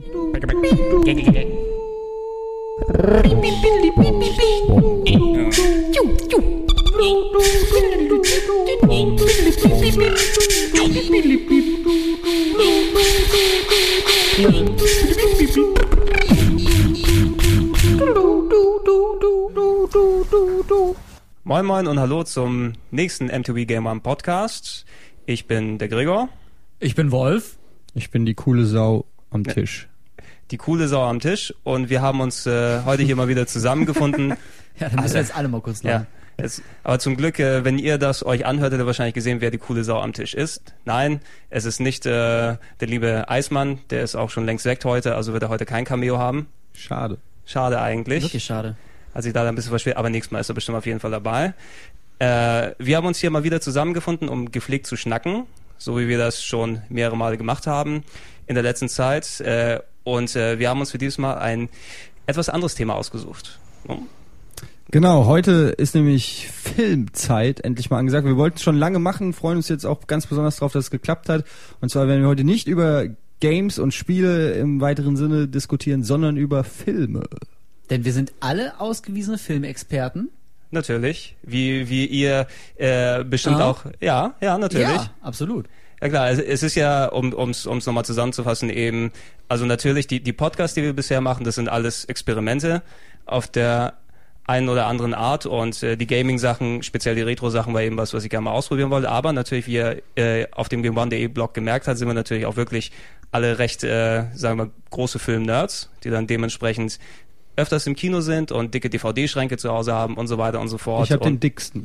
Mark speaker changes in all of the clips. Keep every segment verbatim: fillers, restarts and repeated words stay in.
Speaker 1: Moin Moin und hallo zum nächsten M T V Game One Podcast. Ich bin der Gregor.
Speaker 2: Ich bin Wolf.
Speaker 3: Ich bin die coole Sau am Tisch.
Speaker 1: Die coole Sau am Tisch und wir haben uns äh, heute hier mal wieder zusammengefunden.
Speaker 2: Ja, dann müssen wir jetzt alle mal kurz
Speaker 1: lachen. Ja, jetzt, aber zum Glück, äh, wenn ihr das euch anhört, hättet ihr wahrscheinlich gesehen, wer die coole Sau am Tisch ist. Nein, es ist nicht äh, der liebe Eismann, der ist auch schon längst weg heute, also wird er heute kein Cameo haben.
Speaker 3: Schade.
Speaker 1: Schade eigentlich.
Speaker 2: Wirklich schade.
Speaker 1: Also ich da ein bisschen verspät, aber nächstes Mal ist er bestimmt auf jeden Fall dabei. Äh, wir haben uns hier mal wieder zusammengefunden, um gepflegt zu schnacken, so wie wir das schon mehrere Male gemacht haben in der letzten Zeit. Äh, und äh, wir haben uns für dieses Mal ein etwas anderes Thema ausgesucht. Hm?
Speaker 3: Genau, heute ist nämlich Filmzeit endlich mal angesagt. Wir wollten es schon lange machen, freuen uns jetzt auch ganz besonders darauf, dass es geklappt hat. Und zwar werden wir heute nicht über Games und Spiele im weiteren Sinne diskutieren, sondern über Filme.
Speaker 2: Denn wir sind alle ausgewiesene Filmexperten.
Speaker 1: Natürlich, wie wie ihr äh, bestimmt
Speaker 2: ah.
Speaker 1: auch, ja, ja, natürlich.
Speaker 2: Ja, absolut.
Speaker 1: Ja klar, es, es ist ja, um ums ums nochmal zusammenzufassen, eben, also natürlich die die Podcasts, die wir bisher machen, das sind alles Experimente auf der einen oder anderen Art und äh, die Gaming-Sachen, speziell die Retro-Sachen, war eben was, was ich gerne mal ausprobieren wollte. Aber natürlich, wie ihr äh, auf dem game one punkt de Blog gemerkt habt, sind wir natürlich auch wirklich alle recht, äh, sagen wir, große Film-Nerds, die dann dementsprechend öfters im Kino sind und dicke D V D-Schränke zu Hause haben und so weiter und so fort.
Speaker 3: Ich habe den dicksten.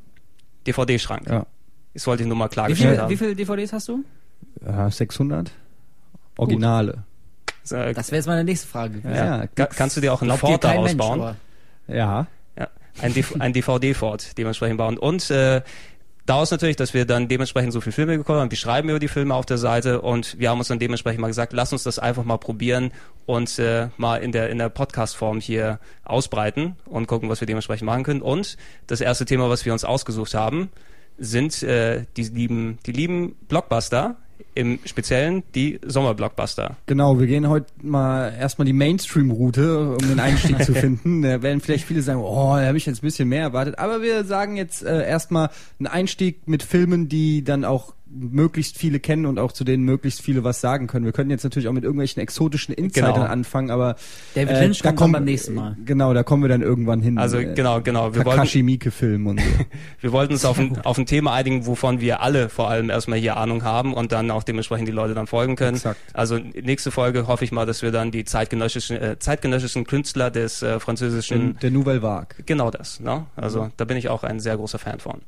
Speaker 1: D V D-Schrank?
Speaker 3: Ja.
Speaker 1: Das wollte ich nur mal
Speaker 2: Wie
Speaker 1: klargestellt
Speaker 2: viel,
Speaker 1: haben.
Speaker 2: wie viele D V Ds hast du?
Speaker 3: Ja, sechshundert. Originale.
Speaker 1: So, äh,
Speaker 2: Das wäre jetzt meine nächste Frage.
Speaker 3: Ja, ja.
Speaker 1: Ka- kannst du dir auch einen
Speaker 2: Glaubt
Speaker 1: Ford
Speaker 2: dir kein
Speaker 1: daraus
Speaker 2: Mensch,
Speaker 1: bauen?
Speaker 2: aber-
Speaker 3: Ja.
Speaker 1: Ja, ein, D- ein D V D-Ford dementsprechend bauen. Und äh, daraus natürlich, dass wir dann dementsprechend so viele Filme bekommen haben. Wir schreiben über die Filme auf der Seite und wir haben uns dann dementsprechend mal gesagt, lass uns das einfach mal probieren und äh, mal in der in der Podcast-Form hier ausbreiten und gucken, was wir dementsprechend machen können. Und das erste Thema, was wir uns ausgesucht haben, sind äh, die lieben die lieben Blockbuster, im Speziellen die Sommerblockbuster.
Speaker 3: Genau, wir gehen heute mal erstmal die Mainstream-Route, um den Einstieg zu finden. Da werden vielleicht viele sagen, oh, da habe ich jetzt ein bisschen mehr erwartet. Aber wir sagen jetzt äh, erstmal einen Einstieg mit Filmen, die dann auch möglichst viele kennen und auch zu denen möglichst viele was sagen können. Wir können jetzt natürlich auch mit irgendwelchen exotischen Insidern
Speaker 1: Genau.
Speaker 3: anfangen, aber
Speaker 2: David
Speaker 3: äh,
Speaker 2: Lynch
Speaker 3: da
Speaker 2: kommt
Speaker 3: kommen,
Speaker 2: dann beim nächsten Mal.
Speaker 3: Genau, da kommen wir dann irgendwann hin.
Speaker 1: Also
Speaker 3: Äh,
Speaker 1: genau, genau. Wir
Speaker 3: Takashi
Speaker 1: wollten,
Speaker 3: Miike-Film und so.
Speaker 1: wir wollten uns auf ein, auf ein Thema einigen, wovon wir alle vor allem erstmal hier Ahnung haben und dann auch dementsprechend die Leute dann folgen können.
Speaker 3: Exakt.
Speaker 1: Also nächste Folge hoffe ich mal, dass wir dann die zeitgenössischen, äh, zeitgenössischen Künstler des äh, französischen...
Speaker 3: Der Nouvelle Vague.
Speaker 1: Genau das, ne? Also da bin ich auch ein sehr großer Fan von.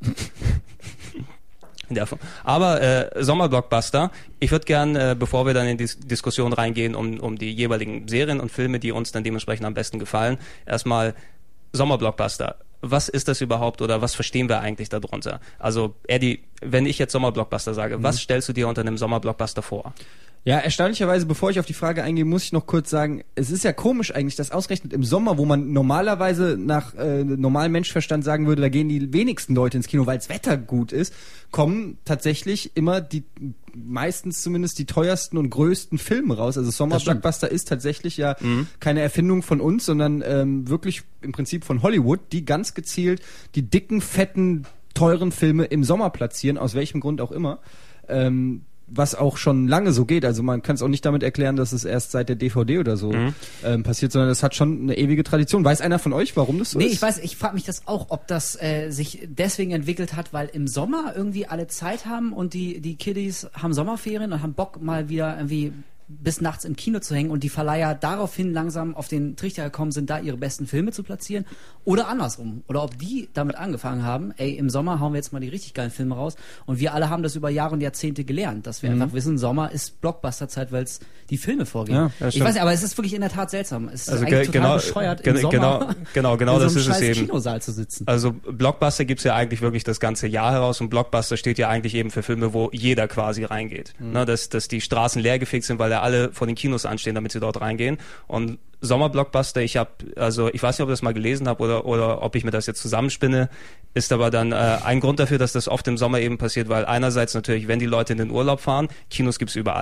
Speaker 1: In der Form. Aber äh, Sommerblockbuster, ich würde gern, äh, bevor wir dann in die Dis- Diskussion reingehen, um, um die jeweiligen Serien und Filme, die uns dann dementsprechend am besten gefallen, erstmal Sommerblockbuster. Was ist das überhaupt oder was verstehen wir eigentlich darunter? Also Eddie, wenn ich jetzt Sommerblockbuster sage, mhm. was stellst du dir unter einem Sommerblockbuster vor?
Speaker 3: Ja, erstaunlicherweise, bevor ich auf die Frage eingehe, muss ich noch kurz sagen, es ist ja komisch eigentlich, dass ausgerechnet im Sommer, wo man normalerweise nach äh, normalem Menschverstand sagen würde, da gehen die wenigsten Leute ins Kino, weil das Wetter gut ist, kommen tatsächlich immer die, meistens zumindest die teuersten und größten Filme raus. Also Sommerblockbuster ist tatsächlich ja mhm. keine Erfindung von uns, sondern ähm, wirklich im Prinzip von Hollywood, die ganz gezielt die dicken, fetten, teuren Filme im Sommer platzieren, aus welchem Grund auch immer. Ähm, was auch schon lange so geht. Also man kann es auch nicht damit erklären, dass es erst seit der D V D oder so mhm. ähm, passiert, sondern das hat schon eine ewige Tradition. Weiß einer von euch, warum das so
Speaker 2: nee,
Speaker 3: ist?
Speaker 2: Nee, ich weiß, ich frage mich das auch, ob das äh, sich deswegen entwickelt hat, weil im Sommer irgendwie alle Zeit haben und die die Kiddies haben Sommerferien und haben Bock mal wieder irgendwie bis nachts im Kino zu hängen und die Verleiher daraufhin langsam auf den Trichter gekommen sind, da ihre besten Filme zu platzieren oder andersrum. Oder ob die damit angefangen haben, ey, im Sommer hauen wir jetzt mal die richtig geilen Filme raus und wir alle haben das über Jahre und Jahrzehnte gelernt, dass wir mhm. einfach wissen, Sommer ist Blockbusterzeit, weil es die Filme vorgehen. Ja, ich weiß nicht, aber es ist wirklich in der Tat seltsam. Es ist
Speaker 1: also
Speaker 2: eigentlich
Speaker 1: ge-
Speaker 2: total
Speaker 1: genau,
Speaker 2: bescheuert,
Speaker 1: ge-
Speaker 2: im Sommer
Speaker 1: genau, genau, genau
Speaker 2: in so
Speaker 1: das
Speaker 2: einem
Speaker 1: ist es
Speaker 2: scheiß
Speaker 1: eben.
Speaker 2: Kinosaal zu sitzen.
Speaker 1: Also Blockbuster gibt's ja eigentlich wirklich das ganze Jahr heraus und Blockbuster steht ja eigentlich eben für Filme, wo jeder quasi reingeht. Mhm. Ne, dass, dass die Straßen leergefegt sind, weil ja alle vor den Kinos anstehen, damit sie dort reingehen. Und Sommerblockbuster, ich habe, also ich weiß nicht, ob ich das mal gelesen habe oder oder ob ich mir das jetzt zusammenspinne, ist aber dann äh, ein Grund dafür, dass das oft im Sommer eben passiert, weil einerseits natürlich, wenn die Leute in den Urlaub fahren, Kinos gibt's überall.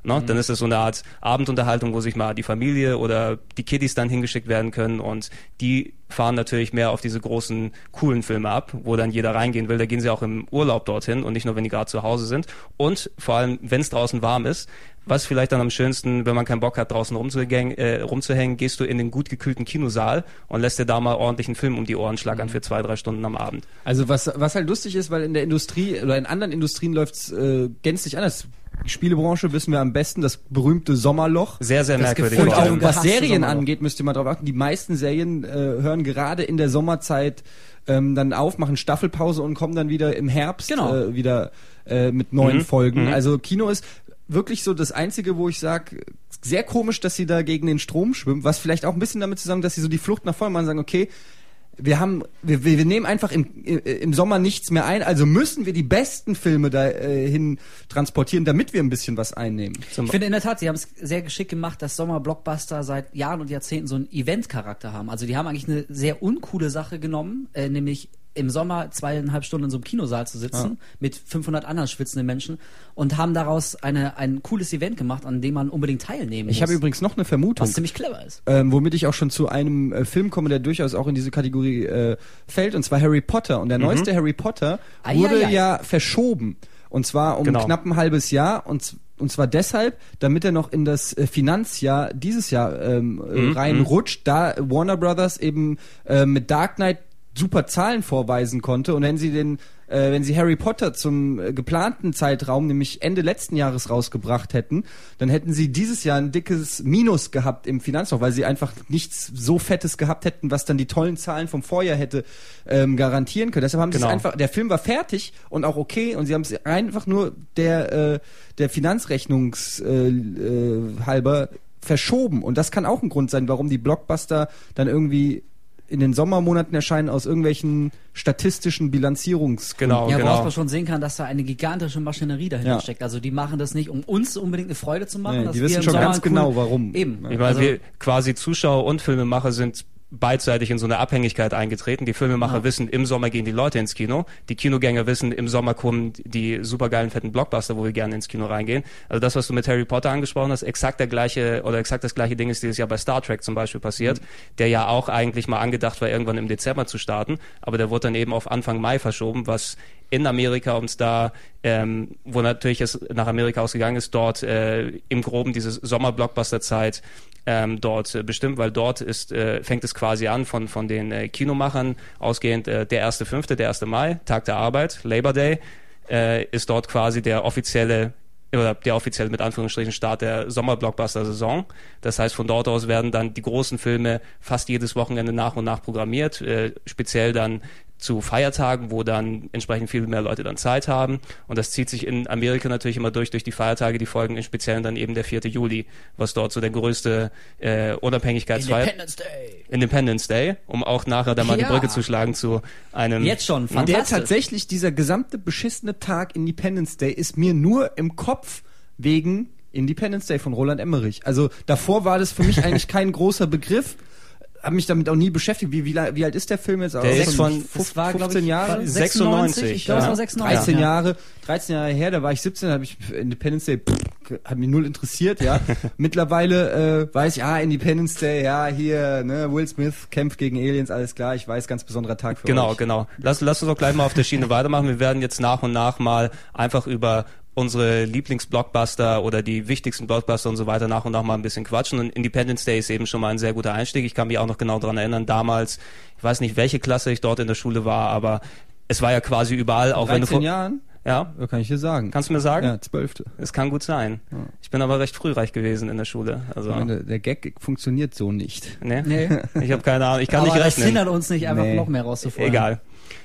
Speaker 1: Ne? Mhm. Dann ist das so eine Art Abendunterhaltung, wo sich mal die Familie oder die Kiddies dann hingeschickt werden können und die fahren natürlich mehr auf diese großen, coolen Filme ab, wo dann jeder reingehen will. Da gehen sie auch im Urlaub dorthin und nicht nur, wenn die gerade zu Hause sind. Und vor allem, wenn es draußen warm ist, was vielleicht dann am schönsten, wenn man keinen Bock hat, draußen rumzuhängen, äh, rumzuhängen, gehst du in den gut gekühlten Kinosaal und lässt dir da mal ordentlich einen Film um die Ohren schlackern für zwei, drei Stunden am Abend.
Speaker 3: Also was, was halt lustig ist, weil in der Industrie oder in anderen Industrien läuft's äh, gänzlich anders. Die Spielebranche wissen wir am besten, das berühmte Sommerloch.
Speaker 1: Sehr, sehr merkwürdig.
Speaker 3: Und auch was Serien angeht, müsst ihr mal drauf achten. Die meisten Serien äh, hören gerade in der Sommerzeit ähm, dann auf, machen Staffelpause und kommen dann wieder im Herbst
Speaker 2: genau.
Speaker 3: äh, wieder äh, mit neuen
Speaker 1: mhm.
Speaker 3: Folgen.
Speaker 1: Mhm.
Speaker 3: Also Kino ist wirklich so das Einzige, wo ich sage, sehr komisch, dass sie da gegen den Strom schwimmen, was vielleicht auch ein bisschen damit zusammen, dass sie so die Flucht nach vorne machen und sagen, okay, wir haben, wir, wir nehmen einfach im, im Sommer nichts mehr ein, also müssen wir die besten Filme dahin äh, transportieren, damit wir ein bisschen was einnehmen.
Speaker 2: Ich finde in der Tat, sie haben es sehr geschickt gemacht, dass Sommer-Blockbuster seit Jahren und Jahrzehnten so einen Event-Charakter haben. Also die haben eigentlich eine sehr uncoole Sache genommen, äh, nämlich im Sommer zweieinhalb Stunden in so einem Kinosaal zu sitzen, ja. mit fünfhundert anderen schwitzenden Menschen und haben daraus eine, ein cooles Event gemacht, an dem man unbedingt teilnehmen muss.
Speaker 3: Ich habe übrigens noch eine Vermutung.
Speaker 2: Was ziemlich clever ist.
Speaker 3: Ähm, womit ich auch schon zu einem äh, Film komme, der durchaus auch in diese Kategorie äh, fällt, und zwar Harry Potter. Und der mhm. neueste Harry Potter
Speaker 2: ah,
Speaker 3: wurde
Speaker 2: ja, ja.
Speaker 3: ja verschoben. Und zwar um
Speaker 1: genau.
Speaker 3: knapp ein halbes Jahr und Und zwar deshalb, damit er noch in das äh, Finanzjahr dieses Jahr ähm, mhm. reinrutscht, da Warner Brothers eben äh, mit Dark Knight super Zahlen vorweisen konnte. Und wenn sie den, äh, wenn sie Harry Potter zum äh, geplanten Zeitraum, nämlich Ende letzten Jahres rausgebracht hätten, dann hätten sie dieses Jahr ein dickes Minus gehabt im Finanzjahr, weil sie einfach nichts so Fettes gehabt hätten, was dann die tollen Zahlen vom Vorjahr hätte ähm, garantieren können. Deshalb haben sie
Speaker 1: genau.
Speaker 3: es einfach, der Film war fertig und auch okay, und sie haben es einfach nur der äh, der Finanzrechnungs äh, äh, halber verschoben. Und das kann auch ein Grund sein, warum die Blockbuster dann irgendwie in den Sommermonaten erscheinen aus irgendwelchen statistischen Bilanzierungsgründen.
Speaker 1: Genau,
Speaker 2: ja,
Speaker 1: genau.
Speaker 2: woraus man schon sehen kann, dass da eine gigantische Maschinerie dahinter
Speaker 3: Ja.
Speaker 2: steckt. Also die machen das nicht, um uns unbedingt eine Freude zu machen.
Speaker 3: Nee,
Speaker 2: dass
Speaker 3: die
Speaker 2: wir
Speaker 3: wissen
Speaker 2: im
Speaker 3: schon
Speaker 2: Sommer
Speaker 3: ganz
Speaker 2: einen coolen-
Speaker 3: genau, warum.
Speaker 2: Eben.
Speaker 1: Ich meine,
Speaker 2: Also-
Speaker 1: wir quasi Zuschauer und Filmemacher sind beidseitig in so eine Abhängigkeit eingetreten. Die Filmemacher
Speaker 2: Ja.
Speaker 1: wissen, im Sommer gehen die Leute ins Kino. Die Kinogänger wissen, im Sommer kommen die supergeilen, fetten Blockbuster, wo wir gerne ins Kino reingehen. Also das, was du mit Harry Potter angesprochen hast, exakt der gleiche oder exakt das gleiche Ding ist dieses Jahr bei Star Trek zum Beispiel passiert, mhm. der ja auch eigentlich mal angedacht war, irgendwann im Dezember zu starten, aber der wurde dann eben auf Anfang Mai verschoben, was in Amerika uns da, ähm, wo natürlich es nach Amerika ausgegangen ist, dort äh, im Groben diese Sommer-Blockbuster-Zeit ähm, dort äh, bestimmt, weil dort ist äh, fängt es quasi an von von den äh, Kinomachern ausgehend äh, der erste fünfte, der erste Mai, Tag der Arbeit, Labor Day, äh, ist dort quasi der offizielle oder der offizielle mit Anführungsstrichen Start der Sommer-Blockbuster-Saison. Das heißt, von dort aus werden dann die großen Filme fast jedes Wochenende nach und nach programmiert, äh, speziell dann zu Feiertagen, wo dann entsprechend viel mehr Leute dann Zeit haben. Und das zieht sich in Amerika natürlich immer durch, durch die Feiertage, die folgen im Speziellen dann eben der vierte Juli, was dort so der größte äh, Unabhängigkeitsfeier...
Speaker 2: Independence Day.
Speaker 1: Independence Day, um auch nachher dann mal
Speaker 2: Ja.
Speaker 1: die Brücke zu schlagen zu einem...
Speaker 2: Jetzt schon,
Speaker 3: Der
Speaker 2: fantastisch.
Speaker 3: tatsächlich, dieser gesamte beschissene Tag Independence Day ist mir nur im Kopf wegen Independence Day von Roland Emmerich. Also davor war das für mich eigentlich kein großer Begriff. Habe mich damit auch nie beschäftigt. Wie, wie, wie alt ist der Film jetzt?
Speaker 1: Der
Speaker 3: Auch
Speaker 1: ist von
Speaker 2: Das war, glaub
Speaker 3: fünfzehn
Speaker 2: ich,
Speaker 3: Jahre?
Speaker 2: war
Speaker 1: sechsundneunzig.
Speaker 2: Ich glaube,
Speaker 1: Ja.
Speaker 2: es war sechsundneunzig.
Speaker 3: dreizehn
Speaker 2: ja.
Speaker 3: Jahre, dreizehn Jahre her, da war ich siebzehn, habe ich Independence Day, pff, hat mich null interessiert, ja. Mittlerweile äh, weiß ich, ah, Independence Day, ja, hier, ne, Will Smith kämpft gegen Aliens, alles klar, ich weiß, ganz besonderer Tag für
Speaker 1: Genau,
Speaker 3: euch.
Speaker 1: genau. Lass, lass uns doch gleich mal auf der Schiene weitermachen. Wir werden jetzt nach und nach mal einfach über unsere Lieblingsblockbuster oder die wichtigsten Blockbuster und so weiter nach und nach mal ein bisschen quatschen. Und Independence Day ist eben schon mal ein sehr guter Einstieg. Ich kann mich auch noch genau daran erinnern, damals, ich weiß nicht, welche Klasse ich dort in der Schule war, aber es war ja quasi überall, auch wenn du...
Speaker 3: dreizehn
Speaker 1: vor-
Speaker 3: Jahren?
Speaker 1: Ja,
Speaker 3: Ja, kann ich dir sagen.
Speaker 1: kannst du mir sagen?
Speaker 3: Ja, zwölfte.
Speaker 1: Es kann gut sein. Ich bin aber recht frühreich gewesen in der Schule. Also,
Speaker 3: Ich meine, der Gag funktioniert so nicht.
Speaker 1: nee,
Speaker 2: Nee.
Speaker 1: ich habe keine Ahnung. Ich kann
Speaker 2: Aber
Speaker 1: nicht
Speaker 2: das
Speaker 1: rechnen.
Speaker 2: hindert uns nicht, einfach
Speaker 3: Nee.
Speaker 2: noch mehr rauszufordern.
Speaker 1: Egal.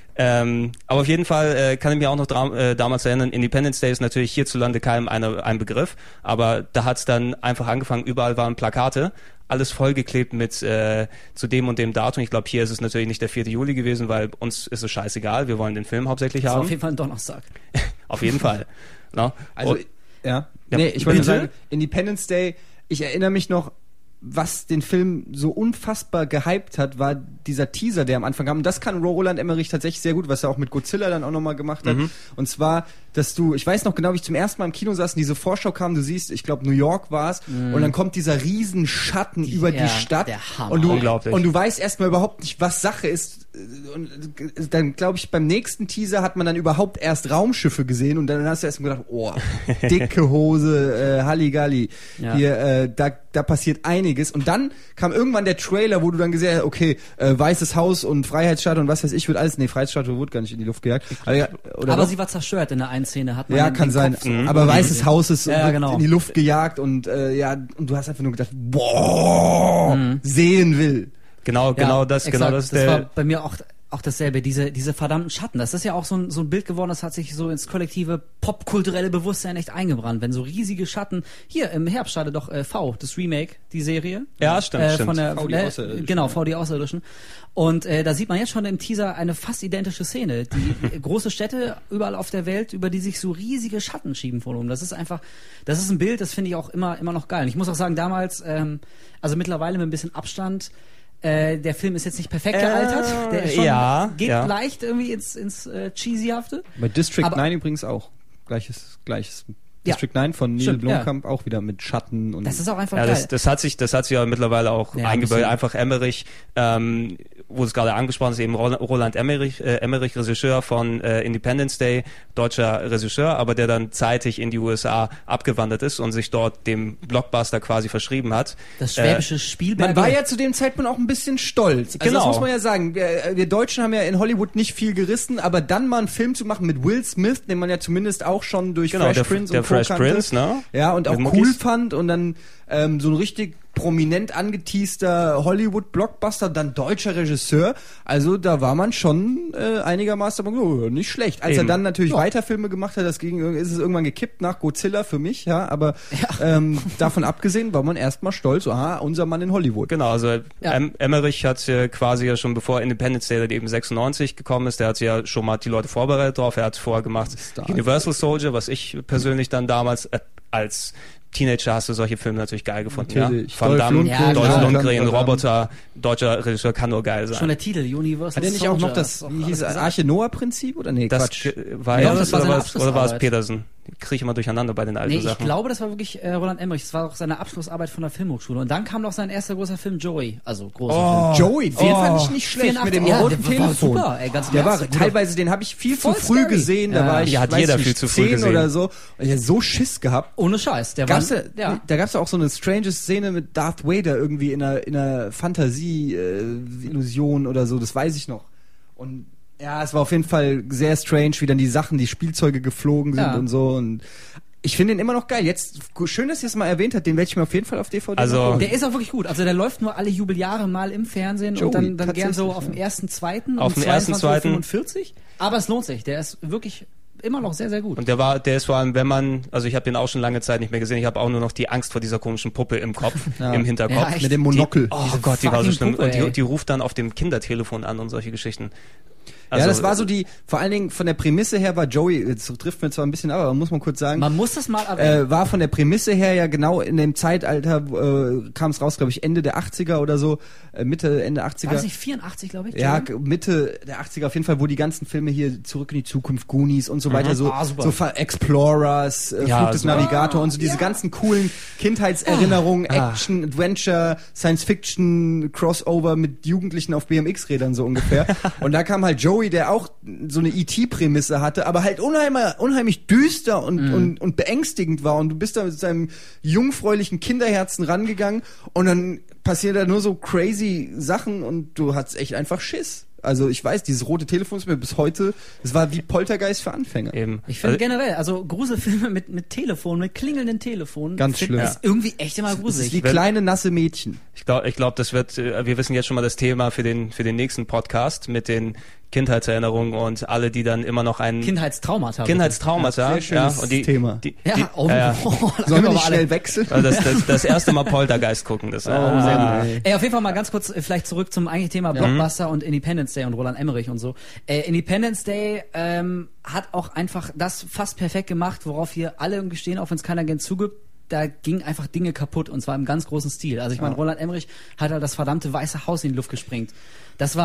Speaker 1: Ähm, aber auf jeden Fall äh, kann ich mich auch noch dra- äh, damals erinnern, Independence Day ist natürlich hierzulande keinem eine, ein Begriff, aber da hat's dann einfach angefangen, überall waren Plakate, alles vollgeklebt mit äh, zu dem und dem Datum. Ich glaube, hier ist es natürlich nicht der vierte Juli gewesen, weil uns ist es scheißegal, wir wollen den Film hauptsächlich
Speaker 2: Das war
Speaker 1: haben.
Speaker 2: auf jeden Fall ein Donnerstag.
Speaker 1: Auf jeden Fall. No?
Speaker 3: Also,
Speaker 1: Und-
Speaker 3: ja.
Speaker 1: Ja,
Speaker 3: Nee, ich wollte
Speaker 1: bitte?
Speaker 3: sagen, Independence Day, ich erinnere mich noch, was den Film so unfassbar gehypt hat, war dieser Teaser, der am Anfang kam. Und das kann Roland Emmerich tatsächlich sehr gut, was er auch mit Godzilla dann auch nochmal gemacht hat.
Speaker 1: Mhm.
Speaker 3: Und zwar, dass du, ich weiß noch genau, wie ich zum ersten Mal im Kino saß und diese Vorschau kam, du siehst, ich glaube New York war's, mm. und dann kommt dieser riesen Schatten die, über die ja, Stadt
Speaker 2: der Hammer.
Speaker 3: und du
Speaker 1: Unglaublich.
Speaker 3: und du weißt erstmal überhaupt nicht, was Sache ist, und dann glaube ich beim nächsten Teaser hat man dann überhaupt erst Raumschiffe gesehen und dann hast du erstmal gedacht, oh, dicke Hose, äh, Halligalli, ja. hier äh, da da passiert einiges und dann kam irgendwann der Trailer, wo du dann gesehen hast, okay, äh, Weißes Haus und Freiheitsstatue und was weiß ich, wird alles, nee, Freiheitsstatue wurde gar nicht in die Luft gejagt.
Speaker 2: Aber, oder aber sie war zerstört in der einen Szene, hat man
Speaker 3: ja, kann sein,
Speaker 2: Kopf so
Speaker 3: aber Weißes Haus ist
Speaker 2: ja, genau.
Speaker 3: in die Luft gejagt und äh, ja, und du hast einfach nur gedacht, boah, mhm. sehen will.
Speaker 1: Genau, genau
Speaker 2: ja,
Speaker 1: das,
Speaker 2: exakt.
Speaker 1: genau das.
Speaker 2: Das
Speaker 1: der
Speaker 2: war bei mir auch auch dasselbe, diese diese verdammten Schatten. Das ist ja auch so ein so ein Bild geworden, das hat sich so ins kollektive popkulturelle Bewusstsein echt eingebrannt, wenn so riesige Schatten. Hier im Herbst startet doch äh, V, das Remake, die Serie.
Speaker 1: Ja, stimmt,
Speaker 2: äh,
Speaker 1: stimmt.
Speaker 2: Von der,
Speaker 3: V, die
Speaker 2: äh,
Speaker 3: Außerirdischen.
Speaker 2: Genau, V, die Außerirdischen. Und äh, da sieht man jetzt schon im Teaser eine fast identische Szene. Die große Städte überall auf der Welt, über die sich so riesige Schatten schieben von oben. Das ist einfach, das ist ein Bild, das finde ich auch immer immer noch geil. Und ich muss auch sagen, damals, ähm, also mittlerweile mit ein bisschen Abstand, Äh, der Film ist jetzt nicht perfekt gealtert.
Speaker 1: Äh,
Speaker 2: Der ist schon,
Speaker 1: ja,
Speaker 2: geht
Speaker 1: ja.
Speaker 2: leicht irgendwie ins, ins äh, Cheesyhafte.
Speaker 3: Bei District
Speaker 2: Aber-
Speaker 3: neun übrigens auch. Gleiches, gleiches.
Speaker 2: Ja.
Speaker 3: District neun von Neil
Speaker 2: Stimmt,
Speaker 3: Blomkamp auch wieder mit Schatten und
Speaker 2: Das ist auch einfach
Speaker 1: Ja,
Speaker 2: geil.
Speaker 1: das, das hat sich, das hat sich ja mittlerweile auch
Speaker 2: Ja,
Speaker 1: eingebürgert.
Speaker 2: ein
Speaker 1: Einfach Emmerich, ähm, wo es gerade angesprochen ist, eben Roland Roland Emmerich, äh, Emmerich, Regisseur von äh, Independence Day, deutscher Regisseur, aber der dann zeitig in die U S A abgewandert ist und sich dort dem Blockbuster quasi verschrieben hat.
Speaker 2: das schwäbische Spielberg.
Speaker 3: man war ja zu dem Zeitpunkt auch ein bisschen stolz. Also
Speaker 1: Genau.
Speaker 3: das muss man ja sagen. Wir, wir Deutschen haben ja in Hollywood nicht viel gerissen, aber dann mal einen Film zu machen mit Will Smith, den man ja zumindest auch schon durch
Speaker 1: Genau,
Speaker 3: Fresh
Speaker 1: der,
Speaker 3: Prince
Speaker 1: der
Speaker 3: und Co.
Speaker 1: Fresh
Speaker 3: kannte.
Speaker 1: Prince, ne?
Speaker 3: Ja, und auch
Speaker 1: Mit
Speaker 3: cool
Speaker 1: Muckis.
Speaker 3: fand und dann ähm, so ein richtig prominent angeteaster Hollywood-Blockbuster, dann deutscher Regisseur. Also da war man schon äh, einigermaßen oh, nicht schlecht. Als
Speaker 1: Eben.
Speaker 3: er dann natürlich
Speaker 2: Ja.
Speaker 3: weiter Filme gemacht hat, das ging, ist es irgendwann gekippt nach Godzilla für mich, ja, aber Ähm, davon abgesehen war man erstmal stolz, aha, unser Mann in Hollywood.
Speaker 1: Genau, also
Speaker 2: Ja.
Speaker 1: em Emmerich hat äh, quasi ja schon bevor Independence Day eben sechsundneunzig gekommen ist, der hat ja schon mal die Leute vorbereitet drauf. Er hat vorher gemacht
Speaker 3: Star.
Speaker 1: Universal Soldier, was ich persönlich dann damals äh, als Teenager hast du solche Filme natürlich geil gefunden.
Speaker 3: Natürlich.
Speaker 1: Ja? Van
Speaker 3: Dolph
Speaker 1: Damme,
Speaker 3: Lundgren,
Speaker 2: Ja,
Speaker 1: Dolph
Speaker 2: klar.
Speaker 1: Lundgren,
Speaker 3: Van
Speaker 1: Roboter, deutscher Regisseur kann nur geil sein.
Speaker 2: Schon der Titel, Universal
Speaker 3: Hat er nicht auch noch das,
Speaker 2: Soldier,
Speaker 3: wie
Speaker 2: ist
Speaker 3: hieß
Speaker 2: doch
Speaker 3: es,
Speaker 2: alles
Speaker 3: Arche Noah-Prinzip oder nee,
Speaker 1: das
Speaker 3: Quatsch.
Speaker 1: war
Speaker 2: Ja,
Speaker 1: ja,
Speaker 2: das war
Speaker 1: oder,
Speaker 2: seine
Speaker 1: war es, oder war es
Speaker 2: Abschlussarbeit.
Speaker 1: Petersen? Kriege ich immer durcheinander bei den alten
Speaker 2: Nee, ich
Speaker 1: Sachen.
Speaker 2: glaube, das war wirklich äh, Roland Emmerich. Das war auch seine Abschlussarbeit von der Filmhochschule. Und dann kam noch sein erster großer Film, Joey. Also großer
Speaker 1: Oh.
Speaker 2: Film.
Speaker 3: Joey, den
Speaker 1: Oh.
Speaker 3: fand ich nicht schlecht mit dem
Speaker 2: vierundachtzig, ja,
Speaker 3: roten
Speaker 2: der war
Speaker 3: Telefon.
Speaker 2: super, ey, ganz im
Speaker 3: der war
Speaker 2: Ernst.
Speaker 3: teilweise, den habe ich viel
Speaker 2: Voll
Speaker 3: zu früh
Speaker 2: scary.
Speaker 3: gesehen, da
Speaker 2: Ja.
Speaker 3: war ich,
Speaker 1: Ja, hat
Speaker 3: weiß
Speaker 1: jeder
Speaker 3: nicht,
Speaker 1: viel zu früh
Speaker 3: zehn
Speaker 1: gesehen.
Speaker 3: oder so. Und ich hatte so Schiss gehabt.
Speaker 2: Ohne Scheiß. Der
Speaker 3: Gab's
Speaker 2: war,
Speaker 3: da,
Speaker 2: ja.
Speaker 3: da gab's ja auch so eine strange Szene mit Darth Vader irgendwie in einer, in einer Fantasie-Illusion oder so, das weiß ich noch. Und ja, es war auf jeden Fall sehr strange, wie dann die Sachen, die Spielzeuge geflogen sind
Speaker 2: Ja.
Speaker 3: und so. Und ich finde den immer noch geil. Jetzt, schön, dass ihr es mal erwähnt habt, den werde ich mir auf jeden Fall auf D V D
Speaker 1: Also-
Speaker 3: noch holen.
Speaker 2: Der ist auch wirklich gut. Also der läuft nur alle Jubeljahre mal im Fernsehen
Speaker 3: Joey,
Speaker 2: und dann, dann gern so
Speaker 3: tatsächlich,
Speaker 2: auf dem
Speaker 3: ja.
Speaker 2: ersten, zweiten
Speaker 1: Auf dem ersten, zweiten.
Speaker 2: fünfundvierzig. Aber es lohnt sich. Der ist wirklich immer noch sehr, sehr gut.
Speaker 1: Und der war, der ist vor allem, wenn man, also ich habe den auch schon lange Zeit nicht mehr gesehen, ich habe auch nur noch die Angst vor dieser komischen Puppe im Kopf,
Speaker 3: Ja.
Speaker 1: im Hinterkopf.
Speaker 2: Ja, echt.
Speaker 3: Mit dem Monokel.
Speaker 1: Die, oh
Speaker 2: Diese
Speaker 1: Gott, die war so
Speaker 2: fucking
Speaker 1: schlimm.
Speaker 2: Puppe,
Speaker 1: und die,
Speaker 2: ey.
Speaker 1: die ruft dann auf dem Kindertelefon an und solche Geschichten.
Speaker 3: ja, das war so die, vor allen Dingen von der Prämisse her war Joey, jetzt trifft mir zwar ein bisschen ab, aber muss man kurz sagen,
Speaker 2: Man muss das mal erwähnen.
Speaker 3: äh, war von der Prämisse her ja genau in dem Zeitalter, äh, kam es raus, glaube ich, Ende der achtziger oder so, äh, Mitte, Ende
Speaker 2: War
Speaker 3: achtziger.
Speaker 2: das nicht vierundachtzig, glaube ich?
Speaker 3: Ja,
Speaker 2: Joey?
Speaker 3: g- Mitte der achtziger auf jeden Fall, wo die ganzen Filme hier Zurück in die Zukunft, Goonies und so weiter, so,
Speaker 2: Ah, super.
Speaker 3: so Fa- Explorers, äh,
Speaker 1: Ja,
Speaker 3: Flug des
Speaker 1: super.
Speaker 3: Navigator und so diese ganzen coolen Kindheitserinnerungen,
Speaker 1: Ah.
Speaker 3: Action, Adventure, Science-Fiction, Crossover mit Jugendlichen auf B M X-Rädern so ungefähr. Und da kam halt Joey, der auch so eine E T-Prämisse hatte, aber halt unheimlich, unheimlich düster und,
Speaker 2: Mhm.
Speaker 3: und, und beängstigend war. Und du bist da mit seinem jungfräulichen Kinderherzen rangegangen und dann passieren da nur so crazy Sachen und du hattest echt einfach Schiss. Also ich weiß, dieses rote Telefon ist mir bis heute, es war wie Poltergeist für Anfänger.
Speaker 1: eben.
Speaker 2: Ich finde
Speaker 1: Also,
Speaker 2: generell, also Gruselfilme mit, mit Telefon, mit klingelnden Telefonen,
Speaker 3: Ganz
Speaker 2: find-
Speaker 3: schlimm.
Speaker 2: ist irgendwie echt immer
Speaker 3: Es ist
Speaker 2: gruselig.
Speaker 3: wie
Speaker 1: Wenn-
Speaker 3: kleine nasse Mädchen.
Speaker 1: ich glaube, ich glaub, das wird, äh, wir wissen jetzt schon mal das Thema für den, für den nächsten Podcast mit den Kindheitserinnerungen und alle, die dann immer noch einen
Speaker 2: Kindheitstraumata.
Speaker 1: Kindheitstraumata,
Speaker 3: Ja, sehr schönes
Speaker 1: und die,
Speaker 3: Thema.
Speaker 1: Die,
Speaker 2: Ja,
Speaker 1: die,
Speaker 2: oh,
Speaker 1: ja, ja.
Speaker 2: oh,
Speaker 3: Sollen wir
Speaker 2: aber
Speaker 3: nicht
Speaker 2: alle-
Speaker 3: schnell wechseln?
Speaker 1: Also das, das, das erste Mal Poltergeist gucken, das war
Speaker 3: Oh,
Speaker 1: sehr
Speaker 3: Mann,
Speaker 1: gut.
Speaker 3: ey.
Speaker 2: Ey, auf jeden Fall mal ganz kurz äh, vielleicht zurück zum eigentlichen Thema Blockbuster und Independence Day und Roland Emmerich und so. Äh, Independence Day ähm, hat auch einfach das fast perfekt gemacht, worauf wir alle im Gestehen, auch wenn es keiner gern zugibt, da ging einfach Dinge kaputt und zwar im ganz großen Stil. Also ich meine, Roland Emmerich hat halt das verdammte Weiße Haus in die Luft gesprengt. Das war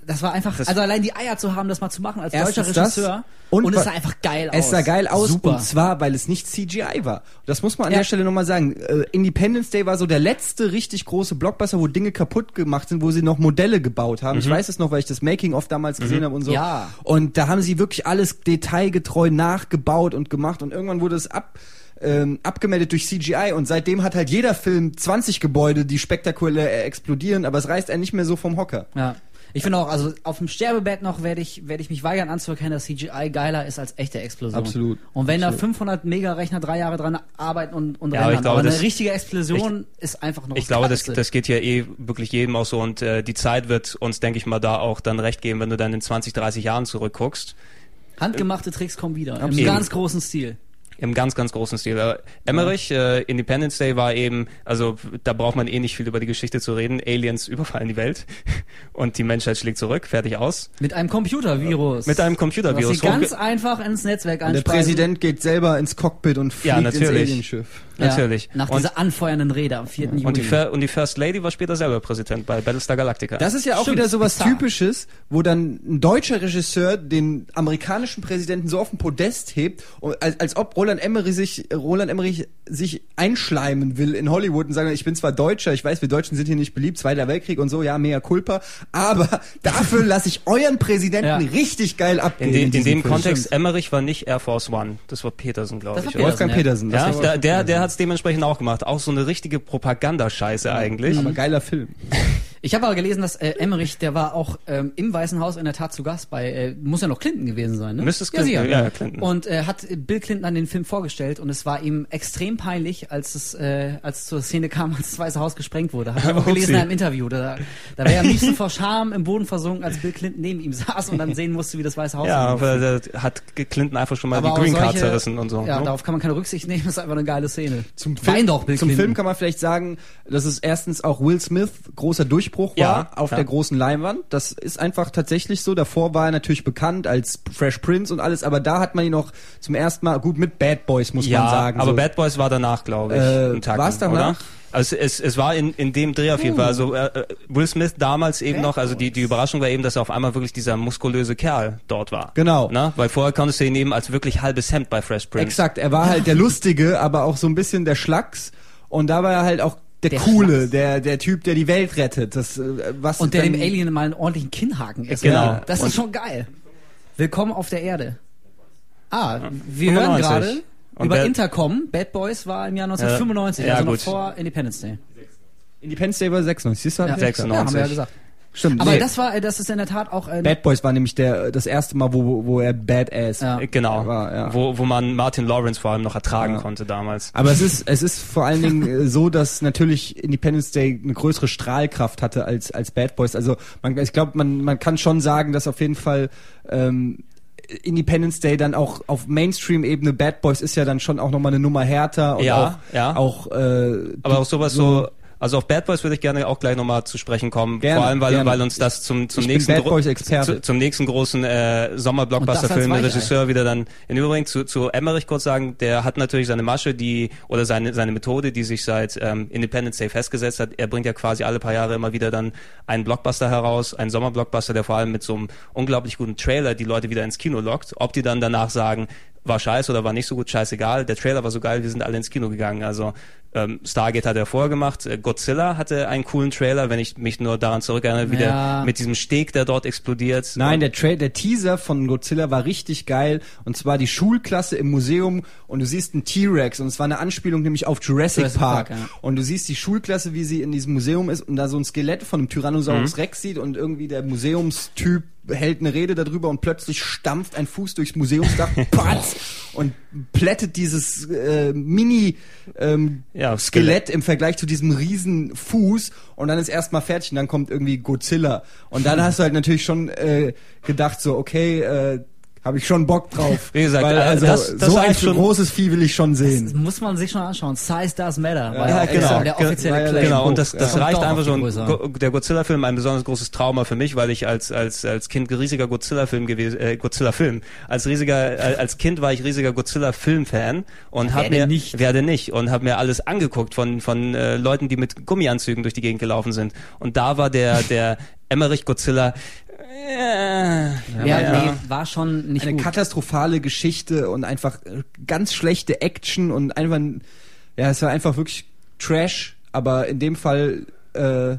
Speaker 2: das war einfach,
Speaker 1: Das-
Speaker 2: also allein die Eier zu haben, das mal zu machen als
Speaker 3: Erstens
Speaker 2: deutscher
Speaker 3: das
Speaker 2: Regisseur.
Speaker 3: und
Speaker 2: Und,
Speaker 3: wa-
Speaker 2: es sah einfach geil aus.
Speaker 3: Es sah geil aus,
Speaker 2: Super.
Speaker 3: und zwar, weil es nicht C G I war. Das muss man an
Speaker 2: Ja.
Speaker 3: der Stelle nochmal sagen. Äh, Independence Day war so der letzte richtig große Blockbuster, wo Dinge kaputt gemacht sind, wo sie noch Modelle gebaut haben. Ich weiß es noch, weil ich das Making-of damals gesehen habe und so.
Speaker 2: Ja.
Speaker 3: Und da haben sie wirklich alles detailgetreu nachgebaut und gemacht, und irgendwann wurde es ab... Ähm, abgemeldet durch C G I, und seitdem hat halt jeder Film zwanzig Gebäude, die spektakulär äh, explodieren, aber es reißt einen nicht mehr so vom Hocker.
Speaker 2: Ja. Ich finde auch, also auf dem Sterbebett noch werde ich, werde ich mich weigern anzuerkennen, dass C G I geiler ist als echte Explosion.
Speaker 3: Absolut.
Speaker 2: Und wenn
Speaker 3: Absolut.
Speaker 2: da fünfhundert Mega-Rechner drei Jahre dran arbeiten und, und
Speaker 1: Ja, aber ich
Speaker 2: rendern,
Speaker 1: glaube,
Speaker 2: aber
Speaker 1: das-
Speaker 2: eine richtige Explosion ist einfach noch
Speaker 1: Ich
Speaker 2: das
Speaker 1: glaube, das,
Speaker 2: Geilste.
Speaker 1: das geht ja eh wirklich jedem auch so, und äh, die Zeit wird uns, denke ich mal, da auch dann recht geben, wenn du dann in zwanzig, dreißig Jahren zurückguckst.
Speaker 2: Handgemachte Tricks kommen wieder. Im
Speaker 1: Absolut.
Speaker 2: ganz großen Stil.
Speaker 1: Im ganz, ganz großen Stil. Äh, Emmerich, äh, Independence Day war eben, also da braucht man eh nicht viel über die Geschichte zu reden. Aliens überfallen die Welt und die Menschheit schlägt zurück, fertig aus.
Speaker 2: Mit einem Computervirus.
Speaker 1: Mit einem
Speaker 2: Was
Speaker 1: Computervirus.
Speaker 2: sie ganz einfach ins Netzwerk
Speaker 3: Und der
Speaker 2: einspeisen.
Speaker 3: Präsident geht selber ins Cockpit und fliegt
Speaker 1: Ja,
Speaker 3: ins
Speaker 1: natürlich.
Speaker 3: Alienschiff.
Speaker 2: Ja,
Speaker 1: Natürlich.
Speaker 2: Nach
Speaker 1: Und-
Speaker 2: dieser anfeuernden Rede am vierten Juli.
Speaker 1: Und die, Fir- und die First Lady war später selber Präsident bei Battlestar Galactica.
Speaker 3: Das ist ja auch
Speaker 2: Stimmt,
Speaker 3: wieder sowas
Speaker 2: bizarr.
Speaker 3: Typisches, wo dann ein deutscher Regisseur den amerikanischen Präsidenten so auf den Podest hebt, und als, als ob Roland Emmerich sich Roland Emmerich sich einschleimen will in Hollywood und sagen, ich bin zwar Deutscher, ich weiß, wir Deutschen sind hier nicht beliebt, Zweiter Weltkrieg und so, ja, mea culpa, aber dafür lasse ich euren Präsidenten
Speaker 2: Ja.
Speaker 3: richtig geil abgehen.
Speaker 1: in, de, in
Speaker 3: diesem
Speaker 1: dem
Speaker 3: Film.
Speaker 1: Kontext, Emmerich war nicht Air Force One. Das war Peterson, glaube
Speaker 2: Das
Speaker 1: ich.
Speaker 2: war
Speaker 1: oder?
Speaker 3: Wolfgang
Speaker 2: ja.
Speaker 3: Petersen. das
Speaker 1: Ja,
Speaker 3: war
Speaker 1: der, der, der hat es dementsprechend auch gemacht. Auch so eine richtige Propagandascheiße eigentlich.
Speaker 3: aber geiler Film.
Speaker 2: Ich habe aber gelesen, dass äh, Emmerich, der war auch ähm, im Weißen Haus in der Tat zu Gast bei, äh, muss ja noch Clinton gewesen sein, ne?
Speaker 1: Müsste es
Speaker 2: ja,
Speaker 1: Clinton,
Speaker 2: sicher.
Speaker 1: ja, Clinton.
Speaker 2: Und äh, hat Bill Clinton dann den Film vorgestellt, und es war ihm extrem peinlich, als es, äh, als es zur Szene kam, als das Weiße Haus gesprengt wurde. Hat er auch
Speaker 1: Upsi.
Speaker 2: gelesen in einem Interview. Da, da wäre er am liebsten vor Scham im Boden versunken, als Bill Clinton neben ihm saß und dann sehen musste, wie das Weiße Haus
Speaker 1: Ja,
Speaker 2: umgeht.
Speaker 1: aber da hat Clinton einfach schon mal
Speaker 2: Aber
Speaker 1: die
Speaker 2: auch
Speaker 1: Green Card
Speaker 2: solche-
Speaker 1: zerrissen und so.
Speaker 2: Ja,
Speaker 1: ne?
Speaker 2: darauf kann man keine Rücksicht nehmen, das ist einfach eine geile Szene.
Speaker 3: Zum
Speaker 2: Wein
Speaker 3: Film,
Speaker 2: doch, Bill
Speaker 3: zum
Speaker 2: Clinton.
Speaker 3: Film kann man vielleicht sagen, dass es erstens auch Will Smith großer Durchbruch war
Speaker 1: Ja,
Speaker 3: auf
Speaker 1: ja.
Speaker 3: der großen Leinwand. Das ist einfach tatsächlich so. Davor war er natürlich bekannt als Fresh Prince und alles, aber da hat man ihn noch zum ersten Mal, gut, mit Bad Boys muss
Speaker 1: ja,
Speaker 3: man sagen.
Speaker 1: aber
Speaker 3: so.
Speaker 1: Bad Boys war danach, glaube ich.
Speaker 3: Äh,
Speaker 1: einen Tag,
Speaker 3: war's danach?
Speaker 1: Oder? Also es, es war in, in dem Dreh auf jeden Fall. Also äh, äh, Will Smith damals eben
Speaker 2: Bad
Speaker 1: noch, also die, die Überraschung war eben, dass er auf einmal wirklich dieser muskulöse Kerl dort war.
Speaker 3: Genau.
Speaker 1: Na? Weil vorher konntest du ihn nehmen als wirklich halbes Hemd bei Fresh Prince.
Speaker 3: Exakt, er war halt der Lustige, aber auch so ein bisschen der Schlacks, und da war er halt auch der,
Speaker 2: Der
Speaker 3: Coole,
Speaker 2: Schlacks.
Speaker 3: der der Typ, der die Welt rettet. Das, äh, was
Speaker 2: Und der
Speaker 3: dann,
Speaker 2: dem Alien mal einen ordentlichen Kinnhaken ist.
Speaker 1: Genau.
Speaker 2: Das
Speaker 1: Und-
Speaker 2: ist schon geil. Willkommen auf der Erde. Ah, wir hören
Speaker 1: fünfundneunzig.
Speaker 2: gerade
Speaker 1: Und
Speaker 2: über
Speaker 1: Bad-
Speaker 2: Intercom. Bad Boys war im Jahr neunzehnhundertfünfundneunzig,
Speaker 1: Ja,
Speaker 2: also noch
Speaker 1: gut.
Speaker 2: vor Independence Day.
Speaker 3: Independence Day war sechsundneunzig. Siehst du, hab
Speaker 2: Ja,
Speaker 3: ich recht gehabt.
Speaker 2: Ja, haben wir ja
Speaker 1: sechsundneunzig.
Speaker 2: gesagt.
Speaker 3: Stimmt.
Speaker 2: Aber
Speaker 3: nee.
Speaker 2: das war, äh, das ist in der Tat auch. Äh,
Speaker 3: Bad Boys war nämlich der das erste Mal, wo wo er Badass.
Speaker 2: Ja.
Speaker 1: Äh, Genau.
Speaker 3: War, ja.
Speaker 1: Wo, wo man Martin Lawrence vor allem noch ertragen
Speaker 3: Ja.
Speaker 1: konnte damals.
Speaker 3: Aber es ist es ist vor allen Dingen äh, so, dass natürlich Independence Day eine größere Strahlkraft hatte als als Bad Boys. Also man, ich glaube, man man kann schon sagen, dass auf jeden Fall ähm, Independence Day dann auch auf Mainstream-Ebene, Bad Boys ist ja dann schon auch nochmal eine Nummer härter und
Speaker 1: Ja,
Speaker 3: auch,
Speaker 1: ja.
Speaker 3: auch äh,
Speaker 1: Aber auch sowas so, also auf Bad Boys würde ich gerne auch gleich nochmal zu sprechen kommen.
Speaker 3: Gerne,
Speaker 1: Vor allem, weil,
Speaker 3: gerne.
Speaker 1: weil uns das zum, zum
Speaker 3: Ich bin
Speaker 1: nächsten
Speaker 3: Bad
Speaker 1: Gro-
Speaker 3: Boys Experte.
Speaker 1: zu, zum nächsten großen äh, Sommer-Blockbuster-Film
Speaker 2: Und das
Speaker 1: der
Speaker 2: als
Speaker 1: Regisseur wieder dann in Übrigen zu, zu Emmerich kurz sagen, der hat natürlich seine Masche, die oder seine seine Methode, die sich seit ähm, Independence Day festgesetzt hat. Er bringt ja quasi alle paar Jahre immer wieder dann einen Blockbuster heraus, einen Sommerblockbuster, der vor allem mit so einem unglaublich guten Trailer die Leute wieder ins Kino lockt. Ob die dann danach sagen, war scheiße oder war nicht so gut, scheißegal. Der Trailer war so geil, wir sind alle ins Kino gegangen. Also ähm, Stargate hat er vorher gemacht. Äh, Godzilla hatte einen coolen Trailer, wenn ich mich nur daran zurückerinnere, wie
Speaker 2: Ja.
Speaker 1: der mit diesem Steg, der dort explodiert.
Speaker 3: Nein, der Tra der Teaser von Godzilla war richtig geil, und zwar die Schulklasse im Museum, und du siehst einen T-Rex, und es war eine Anspielung nämlich auf Jurassic,
Speaker 2: Jurassic
Speaker 3: Park,
Speaker 2: Park, ja.
Speaker 3: und du siehst die Schulklasse, wie sie in diesem Museum ist und da so ein Skelett von einem Tyrannosaurus Rex sieht, und irgendwie der Museumstyp hält eine Rede darüber und plötzlich stampft ein Fuß durchs Museumsdach, patz, und plättet dieses äh, Mini ähm,
Speaker 1: Ja,
Speaker 3: Skelett im Vergleich zu diesem riesen Fuß, und dann ist erstmal fertig und dann kommt irgendwie Godzilla, und dann hast du halt natürlich schon äh, gedacht so, okay, äh, habe ich schon Bock drauf.
Speaker 1: Wie gesagt,
Speaker 3: weil,
Speaker 1: äh,
Speaker 3: also
Speaker 1: das- das
Speaker 3: so
Speaker 1: war
Speaker 3: ein
Speaker 1: eigentlich schon-
Speaker 3: großes Vieh will ich schon
Speaker 2: Das
Speaker 3: sehen.
Speaker 2: muss man sich schon anschauen. Size does matter. War
Speaker 3: Ja,
Speaker 2: ja,
Speaker 3: genau.
Speaker 2: genau. Der offizielle
Speaker 3: War ja
Speaker 2: Claim.
Speaker 1: Genau, und das,
Speaker 3: Ja.
Speaker 1: das
Speaker 2: Kommt
Speaker 1: reicht
Speaker 2: doch
Speaker 1: einfach
Speaker 2: auf die
Speaker 1: schon.
Speaker 2: Größe
Speaker 1: Go der Godzilla-Film ein besonders großes Trauma für mich, weil ich als als als Kind riesiger Godzilla-Film gewesen, äh, Godzilla-Film. Als riesiger, äh, als Kind war ich riesiger Godzilla-Film-Fan und
Speaker 2: Wer
Speaker 1: habe
Speaker 2: denn
Speaker 1: mir
Speaker 2: nicht?
Speaker 1: werde nicht und habe mir alles angeguckt von von äh, Leuten, die mit Gummianzügen durch die Gegend gelaufen sind. Und da war der der Emmerich Godzilla Ja,
Speaker 2: Ja,
Speaker 1: ja.
Speaker 2: nee, war schon nicht
Speaker 3: Eine
Speaker 2: gut.
Speaker 3: katastrophale Geschichte und einfach äh, ganz schlechte Action und einfach, ein- ja, es war einfach wirklich Trash, aber in dem Fall äh,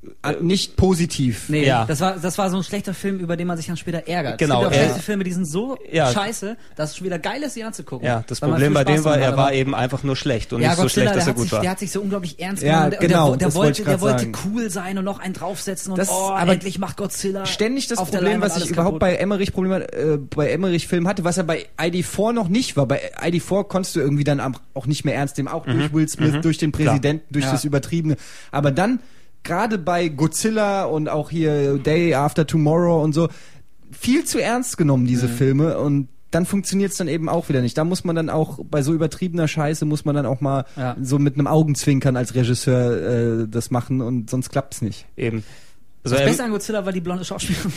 Speaker 3: nicht positiv.
Speaker 2: Nee,
Speaker 1: Ja.
Speaker 2: das war das war so ein schlechter Film, über den man sich dann später ärgert.
Speaker 1: Genau,
Speaker 2: Es gibt auch
Speaker 1: er-
Speaker 2: schlechte Filme, die sind so
Speaker 1: Ja.
Speaker 2: scheiße, dass es schon wieder geil ist, sie anzugucken.
Speaker 1: Ja, das
Speaker 2: Weil man
Speaker 1: Problem
Speaker 2: viel
Speaker 1: bei dem
Speaker 2: Spaß
Speaker 1: war,
Speaker 2: dran
Speaker 1: er
Speaker 2: hat,
Speaker 1: war
Speaker 2: aber-
Speaker 1: eben einfach nur schlecht und
Speaker 2: ja,
Speaker 1: nicht so
Speaker 2: Godzilla,
Speaker 1: schlecht, dass
Speaker 2: der,
Speaker 1: er
Speaker 2: hat
Speaker 1: gut
Speaker 2: sich,
Speaker 1: war.
Speaker 2: der hat sich so unglaublich ernst
Speaker 3: Ja,
Speaker 2: genommen. Der-
Speaker 3: genau,
Speaker 2: der, der
Speaker 3: das wollte
Speaker 2: wollte,
Speaker 3: ich
Speaker 2: der
Speaker 3: grad
Speaker 2: wollte
Speaker 3: sagen.
Speaker 2: cool sein und noch einen draufsetzen und
Speaker 3: Das-
Speaker 2: oh,
Speaker 3: aber
Speaker 2: endlich macht Godzilla
Speaker 3: Ständig das
Speaker 2: auf der
Speaker 3: Problem,
Speaker 2: Leinwand
Speaker 3: was ich
Speaker 2: alles
Speaker 3: überhaupt
Speaker 2: kaputt.
Speaker 3: bei Emmerich Problem äh, bei Emmerich Filmen hatte, was er bei I D vier noch nicht war. Bei I D vier konntest du irgendwie dann am- auch nicht mehr ernst nehmen, auch durch Will Smith, durch den Präsidenten, durch
Speaker 2: Ja.
Speaker 3: das Übertriebene. Aber dann gerade bei Godzilla und auch hier Day After Tomorrow und so viel zu ernst genommen diese Filme und dann funktioniert's dann eben auch wieder nicht. Da muss man dann auch bei so übertriebener Scheiße muss man dann auch mal
Speaker 2: Ja.
Speaker 3: so mit einem Augenzwinkern als Regisseur äh, das machen und sonst klappt's nicht.
Speaker 1: Eben. Also,
Speaker 2: Das
Speaker 1: ähm,
Speaker 2: Beste an Godzilla war die blonde Schauspielerin.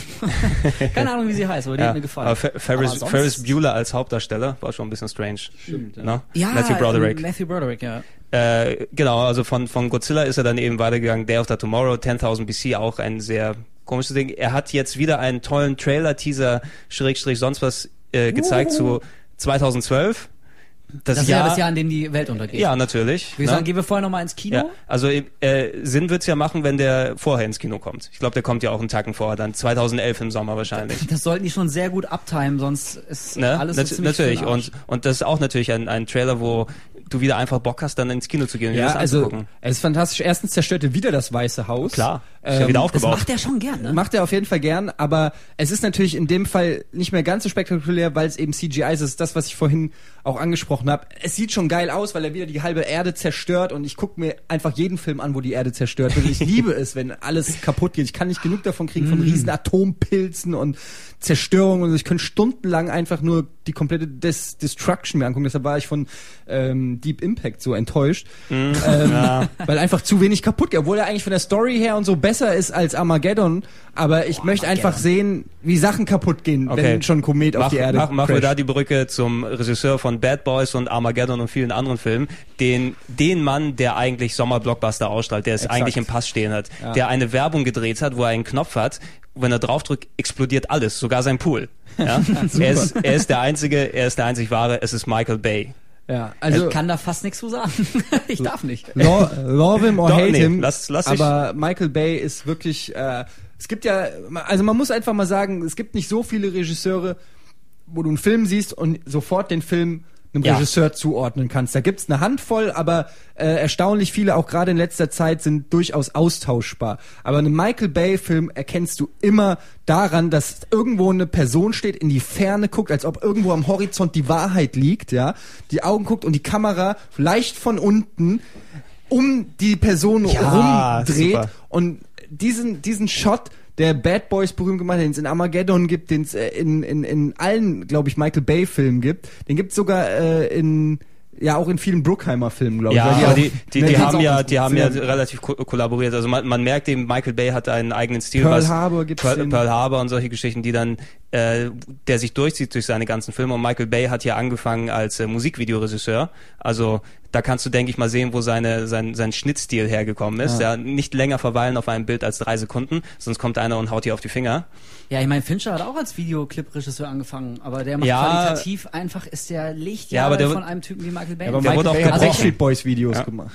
Speaker 2: Keine Ahnung, wie sie heißt, aber die
Speaker 1: ja,
Speaker 2: hat mir gefallen.
Speaker 1: aber Fer- Ferris,
Speaker 2: Aber sonst-
Speaker 1: Ferris Bueller als Hauptdarsteller war schon ein bisschen strange.
Speaker 3: Stimmt, ja.
Speaker 1: Ne?
Speaker 2: Ja,
Speaker 1: Matthew Broderick.
Speaker 2: ähm, Matthew Broderick, ja.
Speaker 1: Äh, genau, also von, von Godzilla ist er dann eben weitergegangen. Day After Tomorrow, zehntausend B C, auch ein sehr komisches Ding. Er hat jetzt wieder einen tollen Trailer-Teaser, Schrägstrich, sonst was äh, gezeigt zu zweitausendzwölf. Das,
Speaker 2: Das ist
Speaker 1: Jahr,
Speaker 2: ja das Jahr, in dem die Welt untergeht.
Speaker 1: ja, natürlich.
Speaker 2: Wir
Speaker 1: ne?
Speaker 2: sagen, gehen wir vorher nochmal ins Kino.
Speaker 1: Ja, also äh, Sinn wird's ja machen, wenn der vorher ins Kino kommt. Ich glaube, der kommt ja auch einen Tacken vorher, dann zweitausendelf im Sommer wahrscheinlich.
Speaker 2: Das sollten die schon sehr gut abtimen, sonst ist
Speaker 1: Ne?
Speaker 2: alles so
Speaker 1: Nat-
Speaker 2: ziemlich
Speaker 1: natürlich.
Speaker 2: für den Arsch.
Speaker 1: Und, und das ist auch natürlich ein, ein Trailer, wo du wieder einfach Bock hast, dann ins Kino zu gehen und dir
Speaker 3: Ja,
Speaker 1: das
Speaker 3: also
Speaker 1: anzugucken.
Speaker 3: es ist fantastisch. Erstens zerstörte wieder das Weiße Haus.
Speaker 1: Klar, ist
Speaker 3: Ähm,
Speaker 1: ja wieder
Speaker 2: Das
Speaker 1: aufgebaut.
Speaker 2: macht er schon gern, ne?
Speaker 3: Macht er auf jeden Fall gern, aber es ist natürlich in dem Fall nicht mehr ganz so spektakulär, weil es eben C G I ist. Das ist das, was ich vorhin auch angesprochen habe. Es sieht schon geil aus, weil er wieder die halbe Erde zerstört und ich gucke mir einfach jeden Film an, wo die Erde zerstört wird. Ich liebe es, wenn alles kaputt geht. Ich kann nicht genug davon kriegen, von riesen Atompilzen und Zerstörung und so. Ich könnte stundenlang einfach nur die komplette Des Destruction mir angucken. Deshalb war ich von ähm, Deep Impact so enttäuscht, ähm, weil einfach zu wenig kaputt geht. Obwohl er eigentlich von der Story her und so besser ist als Armageddon, aber ich möchte einfach sehen, wie Sachen kaputt gehen,
Speaker 1: Okay.
Speaker 3: wenn schon ein Komet auf
Speaker 1: Mach,
Speaker 3: die Erde
Speaker 1: mach, machen wir
Speaker 3: crasht.
Speaker 1: da die Brücke zum Regisseur von Bad Boys und Armageddon und vielen anderen Filmen, den, den Mann, der eigentlich Sommerblockbuster ausstrahlt, der es
Speaker 3: Exakt.
Speaker 1: eigentlich im Pass stehen hat,
Speaker 3: Ja.
Speaker 1: der eine Werbung gedreht hat, wo er einen Knopf hat, wenn er draufdrückt, explodiert alles, sogar sein Pool. Ja? er, ist, er ist der einzige, er ist der einzig wahre, es ist Michael Bay.
Speaker 3: Ja,
Speaker 2: Also,
Speaker 3: also
Speaker 2: ich kann da fast nichts zu sagen. Ich darf nicht.
Speaker 3: lo love him or
Speaker 1: Doch,
Speaker 3: hate
Speaker 1: nee,
Speaker 3: him,
Speaker 1: lass- lass dich-
Speaker 3: aber Michael Bay ist wirklich, äh, es gibt ja, also man muss einfach mal sagen, es gibt nicht so viele Regisseure, wo du einen Film siehst und sofort den Film einem
Speaker 1: Ja.
Speaker 3: Regisseur zuordnen kannst. Da gibt's eine Handvoll, aber äh, erstaunlich viele, auch gerade in letzter Zeit, sind durchaus austauschbar. Aber einen Michael Bay-Film erkennst du immer daran, dass irgendwo eine Person steht, in die Ferne guckt, als ob irgendwo am Horizont die Wahrheit liegt, ja, die Augen guckt und die Kamera leicht von unten um die Person
Speaker 1: Ja,
Speaker 3: rumdreht
Speaker 1: super.
Speaker 3: und diesen diesen Shot, der Bad Boys berühmt gemacht hat, den es in Armageddon gibt, den es äh, in, in, in allen, glaube ich, Michael Bay Filmen gibt, den gibt es sogar äh, in ja auch in vielen Bruckheimer Filmen, glaube ich.
Speaker 1: Ja,
Speaker 3: weil
Speaker 1: aber
Speaker 3: auch-
Speaker 1: die, die,
Speaker 3: ne,
Speaker 1: die
Speaker 3: geht's
Speaker 1: haben
Speaker 3: auch
Speaker 1: ja,
Speaker 3: ganz
Speaker 1: die
Speaker 3: gut.
Speaker 1: haben ja
Speaker 3: Sind
Speaker 1: relativ ko kollaboriert. Also man, man merkt eben, Michael Bay hat einen eigenen Stil.
Speaker 3: Pearl
Speaker 1: was,
Speaker 3: Harbor gibt's
Speaker 1: Pearl,
Speaker 3: den.
Speaker 1: Pearl Harbor und solche Geschichten, die dann, äh, der sich durchzieht durch seine ganzen Filme. Und Michael Bay hat ja angefangen als äh, Musikvideoregisseur. Also da kannst du, denke ich mal, sehen, wo seine, sein, sein Schnittstil hergekommen ist.
Speaker 3: Ja.
Speaker 1: Ja, nicht länger verweilen auf einem Bild als drei Sekunden, sonst kommt einer und haut dir auf die Finger.
Speaker 2: Ja, ich meine, Fincher hat auch als Videoclip-Regisseur angefangen, aber der macht
Speaker 1: Ja.
Speaker 2: qualitativ einfach, ist der Lichtjahre
Speaker 1: Ja, aber der-
Speaker 2: von einem Typen wie Michael Bay.
Speaker 3: aber
Speaker 1: Der
Speaker 3: Michael
Speaker 1: wurde auch
Speaker 3: Bay hat
Speaker 1: gebrochen.
Speaker 3: Backstreet Boys Videos
Speaker 1: Ja.
Speaker 3: gemacht.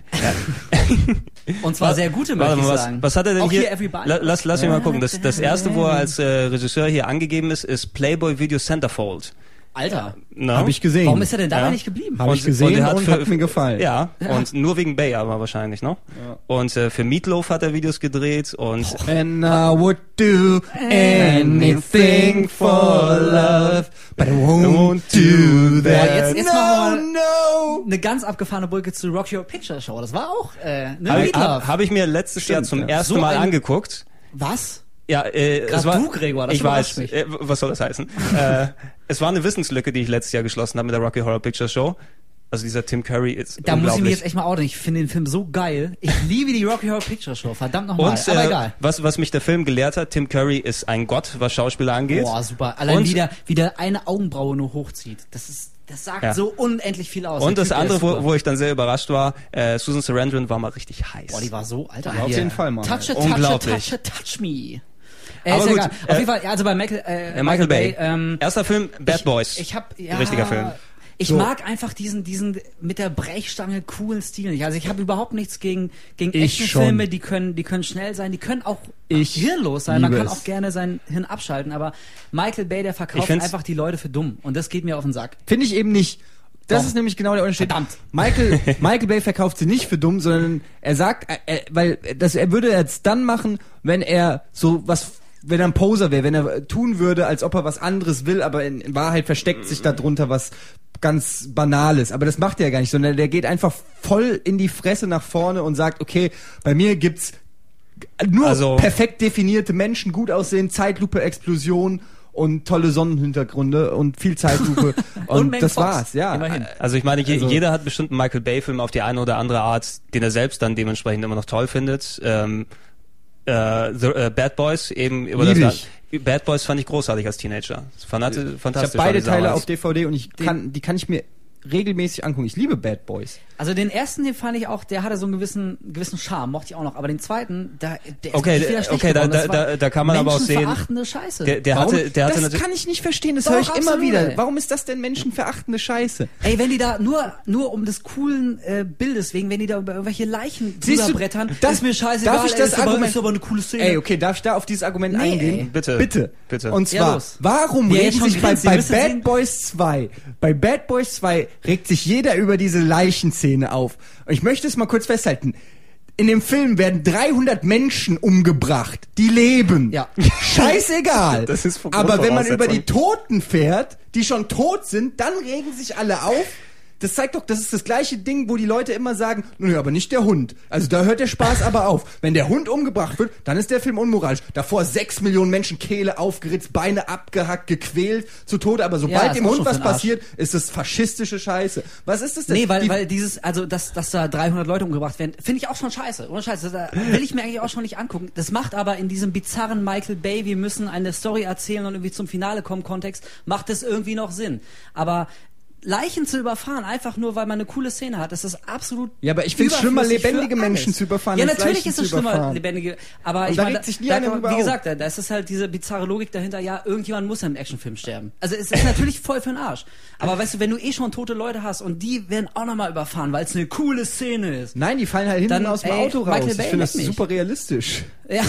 Speaker 2: Und zwar sehr gute, möchte
Speaker 1: Warte
Speaker 2: ich
Speaker 1: mal, was,
Speaker 2: sagen.
Speaker 1: was hat er denn
Speaker 2: auch
Speaker 1: hier?
Speaker 2: hier Everybody.
Speaker 1: La, lass lass mich mal gucken. Das, das erste, wo er als äh, Regisseur hier angegeben ist, ist Playboy Video Centerfold.
Speaker 2: Alter,
Speaker 1: Ne?
Speaker 3: Habe ich gesehen.
Speaker 2: warum ist er denn dabei
Speaker 1: Ja.
Speaker 2: nicht geblieben?
Speaker 3: Hab ich
Speaker 1: Und-
Speaker 3: gesehen
Speaker 1: und
Speaker 3: und,
Speaker 1: er hat für-
Speaker 3: hat mir gefallen.
Speaker 1: Ja, und nur wegen Bay aber wahrscheinlich, ne? Und äh, für Meatloaf hat er Videos gedreht und
Speaker 3: And I would do anything for love, but I won't do that.
Speaker 2: Boah, jetzt- jetzt machen wir
Speaker 3: no, no.
Speaker 2: Eine ganz abgefahrene Brücke zu Rocky Horror Picture Show. Das war auch äh, eine
Speaker 1: habe ich,
Speaker 2: Meatloaf.
Speaker 1: hab, hab ich mir letztes
Speaker 3: Stimmt,
Speaker 1: Jahr zum
Speaker 3: ja.
Speaker 1: ersten
Speaker 2: So
Speaker 1: Mal
Speaker 2: ein-
Speaker 1: angeguckt.
Speaker 2: Was?
Speaker 1: Ja, äh,
Speaker 2: Grad
Speaker 1: es war,
Speaker 2: du, Gregor, das
Speaker 1: ich
Speaker 2: überrascht
Speaker 1: weiß,
Speaker 2: mich.
Speaker 1: äh, was soll das heißen? äh, es war eine Wissenslücke, die ich letztes Jahr geschlossen habe mit der Rocky Horror Picture Show. Also dieser Tim Curry ist
Speaker 2: Da muss ich mich
Speaker 1: unglaublich.
Speaker 2: jetzt echt mal outen. Ich finde den Film so geil. Ich liebe die Rocky Horror Picture Show. Verdammt nochmal.
Speaker 1: Und
Speaker 2: Aber
Speaker 1: äh,
Speaker 2: egal.
Speaker 1: was, was mich der Film gelehrt hat, Tim Curry ist ein Gott, was Schauspieler angeht.
Speaker 2: Boah, super. Allein
Speaker 1: Und-
Speaker 2: wie der, wie der eine Augenbraue nur hochzieht. Das ist, das sagt
Speaker 1: Ja.
Speaker 2: so unendlich viel aus.
Speaker 1: Und
Speaker 2: Der
Speaker 1: das
Speaker 2: Typ, der
Speaker 1: andere,
Speaker 2: ist
Speaker 1: wo,
Speaker 2: super.
Speaker 1: wo ich dann sehr überrascht war, äh, Susan Sarandon war mal richtig heiß.
Speaker 2: Boah, die war so, Alter.
Speaker 3: Ja, auf
Speaker 2: hier.
Speaker 3: jeden Fall, Mann.
Speaker 2: Touch it, touch it,
Speaker 1: Unglaublich.
Speaker 2: touch it, touch me. Äh,
Speaker 1: Aber
Speaker 2: ist
Speaker 1: gut,
Speaker 2: egal. Auf
Speaker 1: äh,
Speaker 2: jeden Fall, ja, also bei Michael, äh,
Speaker 1: Äh, Michael Bay.
Speaker 2: ähm,
Speaker 1: Erster Film, Bad
Speaker 2: ich,
Speaker 1: Boys.
Speaker 2: Ich hab, ja,
Speaker 1: Richtiger Film.
Speaker 2: Ich
Speaker 3: So.
Speaker 2: mag einfach diesen, diesen mit der Brechstange coolen Stil nicht. Also ich habe überhaupt nichts gegen, gegen
Speaker 3: Ich
Speaker 2: Actionfilme,
Speaker 3: schon.
Speaker 2: die können, die können schnell sein, die können auch
Speaker 3: Ich
Speaker 2: hirnlos sein. Man
Speaker 3: liebe
Speaker 2: kann
Speaker 3: es.
Speaker 2: auch gerne sein Hirn abschalten, aber Michael Bay, der
Speaker 1: Ich
Speaker 2: verkauft
Speaker 1: find's-
Speaker 2: einfach die Leute für dumm. Und das geht mir auf den Sack.
Speaker 3: Finde ich eben nicht. Das
Speaker 2: Doch.
Speaker 3: ist nämlich genau der Unterschied.
Speaker 2: Verdammt.
Speaker 3: Michael, Michael Bay verkauft sie nicht für dumm, sondern er sagt, er, weil das, er würde jetzt dann machen, wenn er so was, wenn er ein Poser wäre, wenn er tun würde, als ob er was anderes will, aber in, in Wahrheit versteckt sich darunter was ganz Banales. Aber das macht er ja gar nicht, sondern der geht einfach voll in die Fresse nach vorne und sagt, okay, bei mir gibt's nur
Speaker 1: Also-
Speaker 3: perfekt definierte Menschen, gut aussehen, Zeitlupe, Explosion und tolle Sonnenhintergründe und viel Zeitlupe und,
Speaker 2: Megan
Speaker 3: das
Speaker 2: Fox,
Speaker 3: war's, ja.
Speaker 2: immerhin.
Speaker 1: Also ich meine, je,
Speaker 3: Also-
Speaker 1: jeder hat bestimmt einen Michael Bay-Film auf die eine oder andere Art, den er selbst dann dementsprechend immer noch toll findet. Ähm, äh, The, äh, Bad Boys eben über
Speaker 3: Lieb
Speaker 1: das
Speaker 3: ich.
Speaker 1: Bad Boys fand ich großartig als Teenager. Fand,
Speaker 3: Ich
Speaker 1: fantastisch.
Speaker 3: habe beide
Speaker 1: fand ich
Speaker 3: Teile
Speaker 1: damals.
Speaker 3: auf D V D und ich kann, die kann ich mir regelmäßig angucken. Ich liebe Bad Boys.
Speaker 2: Also den ersten, den fand ich auch, der hatte so einen gewissen, gewissen Charme, mochte ich auch noch. Aber den zweiten, da, der ist
Speaker 1: Okay,
Speaker 2: wirklich wieder schlecht
Speaker 1: okay, da-
Speaker 2: geworden. Das
Speaker 1: da-
Speaker 2: war
Speaker 1: da- da kann man aber auch sehen-
Speaker 2: menschenverachtende Scheiße.
Speaker 1: Der, der
Speaker 3: Warum?
Speaker 1: hatte, der hatte
Speaker 3: das
Speaker 1: natürlich.
Speaker 3: kann ich nicht verstehen, das
Speaker 2: Doch,
Speaker 3: höre ich immer
Speaker 2: absolut,
Speaker 3: wieder.
Speaker 2: ey.
Speaker 3: Warum ist das denn menschenverachtende Scheiße?
Speaker 2: Ey, wenn die da nur, nur um des coolen äh, Bildes wegen, wenn die da über irgendwelche Leichen
Speaker 3: Siehst du,
Speaker 2: brettern,
Speaker 3: das-
Speaker 2: ist mir scheißegal,
Speaker 3: darf ich
Speaker 2: ey,
Speaker 3: das
Speaker 2: ist aber,
Speaker 3: Argument-
Speaker 2: ist aber eine coole Szene.
Speaker 3: Ey, okay, darf ich da auf dieses Argument
Speaker 2: Nee,
Speaker 3: eingehen?
Speaker 2: ey.
Speaker 1: Bitte.
Speaker 3: Bitte.
Speaker 1: Bitte.
Speaker 3: Und
Speaker 2: Ja,
Speaker 3: zwar,
Speaker 2: los.
Speaker 3: warum
Speaker 2: Ja, jetzt
Speaker 3: regen
Speaker 2: schon
Speaker 3: sich bei,
Speaker 2: grinst, ihr
Speaker 3: bei
Speaker 2: müsst es
Speaker 3: Bad
Speaker 2: sehen.
Speaker 3: Boys zwei, bei Bad Boys zwei regt sich jeder über diese Leichenszene auf. Und ich möchte es mal kurz festhalten. In dem Film werden dreihundert Menschen umgebracht, die leben.
Speaker 2: Ja.
Speaker 3: Scheißegal.
Speaker 1: Das ist von
Speaker 3: Aber wenn man über die
Speaker 1: Grundvoraussetzung.
Speaker 3: Toten fährt, die schon tot sind, dann regen sich alle auf. Das zeigt doch, das ist das gleiche Ding, wo die Leute immer sagen, nö, aber nicht der Hund. Also da hört der Spaß aber auf. Wenn der Hund umgebracht wird, dann ist der Film unmoralisch. Davor sechs Millionen Menschen, Kehle aufgeritzt, Beine abgehackt, gequält, zu Tode. Aber
Speaker 2: Ja,
Speaker 3: sobald
Speaker 2: ist
Speaker 3: dem
Speaker 2: auch
Speaker 3: Hund
Speaker 2: schon
Speaker 3: was
Speaker 2: für den Arsch.
Speaker 3: passiert, ist das faschistische Scheiße. Was ist das denn?
Speaker 2: Nee, weil,
Speaker 3: Die-
Speaker 2: weil dieses, also, dass, dass da dreihundert Leute umgebracht werden, finde ich auch schon scheiße. Ohne Scheiße. Da will ich mir eigentlich auch schon nicht angucken. Das macht aber in diesem bizarren Michael Bay, wir müssen eine Story erzählen und irgendwie zum Finale kommen Kontext, macht es irgendwie noch Sinn. Aber Leichen zu überfahren, einfach nur, weil man eine coole Szene hat, das ist absolut
Speaker 3: Ja, aber ich find's schlimmer,
Speaker 2: überflüssig
Speaker 3: lebendige
Speaker 2: für alles.
Speaker 3: Menschen zu überfahren,
Speaker 2: Ja,
Speaker 3: als
Speaker 2: natürlich
Speaker 3: Leichen
Speaker 2: ist
Speaker 3: zu
Speaker 2: es schlimmer,
Speaker 3: überfahren.
Speaker 2: lebendige, aber
Speaker 3: Und
Speaker 2: ich
Speaker 3: da
Speaker 2: meine,
Speaker 3: regt sich nie
Speaker 2: da,
Speaker 3: einer
Speaker 2: da,
Speaker 3: drüber
Speaker 2: wie
Speaker 3: auf.
Speaker 2: gesagt, da, da ist es halt diese bizarre Logik dahinter, ja, irgendjemand muss ja im Actionfilm sterben. Also es ist natürlich voll für den Arsch. Aber weißt du, wenn du eh schon tote Leute hast und die werden auch nochmal überfahren, weil es eine coole Szene ist.
Speaker 3: Nein, die fallen halt hinten
Speaker 2: Dann,
Speaker 3: aus dem
Speaker 2: ey,
Speaker 3: Auto raus.
Speaker 2: Michael
Speaker 3: Ich
Speaker 2: Bay,
Speaker 3: finde das
Speaker 2: leck mich.
Speaker 3: super realistisch.
Speaker 2: Ja,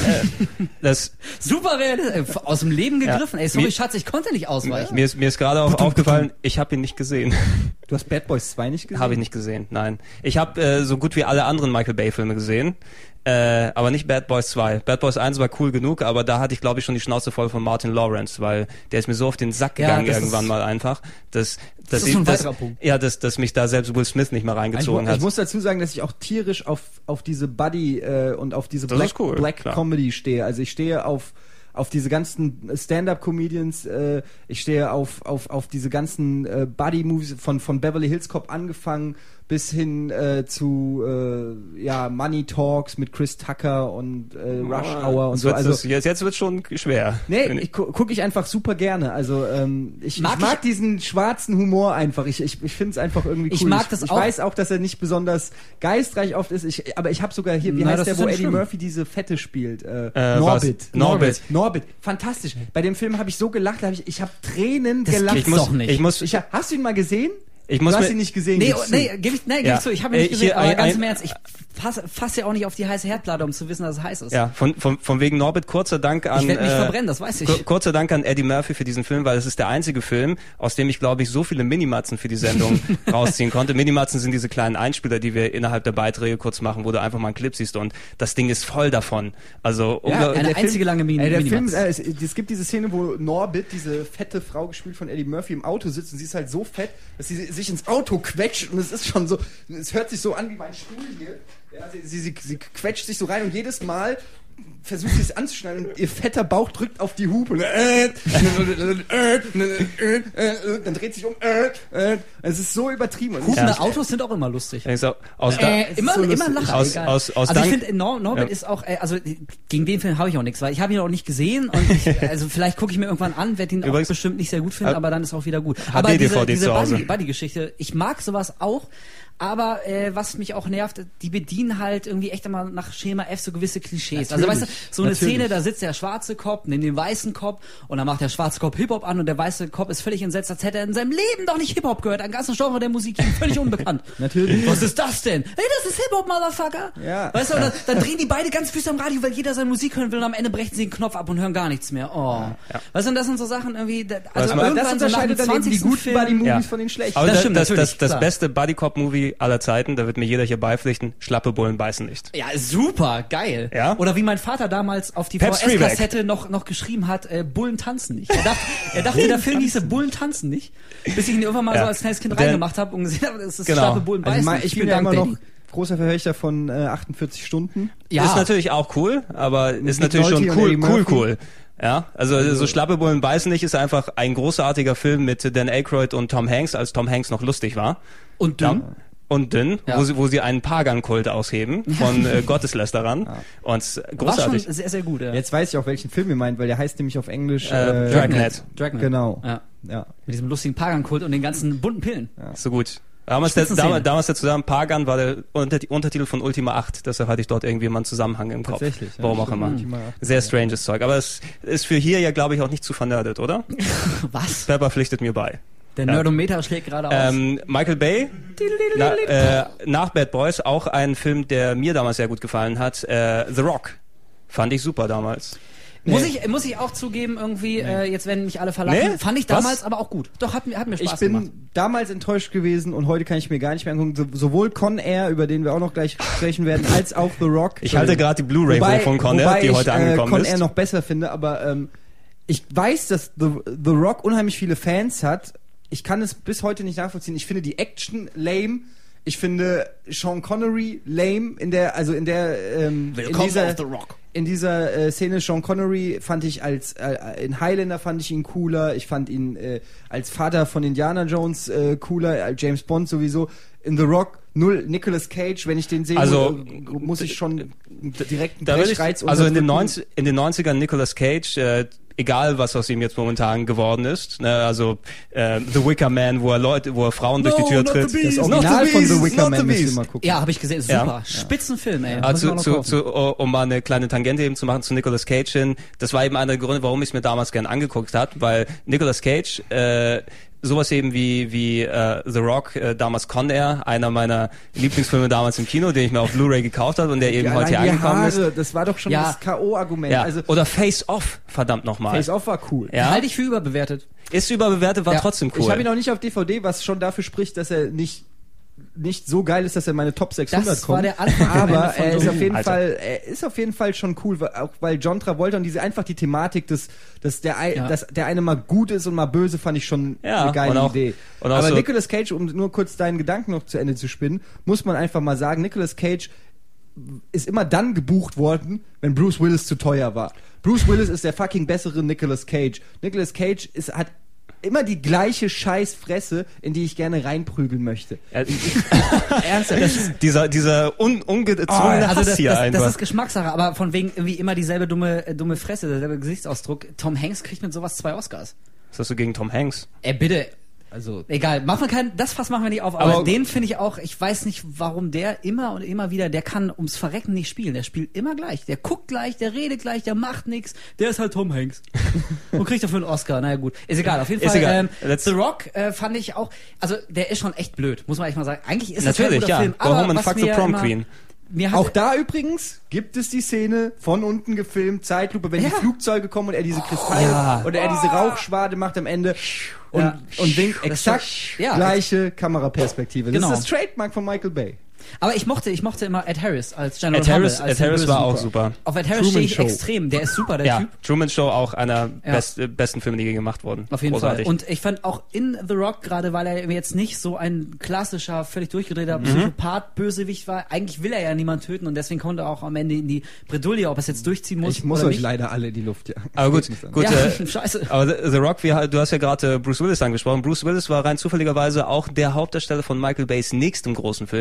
Speaker 1: Das,
Speaker 2: super realistisch, aus dem Leben gegriffen. Ey, sorry,
Speaker 1: Mir-
Speaker 2: Schatz, ich konnte nicht ausweichen.
Speaker 1: mir ist, mir ist gerade auch aufgefallen, ich habe ihn nicht gesehen.
Speaker 3: Du hast Bad Boys zwei nicht gesehen?
Speaker 1: Habe ich nicht gesehen, nein. Ich habe äh, so gut wie alle anderen Michael Bay Filme gesehen, äh, aber nicht Bad Boys zwei. Bad Boys eins war cool genug, aber da hatte ich glaube ich schon die Schnauze voll von Martin Lawrence, weil der ist mir so auf den Sack
Speaker 2: Ja,
Speaker 1: gegangen
Speaker 2: das
Speaker 1: irgendwann
Speaker 2: ist-
Speaker 1: mal einfach, dass, dass
Speaker 2: ist
Speaker 1: ich,
Speaker 2: so ein
Speaker 1: dass,
Speaker 2: weiterer Punkt.
Speaker 1: ja, dass, dass mich da selbst Will Smith nicht mehr
Speaker 3: Ich, mu
Speaker 1: reingezogen
Speaker 3: ich
Speaker 1: hat.
Speaker 3: muss dazu sagen, dass ich auch tierisch auf, auf diese Buddy äh, und auf diese
Speaker 1: Das
Speaker 3: Black,
Speaker 1: ist cool,
Speaker 3: Black
Speaker 1: klar.
Speaker 3: Comedy stehe. Also ich stehe auf auf diese ganzen Stand-Up-Comedians, äh, ich stehe auf, auf, auf diese ganzen äh, Buddy-Movies von, von Beverly Hills Cop angefangen bis hin äh, zu äh, ja, Money Talks mit Chris Tucker und äh, Rush Hour und
Speaker 1: Jetzt
Speaker 3: so.
Speaker 1: wird's-
Speaker 3: Also
Speaker 1: das, jetzt, jetzt wird schon schwer.
Speaker 3: nee,
Speaker 1: Finde
Speaker 3: ich gu gucke ich einfach super gerne. Also ähm, ich,
Speaker 2: Mag
Speaker 3: ich mag
Speaker 2: ich-
Speaker 3: diesen schwarzen Humor einfach. Ich, ich, ich finde es einfach irgendwie cool.
Speaker 2: Ich mag das
Speaker 3: ich
Speaker 2: auch.
Speaker 3: weiß auch, dass er nicht besonders geistreich oft ist. Ich, aber ich habe sogar hier, wie
Speaker 2: Na,
Speaker 3: heißt
Speaker 2: das
Speaker 3: der,
Speaker 2: ist
Speaker 3: wo
Speaker 2: ja nicht
Speaker 3: Eddie
Speaker 2: schlimm.
Speaker 3: Murphy diese Fette spielt? Äh,
Speaker 1: Äh,
Speaker 3: Norbit.
Speaker 1: was? Norbit.
Speaker 3: Norbit. Fantastisch. Bei dem Film habe ich so gelacht, da hab ich, ich habe Tränen
Speaker 2: Das
Speaker 3: gelacht.
Speaker 2: gibt's
Speaker 1: Ich muss,
Speaker 2: doch nicht.
Speaker 1: ich muss,
Speaker 3: Ich, hab- hast du ihn mal gesehen?
Speaker 1: ich muss
Speaker 3: du hast
Speaker 1: mir-
Speaker 3: ihn nicht gesehen.
Speaker 2: Nee,
Speaker 3: gibst
Speaker 2: oh,
Speaker 3: du.
Speaker 2: nee, gebe ich, nee, geb
Speaker 1: Ja.
Speaker 2: ich zu, ich habe ihn nicht
Speaker 1: Äh,
Speaker 2: gesehen,
Speaker 1: hier
Speaker 2: aber
Speaker 1: ein-
Speaker 2: ganz
Speaker 1: ein-
Speaker 2: im Ernst, ich fasse fass ja auch nicht auf die heiße Herdplatte, um zu wissen, dass es heiß ist.
Speaker 1: ja, von, von, von wegen Norbit, kurzer Dank an,
Speaker 2: Ich werde mich
Speaker 1: äh,
Speaker 2: verbrennen, das weiß ich.
Speaker 1: Kur- Kurzer Dank an Eddie Murphy für diesen Film, weil es ist der einzige Film, aus dem ich, glaube ich, so viele Minimatzen für die Sendung rausziehen konnte. Minimatzen sind diese kleinen Einspieler, die wir innerhalb der Beiträge kurz machen, wo du einfach mal einen Clip siehst und das Ding ist voll davon. Also
Speaker 3: Ja,
Speaker 1: unglaublich-
Speaker 2: eine
Speaker 3: der
Speaker 2: einzige
Speaker 3: Film,
Speaker 2: lange Mini-
Speaker 3: Ey, der Film,
Speaker 2: Minimax.
Speaker 3: äh, es, es gibt diese Szene, wo Norbit, diese fette Frau gespielt von Eddie Murphy, im Auto sitzt und sie ist halt so fett, dass sie sich ins Auto quetscht und es ist schon so, es hört sich so an wie mein Stuhl hier. Ja, sie, sie, sie, sie quetscht sich so rein und jedes Mal versucht sie es anzuschneiden und ihr fetter Bauch drückt auf die Hupe. Dann dreht sich um. Es ist so übertrieben. Und ich-
Speaker 2: Hupende
Speaker 1: Ja.
Speaker 2: Autos sind auch immer lustig.
Speaker 1: Ich sag, aus
Speaker 2: Äh,
Speaker 3: ist
Speaker 2: immer,
Speaker 3: so
Speaker 2: immer
Speaker 3: lustig.
Speaker 2: lachen.
Speaker 1: Aus-
Speaker 2: egal.
Speaker 1: aus- aus
Speaker 2: also ich
Speaker 1: Dank-
Speaker 2: finde, Nor Norbert
Speaker 1: Ja.
Speaker 2: ist auch, äh, also äh, gegen den Film habe ich auch nichts, weil ich habe ihn auch nicht gesehen und ich, also vielleicht gucke ich mir irgendwann an, werde ihn auch
Speaker 1: Übrigens-
Speaker 2: bestimmt nicht sehr gut finden,
Speaker 1: Hab-
Speaker 2: aber dann ist auch wieder gut.
Speaker 1: H D
Speaker 2: Aber
Speaker 1: D
Speaker 2: diese,
Speaker 1: V D
Speaker 2: diese
Speaker 1: zu Hause.
Speaker 2: Buddy- Buddy-Geschichte, ich mag sowas auch, aber äh, was mich auch nervt, die bedienen halt irgendwie echt immer nach Schema F so gewisse Klischees. Also
Speaker 3: Natürlich.
Speaker 2: weißt so eine
Speaker 3: Natürlich.
Speaker 2: Szene, da sitzt der schwarze Cop neben dem weißen Cop und dann macht der schwarze Cop Hip-Hop an und der weiße Cop ist völlig entsetzt, als hätte er in seinem Leben doch nicht Hip-Hop gehört. Ein ganzes Genre der Musik, ihm völlig unbekannt.
Speaker 3: Natürlich.
Speaker 2: Was ist das denn? Hey, das ist Hip-Hop, Motherfucker.
Speaker 3: Ja.
Speaker 2: Weißt du, und dann, dann drehen die beide ganz füße am Radio, weil jeder seine Musik hören will und am Ende brechen sie den Knopf ab und hören gar nichts mehr. Oh.
Speaker 1: Ja.
Speaker 2: Weißt du, und das sind so Sachen irgendwie, da- also
Speaker 3: Aber das
Speaker 2: irgendwann so nach dem
Speaker 3: unterscheidet dann eben die
Speaker 2: zwanzigsten
Speaker 3: guten
Speaker 2: Film-
Speaker 3: Buddy-Movies
Speaker 1: Ja.
Speaker 3: von den schlechten.
Speaker 1: Aber
Speaker 2: Das
Speaker 1: das,
Speaker 2: stimmt,
Speaker 1: das, das,
Speaker 2: natürlich,
Speaker 1: das
Speaker 2: klar.
Speaker 1: beste Buddy-Cop-Movie aller Zeiten, da wird mir jeder hier beipflichten, Schlappe Bullen beißen nicht.
Speaker 2: Ja, super, geil.
Speaker 1: Ja?
Speaker 2: Oder wie mein Vater damals auf die
Speaker 1: Pep
Speaker 2: V H S-Kassette noch, noch geschrieben hat, äh, Bullen tanzen nicht. Er dachte, er dachte der Film hieße Bullen tanzen nicht, bis ich ihn irgendwann mal
Speaker 1: Ja.
Speaker 2: so als kleines Kind
Speaker 1: Der-
Speaker 2: reingemacht habe und gesehen habe, das ist
Speaker 1: Genau.
Speaker 2: Schlappe Bullen
Speaker 3: Also
Speaker 2: beißen
Speaker 3: mein,
Speaker 2: nicht.
Speaker 3: ich bin
Speaker 2: Vielen
Speaker 3: ja
Speaker 2: Dank,
Speaker 3: immer
Speaker 2: Daddy.
Speaker 3: noch großer Verfechter von äh, achtundvierzig Stunden.
Speaker 2: Ja,
Speaker 1: Ist natürlich auch cool, aber ist
Speaker 3: Nick
Speaker 1: natürlich
Speaker 3: Nolte
Speaker 1: schon
Speaker 3: und
Speaker 1: cool,
Speaker 3: Eddie
Speaker 1: cool,
Speaker 3: Murphy.
Speaker 1: cool. Ja, also, so Schlappe Bullen beißen nicht ist einfach ein großartiger Film mit Dan Aykroyd und Tom Hanks, als Tom Hanks noch lustig war.
Speaker 2: und dünn.
Speaker 1: Ja. Und dünn,
Speaker 2: Ja.
Speaker 1: wo sie, wo sie einen Pagan-Kult ausheben von äh, Gotteslästerern. Und
Speaker 2: War schon
Speaker 1: großartig.
Speaker 2: sehr, sehr gut, ja.
Speaker 3: Jetzt weiß ich auch, welchen Film ihr meint, weil der heißt nämlich auf Englisch
Speaker 1: Äh,
Speaker 3: äh,
Speaker 1: Dragnet.
Speaker 2: Dragnet.
Speaker 3: Genau.
Speaker 2: Ja.
Speaker 3: Ja.
Speaker 2: Mit diesem lustigen Pagan-Kult und den ganzen bunten Pillen.
Speaker 1: So gut. Damals der,
Speaker 2: Spitzenszene.
Speaker 1: damals, damals der zusammen Pagan war der Unter Untertitel von Ultima acht, deshalb hatte ich dort irgendwie mal einen Zusammenhang im Kopf.
Speaker 3: Tatsächlich, ja,
Speaker 1: Warum auch
Speaker 3: stimmt,
Speaker 1: immer.
Speaker 3: Ultima acht.
Speaker 1: Sehr stranges Zeug. Aber es ist für hier ja, glaube ich, auch nicht zu vernördet, oder?
Speaker 2: Was?
Speaker 1: Pepper pflichtet mir bei.
Speaker 2: Der Nerdometer schlägt gerade aus.
Speaker 1: Ähm, Michael Bay, na, äh, nach Bad Boys, auch ein Film, der mir damals sehr gut gefallen hat. Äh, The Rock. Fand ich super damals.
Speaker 2: Muss
Speaker 3: Nee.
Speaker 2: ich, muss ich auch zugeben, irgendwie, äh, jetzt werden mich alle verlassen.
Speaker 1: Nee?
Speaker 2: Fand ich
Speaker 1: Was?
Speaker 2: damals aber auch gut. Doch, hat mir, hat mir
Speaker 3: Ich
Speaker 2: Spaß
Speaker 3: bin
Speaker 2: gemacht.
Speaker 3: damals enttäuscht gewesen und heute kann ich mir gar nicht mehr angucken. So, sowohl Con Air, über den wir auch noch gleich sprechen werden, als auch The Rock.
Speaker 1: Ich halte gerade die Blu-ray
Speaker 3: Wobei-
Speaker 1: von Con Air,
Speaker 3: wobei
Speaker 1: die
Speaker 3: ich,
Speaker 1: heute
Speaker 3: äh,
Speaker 1: angekommen
Speaker 3: Con
Speaker 1: ist.
Speaker 3: Air noch besser finde, aber ähm, ich weiß, dass The, The Rock unheimlich viele Fans hat. Ich kann es bis heute nicht nachvollziehen. Ich finde die Action lame. Ich finde Sean Connery lame in der, also in der, ähm, in dieser,
Speaker 2: Rock.
Speaker 3: in dieser äh, Szene. Sean Connery fand ich als äh, in Highlander fand ich ihn cooler. Ich fand ihn äh, als Vater von Indiana Jones äh, cooler, als James Bond sowieso. In The Rock null. Nicolas Cage, wenn ich den sehe,
Speaker 1: Also,
Speaker 3: äh, muss ich schon direkt einen
Speaker 1: Da will ich,
Speaker 3: Brechreiz
Speaker 1: also in den,
Speaker 3: unterdrücken.
Speaker 1: neunzig, in den neunzigern Nicolas Cage, äh, egal was aus ihm jetzt momentan geworden ist, ne, also äh, The Wicker Man, wo er Leute, wo er Frauen durch die Tür
Speaker 2: not
Speaker 1: tritt.
Speaker 2: the Beast.
Speaker 3: Das
Speaker 1: Not
Speaker 3: Original
Speaker 1: the
Speaker 3: von
Speaker 1: Beast,
Speaker 3: The Wicker
Speaker 1: not
Speaker 3: Man
Speaker 1: the
Speaker 3: müsst ihr
Speaker 1: Beast.
Speaker 3: mal gucken.
Speaker 2: Ja, habe ich gesehen.
Speaker 1: Ja.
Speaker 2: Super. Spitzenfilm, ey.
Speaker 1: Ah,
Speaker 2: Muss ich
Speaker 1: zu,
Speaker 2: auch noch
Speaker 1: zu,
Speaker 2: kaufen.
Speaker 1: zu, um mal eine kleine Tangente eben zu machen zu Nicolas Cage hin. Das war eben einer der Gründe, warum ich es mir damals gern angeguckt habe, weil Nicolas Cage äh, sowas eben wie wie äh, The Rock, äh, damals Con Air, einer meiner Lieblingsfilme damals im Kino, den ich mir auf Blu-ray gekauft habe und der eben
Speaker 3: Ja,
Speaker 1: heute hier
Speaker 3: allein die
Speaker 1: angekommen ist.
Speaker 3: Haare, das war doch schon
Speaker 2: Ja.
Speaker 3: das K O-Argument.
Speaker 1: Ja.
Speaker 3: Also
Speaker 1: Oder Face Off, verdammt nochmal.
Speaker 3: Face Off war cool.
Speaker 1: Ja.
Speaker 2: Halte ich für überbewertet.
Speaker 1: Ist überbewertet, war
Speaker 2: Ja.
Speaker 1: trotzdem cool.
Speaker 3: Ich habe ihn auch nicht auf D V D, was schon dafür spricht, dass er nicht nicht so geil ist, dass er in meine Top sechshundert
Speaker 2: Das
Speaker 3: kommt.
Speaker 2: war der Anfang am Ende
Speaker 3: aber
Speaker 2: von
Speaker 3: er ist
Speaker 2: Doom.
Speaker 3: auf jeden
Speaker 1: Alter.
Speaker 3: Fall, er ist auf jeden Fall schon cool, weil- auch weil John Travolta und diese einfach die Thematik, dass, dass der, ein,
Speaker 2: Ja.
Speaker 3: dass der eine mal gut ist und mal böse, fand ich schon
Speaker 1: Ja,
Speaker 3: eine geile
Speaker 1: und auch-
Speaker 3: Idee.
Speaker 1: und auch
Speaker 3: aber
Speaker 1: so-
Speaker 3: Nicolas Cage, um nur kurz deinen Gedanken noch zu Ende zu spinnen, muss man einfach mal sagen, Nicolas Cage ist immer dann gebucht worden, wenn Bruce Willis zu teuer war. Bruce Willis ist der fucking bessere Nicolas Cage. Nicolas Cage ist, hat immer die gleiche Scheißfresse, in die ich gerne reinprügeln möchte.
Speaker 1: Äh,
Speaker 3: Ernsthaft. Das ist,
Speaker 1: dieser dieser un, ungezwungene
Speaker 2: Also
Speaker 1: Hass
Speaker 2: das,
Speaker 1: hier
Speaker 2: das,
Speaker 1: einfach.
Speaker 2: das ist Geschmackssache, aber von wegen irgendwie immer dieselbe dumme, äh, dumme Fresse, derselbe Gesichtsausdruck. Tom Hanks kriegt mit sowas zwei Oscars.
Speaker 1: Was hast du gegen Tom Hanks?
Speaker 2: Ey, bitte.
Speaker 3: also,
Speaker 2: Egal, machen wir kein, das Fass machen wir nicht auf, aber,
Speaker 1: Aber-
Speaker 2: den finde ich auch, ich weiß nicht, warum der immer und immer wieder, der kann ums Verrecken nicht spielen, der spielt immer gleich, der guckt gleich, der redet gleich, der macht nix, der ist halt Tom Hanks. Und kriegt dafür einen Oscar, naja gut, ist egal, auf jeden
Speaker 1: Ist
Speaker 2: Fall,
Speaker 1: egal.
Speaker 2: ähm,
Speaker 1: Let's-
Speaker 2: The Rock äh, fand ich auch, also der ist schon echt blöd, muss man echt mal sagen, eigentlich ist das
Speaker 1: Natürlich,
Speaker 2: ein guter
Speaker 1: ja.
Speaker 2: Film,
Speaker 1: Go
Speaker 2: aber
Speaker 1: home and
Speaker 2: was
Speaker 1: fuck the
Speaker 2: mir
Speaker 1: prom
Speaker 2: immer,
Speaker 1: queen.
Speaker 2: Mir hat,
Speaker 3: auch da übrigens gibt es die Szene von unten gefilmt, Zeitlupe, wenn
Speaker 2: Ja.
Speaker 3: die Flugzeuge kommen und er diese Kristalle
Speaker 1: Ja.
Speaker 3: oder er diese Rauchschwade macht am Ende und,
Speaker 2: Ja.
Speaker 3: und winkt
Speaker 2: Das
Speaker 3: exakt
Speaker 2: war- ja,
Speaker 3: gleiche Kameraperspektive. Das
Speaker 2: Genau.
Speaker 3: ist das Trademark von Michael Bay.
Speaker 2: aber ich mochte, ich mochte immer Ed Harris als General
Speaker 1: Ed Harris,
Speaker 2: Hubble, als
Speaker 1: Ed
Speaker 2: den
Speaker 1: Harris
Speaker 2: Bösen.
Speaker 1: war auch super.
Speaker 2: Auf Ed Harris
Speaker 3: Truman
Speaker 2: stehe ich
Speaker 3: Show.
Speaker 2: extrem, der ist super, der
Speaker 1: Ja,
Speaker 2: Typ.
Speaker 1: Truman Show auch einer
Speaker 2: Ja.
Speaker 1: best, äh, besten Filme, die je gemacht wurden.
Speaker 2: Auf jeden
Speaker 1: Großartig.
Speaker 2: Fall. Und ich fand auch in The Rock, gerade weil er jetzt nicht so ein klassischer, völlig durchgedrehter
Speaker 1: Mhm.
Speaker 2: Psychopath-Bösewicht war, eigentlich will er ja niemand töten und deswegen konnte er auch am Ende in die Bredouille, ob er es jetzt durchziehen muss
Speaker 3: Ich muss
Speaker 2: oder
Speaker 3: euch
Speaker 2: nicht.
Speaker 3: leider alle in die Luft jagen.
Speaker 1: Aber gut,
Speaker 3: Geht nicht
Speaker 1: gut.
Speaker 3: anders.
Speaker 2: Ja,
Speaker 1: äh,
Speaker 2: scheiße.
Speaker 1: Aber The, The Rock, wie, du hast ja gerade äh, Bruce Willis angesprochen. Bruce Willis war rein zufälligerweise auch der Hauptdarsteller von Michael Bays nächstem großen Film,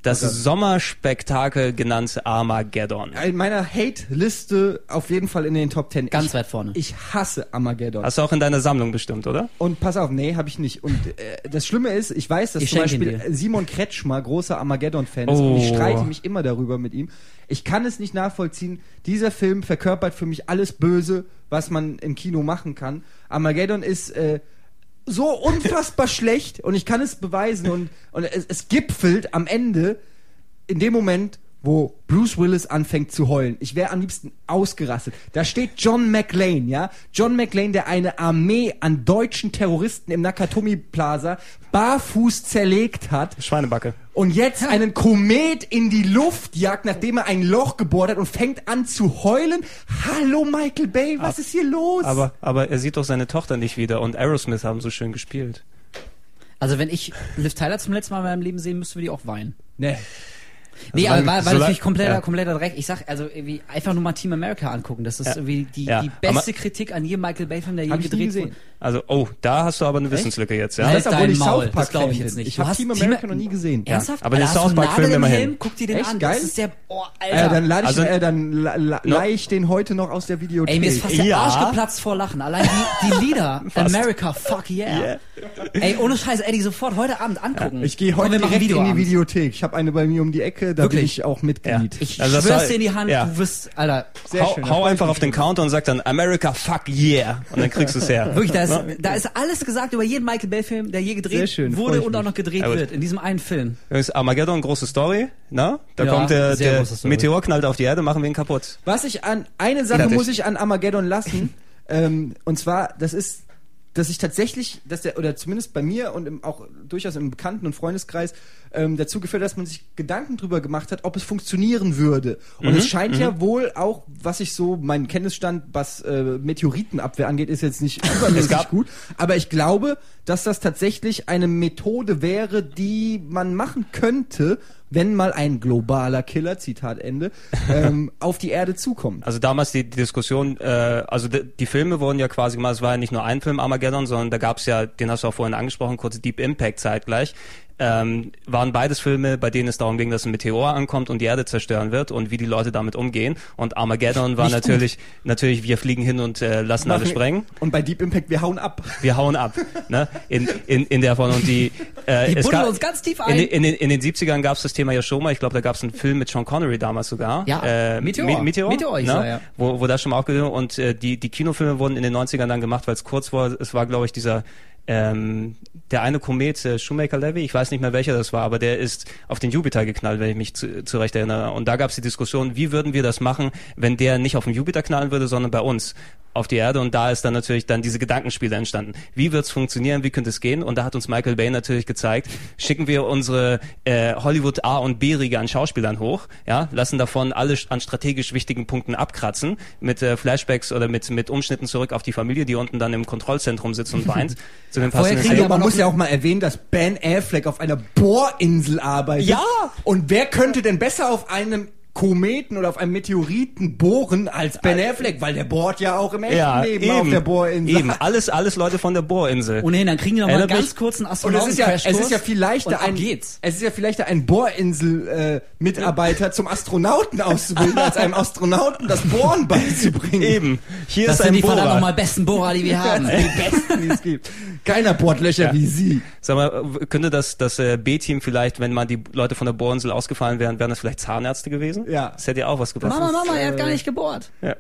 Speaker 1: Das
Speaker 3: Oder-
Speaker 1: Sommerspektakel genannte Armageddon.
Speaker 3: In meiner Hate-Liste auf jeden Fall in den Top Ten.
Speaker 2: Ganz
Speaker 3: ich,
Speaker 2: weit vorne.
Speaker 3: Ich hasse Armageddon.
Speaker 1: Hast du auch in deiner Sammlung bestimmt, oder?
Speaker 3: Und pass auf, nee, habe ich nicht. Und äh, das Schlimme ist, ich weiß, dass
Speaker 2: Ich
Speaker 3: zum
Speaker 2: schenke ihn
Speaker 3: Beispiel
Speaker 2: dir.
Speaker 3: Simon Kretschmer großer Armageddon-Fan ist
Speaker 1: Oh.
Speaker 3: und ich streite mich immer darüber mit ihm. Ich kann es nicht nachvollziehen. Dieser Film verkörpert für mich alles Böse, was man im Kino machen kann. Armageddon ist äh, so unfassbar schlecht und ich kann es beweisen und, und es, es gipfelt am Ende in dem Moment, wo Bruce Willis anfängt zu heulen. Ich wäre am liebsten ausgerastet. Da steht John McClane, ja? John McClane, der eine Armee an deutschen Terroristen im Nakatomi Plaza barfuß zerlegt hat
Speaker 1: Schweinebacke.
Speaker 3: und jetzt einen Komet in die Luft jagt, nachdem er ein Loch gebohrt hat und fängt an zu heulen. Hallo Michael Bay, was
Speaker 1: Ab-
Speaker 3: ist hier los?
Speaker 1: Aber, aber er sieht doch seine Tochter nicht wieder und Aerosmith haben so schön gespielt.
Speaker 2: Also wenn ich Liv Tyler zum letzten Mal in meinem Leben sehen müsste, würde ich auch weinen.
Speaker 3: nee.
Speaker 2: Nee,
Speaker 1: Also
Speaker 2: aber war, war
Speaker 1: solange-
Speaker 2: natürlich kompletter,
Speaker 1: ja.
Speaker 2: kompletter Dreck. Ich sag, also irgendwie einfach nur mal Team America angucken. Das ist
Speaker 1: Ja.
Speaker 2: irgendwie die,
Speaker 1: Ja.
Speaker 2: die beste
Speaker 1: Aber-
Speaker 2: Kritik an jedem Michael Bay-Film, der je
Speaker 3: Hab ich nie
Speaker 2: gedreht
Speaker 3: gesehen.
Speaker 2: wurde.
Speaker 1: Also, oh, da hast du aber eine Wissenslücke jetzt, ja?
Speaker 2: Halt
Speaker 3: Das, obwohl
Speaker 2: dein
Speaker 3: ich
Speaker 2: Maul,
Speaker 3: South Park
Speaker 2: das glaub ich
Speaker 3: Fan
Speaker 2: jetzt
Speaker 3: bin.
Speaker 2: nicht.
Speaker 3: Ich
Speaker 2: Du
Speaker 3: habe
Speaker 2: hast
Speaker 3: Team
Speaker 2: Team-
Speaker 3: America noch nie gesehen.
Speaker 2: Ernsthaft?
Speaker 1: aber den
Speaker 2: Alter, hast
Speaker 1: South
Speaker 2: du einen
Speaker 1: Park-Film
Speaker 2: Nagel im
Speaker 1: immerhin.
Speaker 2: Helm? Guck dir den
Speaker 3: Echt
Speaker 2: an.
Speaker 3: geil?
Speaker 2: Das ist der, oh, Alter.
Speaker 3: Äh, dann lade ich,
Speaker 1: Also-
Speaker 3: äh, dann la, la,
Speaker 1: No.
Speaker 3: leih ich den heute noch aus der Videothek.
Speaker 2: Ey, mir ist fast der
Speaker 1: Ja.
Speaker 2: Arsch geplatzt vor Lachen. Allein die, die Lieder, America, fuck yeah.
Speaker 1: Yeah.
Speaker 2: Ey, ohne Scheiß, Eddie, sofort heute Abend angucken.
Speaker 3: Ich gehe
Speaker 2: Komm,
Speaker 3: heute
Speaker 2: wir machen
Speaker 3: direkt in die
Speaker 2: Videoabend.
Speaker 3: Videothek. Ich habe eine bei mir um die Ecke, da bin
Speaker 2: Wirklich?
Speaker 3: ich auch Mitglied.
Speaker 2: Ich
Speaker 1: Also das
Speaker 2: schwör's
Speaker 1: war-
Speaker 2: dir in die Hand,
Speaker 1: ja.
Speaker 2: du wirst, Alter,
Speaker 3: Sehr
Speaker 1: hau
Speaker 3: schön, da
Speaker 1: hau
Speaker 3: freu ich
Speaker 1: einfach
Speaker 3: mich
Speaker 1: auf den
Speaker 3: drüber.
Speaker 1: Counter und sag dann America, fuck yeah. Und dann kriegst du es her.
Speaker 2: wirklich, da ist, da ist alles gesagt über jeden Michael Bay-Film, der je
Speaker 3: Sehr
Speaker 2: gedreht
Speaker 3: schön, freu
Speaker 2: wurde
Speaker 3: ich
Speaker 2: und auch
Speaker 3: mich.
Speaker 2: noch gedreht
Speaker 1: Ja, gut.
Speaker 2: wird, in diesem einen Film.
Speaker 1: Das ist Armageddon, große Story, na? Da
Speaker 2: Ja,
Speaker 1: kommt der,
Speaker 2: sehr
Speaker 1: der
Speaker 2: große Story.
Speaker 1: Meteor knallt auf die Erde, machen wir ihn kaputt.
Speaker 3: Was ich an, eine Sache
Speaker 1: Fertig.
Speaker 3: muss ich an Armageddon lassen, ähm, und zwar, das ist, dass ich tatsächlich, dass der, oder zumindest bei mir und im, auch durchaus im Bekannten- und Freundeskreis, ähm, dazu geführt, dass man sich Gedanken drüber gemacht hat, ob es funktionieren würde. Und
Speaker 1: Mhm,
Speaker 3: es scheint ja wohl auch, was ich so, mein Kenntnisstand, was äh, Meteoritenabwehr angeht, ist jetzt nicht übermäßig
Speaker 1: gab-
Speaker 3: gut, aber ich glaube, dass das tatsächlich eine Methode wäre, die man machen könnte, wenn mal ein globaler Killer, Zitat Ende, ähm, auf die Erde zukommt.
Speaker 1: Also damals die, die Diskussion, äh, also die, die Filme wurden ja quasi gemacht, es war ja nicht nur ein Film Armageddon, sondern da gab's ja, den hast du auch vorhin angesprochen, kurz Deep Impact zeitgleich. Ähm, waren beides Filme, bei denen es darum ging, dass ein Meteor ankommt und die Erde zerstören wird und wie die Leute damit umgehen. Und Armageddon war
Speaker 3: Nicht
Speaker 1: natürlich, natürlich, wir fliegen hin und äh, lassen alle sprengen.
Speaker 3: Und bei Deep Impact, wir hauen ab.
Speaker 1: Wir hauen ab, ne? In, in, in der Form. Und die, äh,
Speaker 2: Die
Speaker 1: es
Speaker 2: buddeln
Speaker 1: gab,
Speaker 2: uns ganz tief
Speaker 1: in,
Speaker 2: ein.
Speaker 1: den- in, den, in den siebzigern gab es das Thema ja schon mal. Ich glaube, da gab es einen Film mit Sean Connery damals sogar.
Speaker 2: Ja,
Speaker 1: äh,
Speaker 2: Meteor.
Speaker 1: Me Meteor,
Speaker 2: Meteor, ich
Speaker 1: ne?
Speaker 2: sag, ja.
Speaker 1: Wo, wo das schon mal aufgenommen und äh, die, die Kinofilme wurden in den neunzigern dann gemacht, weil es kurz war. Es war, glaube ich, dieser ähm, der eine Komet, äh, Shoemaker-Levy, ich weiß nicht mehr welcher das war, aber der ist auf den Jupiter geknallt, wenn ich mich zu, zurecht erinnere. Und da gab es die Diskussion, wie würden wir das machen, wenn der nicht auf den Jupiter knallen würde, sondern bei uns auf die Erde. Und da ist dann natürlich dann diese Gedankenspiele entstanden. Wie wird's funktionieren, wie könnte es gehen? Und da hat uns Michael Bay natürlich gezeigt, schicken wir unsere äh, Hollywood A- und B-Riege an Schauspielern hoch, ja, lassen davon alle an strategisch wichtigen Punkten abkratzen, mit äh, Flashbacks oder mit, mit Umschnitten zurück auf die Familie, die unten dann im Kontrollzentrum sitzt und weint. Zu den
Speaker 2: Vorher
Speaker 1: passenden
Speaker 2: kriegen
Speaker 1: Szenen.
Speaker 2: wir
Speaker 3: Also
Speaker 2: aber
Speaker 3: man
Speaker 2: noch
Speaker 3: muss ja auch mal erwähnen, dass Ben Affleck auf einer Bohrinsel arbeitet.
Speaker 1: Ja!
Speaker 3: Und wer könnte denn besser auf einem Kometen oder auf einem Meteoriten bohren als Ben Affleck? Weil der bohrt ja auch im echten
Speaker 1: Ja,
Speaker 3: Leben
Speaker 1: eben,
Speaker 3: auf der Bohrinsel.
Speaker 1: eben. Alles, alles Leute von der Bohrinsel.
Speaker 2: Ohnehin, dann kriegen die noch mal einen
Speaker 1: Erinnert
Speaker 2: ganz
Speaker 1: mich-
Speaker 2: kurzen
Speaker 3: Und es
Speaker 2: Astronauten
Speaker 3: ist ja, es ist ja viel leichter,
Speaker 2: und ab
Speaker 3: ein,
Speaker 2: geht's.
Speaker 3: es ist ja viel leichter, einen Bohrinsel-Mitarbeiter zum Astronauten auszubilden, als einem Astronauten das Bohren beizubringen.
Speaker 1: Eben. Hier
Speaker 2: Das
Speaker 1: ist
Speaker 2: sind
Speaker 1: ein
Speaker 2: die verdammt
Speaker 1: Bohrer.
Speaker 2: nochmal besten Bohrer, die wir haben.
Speaker 3: Die besten, die es gibt. Keiner bohrt Löcher
Speaker 1: Ja.
Speaker 3: wie sie.
Speaker 1: Sag mal, w- könnte das, das äh, B-Team vielleicht, wenn mal die Leute von der Bohrinsel ausgefallen wären, wären das vielleicht Zahnärzte gewesen?
Speaker 3: Ja.
Speaker 1: Das hätte ja auch was gebracht.
Speaker 2: Mama, Mama, er hat gar nicht gebohrt.
Speaker 1: Ja.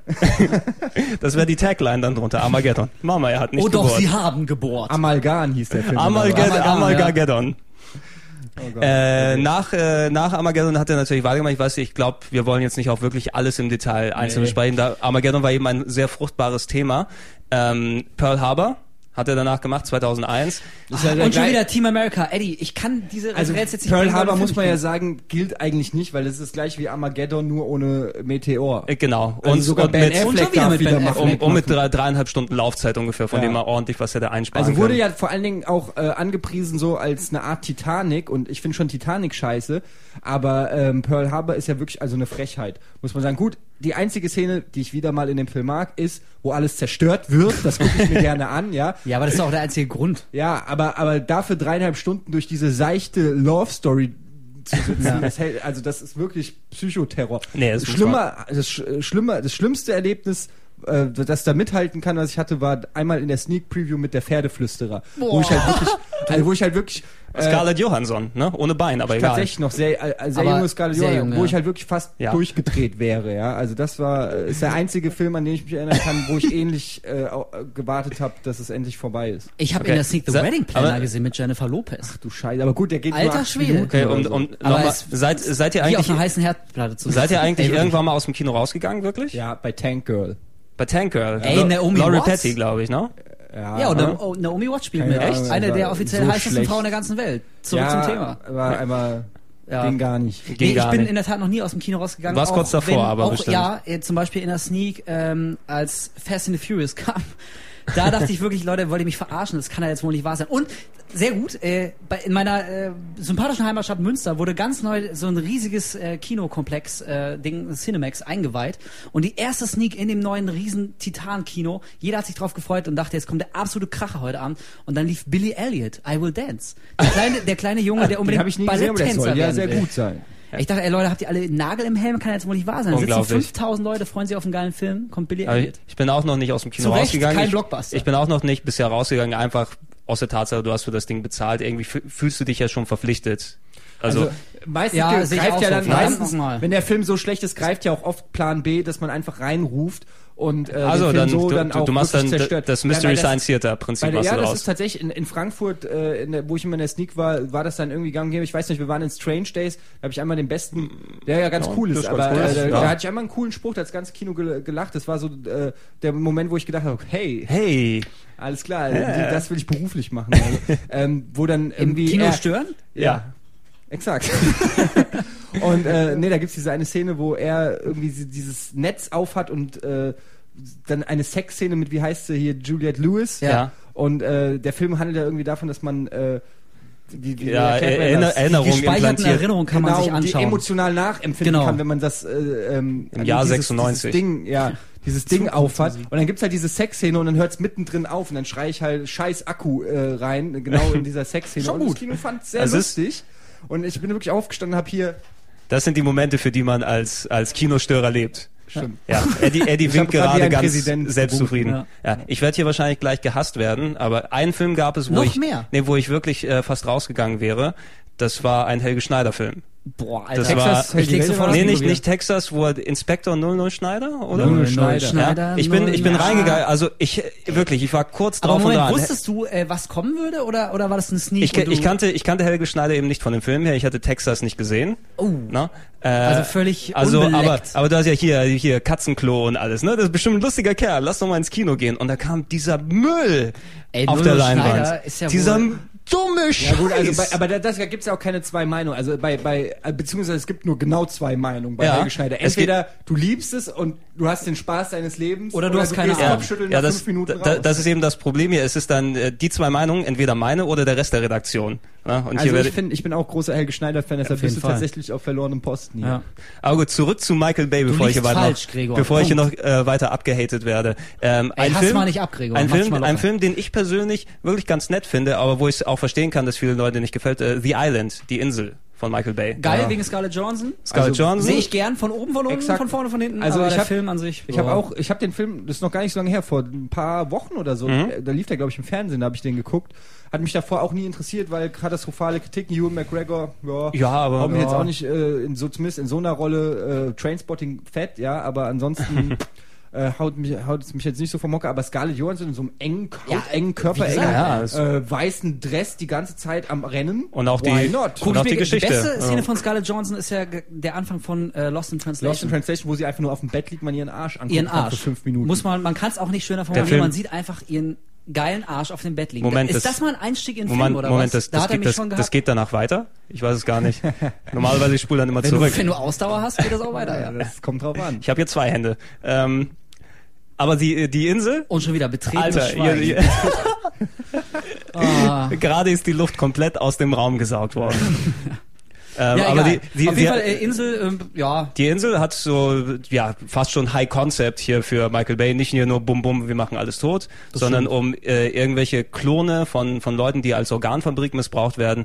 Speaker 1: Das wäre die Tagline dann drunter. Armageddon. Mama, er hat nicht
Speaker 2: Oh doch,
Speaker 1: gebohrt.
Speaker 2: sie haben gebohrt.
Speaker 3: Amalgam hieß der Film.
Speaker 1: Amalgad
Speaker 2: Amalgam,
Speaker 1: Amalgageddon.
Speaker 3: Oh Gott.
Speaker 1: Äh, nach, äh, nach Armageddon hat er natürlich weitergemacht. Ich weiß nicht, ich glaube, wir wollen jetzt nicht auch wirklich alles im Detail einzeln
Speaker 3: Nee.
Speaker 1: besprechen. Da Armageddon war eben ein sehr fruchtbares Thema. Ähm, Pearl Harbor hat er danach gemacht, zweitauseins.
Speaker 3: Ist ja der
Speaker 2: Und schon
Speaker 3: gleich-
Speaker 2: wieder Team America. Eddie, ich kann diese
Speaker 3: Also
Speaker 2: Referenz jetzt nicht
Speaker 3: Pearl
Speaker 2: bringen, weil
Speaker 3: Harbor
Speaker 2: du
Speaker 3: muss man ja
Speaker 2: Film
Speaker 3: sagen, gilt eigentlich nicht, weil es ist gleich wie Armageddon, nur ohne Meteor.
Speaker 1: Äh, genau.
Speaker 3: Also sogar Ben
Speaker 1: mit,
Speaker 2: Und
Speaker 3: Affleck
Speaker 2: schon wieder
Speaker 3: darf
Speaker 2: mit
Speaker 3: wieder
Speaker 2: Ben
Speaker 3: machen.
Speaker 1: um, um mit drei, dreieinhalb Stunden Laufzeit ungefähr, von
Speaker 3: Ja.
Speaker 1: dem er ordentlich was hätte einsparen
Speaker 3: Also wurde
Speaker 1: können.
Speaker 3: ja vor allen Dingen auch äh, angepriesen so als eine Art Titanic und ich finde schon Titanic scheiße, aber ähm, Pearl Harbor ist ja wirklich also eine Frechheit, muss man sagen. Gut, die einzige Szene, die ich wieder mal in dem Film mag, ist, wo alles zerstört wird, das gucke ich mir gerne an, ja.
Speaker 2: Ja, aber das ist auch der einzige Grund.
Speaker 3: Ja, aber, aber dafür dreieinhalb Stunden durch diese seichte Love Story zu sitzen. Ja. Das hält, also das ist wirklich Psychoterror.
Speaker 1: Nee, das
Speaker 3: Schlimmer, das, Sch- Schlimmer, das schlimmste Erlebnis, äh, das da mithalten kann, was ich hatte, war einmal in der Sneak Preview mit der Pferdeflüsterer,
Speaker 2: Boah.
Speaker 3: wo ich halt wirklich, also wo ich halt wirklich äh,
Speaker 1: Scarlett Johansson, ne? Ohne Bein, aber egal.
Speaker 3: tatsächlich noch sehr, äh, sehr
Speaker 2: Aber
Speaker 3: junge Scarlett
Speaker 2: sehr
Speaker 3: Johansson,
Speaker 2: jung,
Speaker 3: wo
Speaker 2: ja.
Speaker 3: ich halt wirklich fast
Speaker 1: Ja.
Speaker 3: durchgedreht wäre, ja. Also das war, äh, ist der einzige Film, an den ich mich erinnern kann, wo ich ähnlich äh, au- äh, gewartet habe, dass es endlich vorbei ist.
Speaker 2: Ich habe
Speaker 1: Okay.
Speaker 2: in der Sneak The
Speaker 1: Sa-
Speaker 2: Wedding Planner
Speaker 1: aber-
Speaker 2: gesehen mit Jennifer Lopez.
Speaker 3: Ach du Scheiße, aber gut, der geht
Speaker 2: Alter
Speaker 3: nur acht
Speaker 2: Schwede.
Speaker 3: Minuten
Speaker 1: Okay,
Speaker 3: oder
Speaker 1: und,
Speaker 3: so.
Speaker 1: und
Speaker 2: Aber
Speaker 1: nochmal,
Speaker 2: es-
Speaker 1: seid, seid ihr
Speaker 2: Wie auf
Speaker 1: eigentlich,
Speaker 2: einer heißen Herdplatte zu
Speaker 1: seid ihr
Speaker 2: sitzen.
Speaker 1: eigentlich
Speaker 2: Ey,
Speaker 1: irgendwann mal aus dem Kino rausgegangen, wirklich?
Speaker 3: Ja, bei Tank Girl.
Speaker 1: Bei Tank Girl.
Speaker 2: Ey,
Speaker 1: Lo-
Speaker 2: Naomi
Speaker 1: Laurie
Speaker 2: Watts?
Speaker 1: Petty, glaube ich, ne?
Speaker 3: Ja,
Speaker 2: Ja, und Na- oh, Naomi Watts spielt
Speaker 3: Keine
Speaker 2: mit.
Speaker 3: Ahnung,
Speaker 2: Eine
Speaker 3: war
Speaker 2: der offiziell
Speaker 3: so
Speaker 2: heißesten
Speaker 3: schlecht.
Speaker 2: Frauen der ganzen Welt. Zurück
Speaker 3: ja,
Speaker 2: zum Thema.
Speaker 3: war einmal,
Speaker 2: Ja.
Speaker 3: ging gar nicht.
Speaker 1: Ging
Speaker 2: Nee,
Speaker 1: gar
Speaker 2: ich bin
Speaker 1: nicht.
Speaker 2: in der Tat noch nie aus dem Kino rausgegangen.
Speaker 1: Du warst
Speaker 2: auch
Speaker 1: kurz davor,
Speaker 2: wenn,
Speaker 1: aber
Speaker 2: auch,
Speaker 1: bestimmt.
Speaker 2: Ja, äh, zum Beispiel in der Sneak, ähm, als Fast and the Furious kam. Da dachte ich wirklich, Leute, wollt ihr mich verarschen? Das kann ja jetzt wohl nicht wahr sein. Und sehr gut, äh, bei, in meiner äh, sympathischen Heimatstadt Münster wurde ganz neu so ein riesiges äh, Kinokomplex, äh, Ding, Cinemax, eingeweiht. Und die erste Sneak in dem neuen riesen Titan-Kino, jeder hat sich drauf gefreut und dachte, jetzt kommt der absolute Kracher heute Abend. Und dann lief Billy Elliot, I Will Dance. Der kleine, der kleine Junge, der
Speaker 3: Den
Speaker 2: unbedingt
Speaker 3: habe ich nie gesehen, aber der
Speaker 2: Balletttänzer
Speaker 3: soll ja
Speaker 2: werden
Speaker 3: sehr
Speaker 2: will.
Speaker 3: gut sein.
Speaker 2: Ich dachte, ey Leute, habt ihr alle Nagel im Helm? Kann jetzt wohl nicht wahr sein. Sitzen
Speaker 1: Unglaublich.
Speaker 2: fünftausend Leute, freuen sich auf einen geilen Film, kommt Billy
Speaker 1: Aber ich,
Speaker 2: Elliot.
Speaker 1: ich bin auch noch nicht aus dem Kino
Speaker 2: Zu Recht,
Speaker 1: rausgegangen.
Speaker 2: kein
Speaker 1: ich,
Speaker 2: Blockbuster.
Speaker 1: Ich bin auch noch nicht bisher rausgegangen, einfach aus der Tatsache, du hast für das Ding bezahlt. Irgendwie fü- fühlst du dich ja schon verpflichtet. Also,
Speaker 3: Also, meistens
Speaker 2: Ja,
Speaker 3: ge-
Speaker 2: sehe ich
Speaker 3: greift
Speaker 2: auch
Speaker 3: ja
Speaker 2: so.
Speaker 3: dann
Speaker 2: Verdammt
Speaker 3: meistens,
Speaker 2: nochmal.
Speaker 3: wenn der Film so schlecht ist, greift ja auch oft Plan B, dass man einfach reinruft und äh,
Speaker 1: also
Speaker 3: den Film
Speaker 1: dann,
Speaker 3: so
Speaker 1: du,
Speaker 3: dann
Speaker 1: du,
Speaker 3: auch
Speaker 1: du machst dann
Speaker 3: wirklich
Speaker 1: d-
Speaker 3: zerstört.
Speaker 1: das
Speaker 3: Ja,
Speaker 1: Mystery
Speaker 3: weil das-
Speaker 1: Science Theater
Speaker 3: Bei
Speaker 1: Prinzip
Speaker 3: der,
Speaker 1: machst
Speaker 3: ja,
Speaker 1: du
Speaker 3: das
Speaker 1: raus.
Speaker 3: ist tatsächlich in, in Frankfurt, äh, in der, wo ich immer in der Sneak war, war das dann irgendwie gang und gäbe. Ich weiß nicht, wir waren in Strange Days, da habe ich einmal den besten, der ja ganz
Speaker 1: Ja,
Speaker 3: cool
Speaker 1: das
Speaker 3: ist,
Speaker 1: ist ganz
Speaker 3: aber
Speaker 1: cool.
Speaker 3: äh, da,
Speaker 1: Ja.
Speaker 3: da hatte ich einmal einen coolen Spruch, da hat das ganze Kino gel- gelacht. Das war so äh, der Moment, wo ich gedacht habe, hey,
Speaker 1: Hey,
Speaker 3: alles klar, die, das will ich beruflich machen. Also, ähm, wo dann
Speaker 2: Im
Speaker 3: irgendwie
Speaker 2: Kino
Speaker 3: er-
Speaker 2: stören?
Speaker 1: ja.
Speaker 3: Exakt. Und äh, nee, da gibt's diese eine Szene, wo er irgendwie sie- dieses Netz aufhat und äh, dann eine Sexszene mit, wie heißt sie hier, Juliette Lewis.
Speaker 1: Ja.
Speaker 3: Und äh, der Film handelt ja irgendwie davon, dass man äh, wie, wie
Speaker 1: Ja,
Speaker 3: erklärt man
Speaker 1: Erinner
Speaker 3: das?
Speaker 1: Erinnerung
Speaker 2: Die gespeicherten
Speaker 1: implantiert.
Speaker 2: Erinnerungen kann man
Speaker 3: Genau,
Speaker 2: sich anschauen.
Speaker 3: die emotional nachempfinden
Speaker 2: Genau.
Speaker 3: kann, wenn man das äh, ähm,
Speaker 1: Im Jahr
Speaker 3: dieses,
Speaker 1: sechsundneunzig.
Speaker 3: Dieses Ding, ja, dieses Ding aufhat. Und dann gibt's halt diese Sexszene und dann hört's mittendrin auf und dann schrei ich halt scheiß Akku äh, rein, genau in dieser Sexszene.
Speaker 2: Schon
Speaker 3: und
Speaker 2: gut.
Speaker 3: das Kino fand sehr
Speaker 1: Es ist-
Speaker 3: lustig. Und ich bin wirklich aufgestanden, habe hier
Speaker 1: Das sind die Momente, für die man als, als Kinostörer lebt.
Speaker 3: Stimmt.
Speaker 1: Ja, Eddie, Eddie
Speaker 3: Ich
Speaker 1: winkt
Speaker 3: hab grad wie
Speaker 1: gerade
Speaker 3: ein
Speaker 1: ganz
Speaker 3: Präsident
Speaker 1: selbstzufrieden.
Speaker 2: gewunken,
Speaker 1: Ja. Ich werde hier wahrscheinlich gleich gehasst werden, aber einen Film gab es, wo
Speaker 2: Noch
Speaker 1: ich,
Speaker 2: mehr?
Speaker 1: nee, wo ich wirklich äh, fast rausgegangen wäre. Das war ein Helge Schneider Film.
Speaker 2: Boah, Alter.
Speaker 1: Das
Speaker 3: Texas,
Speaker 1: war,
Speaker 2: ich leg sofort
Speaker 1: nee,
Speaker 2: das
Speaker 1: nicht,
Speaker 2: Mikro
Speaker 1: nicht Texas, wo er Inspektor null null Schneider, oder?
Speaker 3: null null Schneider.
Speaker 1: Ja, ich bin, ich bin
Speaker 2: null-
Speaker 1: reingegangen, also ich, wirklich, ich war kurz
Speaker 2: Aber
Speaker 1: drauf
Speaker 2: Moment,
Speaker 1: und dran.
Speaker 2: wusstest du, äh, was kommen würde, oder, oder war das ein Sneak?
Speaker 1: Ich,
Speaker 2: und du-
Speaker 1: ich, kannte, ich kannte Helge Schneider eben nicht von dem Film her, ich hatte Texas nicht gesehen.
Speaker 2: Oh.
Speaker 1: Na? Äh,
Speaker 2: Also völlig
Speaker 1: also, aber,
Speaker 2: unbeleckt.
Speaker 1: aber du hast ja hier, hier Katzenklo und alles, ne? Das ist bestimmt ein lustiger Kerl, lass doch mal ins Kino gehen. Und da kam dieser Müll
Speaker 2: Ey,
Speaker 1: auf
Speaker 2: null
Speaker 1: der
Speaker 2: null
Speaker 1: Leinwand.
Speaker 2: Schneider ist ja
Speaker 1: dieser
Speaker 2: wohl-
Speaker 1: dumme Scheiß.
Speaker 3: Ja gut, also bei, aber da, das, da gibt's ja auch keine zwei Meinungen. Also bei, bei äh, beziehungsweise es gibt nur genau zwei Meinungen bei
Speaker 1: Ja.
Speaker 3: Helge Schneider.
Speaker 1: Es gibt-
Speaker 3: Entweder du liebst es und du hast den Spaß deines Lebens,
Speaker 2: Oder du hast keine
Speaker 3: gehst
Speaker 2: Ahnung.
Speaker 3: Kopfschütteln
Speaker 1: ja,
Speaker 3: nach
Speaker 1: das,
Speaker 3: fünf Minuten
Speaker 1: da,
Speaker 3: raus.
Speaker 1: das ist eben das Problem hier. Es ist dann äh, die zwei Meinungen, entweder meine oder der Rest der Redaktion. Ja, und hier
Speaker 3: also
Speaker 1: werde
Speaker 3: ich finde, ich bin auch großer Helge Schneider-Fan, deshalb
Speaker 2: jeden
Speaker 3: bist du
Speaker 2: Fall.
Speaker 3: tatsächlich auf verlorenem Posten hier.
Speaker 2: Ja.
Speaker 1: Aber gut, zurück zu Michael Bay, bevor ich hier
Speaker 2: liegst
Speaker 1: weiter,
Speaker 2: falsch, Gregor.
Speaker 1: bevor ich hier noch
Speaker 2: Punkt.
Speaker 1: äh, weiter abgehatet werde. Ähm,
Speaker 2: Ey,
Speaker 1: ein
Speaker 2: hass
Speaker 1: Film,
Speaker 2: mal nicht ab, Gregor.
Speaker 1: ein
Speaker 2: Mach dich
Speaker 1: Film,
Speaker 2: mal locker.
Speaker 1: ein Film, den ich persönlich wirklich ganz nett finde, aber wo ich auch verstehen kann, dass viele Leute nicht gefällt. Äh, The Island, die Insel von Michael Bay.
Speaker 2: Geil,
Speaker 3: Ja.
Speaker 2: wegen Scarlett Johansson.
Speaker 1: Scarlett
Speaker 3: Also,
Speaker 1: Johansson.
Speaker 2: Sehe ich gern von oben, von unten,
Speaker 3: Exakt.
Speaker 2: von vorne, von hinten.
Speaker 3: Also
Speaker 2: aber
Speaker 3: ich
Speaker 2: der
Speaker 3: hab-
Speaker 2: Film an sich.
Speaker 3: Ich habe
Speaker 2: boah.
Speaker 3: auch, ich habe den Film, das ist noch gar nicht so lange her, vor ein paar Wochen oder so,
Speaker 1: Mhm.
Speaker 3: äh, da lief der glaube ich im Fernsehen, da habe ich den geguckt. Hat mich davor auch nie interessiert, weil katastrophale Kritiken, Ewan McGregor, ja,
Speaker 1: Ja, aber-
Speaker 3: auch mir
Speaker 1: ja.
Speaker 3: jetzt auch nicht äh, in so zumindest in so einer Rolle äh, Trainspotting fett, ja, aber ansonsten äh, haut mich haut es mich jetzt nicht so vom Hocker, aber Scarlett Johansson in so einem engen,
Speaker 2: Ja,
Speaker 3: engen Körper,
Speaker 2: wie gesagt,
Speaker 3: engen,
Speaker 1: ja, es-
Speaker 3: äh, weißen Dress die ganze Zeit am Rennen.
Speaker 1: Und auch
Speaker 3: Why
Speaker 1: die-
Speaker 3: not?
Speaker 1: Guck- Und auch die Geschichte.
Speaker 2: Die beste Szene
Speaker 1: Ja.
Speaker 2: von Scarlett Johansson ist ja ge- der Anfang von äh, Lost in Translation.
Speaker 3: Lost in Translation, wo sie einfach nur auf dem Bett liegt, man ihren Arsch anguckt
Speaker 2: ihren
Speaker 3: kann
Speaker 2: Arsch.
Speaker 3: für fünf Minuten.
Speaker 2: Muss man, man kann es auch nicht schöner
Speaker 1: Der
Speaker 2: formulieren,
Speaker 1: Film-
Speaker 2: man sieht einfach ihren geilen Arsch auf dem Bett liegen.
Speaker 1: Moment,
Speaker 2: ist
Speaker 1: das-
Speaker 2: das mal ein Einstieg in den
Speaker 1: Moment,
Speaker 2: Film oder
Speaker 1: Moment,
Speaker 2: was?
Speaker 1: das,
Speaker 2: da
Speaker 1: das,
Speaker 2: hat er
Speaker 1: geht,
Speaker 2: mich
Speaker 1: das,
Speaker 2: schon
Speaker 1: das
Speaker 2: gehabt.
Speaker 1: geht danach weiter? Ich weiß es gar nicht. Normalerweise ich spule dann immer
Speaker 2: wenn,
Speaker 1: zurück.
Speaker 2: du, wenn du Ausdauer hast, geht das auch weiter.
Speaker 3: ja,
Speaker 2: Ja.
Speaker 3: das kommt drauf an.
Speaker 1: Ich habe hier zwei Hände. Ähm, aber die, die Insel?
Speaker 2: Und schon wieder betreten.
Speaker 1: Alter, ihr, ihr,
Speaker 2: Ah.
Speaker 1: gerade ist die Luft komplett aus dem Raum gesaugt worden. ähm,
Speaker 2: Ja,
Speaker 1: aber
Speaker 2: egal.
Speaker 1: die, die,
Speaker 2: Auf
Speaker 1: die,
Speaker 2: jeden Fall äh, Insel, ähm, ja.
Speaker 1: die Insel hat so, ja, fast schon High Concept hier für Michael Bay. Nicht nur bum bum, wir machen alles tot,
Speaker 2: Das
Speaker 1: sondern
Speaker 2: stimmt.
Speaker 1: um äh, irgendwelche Klone von, von Leuten, die als Organfabrik missbraucht werden,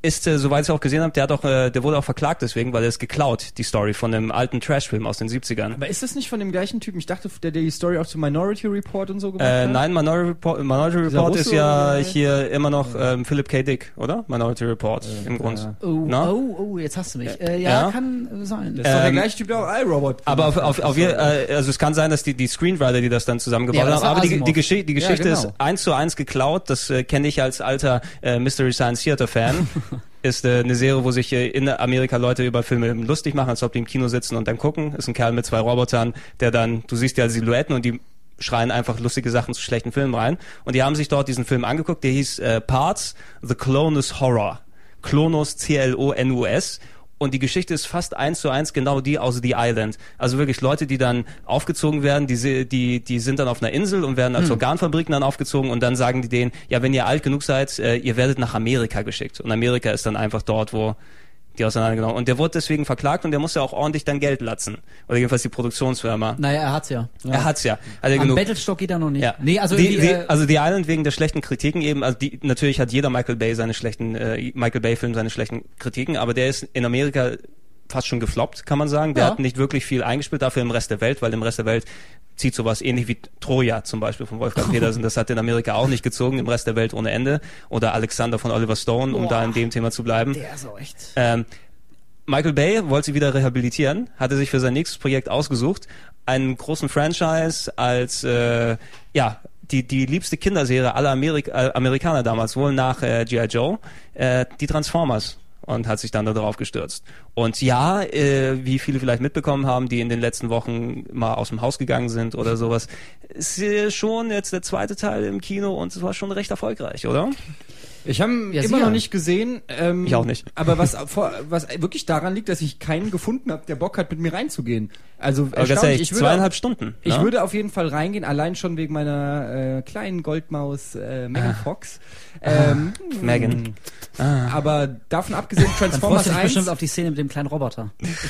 Speaker 1: ist, äh, soweit ich auch gesehen habe, der hat auch, äh, der wurde auch verklagt deswegen, weil er ist geklaut, die Story von einem alten Trashfilm aus den siebzigern.
Speaker 3: Aber ist das nicht von dem gleichen Typen? Ich dachte, der die Story auch zu Minority Report und so gemacht
Speaker 1: Äh,
Speaker 3: hat?
Speaker 1: nein, Minority Report, Minority Report ist
Speaker 3: Russe
Speaker 1: ja
Speaker 3: oder?
Speaker 1: hier immer noch ähm, Philip K. Dick, oder? Minority Report im Grund.
Speaker 2: Oh,
Speaker 1: Na?
Speaker 2: oh, oh, jetzt hast du mich. Äh, ja,
Speaker 1: Ja.
Speaker 2: kann äh, sein.
Speaker 3: Das ist doch der
Speaker 1: Ähm,
Speaker 3: gleiche Typ, der auch iRobot
Speaker 1: Aber auf,
Speaker 3: gemacht
Speaker 1: auf,
Speaker 3: hat.
Speaker 1: auf, je- äh, also es kann sein, dass die, die Screenwriter, die das dann zusammengebaut
Speaker 2: Ja, das
Speaker 1: haben,
Speaker 2: war
Speaker 1: aber die,
Speaker 2: Asimov.
Speaker 1: die, Geschi die Geschichte
Speaker 3: Ja, genau.
Speaker 1: ist eins zu eins geklaut. Das äh, kenne ich als alter äh, Mystery Science Theater Fan. Ist äh, eine Serie, wo sich äh, in Amerika Leute über Filme lustig machen, als ob die im Kino sitzen und dann gucken. Ist ein Kerl mit zwei Robotern, der dann, du siehst ja Silhouetten und die schreien einfach lustige Sachen zu schlechten Filmen rein. Und die haben sich dort diesen Film angeguckt, der hieß äh, Parts, The Clonus Horror. Clonus, C L O N U S. Und die Geschichte ist fast eins zu eins genau die aus The Island. Also wirklich Leute, die dann aufgezogen werden, die, se- die, die sind dann auf einer Insel und werden als Organfabriken dann aufgezogen und dann sagen die denen, ja, wenn ihr alt genug seid, äh, ihr werdet nach Amerika geschickt. Und Amerika ist dann einfach dort, wo die auseinandergenommen. Und der wurde deswegen verklagt und der musste auch ordentlich dann Geld latzen. Oder jedenfalls die Produktionsfirma.
Speaker 2: Naja, er hat's ja.
Speaker 1: Er hat's ja. Hat er
Speaker 2: Am
Speaker 1: genug.
Speaker 2: Battlestar geht er noch nicht.
Speaker 1: Ja.
Speaker 2: Nee, also
Speaker 1: die,
Speaker 2: irgendwie,
Speaker 1: die,
Speaker 2: äh,
Speaker 1: also The Island wegen der schlechten Kritiken eben, also die, natürlich hat jeder Michael Bay seine schlechten, äh, Michael Bay Film seine schlechten Kritiken, aber der ist in Amerika fast schon gefloppt, kann man sagen. Der
Speaker 2: Ja.
Speaker 1: hat nicht wirklich viel eingespielt, dafür im Rest der Welt, weil im Rest der Welt zieht sowas ähnlich wie Troja zum Beispiel von Wolfgang Petersen. Das hat in Amerika auch nicht gezogen, im Rest der Welt ohne Ende. Oder Alexander von Oliver Stone, um
Speaker 2: Boah.
Speaker 1: da in dem Thema zu bleiben.
Speaker 2: der ist auch echt.
Speaker 1: Ähm, Michael Bay wollte sie wieder rehabilitieren, hatte sich für sein nächstes Projekt ausgesucht, einen großen Franchise als, äh, ja, die, die liebste Kinderserie aller Amerik äh, Amerikaner damals, wohl nach äh, G I. Joe, äh, die Transformers. Und hat sich dann da drauf gestürzt. Und ja, äh, wie viele vielleicht mitbekommen haben, die in den letzten Wochen mal aus dem Haus gegangen sind oder sowas, ist äh, schon jetzt der zweite Teil im Kino und es war schon recht erfolgreich, oder?
Speaker 3: Ich habe
Speaker 2: Ja,
Speaker 3: immer
Speaker 2: sicher.
Speaker 3: noch nicht gesehen. Ähm,
Speaker 1: Ich auch nicht.
Speaker 3: Aber was, vor, was wirklich daran liegt, dass ich keinen gefunden habe, der Bock hat, mit mir reinzugehen. Also
Speaker 1: Aber ganz
Speaker 3: erstaunlich.
Speaker 1: ehrlich,
Speaker 3: Ich würde,
Speaker 1: zweieinhalb Stunden.
Speaker 3: ich
Speaker 1: ne?
Speaker 3: würde auf jeden Fall reingehen, allein schon wegen meiner äh, kleinen Goldmaus äh, Megan Fox. Ähm,
Speaker 1: Megan.
Speaker 3: Aber davon abgesehen,
Speaker 2: Dann freust
Speaker 3: Transformers
Speaker 2: du dich bestimmt
Speaker 3: eins.
Speaker 2: auf die Szene mit dem kleinen Roboter.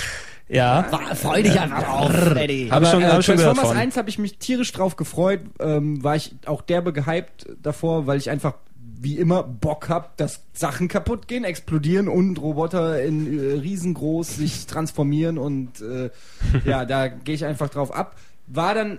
Speaker 1: Ja.
Speaker 2: War, freu dich einfach drauf, Freddy.
Speaker 1: Hab ich
Speaker 3: Aber
Speaker 1: schon-
Speaker 3: äh,
Speaker 1: hab ich schon gehört
Speaker 3: Transformers
Speaker 1: von.
Speaker 3: eins habe ich mich tierisch drauf gefreut, ähm, war ich auch derbe gehypt davor, weil ich einfach wie immer Bock hab, dass Sachen kaputt gehen, explodieren und Roboter in äh, riesengroß sich transformieren und äh, ja, da gehe ich einfach drauf ab. War dann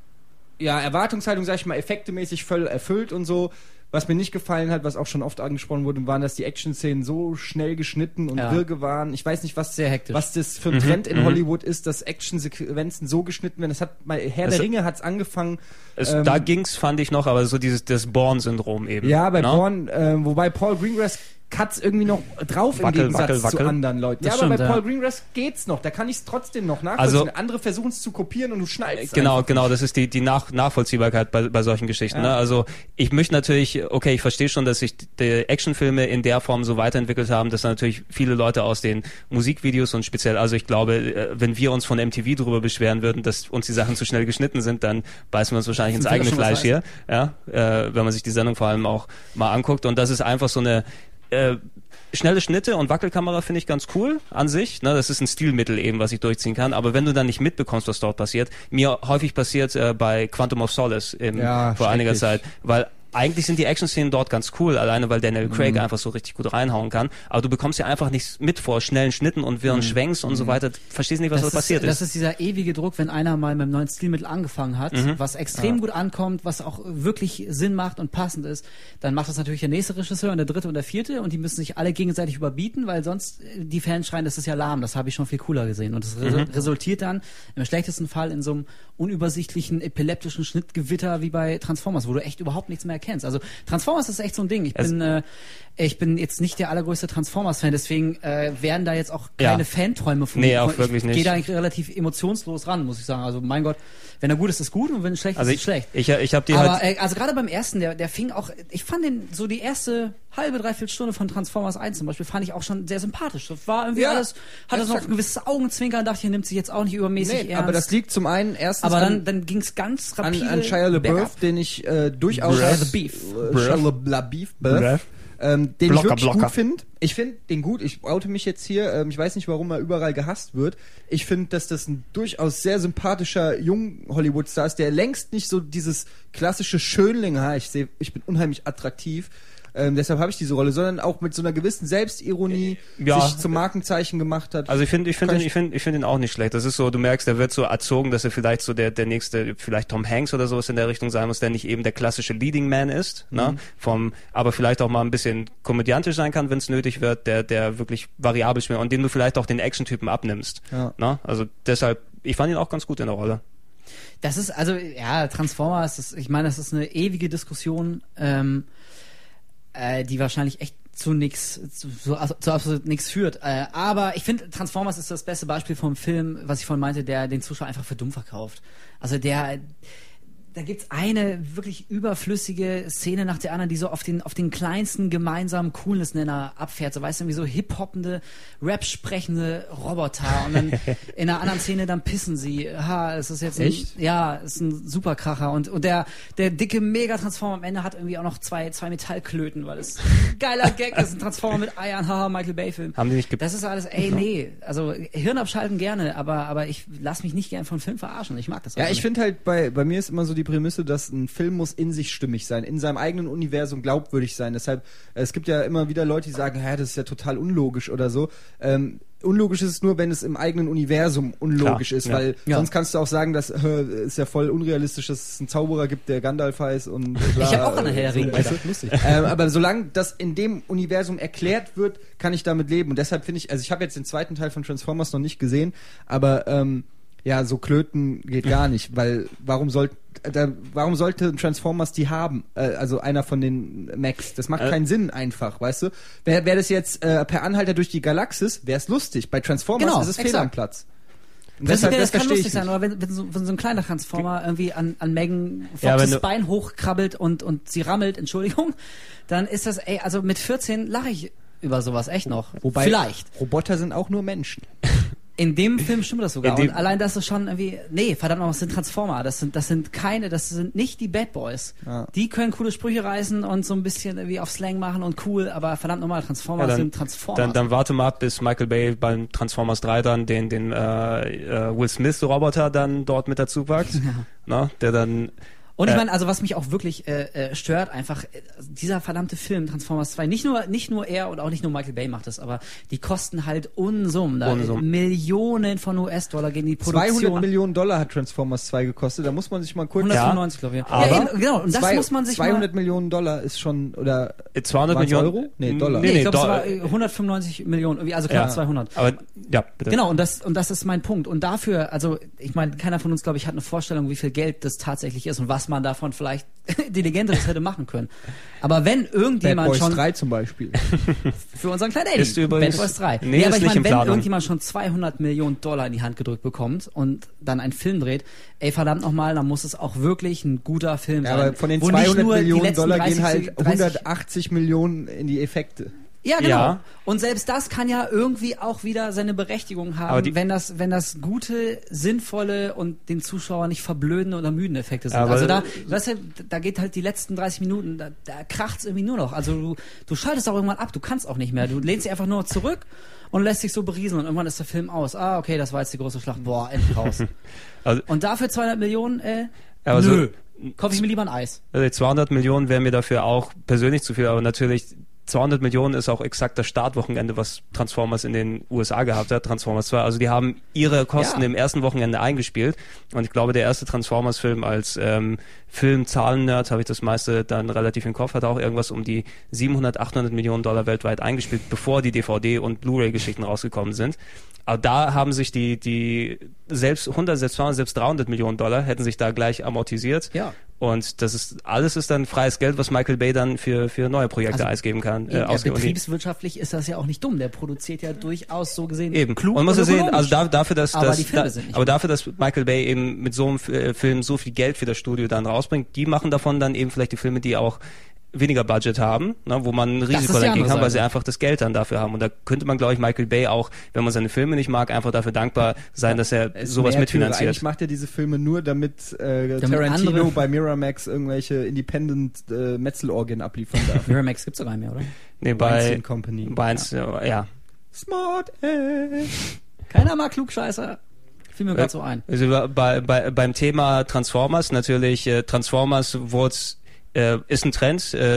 Speaker 3: ja Erwartungshaltung, sag ich mal, effektemäßig voll erfüllt und so. Was mir nicht gefallen hat, was auch schon oft angesprochen wurde, waren, dass die Action-Szenen so schnell geschnitten und
Speaker 2: Ja.
Speaker 3: wirge waren. Ich weiß nicht, was
Speaker 2: Sehr hektisch.
Speaker 3: was das für ein Trend in Hollywood ist, dass Actionsequenzen so geschnitten werden. Das hat mal Herr
Speaker 1: Das-
Speaker 3: der Ringe hat's angefangen.
Speaker 1: Es,
Speaker 3: ähm,
Speaker 1: da ging's, fand ich noch, aber so dieses das Bourne-Syndrom eben.
Speaker 3: Ja, bei
Speaker 1: ne?
Speaker 3: Bourne, äh, wobei Paul Greengrass Cuts irgendwie noch drauf
Speaker 1: Wackel,
Speaker 3: im Gegensatz
Speaker 1: wackel,
Speaker 3: zu
Speaker 1: wackel.
Speaker 3: anderen Leuten.
Speaker 2: Das
Speaker 3: ja, aber
Speaker 2: stimmt,
Speaker 3: bei
Speaker 2: ja.
Speaker 3: Paul Greengrass geht's noch. Da kann ich's trotzdem noch nachvollziehen.
Speaker 1: Also-
Speaker 3: Andere versuchen es zu kopieren und du schneidest
Speaker 1: Genau,
Speaker 3: einfach.
Speaker 1: genau, das ist die, die Nach Nachvollziehbarkeit bei, bei solchen Geschichten.
Speaker 3: Ja.
Speaker 1: Ne? Also ich möchte natürlich, okay, ich verstehe schon, dass sich die Actionfilme in der Form so weiterentwickelt haben, dass da natürlich viele Leute aus den Musikvideos und speziell, also ich glaube, äh, wenn wir uns von M T V darüber beschweren würden, dass uns die Sachen zu schnell geschnitten sind, dann beißen wir uns wahrscheinlich ins
Speaker 2: Das will
Speaker 1: eigene
Speaker 2: schon was
Speaker 1: Fleisch hier, ja, äh, wenn man sich die Sendung vor allem auch mal anguckt. Und das ist einfach so eine äh, schnelle Schnitte und Wackelkamera finde ich ganz cool an sich. Ne, das ist ein Stilmittel eben, was ich durchziehen kann. Aber wenn du dann nicht mitbekommst, was dort passiert, mir häufig passiert äh, bei Quantum of Solace im,
Speaker 3: Ja,
Speaker 1: vor einiger
Speaker 3: schrecklich.
Speaker 1: Zeit, weil eigentlich sind die Action-Szenen dort ganz cool, alleine weil Daniel Craig
Speaker 3: Mhm.
Speaker 1: einfach so richtig gut reinhauen kann. Aber du bekommst ja einfach nichts mit vor schnellen Schnitten und wirren Schwenks und so weiter. Verstehst nicht, was da
Speaker 2: das
Speaker 1: passiert
Speaker 2: ist,
Speaker 1: ist.
Speaker 2: Das ist dieser ewige Druck, wenn einer mal mit einem neuen Stilmittel angefangen hat, was extrem gut ankommt, was auch wirklich Sinn macht und passend ist, dann macht das natürlich der nächste Regisseur und der dritte und der vierte und die müssen sich alle gegenseitig überbieten, weil sonst äh, die Fans schreien, das ist ja lahm, das habe ich schon viel cooler gesehen. Und das resu- resultiert dann im schlechtesten Fall in so einem unübersichtlichen, epileptischen Schnittgewitter wie bei Transformers, wo du echt überhaupt nichts mehr erkennst. Also Transformers ist echt so ein Ding. Ich
Speaker 1: Es-
Speaker 2: bin äh, ich bin jetzt nicht der allergrößte Transformers-Fan, deswegen äh, werden da jetzt auch
Speaker 1: Ja.
Speaker 2: keine Fanträume von
Speaker 1: Nee,
Speaker 2: mir.
Speaker 1: auch
Speaker 2: ich
Speaker 1: wirklich nicht.
Speaker 2: gehe da eigentlich relativ emotionslos ran, muss ich sagen. Also mein Gott, wenn er gut ist, ist gut und wenn er schlecht
Speaker 1: Also
Speaker 2: ist,
Speaker 1: ich,
Speaker 2: ist schlecht.
Speaker 1: ich, ich habe die
Speaker 2: Aber
Speaker 1: halt...
Speaker 2: äh, also gerade beim ersten, der, der fing auch, ich fand den so die erste halbe, dreiviertel Stunde von Transformers eins zum Beispiel, fand ich auch schon sehr sympathisch. Das war irgendwie
Speaker 3: Ja,
Speaker 2: alles, hatte so noch
Speaker 3: exakt.
Speaker 2: ein gewisses Augenzwinkern, dachte ich, er nimmt sich jetzt auch nicht übermäßig
Speaker 3: Nee,
Speaker 2: ernst.
Speaker 3: aber das liegt zum einen erstens
Speaker 2: aber dann,
Speaker 3: an,
Speaker 2: dann ging es ganz
Speaker 3: an,
Speaker 2: rapide
Speaker 3: an Shia LaBeouf,
Speaker 2: bergab.
Speaker 3: den ich äh, durchaus
Speaker 2: Shia LaBeouf.
Speaker 3: äh, Shia LaBeouf,
Speaker 1: Beouf.
Speaker 3: ähm, den
Speaker 1: Blocker,
Speaker 3: ich wirklich
Speaker 1: Blocker.
Speaker 3: gut finde. Ich finde den gut. Ich oute mich jetzt hier. Ähm, ich weiß nicht, warum er überall gehasst wird. Ich finde, dass das ein durchaus sehr sympathischer jung Hollywood-Star ist, der längst nicht so dieses klassische Schönling, ha, ich sehe, ich bin unheimlich attraktiv. ähm, deshalb habe ich diese Rolle, sondern auch mit so einer gewissen Selbstironie
Speaker 1: Ja.
Speaker 3: sich zum Markenzeichen gemacht hat.
Speaker 1: Also ich finde, ich finde,
Speaker 3: Kann
Speaker 1: ihn- ich finde, ich finde ihn auch nicht schlecht. Das ist so, du merkst, der wird so erzogen, dass er vielleicht so der, der nächste, vielleicht Tom Hanks oder sowas in der Richtung sein muss, der nicht eben der klassische Leading Man ist, ne? Vom, aber vielleicht auch mal ein bisschen komödiantisch sein kann, wenn es nötig wird, der, der wirklich variabel spielt und dem du vielleicht auch den Action-Typen abnimmst,
Speaker 3: Ja.
Speaker 1: ne? Also deshalb, ich fand ihn auch ganz gut in der Rolle.
Speaker 2: Das ist, also, ja, Transformers, das, ich meine, das ist eine ewige Diskussion, ähm, äh, die wahrscheinlich echt zu nix, zu, zu, zu absolut nichts führt. Äh, aber ich finde, Transformers ist das beste Beispiel vom Film, was ich vorhin meinte, der den Zuschauer einfach für dumm verkauft. Also der, da gibt's eine wirklich überflüssige Szene nach der anderen, die so auf den, auf den kleinsten gemeinsamen Coolness-Nenner abfährt. So, weißt du, wie so hip-hoppende, Rap-sprechende Roboter. Und dann in einer anderen Szene, dann pissen sie. Ha, es ist jetzt ein,
Speaker 3: Echt?
Speaker 2: ja, es ist ein Superkracher. Und, und der, der dicke Mega-Transformer am Ende hat irgendwie auch noch zwei, zwei Metallklöten, weil es ein geiler Gag ist. Ein Transformer mit Eiern, haha, Michael Bay-Film.
Speaker 1: Haben die nicht ge-
Speaker 2: Das ist alles, ey, nee. Also, Hirn abschalten gerne, aber, aber ich lass mich nicht gern von Film verarschen. Ich mag das
Speaker 3: Ja,
Speaker 2: einfach
Speaker 3: ich
Speaker 2: nicht.
Speaker 3: finde halt, bei, bei mir ist immer so die Prämisse, dass ein Film muss in sich stimmig sein, in seinem eigenen Universum glaubwürdig sein. Deshalb, äh, es gibt ja immer wieder Leute, die sagen, hä, das ist ja total unlogisch oder so. Ähm, unlogisch ist es nur, wenn es im eigenen Universum unlogisch
Speaker 1: Klar,
Speaker 3: ist,
Speaker 1: ja.
Speaker 3: weil
Speaker 2: Ja.
Speaker 3: sonst kannst du auch sagen, dass äh, ist ja voll unrealistisch, dass es einen Zauberer gibt, der Gandalf heißt und bla,
Speaker 2: Ich hab auch an der
Speaker 3: äh,
Speaker 2: Herr der
Speaker 3: so,
Speaker 2: Ringe
Speaker 3: weißt du?
Speaker 2: gedacht. Lustig.
Speaker 3: ähm, aber solange das in dem Universum erklärt wird, kann ich damit leben. Und deshalb finde ich, also ich habe jetzt den zweiten Teil von Transformers noch nicht gesehen, aber ähm, ja, so Klöten geht gar nicht, weil warum soll, da, warum sollte Transformers die haben? Äh, also einer von den Max. Das macht
Speaker 1: Äh.
Speaker 3: keinen Sinn einfach, weißt du? Wäre wär das jetzt äh, per Anhalter durch die Galaxis, wäre es lustig. Bei Transformers
Speaker 2: Genau,
Speaker 3: ist es fehl
Speaker 2: exakt.
Speaker 3: am Platz. Und
Speaker 2: Das,
Speaker 3: deshalb,
Speaker 2: das kann
Speaker 3: verstehe
Speaker 2: lustig
Speaker 3: ich
Speaker 2: sein,
Speaker 3: nicht.
Speaker 2: oder wenn, wenn, so, wenn so ein kleiner Transformer irgendwie an, an Megan
Speaker 1: Ja,
Speaker 2: Foxes
Speaker 1: wenn du-
Speaker 2: Bein hochkrabbelt und, und sie rammelt, Entschuldigung, dann ist das, ey, also mit vierzehn lache ich über sowas echt noch.
Speaker 3: Wobei
Speaker 2: Vielleicht.
Speaker 3: Roboter sind auch nur Menschen.
Speaker 2: In dem Film stimmt das sogar.
Speaker 1: In dem-
Speaker 2: Und allein das ist schon irgendwie, nee, verdammt noch, das sind Transformer. Das sind, das sind keine, das sind nicht die Bad Boys.
Speaker 3: Ja.
Speaker 2: Die können coole Sprüche reißen und so ein bisschen irgendwie auf Slang machen und cool, aber verdammt nochmal, Transformers
Speaker 1: Ja,
Speaker 2: sind Transformers.
Speaker 1: Dann, dann warte mal ab, bis Michael Bay beim Transformers drei dann den, den äh, äh, Will Smith-Roboter dann dort mit dazu packt, ne? Der dann
Speaker 2: Und ich
Speaker 1: Äh,
Speaker 2: meine, also was mich auch wirklich äh, äh, stört, einfach äh, dieser verdammte Film Transformers zwei, nicht nur nicht nur er und auch nicht nur Michael Bay macht das, aber die kosten halt Unsummen, da
Speaker 1: Unsummen.
Speaker 2: Millionen von U S-Dollar gegen die Produktion.
Speaker 3: zweihundert Millionen Dollar hat Transformers zwei gekostet. Da muss man sich mal kurz...
Speaker 2: hundertfünfundneunzig, glaube ich.
Speaker 1: aber
Speaker 2: ja, eben, genau, und das
Speaker 3: Zwei-
Speaker 2: muss man sich
Speaker 3: zweihundert
Speaker 2: mal...
Speaker 3: Millionen Dollar ist schon, oder
Speaker 1: zweihundert
Speaker 3: Waren's
Speaker 1: Millionen
Speaker 3: Euro? Nee, Dollar.
Speaker 2: Nee,
Speaker 1: Nee,
Speaker 2: ich glaube, es
Speaker 1: Do-
Speaker 2: war äh, hundertfünfundneunzig Millionen, irgendwie, also knapp
Speaker 1: Ja.
Speaker 2: zweihundert.
Speaker 1: Aber ja, bitte.
Speaker 2: Genau, und das und das ist mein Punkt. Und dafür, also ich meine, keiner von uns, glaube ich, hat eine Vorstellung, wie viel Geld das tatsächlich ist und was man davon vielleicht Intelligenteres hätte machen können. Aber wenn
Speaker 3: Bad
Speaker 2: irgendjemand
Speaker 3: Boys
Speaker 2: schon
Speaker 3: drei zum Beispiel.
Speaker 2: für unseren kleinen Eddie,
Speaker 1: Ist übrigens-
Speaker 2: Bad Boys drei.
Speaker 1: Nee,
Speaker 2: Nee,
Speaker 1: ist
Speaker 2: aber ich
Speaker 1: nicht
Speaker 2: meine,
Speaker 1: in
Speaker 2: wenn
Speaker 1: Planung.
Speaker 2: irgendjemand schon zweihundert Millionen Dollar in die Hand gedrückt bekommt und dann einen Film dreht, ey, verdammt nochmal, dann muss es auch wirklich ein guter Film
Speaker 3: Ja,
Speaker 2: sein.
Speaker 3: aber von den
Speaker 2: wo nicht
Speaker 3: zweihundert
Speaker 2: nur die
Speaker 3: Millionen
Speaker 2: letzten
Speaker 3: Dollar
Speaker 2: dreißig,
Speaker 3: gehen halt
Speaker 2: dreißig
Speaker 3: hundertachtzig Millionen in die Effekte.
Speaker 2: Ja, genau.
Speaker 1: Ja.
Speaker 2: Und selbst das kann ja irgendwie auch wieder seine Berechtigung haben,
Speaker 1: Aber die-
Speaker 2: wenn das, wenn das gute, sinnvolle und den Zuschauer nicht verblödende oder müden Effekte sind.
Speaker 1: Aber-
Speaker 2: also da, weißt du, da geht halt die letzten dreißig Minuten, da, da kracht's irgendwie nur noch. Also du, du schaltest auch irgendwann ab, du kannst auch nicht mehr. Du lehnst dich einfach nur zurück und lässt dich so berieseln und irgendwann ist der Film aus. Ah, okay, das war jetzt die große Schlacht. Boah, endlich raus.
Speaker 1: Also,
Speaker 2: Und dafür zweihundert Millionen, äh,
Speaker 1: aber so-
Speaker 2: nö. Kaufe ich mir lieber ein Eis.
Speaker 1: also zweihundert Millionen wären mir dafür auch persönlich zu viel, aber natürlich zweihundert Millionen ist auch exakt das Startwochenende, was Transformers in den U S A gehabt hat, Transformers zwei. Also die haben ihre Kosten
Speaker 2: Ja.
Speaker 1: im ersten Wochenende eingespielt und ich glaube, der erste Transformers-Film als ähm, Film-Zahlen-Nerd, habe ich das meiste dann relativ im Kopf, hat auch irgendwas um die siebenhundert, achthundert Millionen Dollar weltweit eingespielt, bevor die D V D- und Blu-ray-Geschichten rausgekommen sind. Aber da haben sich die, die selbst hundert, selbst zweihundert, selbst dreihundert Millionen Dollar hätten sich da gleich amortisiert.
Speaker 2: Ja.
Speaker 1: Und das ist, alles ist dann freies Geld, was Michael Bay dann für, für neue Projekte
Speaker 2: Also,
Speaker 1: ausgeben kann. Äh,
Speaker 2: Ja,
Speaker 1: ausgeben. Und die-
Speaker 2: betriebswirtschaftlich ist das ja auch nicht dumm. Der produziert ja durchaus so gesehen
Speaker 1: Eben.
Speaker 2: klug
Speaker 1: und muss
Speaker 2: und
Speaker 1: sehen,
Speaker 2: ökonomisch.
Speaker 1: also da, dafür, dass,
Speaker 2: Aber
Speaker 1: dass
Speaker 2: die Filme
Speaker 1: da,
Speaker 2: sind nicht
Speaker 1: aber
Speaker 2: gut.
Speaker 1: dafür, dass Michael Bay eben mit so einem F- äh, Film so viel Geld für das Studio dann rausbringt, die machen davon dann eben vielleicht die Filme, die auch weniger Budget haben, ne, wo man ein
Speaker 2: ist
Speaker 1: Risiko
Speaker 2: die
Speaker 1: dagegen
Speaker 2: andere
Speaker 1: haben, weil
Speaker 2: Seite.
Speaker 1: sie einfach das Geld dann dafür haben. Und da könnte man, glaube ich, Michael Bay auch, wenn man seine Filme nicht mag, einfach dafür dankbar sein, dass er
Speaker 3: Es ist
Speaker 1: sowas
Speaker 3: Märtyrer.
Speaker 1: mitfinanziert.
Speaker 3: Eigentlich macht er diese Filme nur, damit, äh,
Speaker 2: Damit
Speaker 3: Tarantino
Speaker 2: andere-
Speaker 3: bei Miramax irgendwelche Independent äh, Metzelorgien abliefern darf.
Speaker 2: Miramax gibt's doch gar nicht mehr, oder?
Speaker 1: Nee, bei,
Speaker 3: Weinstein Company.
Speaker 1: bei eins, ja. ja.
Speaker 3: Smart Ass.
Speaker 2: Keiner mag Klugscheißer. Fiel mir gerade so ein.
Speaker 1: Also bei, bei, beim Thema Transformers natürlich, äh, Transformers wurde, äh, ist ein Trend, äh,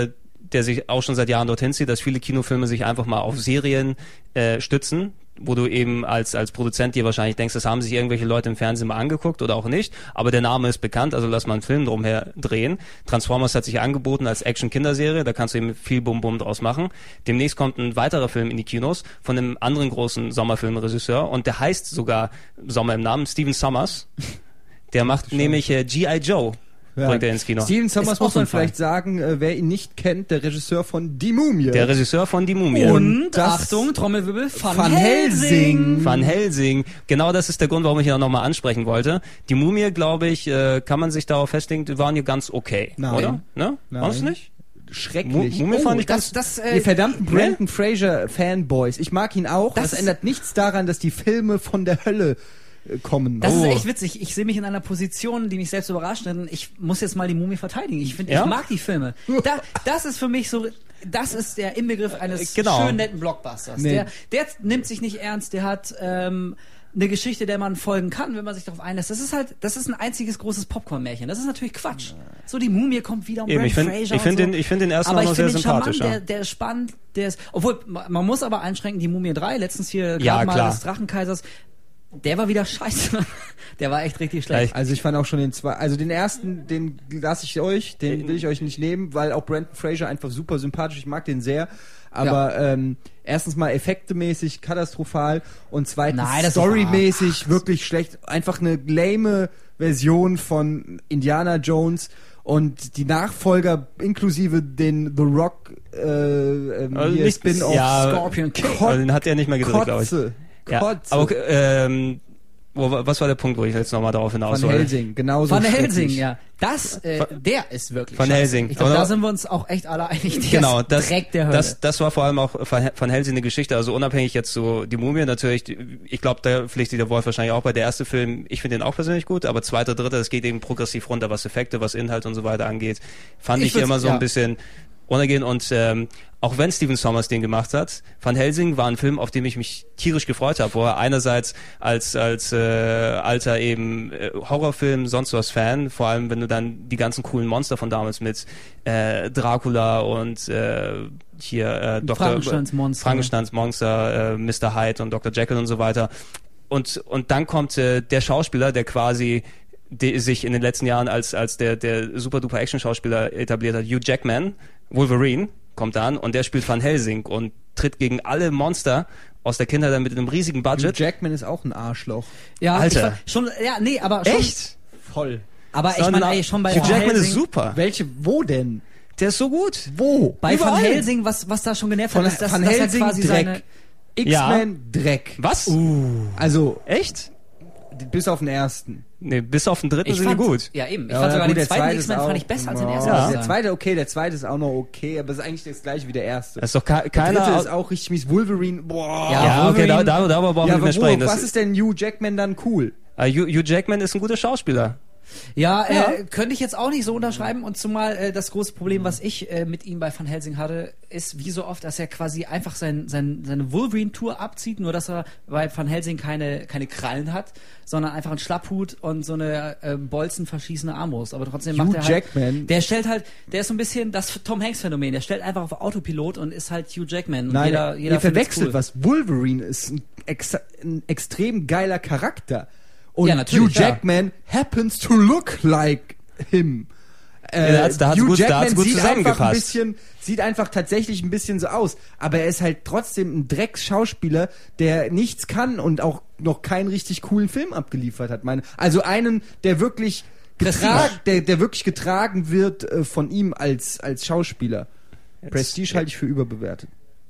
Speaker 1: der sich auch schon seit Jahren dorthin zieht, dass viele Kinofilme sich einfach mal auf Serien äh, stützen, wo du eben als als Produzent dir wahrscheinlich denkst, das haben sich irgendwelche Leute im Fernsehen mal angeguckt oder auch nicht, aber der Name ist bekannt, also lass mal einen Film drumher drehen. Transformers hat sich angeboten als Action-Kinderserie, da kannst du eben viel Bum-Bum draus machen. Demnächst kommt ein weiterer Film in die Kinos von einem anderen großen Sommerfilmregisseur und der heißt sogar Sommer im Namen, Stephen Sommers. Der macht nämlich äh, G I. Joe.
Speaker 3: Ja.
Speaker 1: Bringt er ins Kino.
Speaker 3: Steven Sommers
Speaker 2: Ist auch
Speaker 3: muss
Speaker 2: so ein
Speaker 3: man vielleicht sagen, äh, wer ihn nicht kennt, der Regisseur von Die Mumie.
Speaker 1: Der Regisseur von Die Mumie.
Speaker 2: Und,
Speaker 3: das-
Speaker 2: Achtung, Trommelwirbel, Van,
Speaker 3: Van Helsing.
Speaker 1: Van Helsing. Genau das ist der Grund, warum ich ihn auch nochmal ansprechen wollte. Die Mumie, glaube ich, äh, kann man sich darauf festlegen, die waren ja ganz okay.
Speaker 3: Nein.
Speaker 1: Oder? Ne?
Speaker 3: Nein.
Speaker 1: War's nicht?
Speaker 3: Schrecklich.
Speaker 1: Mu- Mumie
Speaker 3: Oh,
Speaker 1: fand ich
Speaker 2: das,
Speaker 1: ganz...
Speaker 2: das, äh,
Speaker 3: Die verdammten Brandon Fraser Fanboys. Ich mag ihn auch. Das,
Speaker 2: Das ist-
Speaker 3: ändert nichts daran, dass die Filme von der Hölle äh, kommen.
Speaker 2: Das
Speaker 1: Oh.
Speaker 2: ist echt witzig. Ich sehe mich in einer Position, die mich selbst überrascht, denn ich muss jetzt mal die Mumie verteidigen. Ich finde,
Speaker 1: Ja?
Speaker 2: ich mag die Filme. Da, das ist für mich so, das ist der Inbegriff eines
Speaker 1: Genau.
Speaker 2: schönen, netten Blockbusters.
Speaker 3: Nee.
Speaker 2: Der, der nimmt sich nicht ernst, der hat ähm, eine Geschichte, der man folgen kann, wenn man sich darauf einlässt. Das ist halt, das ist ein einziges großes Popcorn-Märchen. Das ist natürlich Quatsch. So, die Mumie kommt wieder um
Speaker 1: Eben,
Speaker 2: Brandon
Speaker 1: ich find-
Speaker 2: Fraser
Speaker 1: ich find
Speaker 2: und so.
Speaker 1: den- ich find den ersten
Speaker 2: aber
Speaker 1: auch noch
Speaker 2: ich find
Speaker 1: sehr
Speaker 2: den charmant,
Speaker 1: sympathisch, ja.
Speaker 2: Der, der ist spannend, der ist, obwohl, man man muss aber einschränken, die Mumie drei, letztens hier
Speaker 1: Ja,
Speaker 2: Grabmal
Speaker 1: klar.
Speaker 2: des Drachenkaisers, der war wieder scheiße. Der war echt richtig schlecht.
Speaker 1: Ja,
Speaker 3: Also ich fand auch schon den zwei, also den ersten, den lasse ich euch, den will ich euch nicht nehmen, weil auch Brandon Fraser einfach super sympathisch, ich mag den sehr, aber ähm, erstens mal effektemäßig katastrophal und zweitens
Speaker 2: Nein, das ist-
Speaker 3: storymäßig wirklich schlecht, einfach eine lame Version von Indiana Jones und die Nachfolger inklusive den The Rock äh, ähm,
Speaker 1: Also
Speaker 3: hier
Speaker 1: nicht-
Speaker 3: Spin-off
Speaker 1: ja,
Speaker 2: Scorpion King.
Speaker 3: Kot-
Speaker 1: Aber den hat er nicht mehr gedreht, glaube ich.
Speaker 3: Kotze,
Speaker 1: Ja,
Speaker 3: Kotze.
Speaker 1: aber ähm, wo, was war der Punkt, wo ich jetzt nochmal darauf hinaus
Speaker 3: Van
Speaker 1: wollte?
Speaker 3: Helsing, genauso
Speaker 2: Van Helsing,
Speaker 3: schrecklich.
Speaker 2: ja. Das, äh, der ist wirklich
Speaker 1: Van
Speaker 2: scheiße.
Speaker 1: Helsing.
Speaker 2: Ich glaube,
Speaker 1: Aber-
Speaker 2: da sind wir uns auch echt alle einig. Der
Speaker 1: Genau,
Speaker 2: ist
Speaker 1: das,
Speaker 2: Dreck der Hölle.
Speaker 1: das, das war vor allem auch Van Van Helsing eine Geschichte, also unabhängig jetzt so die Mumie natürlich, die- ich glaube, da pflichtet der Wolf wahrscheinlich auch bei. Der erste Film, ich finde den auch persönlich gut, aber zweiter, dritter, es geht eben progressiv runter, was Effekte, was Inhalt und so weiter angeht. Fand
Speaker 2: Ich
Speaker 1: ich,
Speaker 2: würd's-
Speaker 1: immer so
Speaker 2: ja.
Speaker 1: ein bisschen runtergehen und ähm, auch wenn Stephen Sommers den gemacht hat, Van Helsing war ein Film, auf den ich mich tierisch gefreut habe, wo er einerseits als als äh, alter eben äh, Horrorfilm, sonst was Fan, vor allem wenn du dann die ganzen coolen Monster von damals mit äh, Dracula und äh, hier äh, Doktor
Speaker 2: Frankensteins Monster.
Speaker 1: Frankensteins Monster, äh, Mister Hyde und Doktor Jekyll und so weiter. Und und dann kommt äh, der Schauspieler, der quasi die sich in den letzten Jahren als als der der super duper Action Schauspieler etabliert hat, Hugh Jackman, Wolverine kommt an und der spielt Van Helsing und tritt gegen alle Monster aus der Kindheit dann mit einem riesigen
Speaker 3: Hugh
Speaker 1: Budget.
Speaker 3: Jackman ist auch ein Arschloch.
Speaker 2: ja,
Speaker 1: Alter.
Speaker 2: Ich fand, schon, ja, nee, aber schon,
Speaker 1: Echt?
Speaker 3: Voll.
Speaker 2: aber ich
Speaker 1: Sondern
Speaker 2: meine, ey, schon bei
Speaker 1: Hugh
Speaker 2: Van
Speaker 1: Jackman ist
Speaker 2: Helsing,
Speaker 1: super.
Speaker 3: Welche, wo denn?
Speaker 1: Der ist so gut.
Speaker 3: Wo?
Speaker 2: bei Van
Speaker 1: Überall.
Speaker 2: Helsing, was, was da schon genervt
Speaker 3: Von
Speaker 2: hat, ist, dass,
Speaker 3: Van
Speaker 2: dass er
Speaker 3: Helsing
Speaker 2: quasi
Speaker 3: Dreck.
Speaker 2: seine,
Speaker 3: X-Men Dreck.
Speaker 1: Was?
Speaker 3: Also,
Speaker 1: Echt?
Speaker 3: bis auf den ersten.
Speaker 1: Nee, bis auf den dritten
Speaker 2: ich
Speaker 1: sind die
Speaker 2: fand,
Speaker 1: gut.
Speaker 2: ja eben, ich
Speaker 3: Ja,
Speaker 2: fand sogar
Speaker 3: gut,
Speaker 2: den
Speaker 3: der
Speaker 2: zweiten
Speaker 3: zweite ist
Speaker 2: X-Men
Speaker 3: auch-
Speaker 2: fand ich besser als den
Speaker 3: Ja,
Speaker 2: ersten.
Speaker 1: Ja.
Speaker 2: muss ich
Speaker 3: Der
Speaker 2: sagen.
Speaker 3: zweite, okay, der zweite ist auch noch okay, aber es ist eigentlich das gleiche wie der erste.
Speaker 1: Das ist doch ke-
Speaker 3: Der
Speaker 1: keiner.
Speaker 3: dritte ist auch richtig mies. Wolverine, boah.
Speaker 2: Ja,
Speaker 1: ja, okay, da,
Speaker 2: Wolverine-
Speaker 1: da, darüber brauchen
Speaker 3: Ja,
Speaker 1: wir nicht mehr
Speaker 3: aber wo,
Speaker 1: sprechen. Das,
Speaker 3: was ist denn Hugh Jackman dann cool?
Speaker 1: äh, Hugh, Hugh Jackman ist ein guter Schauspieler.
Speaker 2: Ja,
Speaker 1: Ja.
Speaker 2: Äh, könnte ich jetzt auch nicht so unterschreiben und zumal äh, das große Problem, was ich äh, mit ihm bei Van Helsing hatte, ist wie so oft, dass er quasi einfach sein, sein, seine Wolverine-Tour abzieht, nur dass er bei Van Helsing keine, keine Krallen hat, sondern einfach einen Schlapphut und so eine äh, bolzenverschießende Armbrust. Aber trotzdem
Speaker 3: Hugh
Speaker 2: macht er halt,
Speaker 3: Jackman?
Speaker 2: der stellt halt, der ist so ein bisschen das Tom Hanks-Phänomen, der stellt einfach auf Autopilot und ist halt Hugh Jackman. Und
Speaker 3: Nein,
Speaker 2: jeder, jeder
Speaker 3: ihr
Speaker 2: findet's
Speaker 3: verwechselt
Speaker 2: cool.
Speaker 3: was. Wolverine ist ein, ex ein extrem geiler Charakter. Und
Speaker 2: Ja, natürlich,
Speaker 3: Hugh
Speaker 2: ja.
Speaker 3: Jackman happens to look like him. Äh,
Speaker 1: Ja, da hat's- da hat's
Speaker 3: Hugh
Speaker 1: gut- da
Speaker 3: Jackman
Speaker 1: hat's gut
Speaker 3: sieht einfach ein
Speaker 1: zusammengepasst.
Speaker 3: bisschen, sieht einfach tatsächlich ein bisschen so aus. Aber er ist halt trotzdem ein Drecksschauspieler, der nichts kann und auch noch keinen richtig coolen Film abgeliefert hat. Meine, also einen, der wirklich getragen, der, der wirklich getragen wird äh, von ihm als, als Schauspieler. Prestige halte ich für überbewertet.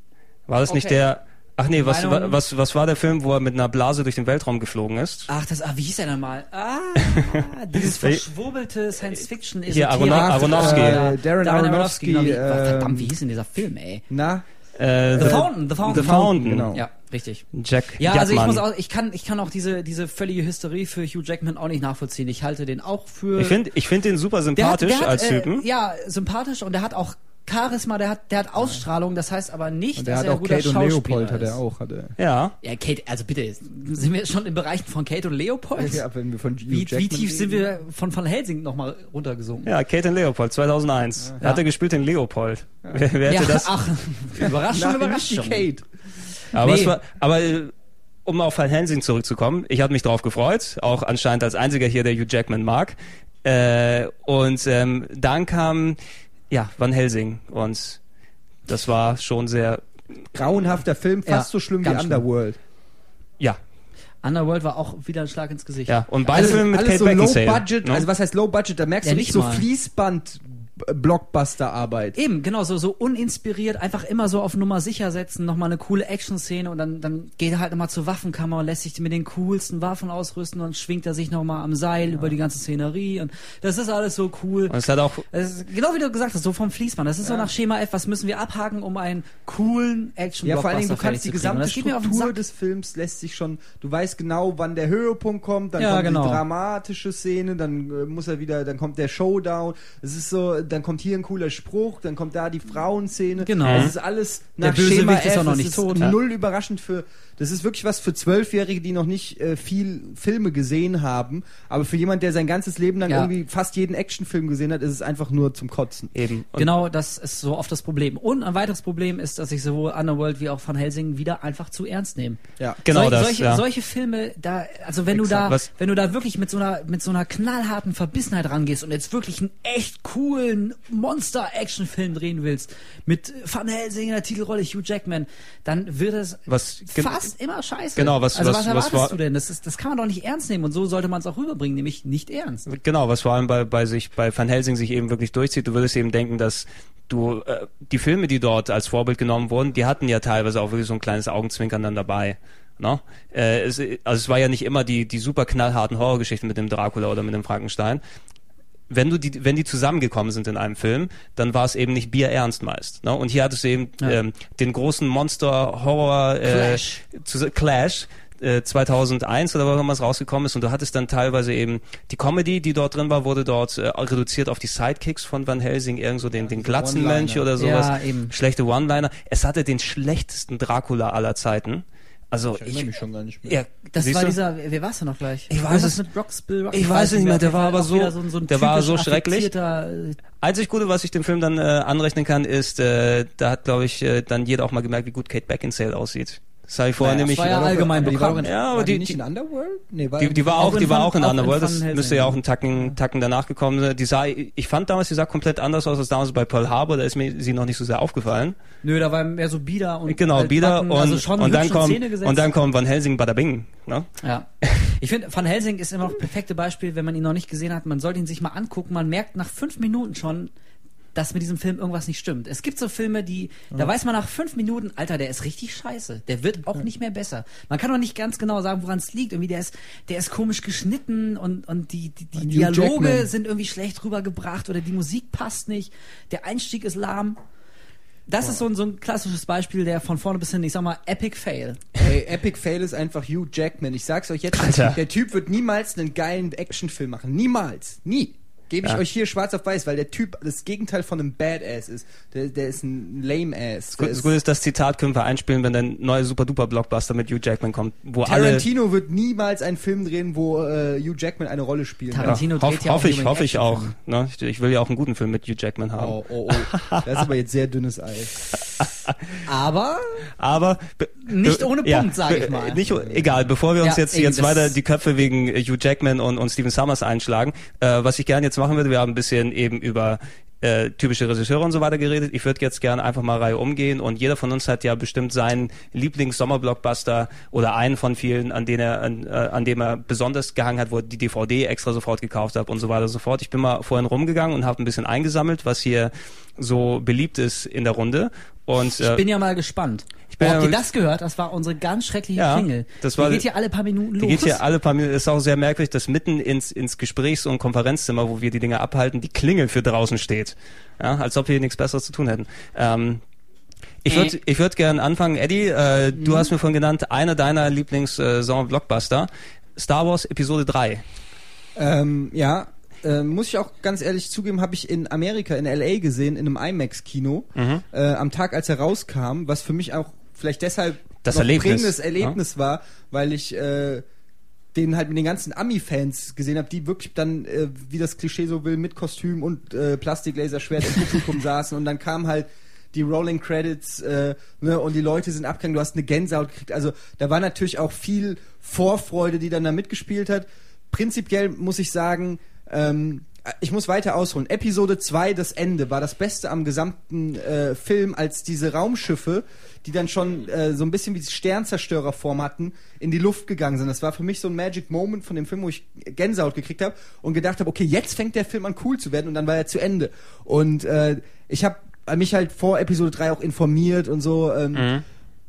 Speaker 1: War das nicht
Speaker 2: Okay.
Speaker 1: der. Ach nee, was,
Speaker 2: Meinung?
Speaker 1: was, was war der Film, wo er mit einer Blase durch den Weltraum geflogen ist?
Speaker 2: Ach, das, ah, wie hieß er denn mal? Ah, dieses verschwurbelte Science-Fiction
Speaker 1: Hier, Arono- Aronofsky.
Speaker 3: Äh, Darren Aronofsky,
Speaker 2: genau, wie,
Speaker 3: ähm,
Speaker 2: verdammt, wie hieß denn dieser Film, ey?
Speaker 3: Na?
Speaker 1: Äh,
Speaker 2: The Fountain, The Fountain.
Speaker 1: The Fountain,
Speaker 3: genau.
Speaker 2: Ja, richtig.
Speaker 1: Jack
Speaker 2: Ja, also ich
Speaker 1: Jackman.
Speaker 2: muss auch, ich kann, ich kann auch diese, diese völlige Hysterie für Hugh Jackman auch nicht nachvollziehen. Ich halte den auch für.
Speaker 1: Ich finde ich find den super
Speaker 2: der hat,
Speaker 1: sympathisch
Speaker 2: der hat,
Speaker 1: als
Speaker 2: äh,
Speaker 1: Typen.
Speaker 2: Ja, sympathisch und der hat auch Charisma, der hat, der hat Ausstrahlung, das heißt aber nicht,
Speaker 3: Und der
Speaker 2: dass
Speaker 3: hat
Speaker 2: er
Speaker 3: auch
Speaker 2: ein guter
Speaker 3: Kate und
Speaker 2: Schauspieler
Speaker 3: Leopold, hat
Speaker 2: ist.
Speaker 3: er auch. Hat er.
Speaker 1: Ja.
Speaker 2: Ja, Kate, also bitte, sind wir schon in Bereichen von Kate und Leopold?
Speaker 3: Ja, wenn wir von Hugh
Speaker 2: wie,
Speaker 3: Jackman
Speaker 2: wie tief sind
Speaker 3: reden.
Speaker 2: wir von Van Helsing nochmal runtergesunken?
Speaker 1: Ja, Kate und Leopold, zweitausendeins.
Speaker 2: Ja.
Speaker 1: Hat er gespielt in Leopold. Wer, wer hätte
Speaker 2: Ja,
Speaker 1: das?
Speaker 2: ach, Überraschung,
Speaker 3: Nein, nicht die
Speaker 2: Überraschung.
Speaker 3: Kate.
Speaker 1: Aber,
Speaker 2: Nee.
Speaker 1: es war, aber äh, um auf Van Helsing zurückzukommen, ich hatte mich drauf gefreut, auch anscheinend als einziger hier, der Hugh Jackman mag. Äh, und ähm, dann kam ja Van Helsing und das war schon sehr,
Speaker 3: Grauenhafter Film, fast
Speaker 2: Ja,
Speaker 3: so schlimm wie
Speaker 2: ganz schlimm.
Speaker 3: Underworld.
Speaker 1: ja,
Speaker 2: Underworld war auch wieder ein Schlag ins Gesicht.
Speaker 1: ja. Und beide
Speaker 3: Also
Speaker 1: Filme mit
Speaker 3: alles
Speaker 1: Kate
Speaker 3: so Low
Speaker 1: Beckinsale.
Speaker 3: Budget,
Speaker 1: ne?
Speaker 3: also was heißt Low Budget? Da merkst
Speaker 2: Ja,
Speaker 3: du nicht
Speaker 2: nicht
Speaker 3: so
Speaker 2: mal.
Speaker 3: Fließband Blockbuster-Arbeit.
Speaker 2: Eben, genau, so, so uninspiriert, einfach immer so auf Nummer sicher setzen, nochmal eine coole Action-Szene und dann, dann geht er halt nochmal zur Waffenkammer und lässt sich mit den coolsten Waffen ausrüsten und schwingt er sich nochmal am Seil über die ganze Szenerie und das ist alles so cool.
Speaker 1: Und es hat auch
Speaker 2: Das ist, genau wie du gesagt hast, so vom Fließband. Das ist so nach Schema F, was müssen wir abhaken, um einen coolen action
Speaker 3: Ja, vor allen Dingen, du
Speaker 2: fertig
Speaker 3: kannst die
Speaker 2: zu kriegen. Und
Speaker 3: gesamte
Speaker 2: das geht mir auf den
Speaker 3: Struktur
Speaker 2: Sack.
Speaker 3: des Films lässt sich schon, du weißt genau, wann der Höhepunkt kommt, dann
Speaker 2: Ja,
Speaker 3: kommt
Speaker 2: genau.
Speaker 3: die dramatische Szene, dann äh, muss er wieder, dann kommt der Showdown, es ist so, dann kommt hier ein cooler Spruch, dann kommt da die Frauenszene.
Speaker 2: Genau.
Speaker 3: Es ist alles nach
Speaker 2: Der Bösewicht
Speaker 3: Schema
Speaker 2: ist
Speaker 3: F,
Speaker 2: auch noch
Speaker 3: es
Speaker 2: nicht
Speaker 3: ist
Speaker 2: tot.
Speaker 3: null überraschend für, das ist wirklich was für Zwölfjährige, die noch nicht äh, viel Filme gesehen haben, aber für jemand, der sein ganzes Leben lang
Speaker 2: Ja.
Speaker 3: irgendwie fast jeden Actionfilm gesehen hat, ist es einfach nur zum Kotzen.
Speaker 1: eben. Und
Speaker 2: Genau, das ist so oft das Problem. Und ein weiteres Problem ist, dass ich sowohl Underworld wie auch Van Helsing wieder einfach zu ernst nehme.
Speaker 3: Ja.
Speaker 1: Genau
Speaker 2: Sol-
Speaker 1: das,
Speaker 2: solche,
Speaker 1: ja.
Speaker 2: solche Filme, da, also wenn du
Speaker 3: Exakt.
Speaker 2: da,
Speaker 1: Was-
Speaker 2: wenn du da wirklich mit so einer, mit so einer knallharten Verbissenheit rangehst und jetzt wirklich einen echt coolen Monster-Action-Film drehen willst, mit Van Helsing in der Titelrolle, Hugh Jackman, dann wird es
Speaker 1: Was- gen-
Speaker 2: fast immer scheiße.
Speaker 1: Genau, was-
Speaker 2: also
Speaker 1: was-
Speaker 2: was,
Speaker 1: was
Speaker 2: erwartest
Speaker 1: war-
Speaker 2: du denn? Das ist, das kann man doch nicht ernst nehmen und so sollte man es auch rüberbringen, nämlich nicht ernst.
Speaker 1: Genau, was vor allem bei, bei sich, bei Van Helsing sich eben wirklich durchzieht. Du würdest eben denken, dass du, äh, die Filme, die dort als Vorbild genommen wurden, die hatten ja teilweise auch wirklich so ein kleines Augenzwinkern dann dabei. No? Äh, es, also es war ja nicht immer die, die super knallharten Horrorgeschichten mit dem Dracula oder mit dem Frankenstein. Wenn du die, wenn die zusammengekommen sind in einem Film, dann war es eben nicht bierernst meist. Ne? Und hier hattest du eben
Speaker 2: Ja.
Speaker 1: ähm, den großen Monster-Horror äh,
Speaker 2: Clash.
Speaker 1: zu, Clash äh, zweitausendeins oder wann was rausgekommen ist und du hattest dann teilweise eben die Comedy, die dort drin war, wurde dort äh, reduziert auf die Sidekicks von Van Helsing, irgend so den, den Glatzenmönch
Speaker 3: One-Liner.
Speaker 1: oder sowas.
Speaker 2: Ja, eben.
Speaker 1: Schlechte One-Liner. Es hatte den schlechtesten Dracula aller Zeiten. Also
Speaker 3: Ich erinnere mich schon gar nicht mehr.
Speaker 1: ja,
Speaker 2: Das
Speaker 1: siehst
Speaker 2: war
Speaker 1: du?
Speaker 2: dieser, wer war's denn noch gleich?
Speaker 1: Ich
Speaker 2: War
Speaker 1: weiß
Speaker 2: das
Speaker 1: es-
Speaker 2: mit Rocks, Bill Rocks?
Speaker 1: ich weiß es nicht mehr, der war aber
Speaker 2: auch
Speaker 1: so-
Speaker 2: wieder so, ein- so ein
Speaker 1: der war
Speaker 2: typisch
Speaker 1: so schrecklich.
Speaker 2: affektierter, äh,
Speaker 1: Einzig Gute, was ich dem Film dann äh, anrechnen kann, ist, äh, da hat, glaube ich, äh, dann jeder auch mal gemerkt, wie gut Kate Beckinsale aussieht. Das habe ich vorher
Speaker 2: Naja,
Speaker 1: nämlich...
Speaker 2: das war ja allgemein
Speaker 3: aber die war
Speaker 2: bekannt.
Speaker 3: doch-
Speaker 1: Ja, aber
Speaker 3: war die,
Speaker 1: die-
Speaker 3: nicht
Speaker 1: die-
Speaker 3: in Underworld? Nee, war
Speaker 1: Die, die war
Speaker 2: Auch
Speaker 1: auch,
Speaker 2: in
Speaker 1: die war
Speaker 2: Van-
Speaker 1: auch in
Speaker 2: auch in
Speaker 1: Underworld,
Speaker 2: Van
Speaker 1: das
Speaker 2: Helsing.
Speaker 1: müsste ja auch einen Tacken, Tacken danach gekommen sein. Die sah, ich fand damals, die sah komplett anders aus als damals bei Pearl Harbor, da ist mir sie noch nicht so sehr aufgefallen.
Speaker 2: Nö, da war mehr so Bieder und
Speaker 1: Genau,
Speaker 2: halt
Speaker 1: Bieder
Speaker 2: Backen,
Speaker 1: und,
Speaker 2: also schon
Speaker 1: und, dann
Speaker 2: hübsch in
Speaker 1: kommt,
Speaker 2: Szene gesetzt.
Speaker 1: und dann kommt Van Helsing Bada Bing. Ne?
Speaker 2: Ja. Ich finde, Van Helsing ist immer noch das perfekte Beispiel, wenn man ihn noch nicht gesehen hat. Man sollte ihn sich mal angucken. Man merkt nach fünf Minuten schon, dass mit diesem Film irgendwas nicht stimmt. Es gibt so Filme, die, da weiß man nach fünf Minuten, Alter, der ist richtig scheiße. Der wird auch nicht mehr besser. Man kann auch nicht ganz genau sagen, woran es liegt. Irgendwie, der ist, der ist komisch geschnitten und, und die, die, die
Speaker 3: Und Hugh
Speaker 2: Dialoge
Speaker 3: Jackman.
Speaker 2: sind irgendwie schlecht rübergebracht oder die Musik passt nicht. Der Einstieg ist lahm. Das ist so ein, so ein klassisches Beispiel, der von vorne bis hin, ich sag mal, Epic Fail.
Speaker 3: Ey, Epic Fail ist einfach Hugh Jackman. Ich sag's euch jetzt,
Speaker 1: Alter.
Speaker 3: der Typ wird niemals einen geilen Actionfilm machen. Niemals. Nie. Gebe ich
Speaker 1: Ja.
Speaker 3: euch hier schwarz auf weiß, weil der Typ das Gegenteil von einem Badass ist. Der, der ist ein Lame-Ass. Der
Speaker 1: Das
Speaker 3: ist-
Speaker 1: Gute ist, das Zitat können wir einspielen, wenn der neue Super-Duper-Blockbuster mit Hugh Jackman kommt, wo alle...
Speaker 3: Tarantino wird niemals einen Film drehen, wo äh, Hugh Jackman eine Rolle spielt.
Speaker 2: Tarantino- Tarantino
Speaker 1: hoff,
Speaker 2: dreht ja auch
Speaker 1: hoffe ich,
Speaker 2: übrigens
Speaker 1: hoffe ich auch.
Speaker 2: Actionfilme.
Speaker 1: Ne? Ich, ich will ja auch einen guten Film mit Hugh Jackman haben.
Speaker 3: Oh, oh, oh. Das ist aber jetzt sehr dünnes Eis.
Speaker 2: Aber
Speaker 1: Aber be-
Speaker 2: Nicht
Speaker 1: be-
Speaker 2: ohne Punkt, sag ich mal.
Speaker 1: Nicht, egal, bevor wir uns
Speaker 2: Ja,
Speaker 1: jetzt,
Speaker 2: eben,
Speaker 1: jetzt
Speaker 2: das-
Speaker 1: weiter die Köpfe wegen äh, Hugh Jackman und, und Stephen Summers einschlagen, äh, was ich gerne jetzt machen würde, wir haben ein bisschen eben über äh, typische Regisseure und so weiter geredet. Ich würde jetzt gerne einfach mal Reihe umgehen und jeder von uns hat ja bestimmt seinen Lieblings-Sommerblockbuster oder einen von vielen, an den er, an, äh, an dem er besonders gehangen hat, wo er die D V D extra sofort gekauft hat und so weiter und so fort. Ich bin mal vorhin rumgegangen und habe ein bisschen eingesammelt, was hier so beliebt ist in der Runde. Und, äh,
Speaker 2: ich bin ja mal gespannt.
Speaker 1: bin
Speaker 2: Oh,
Speaker 1: ja
Speaker 2: habt ihr
Speaker 1: mal-
Speaker 2: das gehört? Das war unsere ganz schreckliche
Speaker 1: Ja,
Speaker 2: Klingel.
Speaker 1: das
Speaker 2: Die
Speaker 1: war-
Speaker 2: geht hier alle paar Minuten los.
Speaker 1: Die geht hier alle paar Minuten, ist auch sehr merkwürdig, dass mitten ins, ins Gesprächs- und Konferenzzimmer, wo wir die Dinge abhalten, die Klingel für draußen steht. Ja, als ob wir hier nichts Besseres zu tun hätten. Ähm, ich würde
Speaker 2: Äh.
Speaker 1: ich würd gerne anfangen, Eddie, äh,
Speaker 2: Mhm.
Speaker 1: du hast mir vorhin genannt, einer deiner Lieblings-Sommer-Blockbuster, Star Wars Episode drei.
Speaker 3: Ähm, ja, äh, muss ich auch ganz ehrlich zugeben, habe ich in Amerika, in L A gesehen, in einem IMAX-Kino, mhm. äh, am Tag, als er rauskam, was für mich auch vielleicht deshalb
Speaker 1: das
Speaker 3: noch
Speaker 1: Erlebnis.
Speaker 3: ein prägendes Erlebnis ja? war, weil ich äh, den halt mit den ganzen Ami-Fans gesehen habe, die wirklich dann, äh, wie das Klischee so will, mit Kostüm und äh, Plastiklaserschwert im Publikum saßen und dann kam halt die Rolling Credits äh, ne, und die Leute sind abgegangen, du hast eine Gänsehaut gekriegt, also da war natürlich auch viel Vorfreude, die dann da mitgespielt hat. Prinzipiell muss ich sagen, ähm, ich muss weiter ausholen. Episode zwei, das Ende, war das Beste am gesamten äh, Film, als diese Raumschiffe, die dann schon äh, so ein bisschen wie Sternzerstörerform hatten, in die Luft gegangen sind. Das war für mich so ein Magic Moment von dem Film, wo ich Gänsehaut gekriegt habe und gedacht habe, okay, jetzt fängt der Film an cool zu werden und dann war er zu Ende. Und äh, ich habe mich halt vor Episode drei auch informiert und so ähm, mhm.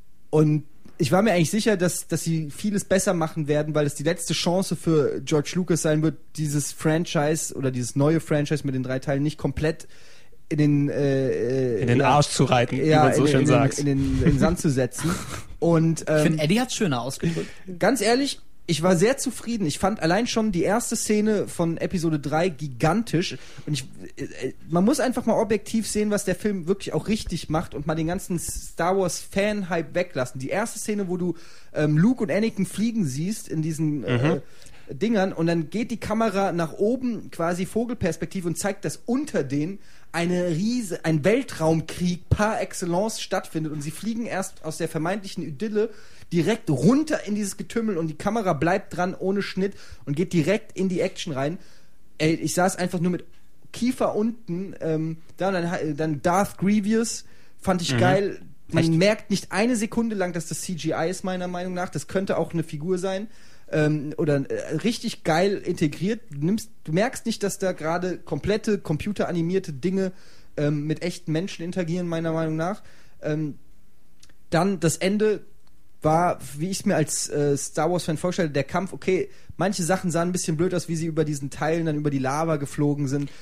Speaker 3: und ich war mir eigentlich sicher, dass, dass sie vieles besser machen werden, weil es die letzte Chance für George Lucas sein wird, dieses Franchise oder dieses neue Franchise mit den drei Teilen nicht komplett in den äh,
Speaker 1: in den
Speaker 3: ja,
Speaker 1: Arsch zu reiten,
Speaker 3: ja,
Speaker 1: wie man so
Speaker 3: in,
Speaker 1: schön
Speaker 3: in,
Speaker 1: sagt.
Speaker 3: In, in, in, in den Sand zu setzen. Und ähm,
Speaker 2: ich finde, Eddie hat's schöner ausgedrückt.
Speaker 3: Ganz ehrlich, ich war sehr zufrieden. Ich fand allein schon die erste Szene von Episode drei gigantisch. Und ich, äh, man muss einfach mal objektiv sehen, was der Film wirklich auch richtig macht und mal den ganzen Star Wars Fan-Hype weglassen. Die erste Szene, wo du ähm, Luke und Anakin fliegen siehst in diesen mhm. äh, Dingern und dann geht die Kamera nach oben, quasi Vogelperspektive und zeigt, dass unter denen eine riese, ein Weltraumkrieg par excellence stattfindet und sie fliegen erst aus der vermeintlichen Idylle direkt runter in dieses Getümmel und die Kamera bleibt dran ohne Schnitt und geht direkt in die Action rein. Ey, ich saß einfach nur mit Kiefer unten, ähm, da dann, dann Darth Grievous, fand ich mhm. geil. Man Echt? merkt nicht eine Sekunde lang, dass das C G I ist, meiner Meinung nach. Das könnte auch eine Figur sein. Ähm, oder äh, richtig geil integriert. Du, nimmst, du merkst nicht, dass da gerade komplette computeranimierte Dinge ähm, mit echten Menschen interagieren, meiner Meinung nach. Ähm, dann das Ende war, wie ich es mir als äh, Star Wars-Fan vorstelle, der Kampf, okay, manche Sachen sahen ein bisschen blöd aus, wie sie über diesen Teilen dann über die Lava geflogen sind.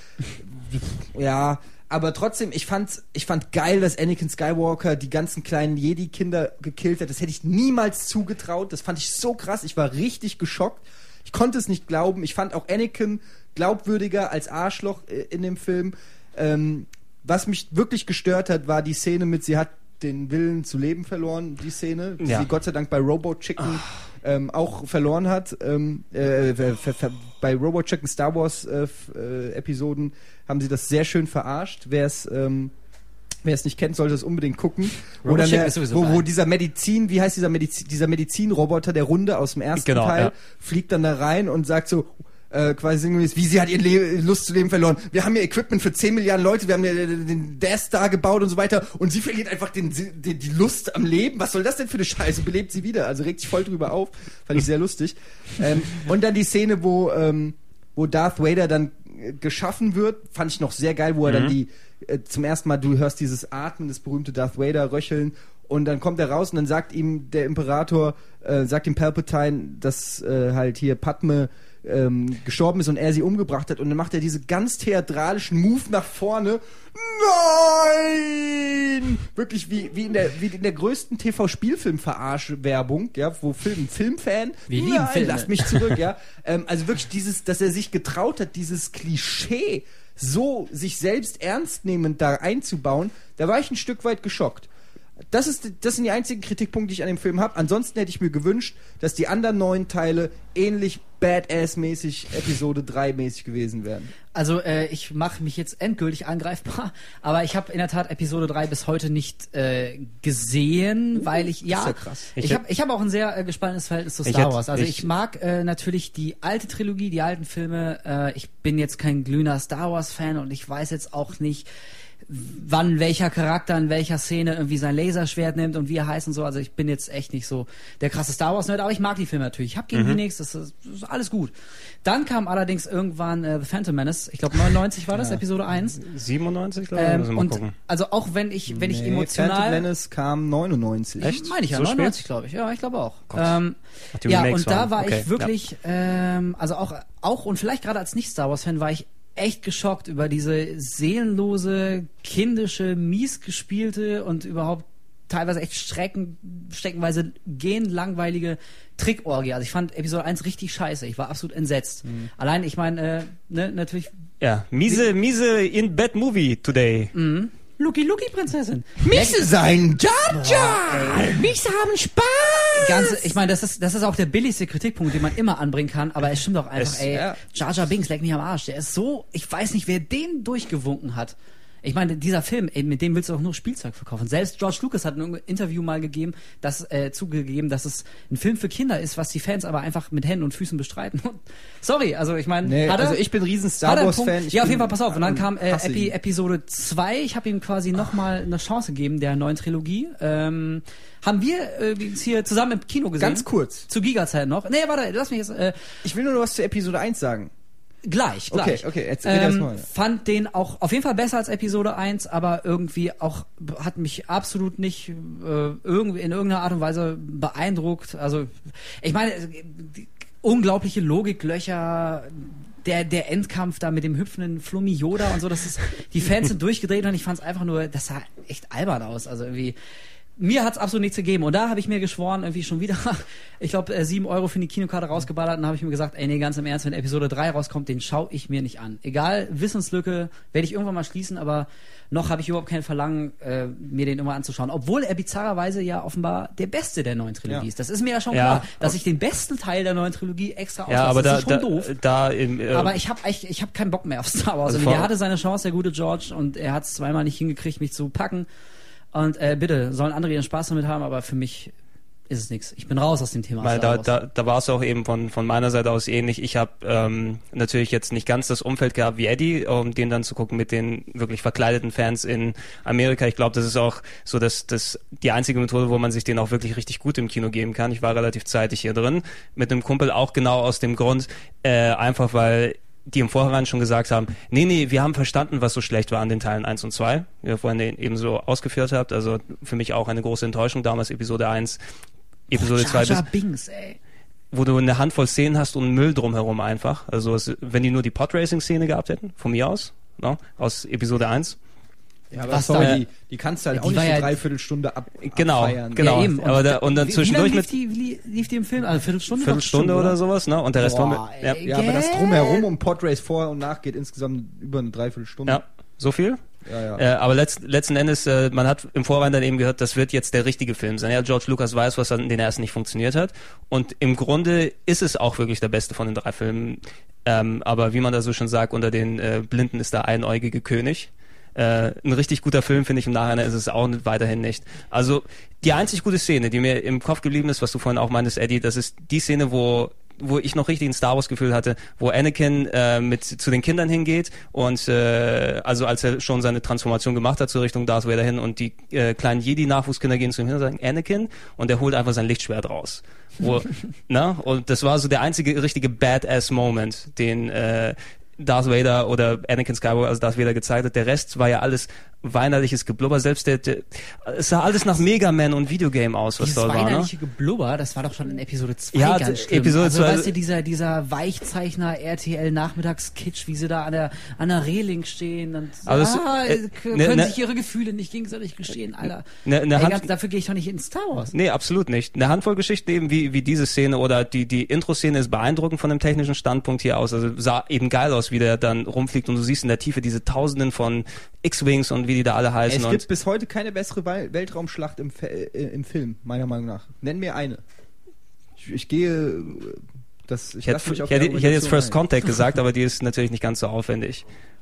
Speaker 3: Ja, aber trotzdem, ich fand, ich fand geil, dass Anakin Skywalker die ganzen kleinen Jedi-Kinder gekillt hat. Das hätte ich niemals zugetraut. Das fand ich so krass. Ich war richtig geschockt. Ich konnte es nicht glauben. Ich fand auch Anakin glaubwürdiger als Arschloch äh, in dem Film. Ähm, was mich wirklich gestört hat, war die Szene mit, sie hat den Willen zu leben verloren, die Szene, die ja. sie Gott sei Dank bei Robot Chicken ähm, auch verloren hat. Ähm, äh, ver, ver, bei Robot Chicken Star Wars äh, äh, Episoden haben sie das sehr schön verarscht. Wer es ähm, wer es nicht kennt, sollte es unbedingt gucken. Wo, dann der, wo, wo dieser Medizin, wie heißt dieser Medizin, dieser Medizinroboter, der Runde aus dem ersten
Speaker 1: genau,
Speaker 3: Teil,
Speaker 1: ja.
Speaker 3: fliegt dann da rein und sagt so, Äh, quasi sinngemäß, wie sie hat ihr Le- Lust zu leben verloren. Wir haben hier Equipment für zehn Milliarden Leute, wir haben hier den Death Star gebaut und so weiter und sie verliert einfach den, den, die Lust am Leben. Was soll das denn für eine Scheiße? Belebt sie wieder. Also regt sich voll drüber auf. Fand ich sehr lustig. Ähm, und dann die Szene, wo, ähm, wo Darth Vader dann äh, geschaffen wird, fand ich noch sehr geil, wo er mhm. dann die äh, zum ersten Mal, du hörst dieses Atmen, das berühmte Darth Vader röcheln und dann kommt er raus und dann sagt ihm der Imperator, äh, sagt ihm Palpatine, dass äh, halt hier Padme Ähm, gestorben ist und er sie umgebracht hat und dann macht er diese ganz theatralischen Move nach vorne. Nein! Wirklich wie, wie, in, der, wie in der größten T V-Spielfilm-Verarsch-Werbung, ja, wo Film, ein Filmfan,
Speaker 2: wir lieben
Speaker 3: nein,
Speaker 2: Filme.
Speaker 3: Lasst mich zurück, ja. ähm, also wirklich dieses, dass er sich getraut hat, dieses Klischee so sich selbst ernstnehmend da einzubauen, da war ich ein Stück weit geschockt. Das, ist, das sind die einzigen Kritikpunkte, die ich an dem Film habe. Ansonsten hätte ich mir gewünscht, dass die anderen neun Teile ähnlich Badass-mäßig, Episode drei-mäßig gewesen wären.
Speaker 2: Also äh, ich mache mich jetzt endgültig angreifbar, aber ich habe in der Tat Episode drei bis heute nicht äh, gesehen, weil ich, ja,
Speaker 3: das ist ja krass.
Speaker 2: ich, ich habe ich hab auch ein sehr äh, gespaltenes Verhältnis zu Star Wars. Also ich, ich mag äh, natürlich die alte Trilogie, die alten Filme. Äh, ich bin jetzt kein glühender Star Wars-Fan und ich weiß jetzt auch nicht, wann welcher Charakter in welcher Szene irgendwie sein Laserschwert nimmt und wie er heißt und so. Also ich bin jetzt echt nicht so der krasse Star Wars-Nerd, aber ich mag die Filme natürlich. Ich hab gegen mhm. die nichts, das, das ist alles gut. Dann kam allerdings irgendwann äh, The Phantom Menace, ich glaube neunundneunzig war das, ja. Episode eins.
Speaker 1: siebenundneunzig, glaube ich.
Speaker 2: Ähm,
Speaker 1: Müssen wir mal
Speaker 2: und
Speaker 1: gucken.
Speaker 2: also auch wenn ich, wenn ich
Speaker 3: nee,
Speaker 2: emotional...
Speaker 3: Phantom Menace kam neunundneunzig.
Speaker 2: Echt? Meine ich ja,
Speaker 1: so
Speaker 2: neunundneunzig glaube ich. Ja, ich glaube auch.
Speaker 1: Ähm,
Speaker 2: ja, und da war okay. ich wirklich, ja. ähm, also auch, auch und vielleicht gerade als Nicht-Star Wars-Fan war ich echt geschockt über diese seelenlose, kindische, mies gespielte und überhaupt teilweise echt strecken, streckenweise gehen langweilige Trickorgie. Also ich fand Episode eins richtig scheiße. Ich war absolut entsetzt. Mhm. Allein, ich meine, äh, ne, natürlich...
Speaker 1: Ja, miese, miese In-Bed-Movie today.
Speaker 2: Mhm. Lucky Lucky Prinzessin.
Speaker 3: Miese sein, Jar Jar. Miese haben Spaß.
Speaker 2: Ganz, ich meine, das ist das ist auch der billigste Kritikpunkt, den man immer anbringen kann, aber es stimmt doch einfach,
Speaker 1: es,
Speaker 2: ey,
Speaker 1: ja.
Speaker 2: Jar Jar Binks, leck mich am Arsch, der ist so, ich weiß nicht, wer den durchgewunken hat. Ich meine, dieser Film, ey, mit dem willst du auch nur Spielzeug verkaufen. Selbst George Lucas hat ein Interview mal gegeben, das äh, zugegeben, dass es ein Film für Kinder ist, was die Fans aber einfach mit Händen und Füßen bestreiten. Sorry, also ich meine,
Speaker 3: nee,
Speaker 2: hat er,
Speaker 3: also ich bin riesen Star Wars Fan.
Speaker 2: Ja, auf jeden Fall, pass auf. Und dann kam äh, Epi, Episode zwei. Ich habe ihm quasi nochmal eine Chance gegeben, der neuen Trilogie. Ähm, haben wir äh, uns hier zusammen im Kino gesehen.
Speaker 3: Ganz kurz.
Speaker 2: Zu Giga-Zeit noch. Nee, warte, lass mich jetzt... Äh,
Speaker 3: ich will nur noch was zu Episode eins sagen.
Speaker 2: Gleich, gleich.
Speaker 3: Okay, okay, jetzt
Speaker 2: ähm,
Speaker 3: erst mal.
Speaker 2: Fand den auch auf jeden Fall besser als Episode eins, aber irgendwie auch hat mich absolut nicht äh, irgendwie in irgendeiner Art und Weise beeindruckt. Also ich meine, die unglaubliche Logiklöcher, der der Endkampf da mit dem hüpfenden Flummi Yoda und so, das ist, die Fans sind durchgedreht und ich fand es einfach nur, das sah echt albern aus. Also irgendwie mir hat's absolut nichts gegeben. Und da habe ich mir geschworen, irgendwie schon wieder, ich glaube, äh, sieben Euro für die Kinokarte rausgeballert. Und dann habe ich mir gesagt, ey, nee, ganz im Ernst, wenn Episode drei rauskommt, den schaue ich mir nicht an. Egal, Wissenslücke werde ich irgendwann mal schließen, aber noch habe ich überhaupt kein Verlangen, äh, mir den immer anzuschauen. Obwohl er bizarrerweise ja offenbar der beste der neuen Trilogie
Speaker 3: ja.
Speaker 2: ist. Das ist mir ja schon
Speaker 1: ja.
Speaker 2: klar, dass ich den besten Teil der neuen Trilogie extra auslasse.
Speaker 1: Ja, aber
Speaker 2: das
Speaker 1: da,
Speaker 2: ist schon
Speaker 1: da,
Speaker 2: doof.
Speaker 1: da im, äh,
Speaker 2: aber ich habe ich, ich hab keinen Bock mehr auf Star Wars.
Speaker 1: Also
Speaker 2: und er hatte seine Chance, der gute George, und er hat es zweimal nicht hingekriegt, mich zu packen. Und äh, bitte, sollen andere ihren Spaß damit haben, aber für mich ist es nichts. Ich bin raus aus dem Thema.
Speaker 1: Weil da, da, da war es auch eben von, von meiner Seite aus ähnlich. Ich habe ähm, natürlich jetzt nicht ganz das Umfeld gehabt wie Eddie, um den dann zu gucken mit den wirklich verkleideten Fans in Amerika. Ich glaube, das ist auch so dass das die einzige Methode, wo man sich den auch wirklich richtig gut im Kino geben kann. Ich war relativ zeitig hier drin mit einem Kumpel, auch genau aus dem Grund, äh, einfach weil die im Vorhinein schon gesagt haben, nee, nee, wir haben verstanden, was so schlecht war an den Teilen eins und zwei, wie ihr vorhin eben so ausgeführt habt. Also für mich auch eine große Enttäuschung damals, Episode eins, Episode zwei
Speaker 2: Jar Jar Binks, ey.
Speaker 1: Wo du eine Handvoll Szenen hast und Müll drumherum einfach. Also es, wenn die nur die Podracing-Szene gehabt hätten, von mir aus, no, aus Episode eins.
Speaker 3: Ja, aber
Speaker 2: Was
Speaker 3: sorry,
Speaker 2: da,
Speaker 3: die, die kannst du halt
Speaker 2: die
Speaker 3: auch nicht
Speaker 2: war
Speaker 3: so
Speaker 2: ja,
Speaker 3: dreiviertel Stunde ab,
Speaker 1: genau,
Speaker 3: abfeiern.
Speaker 1: genau.
Speaker 2: Ja, eben.
Speaker 1: Aber da, und dann
Speaker 2: wie,
Speaker 1: zwischendurch
Speaker 2: wie
Speaker 1: mit
Speaker 2: lief die, wie lief die im Film? Also Viertelstunde?
Speaker 1: Viertelstunde oder
Speaker 2: oder
Speaker 1: sowas, ne? Und der Rest
Speaker 2: Boah,
Speaker 1: war mit, ja.
Speaker 2: ey.
Speaker 3: Ja, aber das Drumherum um Podrace vor und nach geht insgesamt über eine Dreiviertelstunde.
Speaker 1: Ja, so viel?
Speaker 3: Ja, ja.
Speaker 1: Äh, aber letzt, letzten Endes, äh, man hat im Vorhinein dann eben gehört, das wird jetzt der richtige Film sein. Ja, George Lucas weiß, was an den ersten nicht funktioniert hat. Und im Grunde ist es auch wirklich der beste von den drei Filmen. Ähm, aber wie man da so schon sagt, unter den äh, Blinden ist der einäugige König. Äh, ein richtig guter Film, finde ich, im Nachhinein ist es auch weiterhin nicht. Also die einzig gute Szene, die mir im Kopf geblieben ist, was du vorhin auch meintest, Eddie, das ist die Szene, wo wo ich noch richtig ein Star Wars Gefühl hatte, wo Anakin äh, mit zu den Kindern hingeht und äh, also als er schon seine Transformation gemacht hat zur Richtung Darth Vader hin und die äh, kleinen Jedi-Nachwuchskinder gehen zu ihm hin und sagen Anakin und er holt einfach sein Lichtschwert raus. Wo, na? Und das war so der einzige richtige Badass-Moment, den äh, Darth Vader oder Anakin Skywalker als Darth Vader gezeigt hat. Der Rest war ja alles weinerliches Geblubber. Selbst der, der es sah alles nach Mega Man und Videogame aus, was
Speaker 2: Dieses
Speaker 1: dort war, ne?
Speaker 2: weinerliche Geblubber, das war doch schon in Episode zwei
Speaker 1: Ja,
Speaker 2: ganz schlimm.
Speaker 1: Episode
Speaker 2: also,
Speaker 1: zwei
Speaker 2: weißt du, dieser, dieser Weichzeichner R T L Nachmittagskitsch, wie sie da an der, an der Reling stehen und
Speaker 1: Also
Speaker 2: ah,
Speaker 1: es- äh,
Speaker 2: k-
Speaker 1: ne-
Speaker 2: können
Speaker 1: ne-
Speaker 2: sich ihre Gefühle nicht gegenseitig gestehen, Alter.
Speaker 1: Ne, ne
Speaker 2: Ey,
Speaker 1: Hand-
Speaker 2: ganz, dafür gehe ich doch nicht in Star Wars.
Speaker 1: Nee, absolut nicht. Eine Handvoll Geschichten eben wie, wie diese Szene oder die, die Intro-Szene ist beeindruckend von dem technischen Standpunkt hier aus. Also sah eben geil aus, wie der dann rumfliegt und du siehst in der Tiefe diese Tausenden von X-Wings und wie die da alle heißen.
Speaker 3: Es
Speaker 1: und
Speaker 3: gibt bis heute keine bessere Wel- Weltraumschlacht im, Fe- äh, im Film, meiner Meinung nach. Nenn mir eine. Ich, ich gehe... äh, Das, ich
Speaker 1: ich hätte,
Speaker 3: lasse mich
Speaker 1: ich
Speaker 3: auf
Speaker 1: hätte,
Speaker 3: die
Speaker 1: ich hätte jetzt
Speaker 3: Argumentation
Speaker 1: First
Speaker 3: ein.
Speaker 1: Contact gesagt, aber die ist natürlich nicht ganz so aufwendig.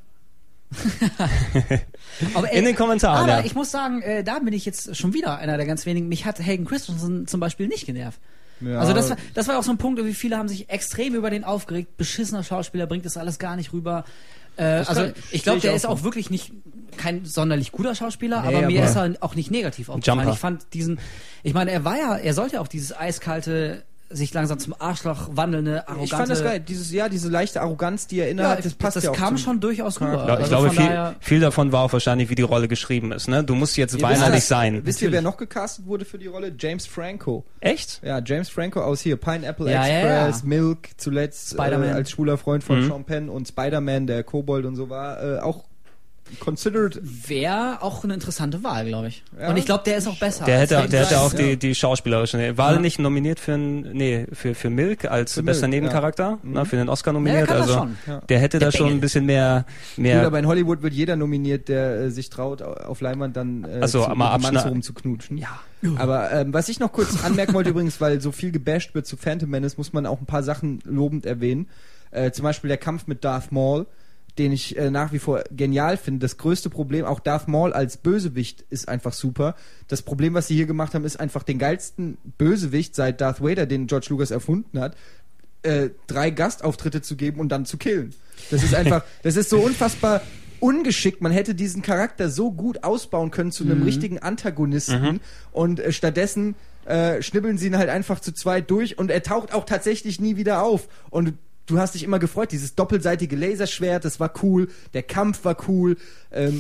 Speaker 2: Aber,
Speaker 1: In den Kommentaren,
Speaker 2: Aber
Speaker 1: ja.
Speaker 2: ich muss sagen, äh, da bin ich jetzt schon wieder einer der ganz wenigen. Mich hat Hayden Christensen zum Beispiel nicht genervt.
Speaker 3: Ja.
Speaker 2: Also das war, das war auch so ein Punkt, wie viele haben sich extrem über den aufgeregt. Beschissener Schauspieler, bringt das alles gar nicht rüber. Äh, also
Speaker 3: kann-
Speaker 2: ich
Speaker 3: steh
Speaker 2: glaube,
Speaker 3: ich
Speaker 2: der
Speaker 3: auch
Speaker 2: ist
Speaker 3: so.
Speaker 2: auch wirklich nicht kein sonderlich guter Schauspieler,
Speaker 3: Nee,
Speaker 2: aber mir
Speaker 3: aber-
Speaker 2: ist er auch nicht negativ aufgefallen.
Speaker 1: Jumper.
Speaker 2: Ich fand diesen, ich meine, er war ja, er sollte auch dieses eiskalte, sich langsam zum Arschloch wandelnde, arrogante...
Speaker 3: Ich fand das geil. Dieses, ja, diese leichte Arroganz, die er
Speaker 2: Ja,
Speaker 3: innehat, das passt
Speaker 2: das
Speaker 3: ja auch
Speaker 2: kam
Speaker 3: zum-
Speaker 2: schon durchaus rüber.
Speaker 3: Ja,
Speaker 1: Ja, ich
Speaker 2: Also
Speaker 1: glaube,
Speaker 2: von
Speaker 1: viel,
Speaker 2: daher-
Speaker 1: viel davon war auch wahrscheinlich, wie die Rolle geschrieben ist. Ne? Du musst jetzt
Speaker 3: Ihr
Speaker 1: weinerlich
Speaker 3: wisst,
Speaker 1: sein.
Speaker 3: Wisst ihr, wer noch gecastet wurde für die Rolle? James Franco.
Speaker 1: Echt?
Speaker 3: Ja, James Franco aus hier Pineapple
Speaker 2: Ja, ja,
Speaker 3: Express,
Speaker 2: ja.
Speaker 3: Milk, zuletzt äh,
Speaker 2: Spider-Man.
Speaker 3: als schwuler Freund von
Speaker 1: Mhm.
Speaker 3: Sean Penn und Spider-Man, der Kobold und so war, äh, auch considered.
Speaker 2: Wäre auch eine interessante Wahl, glaube ich.
Speaker 3: Ja.
Speaker 2: Und ich glaube, der ist auch besser.
Speaker 1: Der
Speaker 2: als
Speaker 1: hätte,
Speaker 2: Hayden
Speaker 1: der hätte
Speaker 2: Christensen.
Speaker 1: auch die, die schauspielerische. War er
Speaker 2: Ja.
Speaker 1: nicht nominiert für ein, nee, für, für Milk als
Speaker 3: Für
Speaker 1: bester
Speaker 3: Milk,
Speaker 1: Nebencharakter,
Speaker 3: ja.
Speaker 1: ne, für den Oscar
Speaker 2: Ja,
Speaker 1: nominiert.
Speaker 2: der kann das
Speaker 1: also
Speaker 2: schon.
Speaker 3: Ja.
Speaker 1: der hätte
Speaker 2: Der
Speaker 1: da schon
Speaker 2: Bengel.
Speaker 1: ein bisschen mehr,
Speaker 3: Gut,
Speaker 1: mehr.
Speaker 3: aber in Hollywood wird jeder nominiert, der äh, sich traut, au- auf Leinwand dann äh,
Speaker 1: Ach so,
Speaker 3: zu,
Speaker 1: mal
Speaker 3: mit dem Mann
Speaker 1: abschna-
Speaker 3: rum zu knutschen.
Speaker 1: Ja.
Speaker 3: Aber ähm, was ich noch kurz anmerken wollte übrigens, weil so viel gebasht wird zu Phantom Menace, muss man auch ein paar Sachen lobend erwähnen. Äh, zum Beispiel der Kampf mit Darth Maul, den ich äh, nach wie vor genial finde. Das größte Problem, auch Darth Maul als Bösewicht ist einfach super. Das Problem, was sie hier gemacht haben, ist einfach den geilsten Bösewicht seit Darth Vader, den George Lucas erfunden hat, äh, drei Gastauftritte zu geben und dann zu killen. Das ist einfach, das ist so unfassbar ungeschickt. Man hätte diesen Charakter so gut ausbauen können zu einem
Speaker 2: Mhm.
Speaker 3: richtigen Antagonisten und äh, stattdessen äh, schnibbeln sie ihn halt einfach zu zweit durch und er taucht auch tatsächlich nie wieder auf. Und du hast dich immer gefreut, dieses doppelseitige Laserschwert, das war cool, der Kampf war cool. Ähm,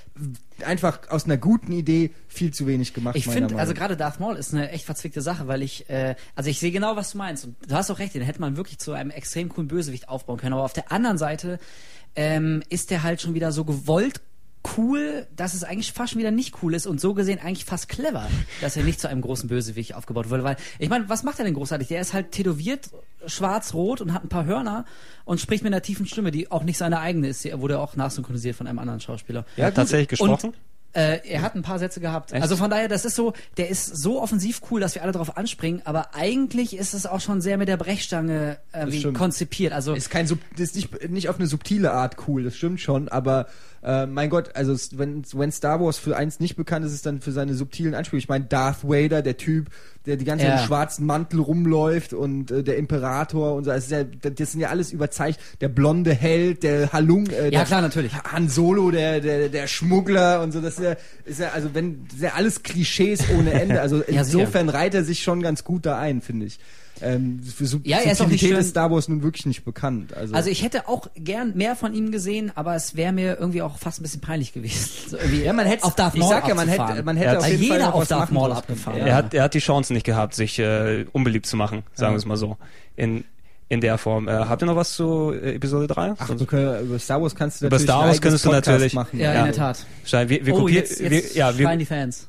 Speaker 3: einfach aus einer guten Idee viel zu wenig gemacht.
Speaker 2: Ich
Speaker 3: meiner
Speaker 2: finde, also
Speaker 3: Meinung
Speaker 2: gerade Darth Maul ist eine echt verzwickte Sache, weil ich, äh, also ich sehe genau, was du meinst. Und du hast auch recht, den hätte man wirklich zu einem extrem coolen Bösewicht aufbauen können. Aber auf der anderen Seite ähm, ist der halt schon wieder so gewollt cool, dass es eigentlich fast schon wieder nicht cool ist und so gesehen eigentlich fast clever, dass er nicht zu einem großen Bösewicht aufgebaut wurde. Weil, ich meine, was macht er denn großartig? Der ist halt tätowiert, schwarz-rot und hat ein paar Hörner und spricht mit einer tiefen Stimme, die auch nicht seine eigene ist. Er wurde auch nachsynchronisiert von einem anderen Schauspieler.
Speaker 1: Ja,
Speaker 3: gut.
Speaker 1: tatsächlich gesprochen.
Speaker 2: Und äh, er hat ein paar Sätze gehabt.
Speaker 1: Echt?
Speaker 2: Also von daher, das ist so, der ist so offensiv cool, dass wir alle drauf anspringen, aber eigentlich ist es auch schon sehr mit der Brechstange äh, wie
Speaker 3: stimmt.
Speaker 2: konzipiert. Also
Speaker 3: ist kein Sub, das ist nicht, nicht auf eine subtile Art cool, das stimmt schon, aber äh, mein Gott, also es- wenn, wenn Star Wars für eins nicht bekannt ist, ist es dann für seine subtilen Anspielungen. Ich meine, Darth Vader, der Typ, der die ganze Zeit
Speaker 2: Ja.
Speaker 3: im schwarzen Mantel rumläuft und äh, der Imperator und so, das, ist ja, das sind ja alles überzeichnet. Der blonde Held, der Halung, äh,
Speaker 2: ja
Speaker 3: der
Speaker 2: klar, natürlich.
Speaker 3: Han Solo, der, der, der Schmuggler und so, das ist ja, ist ja also wenn, das ist ja alles Klischees ohne Ende, also
Speaker 2: Ja, sicher.
Speaker 3: insofern reiht er sich schon ganz gut da ein, finde ich. Ähm, für Sub
Speaker 2: Ja, er ist auch nicht
Speaker 3: Subtilität
Speaker 2: schön-
Speaker 3: ist Star Wars nun wirklich nicht bekannt. Also,
Speaker 2: Also ich hätte auch gern mehr von ihm gesehen, aber es wäre mir irgendwie auch fast ein bisschen peinlich gewesen. So irgendwie
Speaker 3: ja, man hätte
Speaker 2: auf Darth
Speaker 3: ich
Speaker 2: Maul
Speaker 3: sag ja, man
Speaker 2: abzufahren.
Speaker 3: hätte, man hätte
Speaker 1: Ja,
Speaker 3: auf
Speaker 2: weil
Speaker 3: jeden Fall
Speaker 2: jeder
Speaker 3: noch
Speaker 2: auf
Speaker 3: was
Speaker 2: Darth
Speaker 3: machen
Speaker 2: Maul
Speaker 3: draus
Speaker 2: abgefahren.
Speaker 3: können.
Speaker 1: Er hat, er hat die Chance nicht gehabt, sich äh, unbeliebt zu machen, sagen wir es mal so. In, in der Form. Äh, habt ihr noch was zu äh, Episode drei?
Speaker 3: Ach, du können, über Star Wars kannst du
Speaker 1: Über
Speaker 3: natürlich
Speaker 1: Star
Speaker 3: ein
Speaker 1: Wars
Speaker 3: eigenes
Speaker 1: könntest du
Speaker 3: Podcast
Speaker 1: natürlich-
Speaker 3: machen.
Speaker 2: Ja,
Speaker 1: Ja.
Speaker 2: in der Tat.
Speaker 1: Schein, wir, wir
Speaker 2: Oh,
Speaker 1: kopieren,
Speaker 2: jetzt, jetzt
Speaker 1: wir, ja, wir,
Speaker 2: schreien die Fans.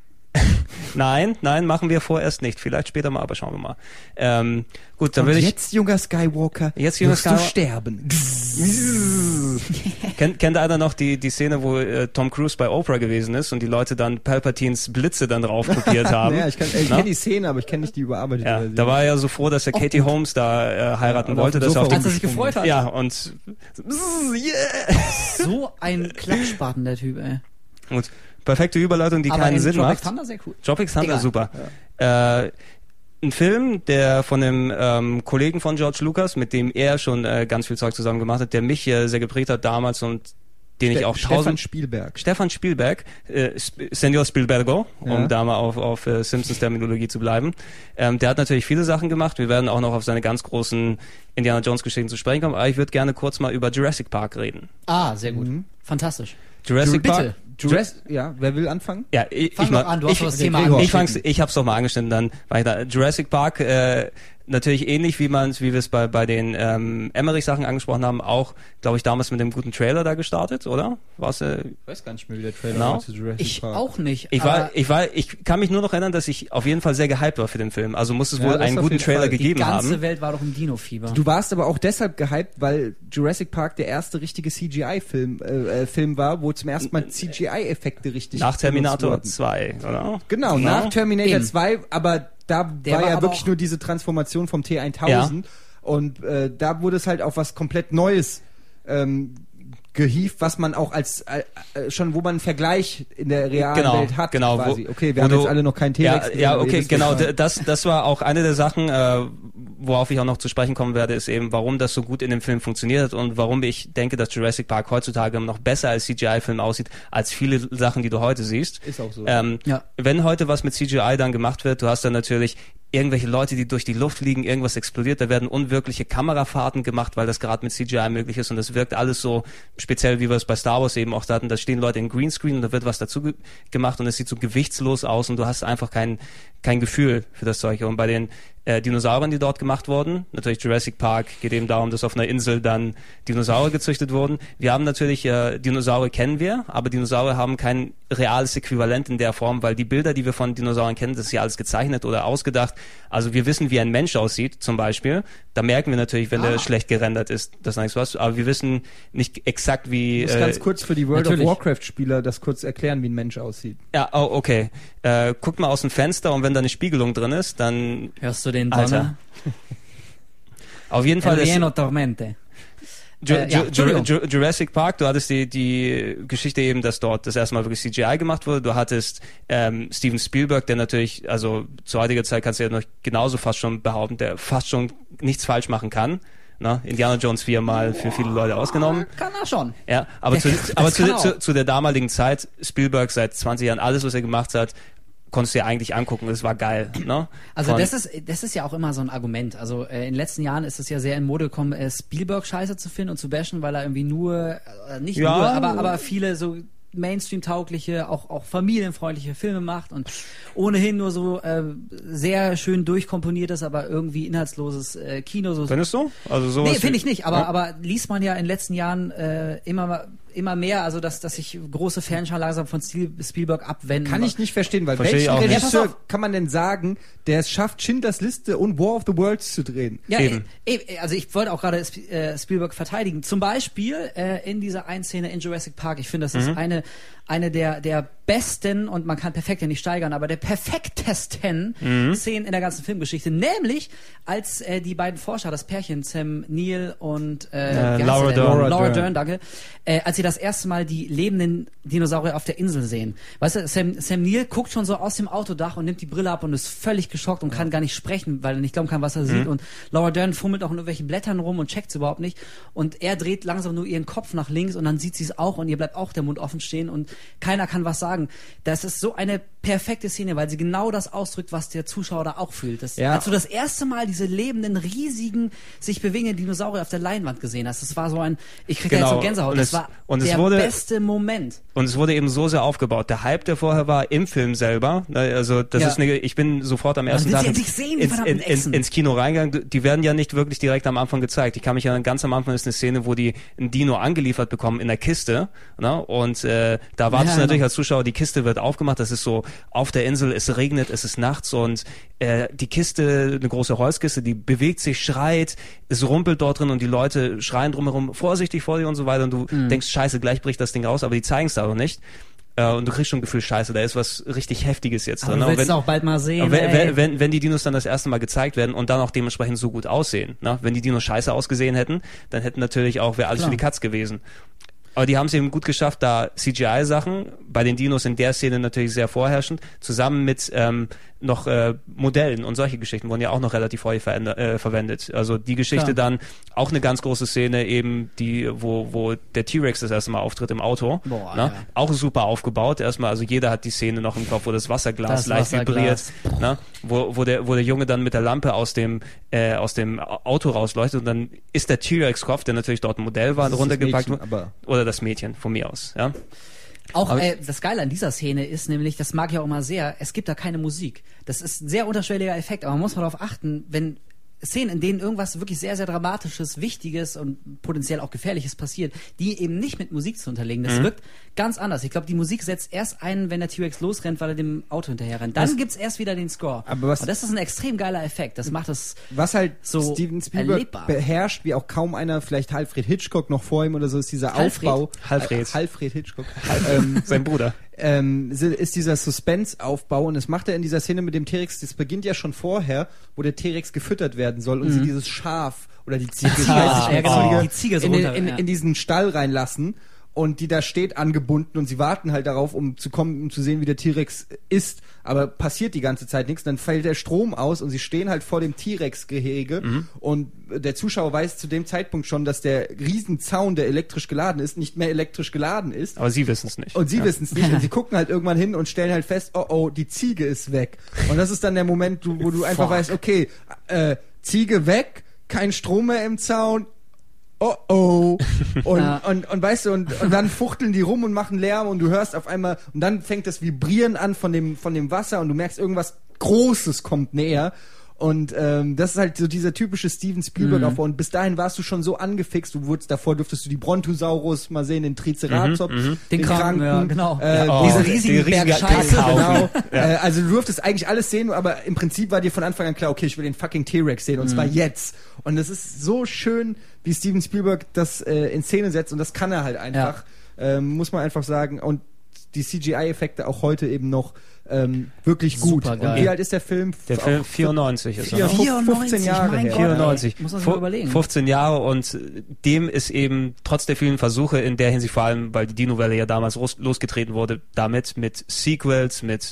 Speaker 1: nein, nein, machen wir vorerst nicht. Vielleicht später mal, aber schauen wir mal. Ähm, gut, dann
Speaker 3: Und
Speaker 1: würde ich,
Speaker 3: jetzt, junger Skywalker,
Speaker 1: Jetzt, junger
Speaker 3: wirst du
Speaker 1: Skywalker-
Speaker 3: sterben.
Speaker 1: kennt, kennt einer noch die, die Szene, wo äh, Tom Cruise bei Oprah gewesen ist und die Leute dann Palpatines Blitze dann drauf kopiert haben?
Speaker 3: Naja, ich kenn- äh, ich
Speaker 1: Na?
Speaker 3: kenne die Szene, aber ich kenne nicht die überarbeitete
Speaker 1: Ja,
Speaker 3: Version.
Speaker 1: da war er ja so froh, dass er
Speaker 2: Auch
Speaker 1: Katie
Speaker 2: gut.
Speaker 1: Holmes da äh, heiraten
Speaker 3: Ja,
Speaker 1: wollte,
Speaker 3: auf dem
Speaker 1: dass er auf
Speaker 3: Sofa
Speaker 1: dem
Speaker 2: Als er sich gefreut hat.
Speaker 1: ja, und yeah.
Speaker 2: So ein Klatschspaten, der Typ, ey.
Speaker 1: Und perfekte Überleitung, die
Speaker 2: Aber
Speaker 1: keinen
Speaker 2: in
Speaker 1: Sinn
Speaker 2: Tropic
Speaker 1: macht.
Speaker 2: Thunder sehr cool.
Speaker 1: Tropic Thunder,
Speaker 2: Egal.
Speaker 1: super. Äh, ein Film, der von dem ähm, Kollegen von George Lucas, mit dem er schon äh, ganz viel Zeug zusammen gemacht hat, der mich äh, sehr geprägt hat damals und den ich
Speaker 3: Ste-
Speaker 1: auch
Speaker 3: Stefan
Speaker 1: tausend...
Speaker 3: Spielberg.
Speaker 1: Stefan Spielberg, äh, Sp- Senor Spielbergo, um
Speaker 3: Ja.
Speaker 1: da mal auf, auf äh, Simpsons Terminologie zu bleiben. Ähm, der hat natürlich viele Sachen gemacht. Wir werden auch noch auf seine ganz großen Indiana Jones Geschichten zu sprechen kommen. Aber ich würde gerne kurz mal über Jurassic Park reden.
Speaker 2: Ah, sehr gut.
Speaker 3: Mhm.
Speaker 2: Fantastisch.
Speaker 1: Jurassic
Speaker 2: Bitte.
Speaker 1: Park.
Speaker 3: Jurassic, ja, wer will anfangen?
Speaker 1: Ja, ich,
Speaker 2: Fang
Speaker 1: ich
Speaker 2: doch
Speaker 1: mal,
Speaker 2: an, du hast
Speaker 1: ich,
Speaker 2: doch das
Speaker 3: okay,
Speaker 2: Thema
Speaker 3: Gregor.
Speaker 1: ich,
Speaker 2: angeschnitten.
Speaker 1: fang's, ich hab's doch mal angeschnitten, dann weiter. Jurassic Park, äh, natürlich ähnlich wie man wie wir es bei bei den ähm, Emmerich-Sachen angesprochen haben, auch, glaube ich, damals mit dem guten Trailer da gestartet, oder? War's, äh,
Speaker 3: Ich weiß gar nicht mehr, wie der Trailer
Speaker 1: Genau.
Speaker 3: war zu Jurassic
Speaker 2: Ich
Speaker 3: Park.
Speaker 2: auch nicht.
Speaker 1: ich
Speaker 2: aber
Speaker 1: war, ich war, ich kann mich nur noch erinnern, dass ich auf jeden Fall sehr gehypt war für den Film. Also muss es
Speaker 3: Ja,
Speaker 1: wohl
Speaker 3: das
Speaker 1: einen
Speaker 3: auf
Speaker 1: guten
Speaker 3: jeden
Speaker 1: Trailer
Speaker 3: Fall.
Speaker 2: die
Speaker 1: gegeben
Speaker 2: ganze
Speaker 1: haben.
Speaker 2: Welt war doch im Dino-Fieber.
Speaker 3: Du warst aber auch deshalb gehypt, weil Jurassic Park der erste richtige C G I-Film äh, äh, Film war, wo zum ersten Mal C G I-Effekte richtig
Speaker 1: Nach
Speaker 3: benutzt
Speaker 1: Terminator
Speaker 3: wurden.
Speaker 1: zwei, oder?
Speaker 3: Genau, nach Terminator
Speaker 2: Eben.
Speaker 3: zwei, aber da
Speaker 2: Der
Speaker 3: war
Speaker 2: war
Speaker 3: ja
Speaker 2: aber
Speaker 3: wirklich
Speaker 2: auch-
Speaker 3: nur diese Transformation vom T tausend und äh, da wurde es halt auf was komplett Neues ähm, gehievt, was man auch als äh, äh, schon, wo man einen Vergleich in der realen
Speaker 1: Genau,
Speaker 3: Welt hat
Speaker 1: genau,
Speaker 3: quasi.
Speaker 1: Wo-
Speaker 3: Okay, wir
Speaker 1: wo
Speaker 3: haben
Speaker 1: du-
Speaker 3: jetzt alle noch keinen
Speaker 1: Ja,
Speaker 3: T-Rex.
Speaker 1: ja,
Speaker 3: aber ihr
Speaker 1: okay,
Speaker 3: wisst,
Speaker 1: genau.
Speaker 3: was ich meine.
Speaker 1: d- Das, das war auch eine der Sachen, äh, worauf ich auch noch zu sprechen kommen werde, ist eben, warum das so gut in dem Film funktioniert hat und warum ich denke, dass Jurassic Park heutzutage noch besser als C G I-Film aussieht, als viele Sachen, die du heute siehst.
Speaker 3: Ist auch so.
Speaker 1: Ähm,
Speaker 2: Ja.
Speaker 1: Wenn heute was mit C G I dann gemacht wird, du hast dann natürlich irgendwelche Leute, die durch die Luft fliegen, irgendwas explodiert, da werden unwirkliche Kamerafahrten gemacht, weil das gerade mit C G I möglich ist und das wirkt alles so speziell, wie wir es bei Star Wars eben auch hatten, da stehen Leute in Greenscreen und da wird was dazu ge gemacht und es sieht so gewichtslos aus und du hast einfach kein, kein Gefühl für das Zeug. Und bei den äh, Dinosauriern, die dort gemacht wurden. Natürlich Jurassic Park geht eben darum, dass auf einer Insel dann Dinosaurier gezüchtet wurden. Wir haben natürlich, äh, Dinosaurier kennen wir, aber Dinosaurier haben kein reales Äquivalent in der Form, weil die Bilder, die wir von Dinosauriern kennen, das ist ja alles gezeichnet oder ausgedacht. Also wir wissen, wie ein Mensch aussieht, zum Beispiel. Da merken wir natürlich, wenn ah. der schlecht gerendert ist, das ist nichts was. Aber wir wissen nicht exakt, wie...
Speaker 3: Ich muss
Speaker 1: äh,
Speaker 3: ganz kurz für die World
Speaker 2: natürlich.
Speaker 3: of Warcraft-Spieler das kurz erklären, wie ein Mensch aussieht.
Speaker 1: Ja, oh, okay. Äh, guckt mal aus dem Fenster und wenn da eine Spiegelung drin ist, dann...
Speaker 2: Hörst du den
Speaker 1: Alter.
Speaker 2: Donner?
Speaker 1: Auf jeden Fall...
Speaker 2: El
Speaker 1: ist,
Speaker 2: Vieno Tormente.
Speaker 1: Ju
Speaker 2: Äh, ja,
Speaker 1: Ju Ju Ju Jurassic Park, du hattest die, die Geschichte eben, dass dort das erste Mal wirklich C G I gemacht wurde. Du hattest ähm, Steven Spielberg, der natürlich, also zu heutiger Zeit kannst du ja noch genauso fast schon behaupten, der fast schon nichts falsch machen kann. Na, Indiana Jones viermal für viele Leute ausgenommen.
Speaker 2: Kann er schon.
Speaker 1: Ja, aber, zu,
Speaker 2: Das
Speaker 1: aber
Speaker 2: kann
Speaker 1: zu,
Speaker 2: auch.
Speaker 1: zu, zu der damaligen Zeit, Spielberg seit zwanzig Jahren, alles, was er gemacht hat, konntest du ja eigentlich angucken, das war geil. Ne?
Speaker 2: Also
Speaker 1: Von,
Speaker 2: das ist das ist ja auch immer so ein Argument. Also äh, in den letzten Jahren ist es ja sehr in Mode gekommen, äh, Spielberg scheiße zu finden und zu bashen, weil er irgendwie nur, äh, nicht
Speaker 1: Ja.
Speaker 2: nur, aber aber viele so Mainstream-taugliche, auch auch familienfreundliche Filme macht und ohnehin nur so äh, sehr schön durchkomponiertes, aber irgendwie inhaltsloses äh, Kino. So
Speaker 1: findest du? Also sowas
Speaker 2: nee, finde ich nicht, aber
Speaker 1: ja.
Speaker 2: aber liest man ja in den letzten Jahren äh, immer immer mehr, also dass dass sich große Fanscharen langsam von Stil- Spielberg abwenden.
Speaker 3: Kann ich nicht verstehen, weil
Speaker 1: Verstehe ich
Speaker 3: welchen
Speaker 1: auch nicht.
Speaker 2: Ja, pass
Speaker 3: Regisseur
Speaker 2: auf.
Speaker 3: kann man denn sagen, der es schafft, Schindlers Liste und War of the Worlds zu drehen?
Speaker 2: Ja,
Speaker 1: Eben.
Speaker 2: eh, eh, also ich wollte auch gerade Sp- äh, Spielberg verteidigen. Zum Beispiel äh, in dieser einen Szene in Jurassic Park. Ich finde, das ist eine eine der der besten, und man kann perfekt ja nicht steigern, aber der perfektesten Szenen in der ganzen Filmgeschichte. Nämlich, als äh, die beiden Forscher, das Pärchen Sam Neill und äh,
Speaker 1: Äh,
Speaker 2: wie heißt
Speaker 1: Laura
Speaker 2: sie denn?
Speaker 1: Dern.
Speaker 2: Laura,
Speaker 3: Laura
Speaker 2: Dern,
Speaker 3: Dern.
Speaker 2: danke. Äh, als sie das erste Mal die lebenden Dinosaurier auf der Insel sehen. Weißt du, Sam, Sam Neill guckt schon so aus dem Autodach und nimmt die Brille ab und ist völlig geschockt und kann gar nicht sprechen, weil er nicht glauben kann, was er sieht. Und Laura Dern fummelt auch in irgendwelchen Blättern rum und checkt's überhaupt nicht. Und er dreht langsam nur ihren Kopf nach links und dann sieht sie es auch und ihr bleibt auch der Mund offen stehen und keiner kann was sagen. Das ist so eine perfekte Szene, weil sie genau das ausdrückt, was der Zuschauer da auch fühlt. Das,
Speaker 3: Ja.
Speaker 2: Als du das erste Mal diese lebenden, riesigen, sich bewegenden Dinosaurier auf der Leinwand gesehen hast, das war so ein, ich krieg
Speaker 1: Genau.
Speaker 2: ja jetzt so Gänsehaut,
Speaker 1: Und
Speaker 2: das
Speaker 1: es-
Speaker 2: war
Speaker 1: und es
Speaker 2: der
Speaker 1: wurde-
Speaker 2: beste Moment.
Speaker 1: Und es wurde eben so sehr aufgebaut. Der Hype, der vorher war, im Film selber, ne, also das
Speaker 2: Ja.
Speaker 1: ist eine, ich bin sofort am ersten
Speaker 2: will
Speaker 1: Tag
Speaker 2: sie
Speaker 1: ins,
Speaker 2: endlich sehen, die
Speaker 1: ins,
Speaker 2: verdammten
Speaker 1: in, in,
Speaker 2: Echsen.
Speaker 1: ins Kino reingegangen. Die werden ja nicht wirklich direkt am Anfang gezeigt. Ich kann mich erinnern, ganz am Anfang ist eine Szene, wo die ein Dino angeliefert bekommen in der Kiste. Ne, und äh, da wartest
Speaker 2: Ja,
Speaker 1: du natürlich
Speaker 2: genau.
Speaker 1: als Zuschauer, die Kiste wird aufgemacht, das ist so auf der Insel, es regnet, es ist nachts und äh, die Kiste, eine große Holzkiste, die bewegt sich, schreit, es rumpelt dort drin und die Leute schreien drumherum, vorsichtig vor dir und so weiter und du
Speaker 2: Mhm.
Speaker 1: denkst, scheiße, gleich bricht das Ding raus, aber die zeigen es da noch nicht. Äh, und du kriegst schon ein Gefühl, scheiße, da ist was richtig Heftiges jetzt
Speaker 2: Aber
Speaker 1: drin.
Speaker 2: du
Speaker 1: Und
Speaker 2: willst es
Speaker 1: wenn,
Speaker 2: auch bald mal sehen.
Speaker 1: wenn,
Speaker 2: ey.
Speaker 1: wenn, wenn, wenn die Dinos dann das erste Mal gezeigt werden und dann auch dementsprechend so gut aussehen, ne? Wenn die Dinos scheiße ausgesehen hätten, dann hätten natürlich auch, wäre alles
Speaker 2: Klar.
Speaker 1: für die Katz gewesen. Aber die haben es eben gut geschafft, da C G I-Sachen, bei den Dinos in der Szene natürlich sehr vorherrschend, zusammen mit ähm, noch äh, Modellen und solche Geschichten wurden ja auch noch relativ häufig veränder- äh, verwendet. Also die Geschichte
Speaker 2: Klar.
Speaker 1: dann, auch eine ganz große Szene eben, die, wo, wo der T-Rex das erste Mal auftritt im Auto.
Speaker 2: Boah,
Speaker 1: ne?
Speaker 2: ja.
Speaker 1: Auch super aufgebaut. Erstmal, also jeder hat die Szene noch im Kopf, wo das Wasserglas
Speaker 2: Das
Speaker 1: leicht
Speaker 2: Wasserglas.
Speaker 1: vibriert, ne? wo, wo, der, wo der Junge dann mit der Lampe aus dem, äh, aus dem Auto rausleuchtet und dann ist der T-Rex-Kopf, der natürlich dort ein Modell war,
Speaker 3: Das ist das
Speaker 1: runtergepackt
Speaker 3: Mädchen,
Speaker 1: wurde.
Speaker 3: aber-
Speaker 1: Oder das Mädchen, von mir aus. Ja?
Speaker 2: Auch
Speaker 1: Aber-
Speaker 2: äh, das Geile an dieser Szene ist nämlich, das mag ich auch immer sehr, es gibt da keine Musik. Das ist ein sehr unterschwelliger Effekt, aber man muss mal darauf achten, wenn Szenen, in denen irgendwas wirklich sehr, sehr Dramatisches, Wichtiges und potenziell auch Gefährliches passiert, die eben nicht mit Musik zu unterlegen. Das wirkt ganz anders. Ich glaube, die Musik setzt erst ein, wenn der T-Rex losrennt, weil er dem Auto hinterher rennt. Dann
Speaker 3: Was-
Speaker 2: gibt's erst wieder den Score.
Speaker 3: Aber was-
Speaker 2: und das ist ein extrem geiler Effekt. Das macht es
Speaker 3: Was halt
Speaker 2: so
Speaker 3: Steven Spielberg
Speaker 2: erlebbar.
Speaker 3: beherrscht, wie auch kaum einer, vielleicht Alfred Hitchcock noch vor ihm oder so, ist dieser
Speaker 2: Alfred?
Speaker 3: Aufbau.
Speaker 1: Alfred.
Speaker 3: Äh, Alfred Hitchcock. ähm,
Speaker 1: Sein Bruder.
Speaker 3: ähm, ist dieser Suspense-Aufbau und das macht er in dieser Szene mit dem T-Rex, das beginnt ja schon vorher, wo der T-Rex gefüttert werden soll und sie dieses Schaf oder die Ziege, ich
Speaker 2: Ziege,
Speaker 3: weiß nicht,
Speaker 2: ja, genau,
Speaker 3: Ziege
Speaker 2: die Ziege so
Speaker 3: in, den,
Speaker 2: runter,
Speaker 3: in,
Speaker 2: ja.
Speaker 3: in diesen Stall reinlassen und die da steht angebunden und sie warten halt darauf, um zu kommen, um zu sehen, wie der T-Rex ist, aber passiert die ganze Zeit nichts, dann fällt der Strom aus und sie stehen halt vor dem T-Rex-Gehege und der Zuschauer weiß zu dem Zeitpunkt schon, dass der Riesenzaun, der elektrisch geladen ist, nicht mehr elektrisch geladen ist.
Speaker 1: Aber sie wissen es nicht.
Speaker 3: Und sie
Speaker 1: ja.
Speaker 3: wissen es nicht. Und sie gucken halt irgendwann hin und stellen halt fest, oh oh, die Ziege ist weg. Und das ist dann der Moment, wo, wo du einfach
Speaker 2: Fuck.
Speaker 3: weißt, okay, äh, Ziege weg, kein Strom mehr im Zaun, oh oh. Und,
Speaker 2: Ja.
Speaker 3: und, und weißt du, und, und dann fuchteln die rum und machen Lärm und du hörst auf einmal, und dann fängt das Vibrieren an von dem, von dem Wasser und du merkst, irgendwas Großes kommt näher. Und ähm, das ist halt so dieser typische Steven Spielberg-Aufbau. Und bis dahin warst du schon so angefixt. Du wurdest davor, durftest du die Brontosaurus mal sehen, den Triceratops,
Speaker 2: Mhm, den
Speaker 3: den
Speaker 2: Kranken,
Speaker 3: Kranken,
Speaker 2: ja, genau.
Speaker 3: äh,
Speaker 1: Ja, oh,
Speaker 3: diese
Speaker 1: die
Speaker 3: riesigen
Speaker 1: riesige
Speaker 3: Bergscheiße.
Speaker 1: Kakao.
Speaker 3: Genau. Äh, also du durftest eigentlich alles sehen, aber im Prinzip war dir von Anfang an klar, okay, ich will den fucking T-Rex sehen und
Speaker 2: Mhm.
Speaker 3: zwar jetzt. Und das ist so schön, wie Steven Spielberg das äh, in Szene setzt und das kann er halt einfach, ähm, muss man einfach sagen. Und die C G I-Effekte auch heute eben noch ähm, wirklich gut.
Speaker 2: Supergeil.
Speaker 3: Und wie alt ist der Film?
Speaker 1: Der
Speaker 3: Auch
Speaker 1: Film vierundneunzig ist er.
Speaker 3: vier-
Speaker 1: noch.
Speaker 3: fünfzehn fünfzehn Jahre
Speaker 2: mein
Speaker 3: her.
Speaker 2: Gott,
Speaker 1: vierundneunzig.
Speaker 2: ey. Muss man sich
Speaker 1: Fu-
Speaker 2: mal überlegen.
Speaker 1: fünfzehn Jahre und dem ist eben trotz der vielen Versuche in der Hinsicht, vor allem weil die Dino-Welle ja damals los, losgetreten wurde, damit mit Sequels, mit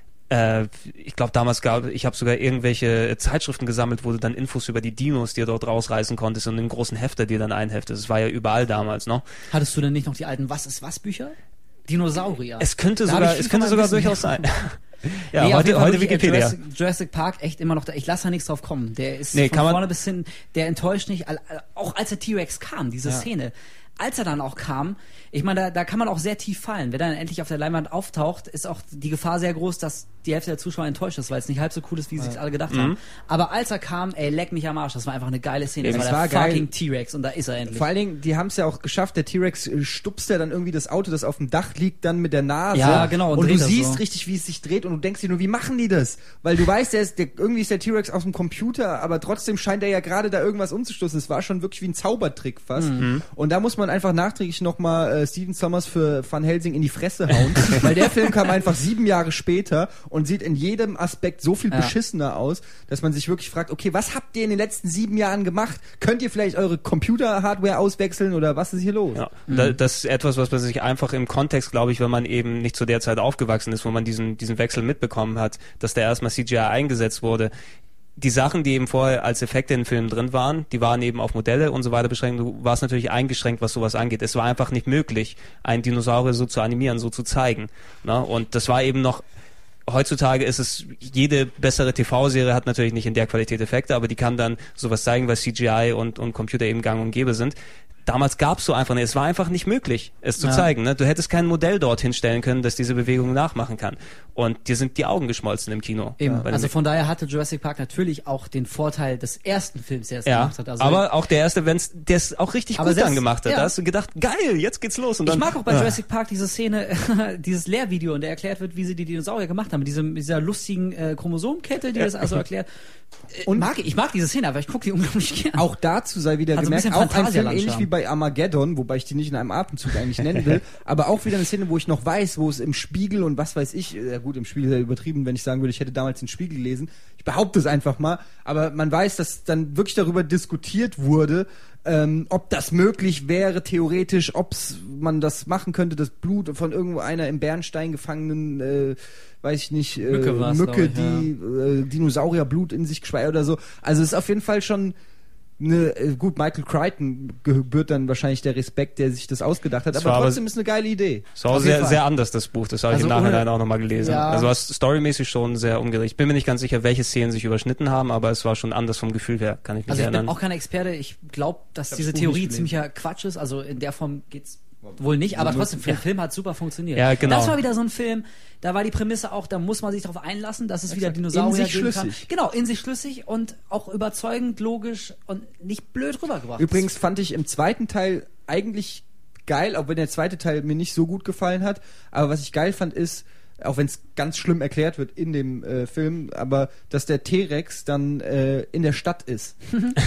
Speaker 1: äh, ich glaube damals gab, ich habe sogar irgendwelche Zeitschriften gesammelt, wo du dann Infos über die Dinos dir dort rausreißen konntest und einen großen Hefter dir dann einheftest. Das war ja überall damals noch.
Speaker 2: Hattest du denn nicht noch die alten Was ist was Bücher? Dinosaurier.
Speaker 1: Es könnte
Speaker 2: Da hab
Speaker 1: sogar,
Speaker 2: ich
Speaker 1: es
Speaker 2: viel
Speaker 1: könnte
Speaker 2: von
Speaker 1: sogar
Speaker 2: meinem Wissen
Speaker 1: durchaus sein. Ja,
Speaker 2: Nee, auf
Speaker 1: heute,
Speaker 2: jeden Fall
Speaker 1: heute
Speaker 2: wirklich, äh,
Speaker 1: Wikipedia.
Speaker 2: Jurassic, Jurassic Park echt immer noch da. Ich lasse da nichts drauf kommen. Der ist
Speaker 1: Nee,
Speaker 2: von
Speaker 1: kann man-
Speaker 2: vorne bis hin, der enttäuscht nicht. All- all- Auch als der T-Rex kam, diese
Speaker 3: Ja.
Speaker 2: Szene. Als er dann auch kam, ich meine, da, da kann man auch sehr tief fallen. Wenn er dann endlich auf der Leinwand auftaucht, ist auch die Gefahr sehr groß, dass die Hälfte der Zuschauer enttäuscht ist, weil es nicht halb so cool ist, wie sie sich alle gedacht haben. Aber als er kam, ey, leck mich am Arsch. Das war einfach eine geile Szene.
Speaker 3: Eben,
Speaker 2: Das
Speaker 3: es
Speaker 2: war
Speaker 3: war
Speaker 2: der
Speaker 3: geil.
Speaker 2: fucking T-Rex und da ist er endlich.
Speaker 3: Vor allen Dingen, die haben es ja auch geschafft, der T-Rex äh, stupst ja dann irgendwie das Auto, das auf dem Dach liegt, dann mit der Nase.
Speaker 2: Ja, genau, und
Speaker 3: Und, du
Speaker 2: dreht das
Speaker 3: siehst
Speaker 2: so.
Speaker 3: richtig, wie es sich dreht und du denkst dir nur, wie machen die das? Weil du weißt, der ist, der, irgendwie ist der T-Rex aus dem Computer, aber trotzdem scheint er ja gerade da irgendwas umzustoßen. Es war schon wirklich wie ein Zaubertrick fast.
Speaker 2: Mhm.
Speaker 3: Und da muss man einfach nachträglich nochmal äh, Steven Sommers für Van Helsing in die Fresse hauen, weil der Film kam einfach sieben Jahre später und sieht in jedem Aspekt so viel
Speaker 2: Ja.
Speaker 3: beschissener aus, dass man sich wirklich fragt, okay, was habt ihr in den letzten sieben Jahren gemacht? Könnt ihr vielleicht eure Computer-Hardware auswechseln oder was ist hier los?
Speaker 1: Ja, da, das ist etwas, was man sich einfach im Kontext, glaube ich, wenn man eben nicht zu der Zeit aufgewachsen ist, wo man diesen, diesen Wechsel mitbekommen hat, dass da erstmal C G I eingesetzt wurde. Die Sachen, die eben vorher als Effekte in den Filmen drin waren, die waren eben auf Modelle und so weiter beschränkt. Du warst natürlich eingeschränkt, was sowas angeht. Es war einfach nicht möglich, einen Dinosaurier so zu animieren, so zu zeigen. Na? Und das war eben noch, heutzutage ist es, jede bessere T V-Serie hat natürlich nicht in der Qualität Effekte, aber die kann dann sowas zeigen, weil C G I und, und Computer eben gang und gäbe sind. Damals gab es so einfach nicht, es war einfach nicht möglich, es zu
Speaker 2: Ja.
Speaker 1: zeigen. Ne? Du hättest kein Modell dort hinstellen können, das diese Bewegung nachmachen kann. Und dir sind die Augen geschmolzen im Kino.
Speaker 2: Eben.
Speaker 1: Bei dem-
Speaker 2: Also von daher hatte Jurassic Park natürlich auch den Vorteil des ersten Films, der es
Speaker 1: ja,
Speaker 2: gemacht hat. Also
Speaker 1: aber auch der erste, wenn's, der es auch richtig
Speaker 2: Aber
Speaker 1: gut dann
Speaker 2: selbst-
Speaker 1: gemacht hat.
Speaker 2: ja.
Speaker 1: Da hast du gedacht, geil, jetzt geht's los. Und
Speaker 2: ich
Speaker 1: dann,
Speaker 2: mag auch bei
Speaker 1: Ah.
Speaker 2: Jurassic Park diese Szene, dieses Lehrvideo, in der erklärt wird, wie sie die Dinosaurier gemacht haben, mit diesem, dieser lustigen äh, Chromosomkette, die das also erklärt. Äh,
Speaker 3: Und-
Speaker 2: mag ich, ich mag diese Szene, aber ich gucke die unglaublich gerne.
Speaker 3: Auch dazu sei wieder
Speaker 2: Hat so ein
Speaker 3: gemerkt,
Speaker 2: bisschen
Speaker 3: auch ein Film
Speaker 2: Phantasialand
Speaker 3: ähnlich
Speaker 2: Charme.
Speaker 3: wie bei Armageddon, wobei ich die nicht in einem Atemzug eigentlich nennen will, aber auch wieder eine Szene, wo ich noch weiß, wo es im Spiegel und was weiß ich, ja gut, im Spiegel ist ja übertrieben, wenn ich sagen würde, ich hätte damals den Spiegel gelesen. Ich behaupte es einfach mal, aber man weiß, dass dann wirklich darüber diskutiert wurde, ähm, ob das möglich wäre, theoretisch, ob man das machen könnte, das Blut von irgendwo einer im Bernstein gefangenen, äh, weiß ich nicht, äh,
Speaker 2: Mücke war's,
Speaker 3: Mücke
Speaker 2: glaub ich,
Speaker 3: die äh, Dinosaurierblut in sich gespeichert oder so. Also es ist auf jeden Fall schon eine, äh, gut, Michael Crichton gebührt dann wahrscheinlich der Respekt, der sich das ausgedacht hat,
Speaker 1: Das
Speaker 3: aber
Speaker 1: war aber-
Speaker 3: trotzdem ist eine geile Idee.
Speaker 1: Es war auch
Speaker 2: Auf jeden
Speaker 1: sehr,
Speaker 2: Fall.
Speaker 1: sehr anders, das Buch. Das habe ich
Speaker 2: Also
Speaker 1: im Nachhinein
Speaker 2: ohne-
Speaker 1: auch nochmal gelesen.
Speaker 2: Ja.
Speaker 1: Also was storymäßig schon sehr umgerichtet. Ich bin mir nicht ganz sicher, welche Szenen sich überschnitten haben, aber es war schon anders vom Gefühl her, kann ich mich
Speaker 2: Also ich bin
Speaker 1: erinnern.
Speaker 2: auch kein Experte, ich glaube, dass
Speaker 3: hab's
Speaker 2: diese
Speaker 3: Buch
Speaker 2: Theorie
Speaker 3: nicht gelesen.
Speaker 2: ziemlicher Quatsch ist, also in der Form geht's wohl nicht, aber trotzdem, für den Film hat super funktioniert.
Speaker 1: Ja, genau.
Speaker 2: Das war wieder so ein Film, da war die Prämisse auch, da muss man sich darauf einlassen, dass es wieder
Speaker 3: Exakt.
Speaker 2: Dinosaurier
Speaker 3: In sich
Speaker 2: geben kann.
Speaker 3: schlüssig.
Speaker 2: Genau, in sich schlüssig und auch überzeugend, logisch und nicht blöd rübergebracht.
Speaker 3: Übrigens fand ich im zweiten Teil eigentlich geil, auch wenn der zweite Teil mir nicht so gut gefallen hat, aber was ich geil fand ist, auch wenn es ganz schlimm erklärt wird in dem äh, Film, aber dass der T-Rex dann äh, in der Stadt ist.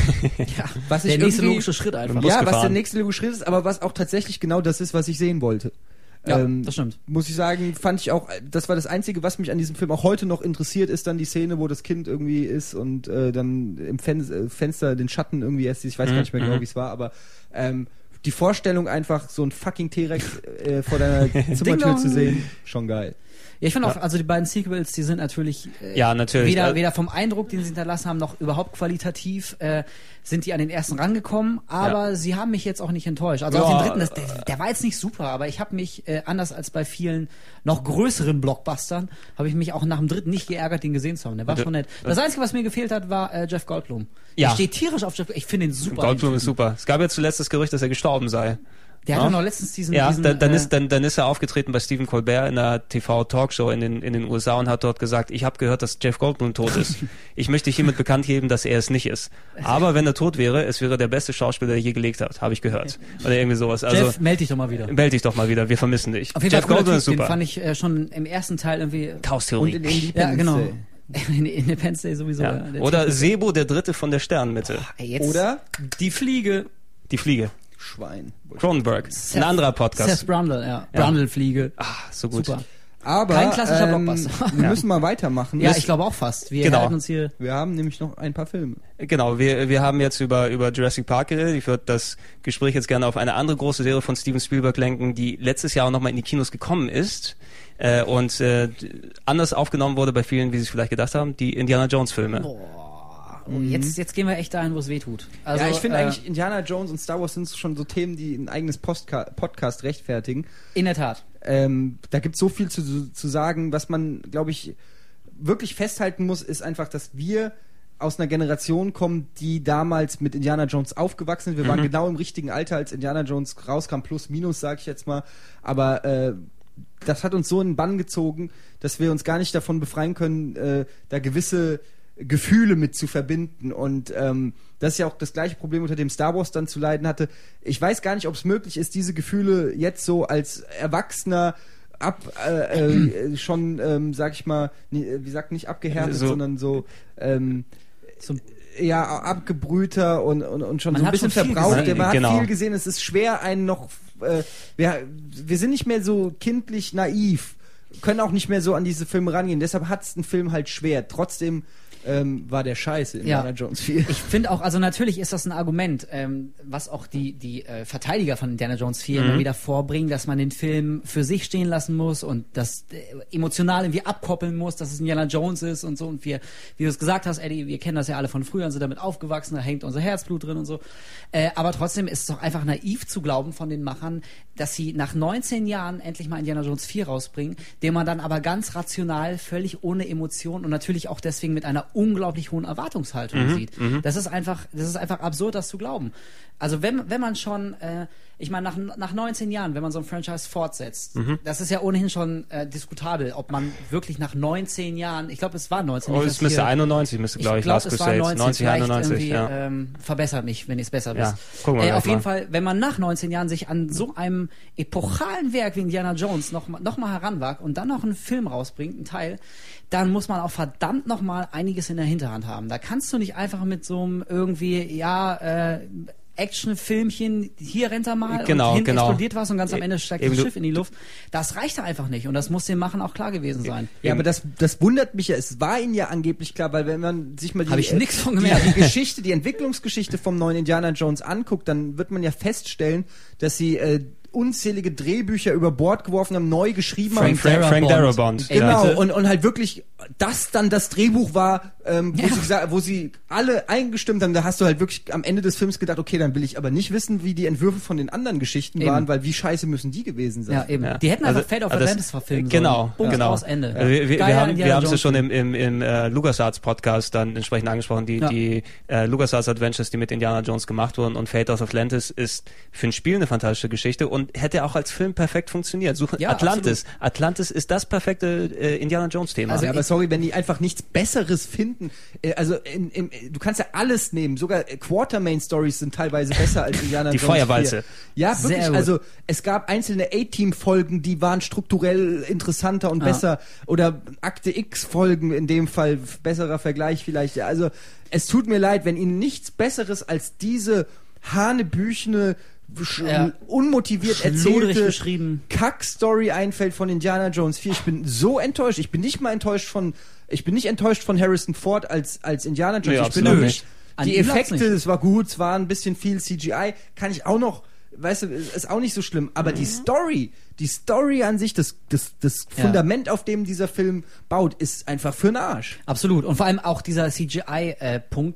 Speaker 2: ja,
Speaker 3: Was
Speaker 2: der
Speaker 3: ich
Speaker 2: nächste
Speaker 3: irgendwie-
Speaker 2: logische Schritt einfach.
Speaker 1: Im Bus
Speaker 3: Ja, was der
Speaker 1: gefahren.
Speaker 3: nächste logische Schritt ist, aber was auch tatsächlich genau das ist, was ich sehen wollte.
Speaker 2: Ja,
Speaker 3: Ähm,
Speaker 2: das stimmt.
Speaker 3: Muss ich sagen, fand ich auch, das war das Einzige, was mich an diesem Film auch heute noch interessiert, ist dann die Szene, wo das Kind irgendwie ist und äh, dann im Fen äh, Fenster den Schatten irgendwie erst, ich weiß
Speaker 1: Mhm,
Speaker 3: gar nicht mehr genau,
Speaker 1: mhm.
Speaker 3: wie es war, aber ähm, die Vorstellung einfach, so ein fucking T-Rex äh, vor deiner Zimmertür
Speaker 2: Ding-dong.
Speaker 3: zu sehen, schon geil.
Speaker 2: Ja, ich finde auch, also die beiden Sequels, die sind natürlich, äh,
Speaker 1: Ja, natürlich.
Speaker 2: Weder,
Speaker 1: Äh,
Speaker 2: weder vom Eindruck, den sie hinterlassen haben, noch überhaupt qualitativ äh, sind die an den ersten rangekommen, aber sie haben mich jetzt auch nicht enttäuscht. Also auch
Speaker 1: Ja,
Speaker 2: den dritten, das, der, der war jetzt nicht super, aber ich habe mich, äh, anders als bei vielen noch größeren Blockbustern, habe ich mich auch nach dem dritten nicht geärgert, den gesehen zu haben. Der war
Speaker 1: Also,
Speaker 2: schon nett. Das Einzige, was mir gefehlt hat, war äh, Jeff Goldblum.
Speaker 1: Ja.
Speaker 2: Ich stehe tierisch auf Jeff, ich finde ihn super.
Speaker 1: Goldblum
Speaker 2: den
Speaker 1: ist
Speaker 2: Typen.
Speaker 1: super. Es gab ja zuletzt das Gerücht, dass er gestorben sei.
Speaker 2: Der
Speaker 1: ja.
Speaker 2: hat doch noch letztens diesen...
Speaker 1: Ja,
Speaker 2: diesen,
Speaker 1: dann, dann,
Speaker 2: äh,
Speaker 1: ist, dann, dann ist er aufgetreten bei Stephen Colbert in einer T V-Talkshow in den, in den U S A und hat dort gesagt, ich habe gehört, dass Jeff Goldblum tot ist. Ich möchte hiermit bekannt geben, dass er es nicht ist. Aber wenn er tot wäre, es wäre der beste Schauspieler, der je gelebt hat, habe ich gehört. Oder irgendwie sowas. Also,
Speaker 2: Jeff, melde dich doch mal wieder.
Speaker 1: Melde dich doch mal wieder, wir vermissen dich.
Speaker 2: Auf jeden
Speaker 1: Jeff
Speaker 2: Fall
Speaker 1: Goldblum
Speaker 2: cooler
Speaker 1: ist
Speaker 2: Typ,
Speaker 1: super.
Speaker 2: den fand ich äh, schon im ersten Teil irgendwie...
Speaker 3: Und
Speaker 1: Chaos-Theorie.
Speaker 3: in Independence
Speaker 2: Ja, genau.
Speaker 3: Day.
Speaker 2: In Independence Day sowieso.
Speaker 1: Ja.
Speaker 2: Ja, der
Speaker 1: Oder
Speaker 2: Typ-
Speaker 1: Sebo, der Dritte von der Sternenmitte.
Speaker 2: Ey, jetzt
Speaker 3: Oder
Speaker 2: die Fliege.
Speaker 1: Die Fliege.
Speaker 3: Schwein.
Speaker 1: Cronenberg.
Speaker 2: Seth-
Speaker 1: Ein anderer Podcast.
Speaker 2: Seth Brundle, ja.
Speaker 1: Ja.
Speaker 2: Brundle-Fliege.
Speaker 1: Ah, so gut.
Speaker 2: Super.
Speaker 3: Aber
Speaker 2: Kein klassischer
Speaker 3: ähm,
Speaker 2: Blockbuster.
Speaker 3: wir
Speaker 1: Ja.
Speaker 3: müssen mal weitermachen.
Speaker 2: Ja,
Speaker 3: Das-
Speaker 2: ich glaube auch fast. Wir
Speaker 1: Genau.
Speaker 2: halten uns hier...
Speaker 3: wir haben nämlich noch ein paar Filme.
Speaker 1: Genau, wir, wir haben jetzt über, über Jurassic Park geredet. Ich würde das Gespräch jetzt gerne auf eine andere große Serie von Steven Spielberg lenken, die letztes Jahr auch nochmal in die Kinos gekommen ist äh, und äh, anders aufgenommen wurde bei vielen, wie sie es vielleicht gedacht haben, die Indiana Jones Filme.
Speaker 2: Boah. Oh, jetzt, jetzt gehen wir echt dahin, wo es weh tut. Also,
Speaker 3: ja, ich finde
Speaker 2: äh,
Speaker 3: eigentlich Indiana Jones und Star Wars sind schon so Themen, die ein eigenes Postka- Podcast rechtfertigen.
Speaker 2: In der Tat.
Speaker 3: Ähm, da gibt es so viel zu, zu sagen, was man, glaube ich, wirklich festhalten muss, ist einfach, dass wir aus einer Generation kommen, die damals mit Indiana Jones aufgewachsen sind. Wir waren
Speaker 1: Mhm.
Speaker 3: genau im richtigen Alter, als Indiana Jones rauskam, plus minus, sage ich jetzt mal. Aber äh, das hat uns so in den Bann gezogen, dass wir uns gar nicht davon befreien können, äh, da gewisse Gefühle mit zu verbinden. Und ähm, das ist ja auch das gleiche Problem, unter dem Star Wars dann zu leiden hatte. Ich weiß gar nicht, ob es möglich ist, diese Gefühle jetzt so als Erwachsener ab äh, äh, schon, ähm, sag ich mal, nie, wie sagt nicht abgehärtet,
Speaker 1: So-
Speaker 3: sondern so ähm,
Speaker 2: So,
Speaker 3: ja abgebrühter und, und, und schon
Speaker 2: Man
Speaker 3: so ein
Speaker 2: hat
Speaker 3: bisschen
Speaker 2: schon viel
Speaker 3: verbraucht.
Speaker 1: gesehen.
Speaker 3: Man hat
Speaker 1: Genau.
Speaker 3: viel gesehen. Es ist schwer, einen noch. Äh, wir, wir sind nicht mehr so kindlich naiv, können auch nicht mehr so an diese Filme rangehen. Deshalb hat es ein Film halt schwer. Trotzdem ähm, war der Scheiße in
Speaker 2: Ja.
Speaker 3: Indiana Jones vier.
Speaker 2: ich finde auch, also natürlich ist das ein Argument, ähm, was auch die, die äh, Verteidiger von Indiana Jones vier
Speaker 1: Mhm.
Speaker 2: immer wieder vorbringen, dass man den Film für sich stehen lassen muss und das äh, emotional irgendwie abkoppeln muss, dass es Indiana Jones ist und so. Und wir, wie du es gesagt hast, Eddie, wir kennen das ja alle von früher und sind damit aufgewachsen, da hängt unser Herzblut drin und so. Äh, aber trotzdem ist es doch einfach naiv zu glauben von den Machern, dass sie nach neunzehn Jahren endlich mal Indiana Jones vier rausbringen, den man dann aber ganz rational, völlig ohne Emotion und natürlich auch deswegen mit einer unglaublich hohen Erwartungshaltung sieht. Das ist einfach, das ist einfach absurd, das zu glauben. Also wenn, wenn man schon, äh, ich meine, nach, nach neunzehn Jahren, wenn man so ein Franchise fortsetzt, das ist ja ohnehin schon äh, diskutabel, ob man wirklich nach neunzehn Jahren, ich glaube, es war neunzehn.
Speaker 1: Oh,
Speaker 2: nicht,
Speaker 1: es
Speaker 2: dass
Speaker 1: müsste
Speaker 2: hier-
Speaker 1: einundneunzig, müsste, glaube ich,
Speaker 2: glaub,
Speaker 1: Last
Speaker 2: es war
Speaker 1: Crusade.
Speaker 2: neunzehn,
Speaker 1: neunzig,
Speaker 2: vielleicht
Speaker 1: einundneunzig,
Speaker 2: irgendwie,
Speaker 1: ja.
Speaker 2: ähm, verbessert mich, wenn ihr es besser
Speaker 1: Ja,
Speaker 2: wisst.
Speaker 1: gucken wir
Speaker 2: äh,
Speaker 1: gleich
Speaker 2: auf jeden
Speaker 1: mal.
Speaker 2: Fall, wenn man nach neunzehn Jahren sich an so einem epochalen Werk wie Indiana Jones noch, mal- noch mal heranwagt und dann noch einen Film rausbringt, einen Teil, dann muss man auch verdammt noch mal einiges in der Hinterhand haben. Da kannst du nicht einfach mit so einem irgendwie, ja, äh, Actionfilmchen, hier rennt er mal
Speaker 1: Genau,
Speaker 2: und hinten
Speaker 1: genau.
Speaker 2: explodiert was und ganz am Ende steigt
Speaker 1: Eben
Speaker 2: das
Speaker 1: du-
Speaker 2: Schiff in die Luft. Das reicht da einfach nicht und das muss den Machern auch klar gewesen sein.
Speaker 3: Ja, aber das, das wundert mich ja. Es war ihnen ja angeblich klar, weil wenn man sich mal die,
Speaker 2: Hab ich nix von
Speaker 3: die,
Speaker 2: gemerkt.
Speaker 3: die Geschichte, die Entwicklungsgeschichte vom neuen Indiana Jones anguckt, dann wird man ja feststellen, dass sie äh, unzählige Drehbücher über Bord geworfen haben, neu geschrieben
Speaker 1: Frank,
Speaker 3: haben.
Speaker 1: Frank, Frank
Speaker 2: Darabont.
Speaker 1: Darabont.
Speaker 2: Ey,
Speaker 3: Genau,
Speaker 2: bitte.
Speaker 3: und, und halt wirklich das dann das Drehbuch war, ähm, wo,
Speaker 2: Ja.
Speaker 3: sie gesagt, wo sie alle eingestimmt haben, da hast du halt wirklich am Ende des Films gedacht, okay, dann will ich aber nicht wissen, wie die Entwürfe von den anderen Geschichten
Speaker 2: Eben.
Speaker 3: waren, weil wie scheiße müssen die gewesen sein.
Speaker 2: Ja, eben.
Speaker 1: Ja.
Speaker 2: Die hätten einfach
Speaker 1: Also-
Speaker 2: Fate of
Speaker 1: also das-
Speaker 2: Atlantis verfilmen
Speaker 1: Genau,
Speaker 2: sollen. Punkt,
Speaker 1: genau.
Speaker 2: aus, Ende.
Speaker 1: Also wir, wir,
Speaker 2: Geiler
Speaker 1: wir haben
Speaker 2: Indiana
Speaker 1: wir haben es ja
Speaker 2: Jones
Speaker 1: schon
Speaker 2: Film.
Speaker 1: im, im, im äh, LucasArts Podcast dann entsprechend angesprochen, die,
Speaker 2: Ja.
Speaker 1: die äh, LucasArts Adventures, die mit Indiana Jones gemacht wurden, und Fate of Atlantis ist für ein Spiel eine fantastische Geschichte und hätte auch als Film perfekt funktioniert. Such,
Speaker 2: Ja,
Speaker 1: Atlantis. Atlantis ist das perfekte äh, Indiana Jones Thema.
Speaker 2: Also
Speaker 3: ja, aber sorry, wenn die einfach nichts Besseres finden. Äh, also in, in, du kannst ja alles nehmen. Sogar äh, Quartermain-Stories sind teilweise besser als Indiana
Speaker 1: Die
Speaker 3: Jones
Speaker 1: Feuerwalze.
Speaker 3: vier. Ja,
Speaker 2: Sehr
Speaker 3: wirklich.
Speaker 2: gut.
Speaker 3: Also es gab einzelne A-Team-Folgen, die waren strukturell interessanter und
Speaker 2: Ah.
Speaker 3: besser. Oder Akte X-Folgen in dem Fall. f- Besserer Vergleich vielleicht. Ja, also es tut mir leid, wenn ihnen nichts Besseres als diese hanebüchene, sch-
Speaker 2: Ja.
Speaker 3: unmotiviert
Speaker 2: Schludrig
Speaker 3: erzählte
Speaker 2: geschrieben.
Speaker 3: Kack-Story einfällt von Indiana Jones vier. Ich bin so enttäuscht. Ich bin nicht mal enttäuscht von, ich bin nicht enttäuscht von Harrison Ford als, als Indiana Jones.
Speaker 1: Nee,
Speaker 3: ich bin
Speaker 1: absolut
Speaker 3: auch
Speaker 1: nicht.
Speaker 2: An
Speaker 3: die
Speaker 2: ihm lag's
Speaker 3: Effekte,
Speaker 2: nicht.
Speaker 3: es war gut, es war ein bisschen viel C G I, kann ich auch noch, weißt du, ist auch nicht so schlimm. Aber die Story, die Story an sich, das, das, das
Speaker 2: Ja.
Speaker 3: Fundament, auf dem dieser Film baut, ist einfach für den Arsch.
Speaker 2: Absolut. Und vor allem auch dieser C G I-Punkt.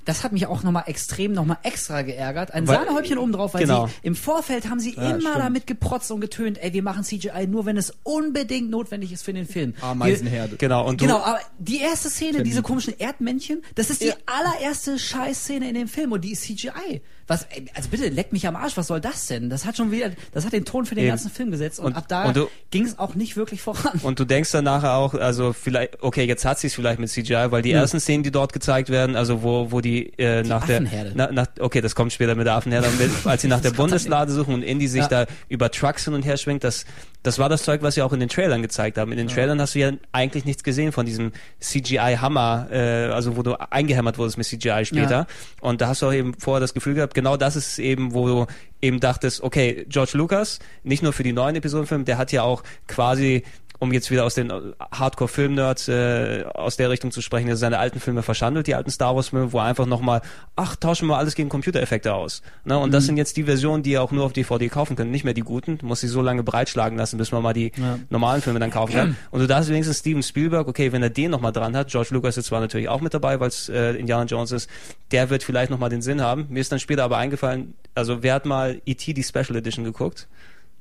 Speaker 2: das hat mich auch nochmal extrem, nochmal extra geärgert. Ein
Speaker 1: Weil-
Speaker 2: Sahnehäubchen oben drauf, weil
Speaker 1: genau.
Speaker 2: sie im Vorfeld haben sie
Speaker 3: Ja,
Speaker 2: immer
Speaker 3: stimmt.
Speaker 2: damit geprotzt und getönt, ey, wir machen C G I nur, wenn es unbedingt notwendig ist für den Film.
Speaker 3: Ameisenherde.
Speaker 1: Genau, und du,
Speaker 2: Genau, aber die erste Szene, diese komischen Erdmännchen, das ist die
Speaker 3: Ja.
Speaker 2: allererste Scheißszene in dem Film und die ist C G I. Was, ey, also bitte, leck mich am Arsch, was soll das denn? Das hat schon wieder, das hat den Ton für den
Speaker 1: Eben.
Speaker 2: ganzen Film gesetzt und,
Speaker 1: Und-
Speaker 2: ab da
Speaker 1: und du-
Speaker 2: ging es auch nicht wirklich voran.
Speaker 1: Und du denkst dann nachher auch, also vielleicht, okay, jetzt hat sie es vielleicht mit C G I, weil die ersten Szenen, die dort gezeigt werden, also wo wo die, äh, nach
Speaker 2: Affenherde.
Speaker 1: der, na, nach, okay, das kommt später mit der Affenherde, mit, als sie nach der Bundeslade suchen und Indy sich
Speaker 2: Ja.
Speaker 1: da über Trucks hin und her schwingt, das das war das Zeug, was sie auch in den Trailern gezeigt haben. In den Trailern hast du ja eigentlich nichts gesehen von diesem C G I-Hammer, äh, also wo du eingehämmert wurdest mit C G I später.
Speaker 2: Ja.
Speaker 1: Und da hast du auch eben vorher das Gefühl gehabt, genau das ist eben, wo du eben dachtest, okay, George Lucas, nicht nur für die neuen Episodenfilme, der hat ja auch quasi, um jetzt wieder aus den Hardcore-Film-Nerds äh, aus der Richtung zu sprechen, also seine alten Filme verschandelt, die alten Star Wars-Filme, wo er einfach nochmal, ach, tauschen wir alles gegen Computereffekte aus. Ne? Und das sind jetzt die Versionen, die ihr auch nur auf D V D kaufen können, nicht mehr die guten. Du musst sie so lange breitschlagen lassen, bis man mal die
Speaker 2: Ja.
Speaker 1: normalen Filme dann kaufen kann. Und du darfst wenigstens Steven Spielberg, okay, wenn er den nochmal dran hat, George Lucas ist zwar natürlich auch mit dabei, weil es äh, Indiana Jones ist, der wird vielleicht nochmal den Sinn haben. Mir ist dann später aber eingefallen, also wer hat mal E T die Special Edition geguckt?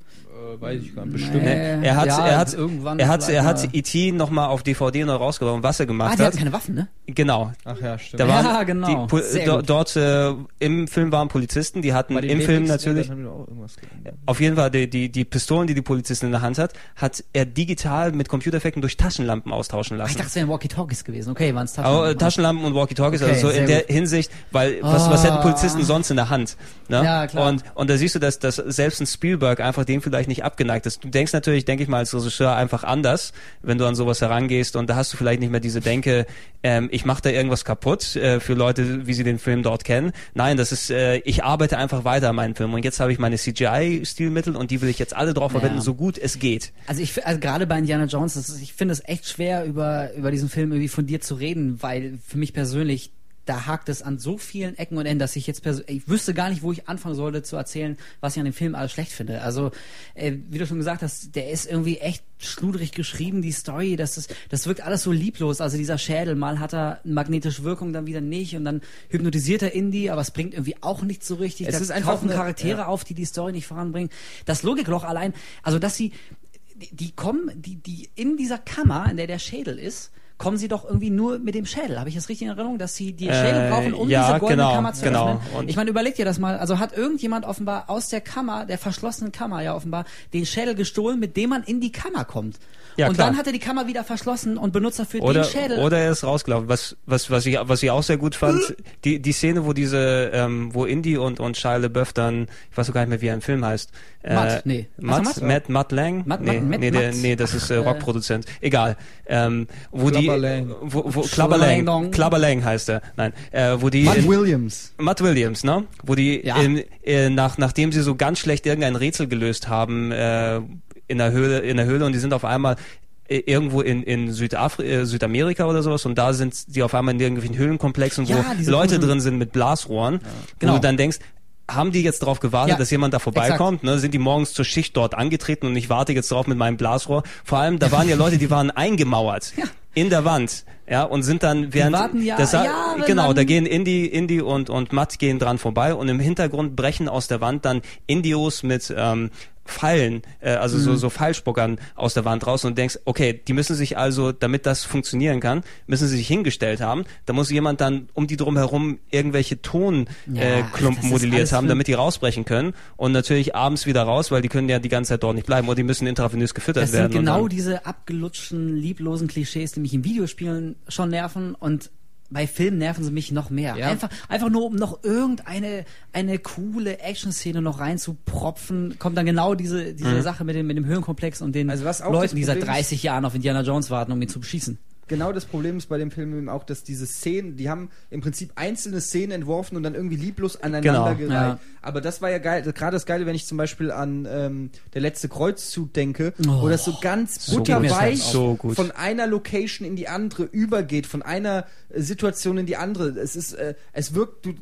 Speaker 3: Äh, weiß ich gar nicht. Bestimmt.
Speaker 2: Nee.
Speaker 1: Er hat,
Speaker 2: Ja,
Speaker 1: er hat,
Speaker 2: irgendwann
Speaker 1: er hat,
Speaker 2: vielleicht
Speaker 1: er hat
Speaker 2: mal.
Speaker 1: E T nochmal auf D V D neu rausgebracht, was er
Speaker 2: Ah,
Speaker 1: gemacht
Speaker 2: die
Speaker 1: hat.
Speaker 2: hatten keine Waffen, ne?
Speaker 1: Genau.
Speaker 3: Ach ja, stimmt.
Speaker 1: Da waren
Speaker 2: Ja, genau.
Speaker 1: die, Pol-
Speaker 2: Sehr
Speaker 1: do,
Speaker 2: gut.
Speaker 1: dort äh, im Film waren Polizisten, die hatten
Speaker 3: Bei den
Speaker 1: im Film
Speaker 3: Basics,
Speaker 1: natürlich
Speaker 3: da haben wir auch irgendwas geändert.
Speaker 1: auf jeden Fall die, die, die Pistolen, die die Polizistin in der Hand hat, hat er digital mit Computereffekten durch Taschenlampen austauschen
Speaker 2: Ah, ich
Speaker 1: lassen.
Speaker 2: dachte, es wären Walkie-Talkies gewesen. Okay, waren es
Speaker 1: Aber,
Speaker 2: Taschenlampen.
Speaker 1: äh, Taschenlampen und Walkie-Talkies,
Speaker 2: Okay,
Speaker 1: also so
Speaker 2: sehr
Speaker 1: in der
Speaker 2: gut.
Speaker 1: Hinsicht, weil was, was
Speaker 2: Ah.
Speaker 1: hätten Polizisten sonst in der Hand? Ne?
Speaker 2: Ja, klar.
Speaker 1: Und, und da siehst du, dass, dass selbst ein Spielberg einfach dem vielleicht nicht abgeneigt ist. Du denkst natürlich, denke ich mal, als Regisseur einfach anders, wenn du an sowas herangehst und da hast du vielleicht nicht mehr diese Denke, ähm, ich mache da irgendwas kaputt äh, für Leute, wie sie den Film dort kennen. Nein, das ist, äh, ich arbeite einfach weiter an meinem Film und jetzt habe ich meine C G I-Stilmittel und die will ich jetzt alle drauf
Speaker 2: Ja.
Speaker 1: verwenden, so gut es geht.
Speaker 2: Also ich, also gerade bei Indiana Jones, das ist, ich finde es echt schwer, über, über diesen Film irgendwie fundiert zu reden, weil für mich persönlich, da hakt es an so vielen Ecken und Enden, dass ich jetzt persönlich, ich wüsste gar nicht, wo ich anfangen sollte zu erzählen, was ich an dem Film alles schlecht finde. Also, äh, wie du schon gesagt hast, der ist irgendwie echt schludrig geschrieben, die Story, das ist, das wirkt alles so lieblos. Also dieser Schädel, mal hat er eine magnetische Wirkung, dann wieder nicht und dann hypnotisiert er Indy, aber es bringt irgendwie auch nicht so richtig.
Speaker 3: Es
Speaker 2: Da
Speaker 3: ist einfach
Speaker 2: tauchen
Speaker 3: eine-
Speaker 2: Charaktere
Speaker 3: ja.
Speaker 2: auf, die die Story nicht voranbringen. Das Logikloch allein, also dass sie die, die kommen, die, die in dieser Kammer, in der der Schädel ist, kommen sie doch irgendwie nur mit dem Schädel. Habe ich das richtig in Erinnerung, dass sie die Schädel
Speaker 1: Äh,
Speaker 2: brauchen, um
Speaker 1: ja,
Speaker 2: diese goldene
Speaker 1: genau,
Speaker 2: Kammer zu
Speaker 1: genau.
Speaker 2: öffnen?
Speaker 1: Und-
Speaker 2: Ich meine, überleg dir das mal. Also hat irgendjemand offenbar aus der Kammer, der verschlossenen Kammer ja offenbar, den Schädel gestohlen, mit dem man in die Kammer kommt.
Speaker 1: Ja,
Speaker 2: und
Speaker 1: klar.
Speaker 2: dann hat er die Kammer wieder verschlossen und benutzt dafür
Speaker 1: Oder,
Speaker 2: den Schädel.
Speaker 1: oder er ist rausgelaufen. Was, was, was ich, was ich auch sehr gut fand, die, die Szene, wo diese, ähm, wo Indy und, und Shia LaBeouf dann, ich weiß so gar nicht mehr, wie er im Film heißt. Äh,
Speaker 2: Matt, nee. Was
Speaker 1: Matt,
Speaker 2: ist
Speaker 1: Matt, Matt Lang?
Speaker 2: Matt-
Speaker 1: nee,
Speaker 2: Matt-
Speaker 1: nee, der,
Speaker 2: Matt-
Speaker 1: nee, das ist äh,
Speaker 2: äh,
Speaker 1: Rockproduzent. Egal. Ähm, wo die,
Speaker 3: Clubber Lang.
Speaker 1: wo, wo,
Speaker 2: Clubber
Speaker 1: Clubber Lang,
Speaker 2: Lang.
Speaker 1: Clubber Lang heißt er. Nein, äh, wo die,
Speaker 3: Matt
Speaker 1: in,
Speaker 3: Williams.
Speaker 1: Matt Williams, ne? Wo die,
Speaker 2: Ja.
Speaker 1: in, äh, nach, nachdem sie so ganz schlecht irgendein Rätsel gelöst haben, äh, in der Höhle, in der Höhle und die sind auf einmal äh, irgendwo in, in Südafri äh, Südamerika oder sowas und da sind die auf einmal in irgendwelchen Höhlenkomplexen,
Speaker 2: Ja,
Speaker 1: wo
Speaker 2: diese
Speaker 1: Leute
Speaker 2: komischen-
Speaker 1: drin sind mit Blasrohren,
Speaker 2: Genau.
Speaker 1: wo du dann denkst, haben die jetzt darauf gewartet,
Speaker 2: Ja,
Speaker 1: dass jemand da vorbeikommt? Ne? Sind die morgens zur Schicht dort angetreten und ich warte jetzt drauf mit meinem Blasrohr? Vor allem, da waren ja Leute, die waren eingemauert
Speaker 2: Ja.
Speaker 1: in der Wand, ja, und sind dann während
Speaker 2: warten ja
Speaker 1: das,
Speaker 2: jahrelang.
Speaker 1: genau, da gehen Indy, Indy und und Matt gehen dran vorbei und im Hintergrund brechen aus der Wand dann Indios mit ähm, Pfeilen, äh, also so, so Pfeilspuckern aus der Wand raus und denkst, okay, die müssen sich also, damit das funktionieren kann, müssen sie sich hingestellt haben. Da muss jemand dann um die drumherum irgendwelche Tonklumpen
Speaker 2: Ja,
Speaker 1: äh,
Speaker 2: das
Speaker 1: Klumpen
Speaker 2: ist
Speaker 1: modelliert
Speaker 2: alles
Speaker 1: haben,
Speaker 2: für-
Speaker 1: damit die rausbrechen können und natürlich abends wieder raus, weil die können ja die ganze Zeit dort nicht bleiben oder die müssen intravenös gefüttert
Speaker 2: Das sind
Speaker 1: werden. und
Speaker 2: genau
Speaker 1: dann,
Speaker 2: diese abgelutschten, lieblosen Klischees, die mich in Videospielen schon nerven und bei Filmen nerven sie mich noch mehr.
Speaker 3: Ja.
Speaker 2: Einfach, einfach nur, um noch irgendeine eine coole Action-Szene noch reinzupropfen, kommt dann genau diese, diese
Speaker 1: Mhm.
Speaker 2: Sache mit dem, mit dem Höhenkomplex und den
Speaker 3: Also was auch
Speaker 2: Leuten,
Speaker 3: das
Speaker 2: die seit
Speaker 3: Problem ist-
Speaker 2: dreißig Jahren auf Indiana Jones warten, um ihn zu beschießen.
Speaker 3: Genau das Problem ist bei dem Film eben auch, dass diese Szenen, die haben im Prinzip einzelne Szenen entworfen und dann irgendwie lieblos aneinander
Speaker 1: Genau.
Speaker 3: gereiht.
Speaker 2: Ja.
Speaker 3: Aber das war ja geil, gerade das Geile, wenn ich zum Beispiel an ähm, der letzte Kreuzzug denke,
Speaker 2: Oh.
Speaker 3: wo das so ganz
Speaker 1: So
Speaker 3: butterweich
Speaker 1: gut. So gut.
Speaker 3: von einer Location in die andere übergeht, von einer äh, Situation in die andere. Es ist, äh, es wirkt, du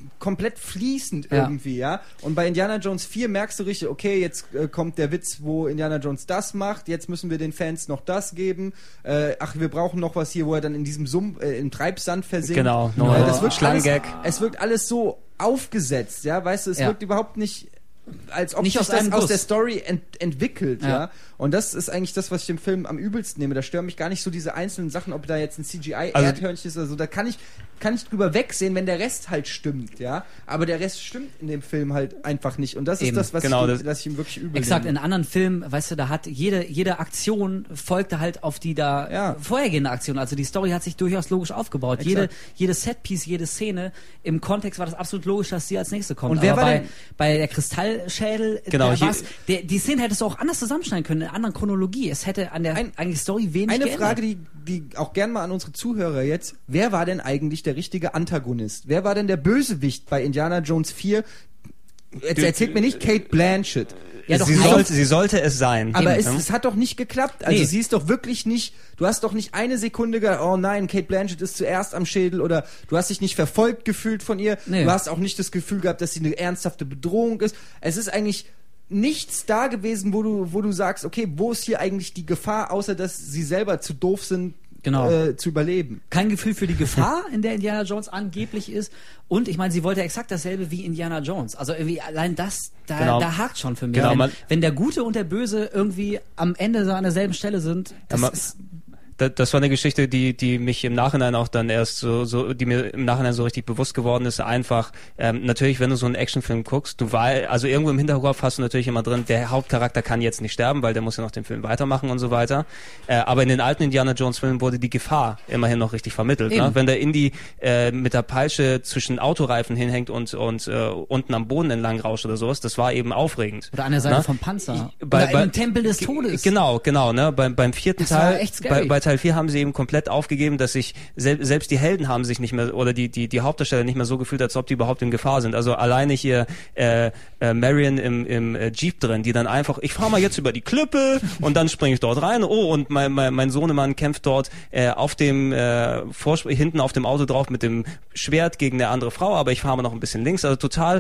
Speaker 3: komplett fließend
Speaker 2: Ja.
Speaker 3: irgendwie, ja. Und bei Indiana Jones vier merkst du richtig, okay, jetzt äh, kommt der Witz, wo Indiana Jones das macht, jetzt müssen wir den Fans noch das geben. Äh, ach, wir brauchen noch was hier, wo er dann in diesem Sumpf, äh, im Treibsand versinkt.
Speaker 1: Genau,
Speaker 3: äh,
Speaker 1: nochmal
Speaker 3: das wird
Speaker 1: Schlangengag.
Speaker 3: alles, es wirkt alles so aufgesetzt, ja, weißt du, es
Speaker 2: Ja.
Speaker 3: wirkt überhaupt nicht, als ob
Speaker 2: Nicht
Speaker 3: sich
Speaker 2: aus
Speaker 3: das
Speaker 2: einem
Speaker 3: aus
Speaker 2: Guss.
Speaker 3: der Story ent entwickelt, ja.
Speaker 2: Ja.
Speaker 3: Und das ist eigentlich das, was ich dem Film am übelsten nehme. Da stören mich gar nicht so diese einzelnen Sachen, ob da jetzt ein C G
Speaker 1: Also-
Speaker 3: I-Erdhörnchen ist oder so. Da kann ich, kann ich drüber wegsehen, wenn der Rest halt stimmt, ja. Aber der Rest stimmt in dem Film halt einfach nicht. Und das
Speaker 2: Eben.
Speaker 3: ist das, was
Speaker 1: Genau,
Speaker 3: ich,
Speaker 1: das-
Speaker 3: das ich ihm wirklich übel
Speaker 2: Exakt, in
Speaker 3: nehme.
Speaker 2: anderen Filmen, weißt du, da hat jede, jede Aktion folgte halt auf die da
Speaker 3: Ja.
Speaker 2: vorhergehende Aktion. Also die Story hat sich durchaus logisch aufgebaut. Jede,
Speaker 3: Exakt.
Speaker 2: jede Setpiece, jede Szene, im Kontext war das absolut logisch, dass die als nächste kommt.
Speaker 3: Und wer
Speaker 2: Aber
Speaker 3: war
Speaker 2: bei,
Speaker 3: denn-
Speaker 2: bei der Kristallschädel,
Speaker 1: Genau,
Speaker 2: da
Speaker 1: hier-
Speaker 2: war's, der, die Szene hättest du auch anders zusammenschneiden können, in einer anderen Chronologie. Es hätte an der
Speaker 3: Ein-
Speaker 2: eigentlich Story wenig
Speaker 3: Eine
Speaker 2: geändert.
Speaker 3: Frage, die, die auch gern mal an unsere Zuhörer jetzt. Wer war denn eigentlich der richtige Antagonist? Wer war denn der Bösewicht bei Indiana Jones vier? Jetzt erzählt mir nicht Kate Blanchett.
Speaker 2: Ja, doch,
Speaker 1: sie,
Speaker 2: eigentlich-
Speaker 1: sollte, sie sollte es sein.
Speaker 3: Aber
Speaker 2: Eben,
Speaker 3: es,
Speaker 1: ne?
Speaker 3: es hat doch nicht geklappt. Also
Speaker 2: Nee.
Speaker 3: sie ist doch wirklich nicht, du hast doch nicht eine Sekunde gedacht, oh nein, Kate Blanchett ist zuerst am Schädel, oder du hast dich nicht verfolgt gefühlt von ihr.
Speaker 2: Nee.
Speaker 3: Du hast auch nicht das Gefühl gehabt, dass sie eine ernsthafte Bedrohung ist. Es ist eigentlich nichts da gewesen, wo du, wo du sagst, okay, wo ist hier eigentlich die Gefahr, außer dass sie selber zu doof sind,
Speaker 2: Genau.
Speaker 3: äh, zu überleben.
Speaker 2: Kein Gefühl für die Gefahr, in der Indiana Jones angeblich ist. Und ich meine, sie wollte exakt dasselbe wie Indiana Jones. Also irgendwie allein das, da,
Speaker 1: Genau.
Speaker 2: da hakt schon für mich.
Speaker 1: Genau,
Speaker 2: wenn,
Speaker 1: man-
Speaker 2: wenn der Gute und der Böse irgendwie am Ende so an derselben Stelle sind, das
Speaker 1: man-
Speaker 2: ist
Speaker 1: Da- das war eine Geschichte, die die mich im Nachhinein auch dann erst so so die mir im Nachhinein so richtig bewusst geworden ist. Einfach ähm, natürlich, wenn du so einen Actionfilm guckst, du weil also irgendwo im Hinterkopf hast du natürlich immer drin, der Hauptcharakter kann jetzt nicht sterben, weil der muss ja noch den Film weitermachen und so weiter. Äh, aber in den alten Indiana Jones Filmen wurde die Gefahr immerhin noch richtig vermittelt. Ne?
Speaker 2: Eben.
Speaker 1: Wenn der Indy äh, mit der Peitsche zwischen Autoreifen hinhängt und und äh, unten am Boden entlang rauscht oder sowas, das war eben aufregend.
Speaker 2: oder an der Seite
Speaker 1: Ne?
Speaker 2: vom Panzer.
Speaker 1: Bei-
Speaker 2: oder
Speaker 1: bei-
Speaker 2: im Tempel des Todes.
Speaker 1: Genau, genau, ne? Beim, beim vierten
Speaker 2: Das war
Speaker 1: Teil,
Speaker 2: echt scary.
Speaker 1: bei, bei Teil vier haben sie eben komplett aufgegeben, dass sich sel selbst die Helden haben sich nicht mehr, oder die, die, die Hauptdarsteller nicht mehr so gefühlt, als ob die überhaupt in Gefahr sind. Also alleine hier äh, äh, Marion im, im äh, Jeep drin, die dann einfach, ich fahre mal jetzt über die Klippe und dann springe ich dort rein. Oh, und mein, mein, mein Sohnemann kämpft dort äh, auf dem äh, Vorspr- hinten auf dem Auto drauf mit dem Schwert gegen eine andere Frau, aber ich fahre mal noch ein bisschen links. Also total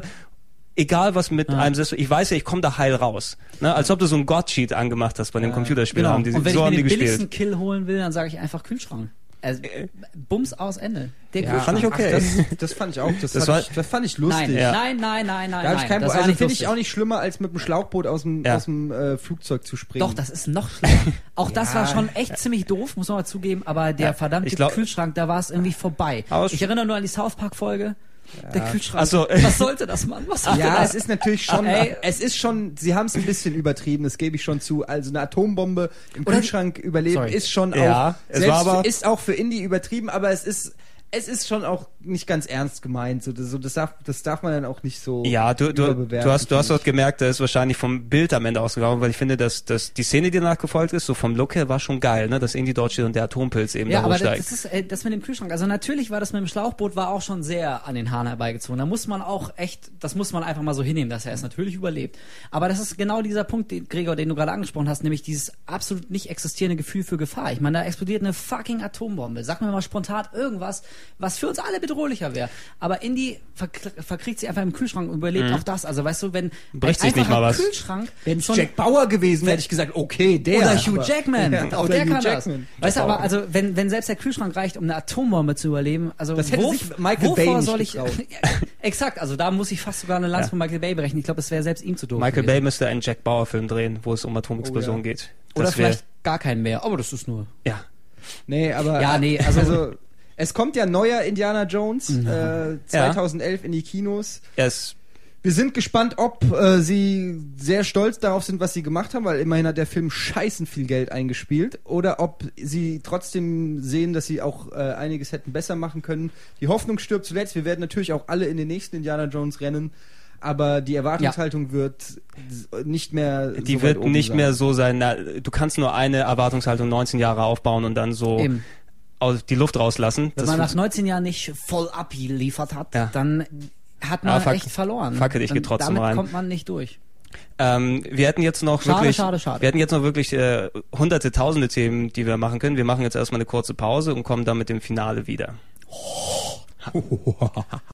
Speaker 1: egal was mit einem ist, ich weiß ja, ich komme da heil raus. Ne? Als ob du so einen God-Cheat angemacht hast bei dem Computerspiel.
Speaker 2: Genau.
Speaker 1: Haben die,
Speaker 2: und wenn
Speaker 1: so
Speaker 2: ich
Speaker 1: haben
Speaker 2: mir
Speaker 1: die
Speaker 2: den
Speaker 1: gespielt.
Speaker 2: billigsten Kill holen will, dann sage ich einfach Kühlschrank. Also, Bums aus Ende. Der
Speaker 3: Ja,
Speaker 2: Kühlschrank.
Speaker 1: fand ich okay.
Speaker 3: Ach, das, das fand ich auch, das,
Speaker 1: Das
Speaker 3: das,
Speaker 1: war-
Speaker 3: ich, das fand ich lustig.
Speaker 2: Nein,
Speaker 1: Ja.
Speaker 2: nein, nein, nein, nein,
Speaker 3: Da habe ich
Speaker 2: nein.
Speaker 3: kein
Speaker 2: Das
Speaker 3: Problem.
Speaker 2: war
Speaker 3: Also
Speaker 2: nicht
Speaker 3: finde ich
Speaker 2: lustig.
Speaker 3: auch nicht schlimmer, als mit dem Schlauchboot aus dem,
Speaker 1: Ja.
Speaker 3: aus dem äh, Flugzeug zu springen.
Speaker 2: Doch, das ist noch schlimmer. Auch das
Speaker 3: Ja.
Speaker 2: war schon echt ziemlich doof, muss man mal zugeben, aber der
Speaker 1: Ja,
Speaker 2: verdammte
Speaker 1: ich glaub-
Speaker 2: Kühlschrank, da war es irgendwie vorbei.
Speaker 1: Aber
Speaker 2: Ich erinnere nur an die South Park Folge. Der Kühlschrank.
Speaker 1: Ach so.
Speaker 2: Was sollte das, Mann? Was sollte
Speaker 3: Ja,
Speaker 2: das?
Speaker 3: es ist natürlich schon,
Speaker 2: Ey.
Speaker 3: es ist schon, sie haben es ein bisschen übertrieben, das gebe ich schon zu. Also eine Atombombe im
Speaker 2: Oder-
Speaker 3: Kühlschrank überleben
Speaker 2: Sorry.
Speaker 3: ist schon
Speaker 1: Ja,
Speaker 3: auch,
Speaker 1: es
Speaker 3: selbst
Speaker 1: war aber-
Speaker 3: ist auch für Indie übertrieben, aber es ist, es ist schon auch nicht ganz ernst gemeint. So, das, so, das, darf, das darf man dann auch nicht so
Speaker 1: Ja, du, du,
Speaker 3: überbewerten,
Speaker 1: du hast, du hast
Speaker 3: finde
Speaker 1: dort gemerkt, da ist wahrscheinlich vom Bild am Ende ausgegangen, weil ich finde, dass, dass die Szene, die danach gefolgt ist, so vom Look her, war schon geil, ne, dass Indy dort steht und der Atompilz eben
Speaker 2: Ja,
Speaker 1: da
Speaker 2: aber das,
Speaker 1: hochsteigt.
Speaker 2: das ist äh, das mit dem Kühlschrank. Also natürlich war das mit dem Schlauchboot war auch schon sehr an den Haaren herbeigezogen. Da muss man auch echt, das muss man einfach mal so hinnehmen, dass er es natürlich überlebt. Aber das ist genau dieser Punkt, den, Gregor, den du gerade angesprochen hast, nämlich dieses absolut nicht existierende Gefühl für Gefahr. Ich meine, da explodiert eine fucking Atombombe. Sag mir mal spontan irgendwas, was für uns alle bedrohlicher wäre. Aber Indy verk- verkriegt sie einfach im Kühlschrank und überlebt auch das. Also weißt du, wenn
Speaker 1: Bricht
Speaker 2: ein
Speaker 1: sich nicht mal
Speaker 2: einfacher
Speaker 1: was.
Speaker 2: Kühlschrank
Speaker 3: Wenn es
Speaker 2: schon-
Speaker 3: Jack Bauer gewesen wäre, hätte ich gesagt, okay, der.
Speaker 2: oder Hugh
Speaker 3: aber-
Speaker 2: Jackman.
Speaker 3: Ja,
Speaker 2: auch
Speaker 3: oder
Speaker 2: der
Speaker 3: Hugh
Speaker 2: kann
Speaker 3: Jackman.
Speaker 2: das. Weißt du, aber also wenn, wenn selbst der Kühlschrank reicht, um eine Atombombe zu überleben, also
Speaker 3: Das hätte
Speaker 2: wo,
Speaker 3: sich Michael
Speaker 2: wovor
Speaker 3: Bay nicht
Speaker 2: soll ich
Speaker 3: getraut.
Speaker 2: exakt, also da muss ich fast sogar eine Lanze
Speaker 1: Ja.
Speaker 2: von Michael Bay berechnen. Ich glaube, es wäre selbst ihm zu doof.
Speaker 1: Michael
Speaker 2: gewesen.
Speaker 1: Bay müsste einen Jack Bauer Film drehen, wo es um Atomexplosion
Speaker 3: Oh ja.
Speaker 1: geht.
Speaker 2: Oder
Speaker 1: Das wär-
Speaker 2: vielleicht gar keinen mehr. Aber das ist nur.
Speaker 1: ja.
Speaker 3: Nee, aber.
Speaker 2: Ja, nee, also-
Speaker 3: es kommt ja neuer Indiana Jones, äh, zweitausendelf in die Kinos.
Speaker 1: Er ist
Speaker 3: Wir sind gespannt, ob äh, sie sehr stolz darauf sind, was sie gemacht haben, weil immerhin hat der Film scheißen viel Geld eingespielt. Oder ob sie trotzdem sehen, dass sie auch äh, einiges hätten besser machen können. Die Hoffnung stirbt zuletzt. Wir werden natürlich auch alle in den nächsten Indiana Jones rennen. Aber die Erwartungshaltung wird nicht mehr
Speaker 1: die
Speaker 3: so weit
Speaker 1: wird
Speaker 3: oben
Speaker 1: nicht
Speaker 3: sein.
Speaker 1: mehr so sein, na, du kannst nur eine Erwartungshaltung neunzehn Jahre aufbauen und dann so
Speaker 2: Eben.
Speaker 1: aus, die Luft rauslassen.
Speaker 2: Wenn
Speaker 1: Das
Speaker 2: man nach
Speaker 1: fun-
Speaker 2: neunzehn Jahren nicht voll abgeliefert hat,
Speaker 1: Ja.
Speaker 2: dann hat
Speaker 1: Ja,
Speaker 2: man
Speaker 1: fuck-
Speaker 2: echt verloren.
Speaker 1: fackel dich
Speaker 2: Dann-
Speaker 1: trotzdem
Speaker 2: Damit
Speaker 1: rein.
Speaker 2: kommt man nicht durch.
Speaker 1: ähm, wir hätten jetzt noch
Speaker 2: Schade,
Speaker 1: wirklich,
Speaker 2: schade, schade.
Speaker 1: wir hätten jetzt noch wirklich äh, hunderte, tausende Themen, die wir machen können. Wir machen jetzt erstmal eine kurze Pause und kommen dann mit dem Finale wieder.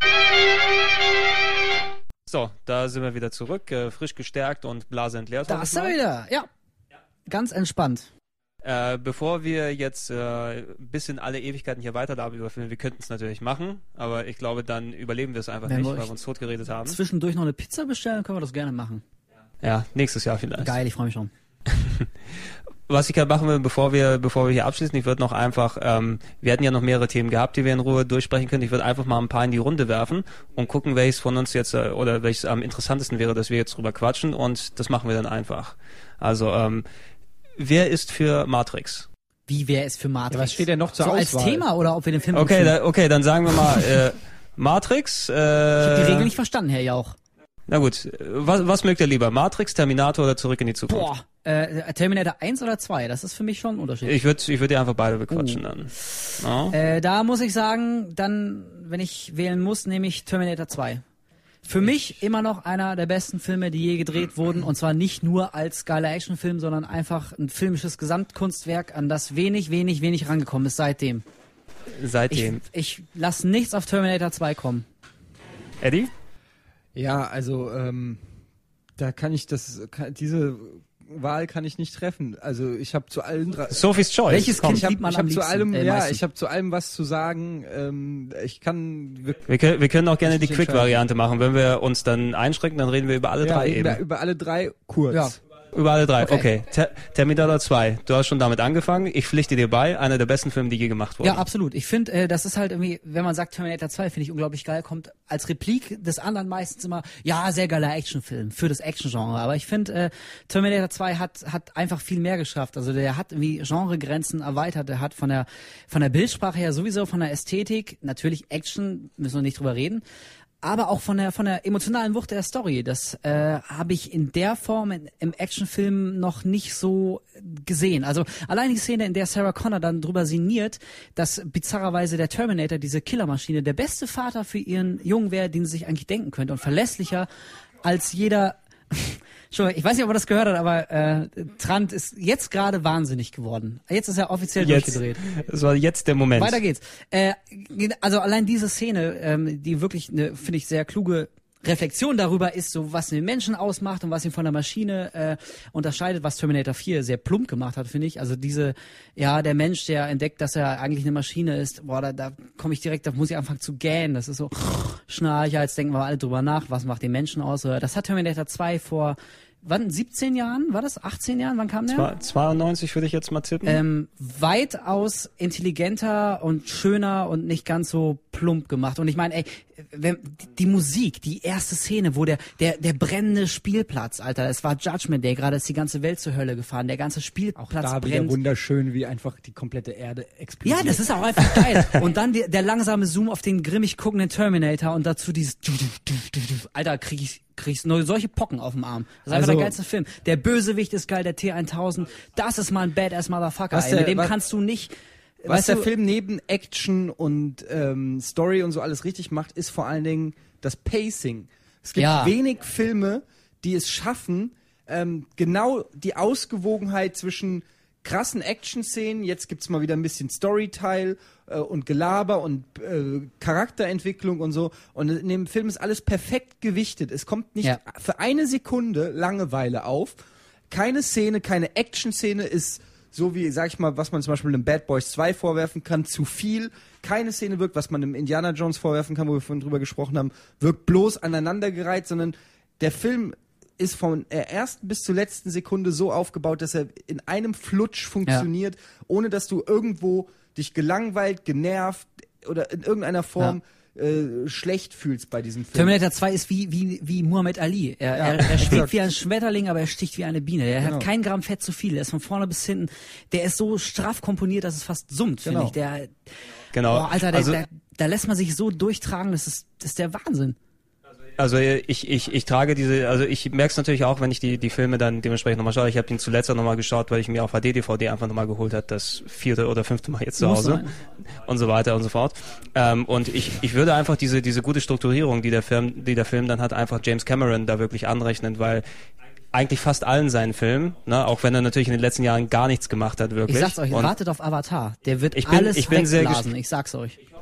Speaker 1: So, da sind wir wieder zurück, äh, frisch gestärkt und Blase entleert.
Speaker 2: Da ist er wieder, ja. Ganz entspannt.
Speaker 1: Äh, bevor wir jetzt äh, bis in alle Ewigkeiten hier weiter darüber überfilmen, wir könnten es natürlich machen, aber ich glaube, dann überleben wir es einfach
Speaker 2: Wenn
Speaker 1: nicht,
Speaker 2: wir
Speaker 1: weil wir uns totgeredet haben.
Speaker 2: Zwischendurch noch eine Pizza bestellen, können wir das gerne machen.
Speaker 1: Ja, nächstes Jahr vielleicht.
Speaker 2: Geil, ich freue mich schon.
Speaker 1: Was ich gerade machen will, bevor wir, bevor wir hier abschließen, ich würde noch einfach, ähm, wir hatten ja noch mehrere Themen gehabt, die wir in Ruhe durchsprechen können. Ich würde einfach mal ein paar in die Runde werfen und gucken, welches von uns jetzt, äh, oder welches am interessantesten wäre, dass wir jetzt drüber quatschen, und das machen wir dann einfach. Also, ähm, wer ist für Matrix?
Speaker 2: Wie, wer ist für Matrix?
Speaker 3: Ja, was steht denn noch zur
Speaker 2: so
Speaker 3: Auswahl?
Speaker 2: als Thema oder ob wir den Film
Speaker 1: Okay,
Speaker 2: empfehlen?
Speaker 1: da, okay, dann sagen wir mal, äh, Matrix, äh,
Speaker 2: Ich habe die Regel nicht verstanden, Herr Jauch.
Speaker 1: Na gut, was, was mögt ihr lieber? Matrix, Terminator oder Zurück in die Zukunft?
Speaker 2: Boah, äh, Terminator eins oder zwei, das ist für mich schon ein Unterschied.
Speaker 1: Ich würde ich würd die einfach beide bequatschen
Speaker 2: Oh.
Speaker 1: dann. Ja.
Speaker 2: Äh, da muss ich sagen, dann, wenn ich wählen muss, nehme ich Terminator zwei. Für mich immer noch einer der besten Filme, die je gedreht wurden, und zwar nicht nur als geiler Actionfilm, sondern einfach ein filmisches Gesamtkunstwerk, an das wenig, wenig, wenig rangekommen ist seitdem. Ich,
Speaker 1: Seitdem.
Speaker 2: ich lasse nichts auf Terminator zwei kommen.
Speaker 1: Eddie?
Speaker 3: Ja, also ähm, da kann ich das, kann, diese Wahl kann ich nicht treffen. Also ich habe zu allen drei.
Speaker 1: Sophie's Choice.
Speaker 2: Welches
Speaker 1: Komm.
Speaker 2: Kind
Speaker 3: Ich habe
Speaker 2: liebt man
Speaker 3: ich
Speaker 2: am
Speaker 3: hab zu
Speaker 2: liebsten?
Speaker 3: allem,
Speaker 2: Äh,
Speaker 3: ja,
Speaker 2: meistens.
Speaker 3: ich habe zu allem was zu sagen. Ähm, ich kann wirklich.
Speaker 1: Wir können, wir können auch gerne die
Speaker 3: Nicht
Speaker 1: Quick-Variante machen. Wenn wir uns dann einschränken, dann reden wir über alle
Speaker 3: Ja,
Speaker 1: drei
Speaker 3: über,
Speaker 1: eben.
Speaker 3: über alle drei kurz.
Speaker 2: Ja.
Speaker 1: Über alle drei, okay.
Speaker 2: Okay.
Speaker 1: Ter Terminator zwei, du hast schon damit angefangen. Ich pflichte dir bei, einer der besten Filme, die je gemacht wurden.
Speaker 2: Ja, absolut. Ich finde, äh, das ist halt irgendwie, wenn man sagt Terminator zwei, finde ich unglaublich geil, kommt als Replik des anderen meistens immer, ja, sehr geiler Actionfilm für das Action-Genre. Aber ich finde, äh, Terminator zwei hat hat einfach viel mehr geschafft. Also der hat irgendwie Genregrenzen erweitert. Der hat von der von der Bildsprache her sowieso, von der Ästhetik, natürlich Action, müssen wir nicht drüber reden, aber auch von der von der emotionalen Wucht der Story. Das äh, habe ich in der Form in, im Actionfilm noch nicht so gesehen. Also allein die Szene, in der Sarah Connor dann drüber sinniert, dass bizarrerweise der Terminator, diese Killermaschine, der beste Vater für ihren Jungen wäre, den sie sich eigentlich denken könnte, und verlässlicher als jeder. Entschuldigung, ich weiß nicht, ob er das gehört hat, aber äh, Trant ist jetzt gerade wahnsinnig geworden. Jetzt ist er offiziell
Speaker 1: Jetzt,
Speaker 2: durchgedreht.
Speaker 1: das war jetzt der Moment.
Speaker 2: Weiter geht's. Äh, also allein diese Szene, ähm, die wirklich eine, finde ich, sehr kluge Reflexion darüber ist, so was den Menschen ausmacht und was ihn von der Maschine äh, unterscheidet, was Terminator vier sehr plump gemacht hat, finde ich. Also diese, ja, der Mensch, der entdeckt, dass er eigentlich eine Maschine ist, boah, da, da komme ich direkt, da muss ich anfangen zu gähnen. Das ist so Schnarcher, jetzt denken wir alle drüber nach, was macht den Menschen aus. Das hat Terminator zwei vor, wann, siebzehn Jahren? War das? achtzehn Jahren? Wann kam der?
Speaker 1: Zwei- zweiundneunzig würde ich jetzt mal tippen.
Speaker 2: Ähm, weitaus intelligenter und schöner und nicht ganz so plump gemacht. Und ich meine, ey, wenn, die Musik, die erste Szene, wo der, der, der brennende Spielplatz, Alter, es war Judgment Day, gerade ist die ganze Welt zur Hölle gefahren, der ganze Spielplatz
Speaker 3: Auch da wieder
Speaker 2: brennt.
Speaker 3: wunderschön, wie einfach die komplette Erde explodiert.
Speaker 2: Ja, das ist auch einfach geil. Und dann die, der langsame Zoom auf den grimmig guckenden Terminator und dazu dieses Alter, krieg ich, krieg ich nur solche Pocken auf dem Arm. Das ist einfach
Speaker 3: Also-
Speaker 2: der geilste Film. Der Bösewicht ist geil, der T tausend. Das ist mal ein Badass Motherfucker,
Speaker 3: Was
Speaker 2: ey.
Speaker 3: der-
Speaker 2: Mit dem
Speaker 3: was-
Speaker 2: kannst du nicht...
Speaker 3: Was
Speaker 2: weißt
Speaker 3: der
Speaker 2: du,
Speaker 3: Film neben Action und ähm, Story und so alles richtig macht, ist vor allen Dingen das Pacing. Es gibt
Speaker 2: Ja.
Speaker 3: wenig Filme, die es schaffen, ähm, genau die Ausgewogenheit zwischen krassen Action-Szenen, jetzt gibt's mal wieder ein bisschen Storyteil äh, und Gelaber und äh, Charakterentwicklung und so. Und in dem Film ist alles perfekt gewichtet. Es kommt nicht
Speaker 2: Ja.
Speaker 3: für eine Sekunde Langeweile auf. Keine Szene, keine Action-Szene ist so wie, sag ich mal, was man zum Beispiel einem Bad Boys zwei vorwerfen kann, zu viel. Keine Szene wirkt, was man einem Indiana Jones vorwerfen kann, wo wir vorhin drüber gesprochen haben, wirkt bloß aneinandergereiht, sondern der Film ist von der ersten bis zur letzten Sekunde so aufgebaut, dass er in einem Flutsch funktioniert, ohne dass du irgendwo dich gelangweilt, genervt oder in irgendeiner Form äh, schlecht fühlst bei diesem Film.
Speaker 2: Terminator zwei ist wie, wie, wie Muhammad Ali. Er, er, er schwebt
Speaker 3: exakt.
Speaker 2: wie ein Schmetterling, aber er sticht wie eine Biene. Er
Speaker 3: Genau.
Speaker 2: hat kein Gramm Fett zu viel. Er ist von vorne bis hinten. Der ist so straff komponiert, dass es fast summt, finde
Speaker 3: Genau.
Speaker 2: ich. Der,
Speaker 1: Genau.
Speaker 2: boah, Alter, der,
Speaker 1: also,
Speaker 2: der, da lässt man sich so durchtragen, das ist, das ist der Wahnsinn.
Speaker 1: Also ich, ich, ich trage diese, also ich merke es natürlich auch, wenn ich die, die Filme dann dementsprechend nochmal schaue. Ich habe den zuletzt auch nochmal geschaut, weil ich mir auf H D D V D einfach nochmal geholt habe, das vierte oder fünfte Mal jetzt zu
Speaker 2: Muss
Speaker 1: Hause
Speaker 2: sein.
Speaker 1: und so weiter und so fort. Ähm, und ich, ich würde einfach diese, diese gute Strukturierung, die der Film, die der Film dann hat, einfach James Cameron da wirklich anrechnen, weil eigentlich fast allen seinen Filmen, ne, auch wenn er natürlich in den letzten Jahren gar nichts gemacht hat, wirklich.
Speaker 2: Ich sag's euch,
Speaker 1: Und
Speaker 2: wartet auf Avatar. Der wird
Speaker 1: Ich bin-
Speaker 2: alles
Speaker 1: ich bin sehr
Speaker 2: wegblasen. Ich sag's euch.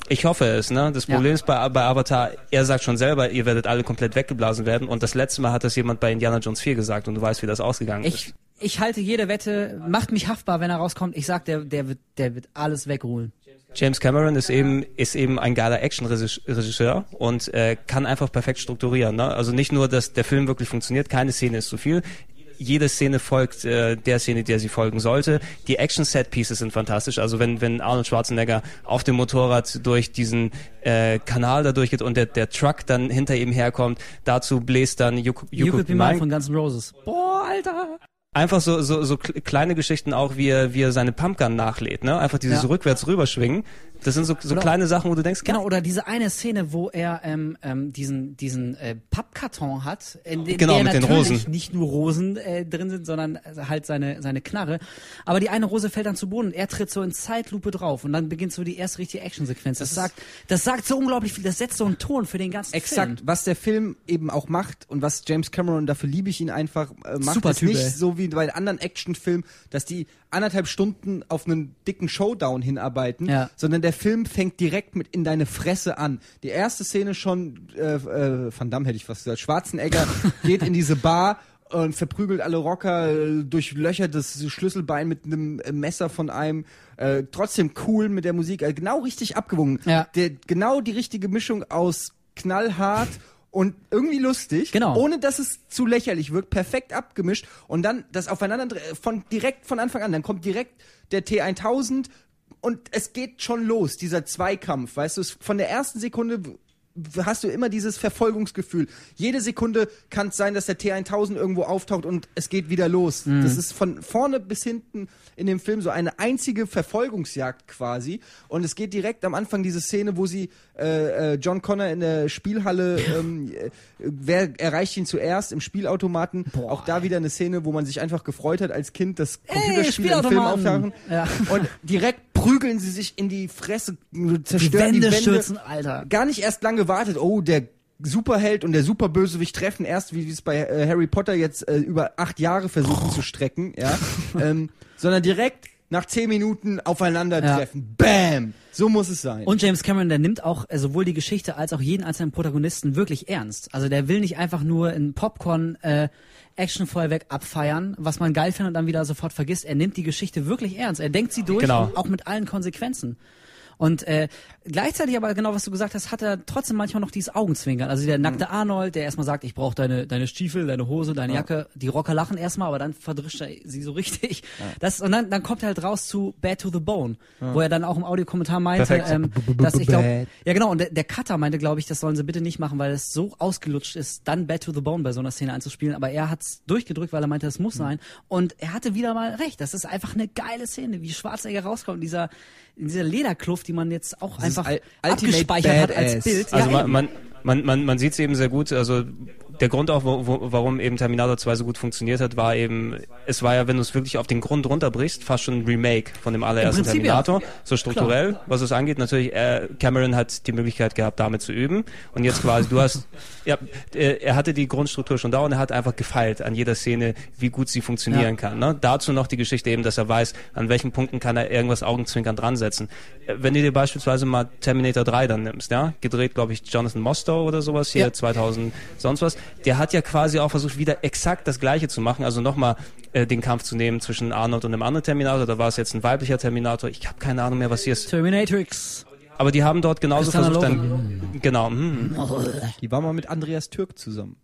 Speaker 1: Ich hoffe es, ne? Das Problem
Speaker 2: Ja.
Speaker 1: ist bei, bei Avatar, er sagt schon selber, ihr werdet alle komplett weggeblasen werden. Und das letzte Mal hat das jemand bei Indiana Jones vier gesagt und du weißt, wie das ausgegangen ist.
Speaker 2: Ich, ich halte jede Wette, macht mich haftbar, wenn er rauskommt. Ich sag, der, der wird, der wird alles wegruhen.
Speaker 1: James Cameron ist eben ist eben ein geiler Action-Regisseur und äh, kann einfach perfekt strukturieren. Ne? Also nicht nur, dass der Film wirklich funktioniert, keine Szene ist zu viel. Jede Szene folgt äh, der Szene, der sie folgen sollte. Die Action-Set-Pieces sind fantastisch. Also wenn wenn Arnold Schwarzenegger auf dem Motorrad durch diesen äh, Kanal da durchgeht und der der Truck dann hinter ihm herkommt, dazu bläst dann You,
Speaker 2: You,
Speaker 1: you
Speaker 2: Could Be Mine von Guns N' Roses. Boah, Alter!
Speaker 1: Einfach so so so kleine Geschichten auch, wie er wie er seine Pumpgun nachlädt, ne? Einfach dieses
Speaker 2: Ja.
Speaker 1: rückwärts rüberschwingen. Das sind so so
Speaker 2: Oder-
Speaker 1: kleine Sachen, wo du denkst,
Speaker 2: Genau, oder diese eine Szene, wo er ähm, ähm, diesen diesen äh, Pappkarton hat, in dem
Speaker 1: Genau,
Speaker 2: der
Speaker 1: mit den
Speaker 2: natürlich
Speaker 1: Rosen.
Speaker 2: nicht nur Rosen äh, drin sind, sondern halt seine seine Knarre. Aber die eine Rose fällt dann zu Boden und er tritt so in Zeitlupe drauf und dann beginnt so die erste richtige Actionsequenz. Das,
Speaker 3: Das
Speaker 2: sagt, das sagt so unglaublich viel. Das setzt so einen Ton für den ganzen
Speaker 3: Exakt,
Speaker 2: Film.
Speaker 3: was der Film eben auch macht und was James Cameron, dafür liebe ich ihn einfach, äh, macht,
Speaker 2: Super
Speaker 3: ist
Speaker 2: Typ,
Speaker 3: nicht
Speaker 2: ey.
Speaker 3: so wie bei anderen Actionfilmen, dass die anderthalb Stunden auf einen dicken Showdown hinarbeiten,
Speaker 2: Ja.
Speaker 3: sondern der Film fängt direkt mit in deine Fresse an. Die erste Szene schon, äh, äh, Van Damme hätte ich fast gesagt, Schwarzenegger geht in diese Bar und verprügelt alle Rocker, äh, durchlöchert das Schlüsselbein mit einem äh, Messer von einem. Äh, trotzdem cool mit der Musik, äh, genau richtig abgewogen.
Speaker 2: Ja.
Speaker 3: Der, genau die richtige Mischung aus knallhart und irgendwie lustig,
Speaker 2: Genau.
Speaker 3: ohne dass es zu lächerlich wirkt, perfekt abgemischt und dann das aufeinander von direkt von Anfang an, dann kommt direkt der T tausend und es geht schon los, dieser Zweikampf, weißt du, es, von der ersten Sekunde hast du immer dieses Verfolgungsgefühl. Jede Sekunde kann es sein, dass der T tausend irgendwo auftaucht und es geht wieder los.
Speaker 2: Mhm.
Speaker 3: Das ist von vorne bis hinten in dem Film so eine einzige Verfolgungsjagd quasi. Und es geht direkt am Anfang diese Szene, wo sie äh, äh, John Connor in der Spielhalle, ähm, äh, wer erreicht ihn zuerst im Spielautomaten.
Speaker 2: Boah.
Speaker 3: Auch da wieder eine Szene, wo man sich einfach gefreut hat als Kind, dass
Speaker 2: Ey,
Speaker 3: Computerspiele im Film
Speaker 2: Spielautomaten.
Speaker 3: auftauchen.
Speaker 2: Ja.
Speaker 3: Und direkt prügeln sie sich in die Fresse,
Speaker 2: Die
Speaker 3: zerstören
Speaker 2: Wände
Speaker 3: die Wände.
Speaker 2: stürzen, Alter.
Speaker 3: Gar nicht erst lange gewartet, oh, der Superheld und der Superbösewicht treffen erst, wie wie es bei äh, Harry Potter jetzt äh, über acht Jahre versuchen zu strecken, ja, ähm, sondern direkt nach zehn Minuten aufeinandertreffen. Bam! So muss es sein.
Speaker 2: Und James Cameron, der nimmt auch äh, sowohl die Geschichte als auch jeden einzelnen Protagonisten wirklich ernst. Also der will nicht einfach nur ein Popcorn äh, Actionfeuerwerk abfeiern, was man geil findet und dann wieder sofort vergisst. Er nimmt die Geschichte wirklich ernst. Er denkt sie durch,
Speaker 1: Genau.
Speaker 2: auch mit allen Konsequenzen. Und äh, gleichzeitig aber genau, was du gesagt hast, hat er trotzdem manchmal noch dieses Augenzwinkern. Also der nackte Arnold, der erstmal sagt, ich brauche deine deine Stiefel, deine Hose, deine Jacke. Die Rocker lachen erstmal, aber dann verdrischt er sie so richtig. Das, und dann, dann kommt er halt raus zu Bad to the Bone, wo er dann auch im Audiokommentar meinte,
Speaker 1: Perfekt.
Speaker 2: ähm, dass ich glaube,
Speaker 3: Bad.
Speaker 2: ja genau, und der, der Cutter meinte, glaube ich, das sollen sie bitte nicht machen, weil es so ausgelutscht ist, dann Bad to the Bone bei so einer Szene einzuspielen. Aber er hat's durchgedrückt, weil er meinte, das muss sein. Und er hatte wieder mal recht. Das ist einfach eine geile Szene, wie Schwarzenegger rauskommt, in dieser, in dieser Lederkluft, die man jetzt auch
Speaker 3: Das ist
Speaker 2: einfach
Speaker 3: Ul- Ultimate
Speaker 2: abgespeichert hat
Speaker 3: Badass.
Speaker 2: als Bild.
Speaker 1: Also
Speaker 2: ja,
Speaker 1: man, man, man, man, man sieht es eben sehr gut, also der Grund auch, wo, wo, warum eben Terminator zwei so gut funktioniert hat, war eben, es war ja, wenn du es wirklich auf den Grund runterbrichst, fast schon ein Remake von dem allerersten
Speaker 2: Prinzip,
Speaker 1: Terminator,
Speaker 2: ja.
Speaker 1: so strukturell, was es angeht. Natürlich, äh, Cameron hat die Möglichkeit gehabt, damit zu üben und jetzt quasi, du hast, ja, äh, er hatte die Grundstruktur schon da und er hat einfach gefeilt an jeder Szene, wie gut sie funktionieren
Speaker 2: Ja.
Speaker 1: kann. Ne? Dazu noch die Geschichte eben, dass er weiß, an welchen Punkten kann er irgendwas augenzwinkern dran setzen. Äh, Wenn du dir beispielsweise mal Terminator drei dann nimmst, ja, gedreht, glaube ich, Jonathan Mostow oder sowas hier,
Speaker 2: Ja.
Speaker 1: zweitausend, sonst was, der hat ja quasi auch versucht, wieder exakt das Gleiche zu machen, also nochmal äh, den Kampf zu nehmen zwischen Arnold und einem anderen Terminator, da war es jetzt ein weiblicher Terminator, ich habe keine Ahnung mehr, was hier ist,
Speaker 2: Terminatrix.
Speaker 1: aber die haben dort genauso
Speaker 2: Christiana
Speaker 1: versucht, dann, genau, hm.
Speaker 3: Die war mal mit Andreas Türk zusammen.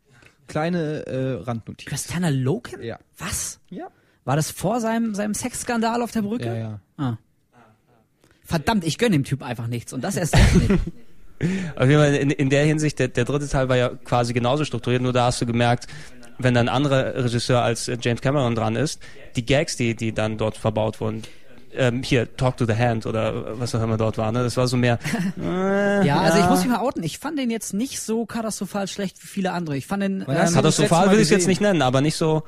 Speaker 3: Kleine äh, Randnotiz.
Speaker 2: Christiana Loken?
Speaker 3: Ja.
Speaker 2: Was?
Speaker 3: Ja.
Speaker 2: War das vor seinem, seinem Sexskandal auf der Brücke?
Speaker 3: Ja, ja.
Speaker 2: Ah. Verdammt, ich gönne dem Typ einfach nichts. Und das erst recht nicht.
Speaker 1: Auf jeden Fall in, in der Hinsicht, der, der dritte Teil war ja quasi genauso strukturiert, nur da hast du gemerkt, wenn da ein anderer Regisseur als äh, James Cameron dran ist, die Gags, die, die dann dort verbaut wurden, ähm, hier, Talk to the Hand oder was auch immer dort war, ne? Das war so mehr, äh,
Speaker 2: Ja, also ich muss mich mal outen. Ich fand den jetzt nicht so katastrophal schlecht wie viele andere. Ich fand den
Speaker 3: Wann hast
Speaker 2: ähm,
Speaker 3: du das letzte
Speaker 1: katastrophal
Speaker 3: Mal
Speaker 1: will ich es jetzt
Speaker 3: gesehen?
Speaker 1: nicht nennen, aber nicht so,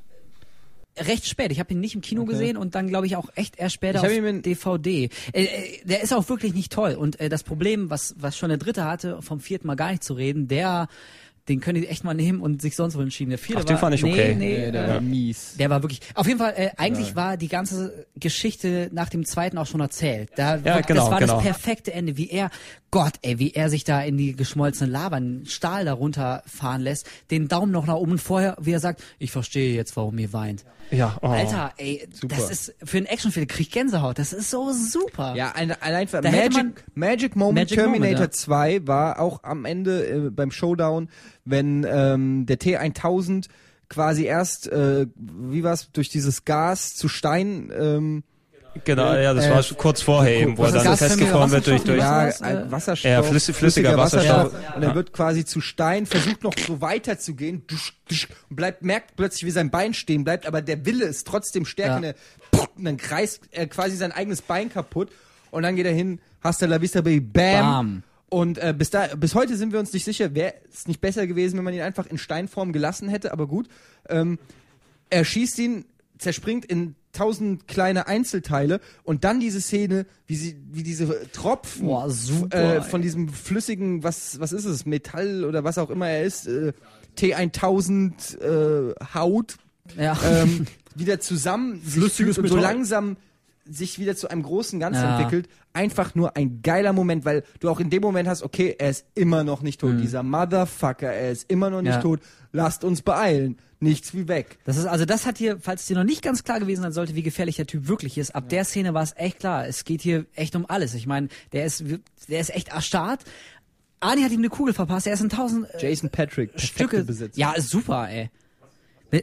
Speaker 2: recht spät. Ich habe ihn nicht im Kino
Speaker 3: Okay.
Speaker 2: gesehen und dann glaube ich auch echt erst später
Speaker 3: Ich hab
Speaker 2: auf
Speaker 3: ihn in-
Speaker 2: D V D. Äh, äh, der ist auch wirklich nicht toll. Und äh, das Problem, was was schon der dritte hatte, vom vierten Mal gar nicht zu reden, der den können die echt mal nehmen und sich sonst wo entschieden. Der vierte
Speaker 1: Ach, den
Speaker 2: war,
Speaker 1: fand ich
Speaker 2: nee,
Speaker 1: okay.
Speaker 2: Nee,
Speaker 3: Nee, der
Speaker 2: äh,
Speaker 3: war mies.
Speaker 2: der war wirklich, auf jeden Fall, äh, eigentlich ja. war die ganze Geschichte nach dem zweiten auch schon erzählt. Da,
Speaker 1: Ja,
Speaker 2: das
Speaker 1: genau,
Speaker 2: war
Speaker 1: genau.
Speaker 2: das perfekte Ende, wie er, Gott, ey, wie er sich da in die geschmolzene Lava, einen Stahl da runterfahren lässt, den Daumen noch nach oben vorher, wie er sagt, ich verstehe jetzt, warum ihr weint.
Speaker 1: Ja, oh.
Speaker 2: Alter, ey,
Speaker 3: Super.
Speaker 2: das ist, für einen Actionfilm krieg ich Gänsehaut, das ist so super.
Speaker 3: Ja, ein, allein für
Speaker 2: Da hätte
Speaker 3: Magic,
Speaker 2: man-
Speaker 3: Magic Moment
Speaker 2: Magic
Speaker 3: Terminator
Speaker 2: Moment, ja.
Speaker 3: zwei war auch am Ende äh, beim Showdown, wenn ähm, der T tausend quasi erst, äh, wie war's, durch dieses Gas zu Stein, ähm,
Speaker 1: Genau, ja, das
Speaker 3: Äh,
Speaker 1: war schon kurz vorher eben, wo er
Speaker 2: was ist
Speaker 1: dann
Speaker 2: das für
Speaker 1: festgefahren wird durch, durch,
Speaker 2: Wasserstoff?
Speaker 3: ja,
Speaker 2: was,
Speaker 3: ein
Speaker 2: äh,
Speaker 3: Wasserstoff,
Speaker 1: Ja, flüssig- flüssiger Wasserstoff.
Speaker 3: Und er wird quasi zu Stein, versucht noch so weiter zu gehen, dusch, dusch, und bleibt, merkt plötzlich, wie sein Bein stehen bleibt, aber der Wille ist trotzdem stärker.
Speaker 2: Ja.
Speaker 3: Und dann kreist er quasi sein eigenes Bein kaputt und dann geht er hin, hasta la vista, baby, bam.
Speaker 2: Bam.
Speaker 3: Und äh, bis da, bis heute sind wir uns nicht sicher, wäre es nicht besser gewesen, wenn man ihn einfach in Steinform gelassen hätte, aber gut. Ähm, er schießt ihn, zerspringt in tausend kleine Einzelteile und dann diese Szene, wie sie, wie diese Tropfen
Speaker 2: Boah, super,
Speaker 3: äh,
Speaker 2: ey.
Speaker 3: von diesem flüssigen, was, was ist es, Metall oder was auch immer er ist, äh, T tausend äh, Haut,
Speaker 2: Ja.
Speaker 3: ähm, wieder zusammen sich
Speaker 2: Flüssiges
Speaker 3: fügt und so
Speaker 2: Metall.
Speaker 3: langsam sich wieder zu einem großen Ganzen
Speaker 2: Ja.
Speaker 3: entwickelt. Einfach nur ein geiler Moment, weil du auch in dem Moment hast, okay, er ist immer noch nicht tot. Dieser Motherfucker, er ist immer noch nicht
Speaker 2: Mhm. Ja.
Speaker 3: tot. Lasst uns beeilen. Nichts wie weg.
Speaker 2: Das ist, also das hat hier, falls es dir noch nicht ganz klar gewesen sein sollte, wie gefährlich der Typ wirklich ist, ab der Szene war es echt klar. Es geht hier echt um alles. Ich meine, der ist, der ist echt erstarrt. Arnie hat ihm eine Kugel verpasst, er ist in tausend äh,
Speaker 3: Jason Patrick, perfekte
Speaker 2: Stücke.
Speaker 3: Besitzer.
Speaker 2: Ja, ist super, ey. Ne-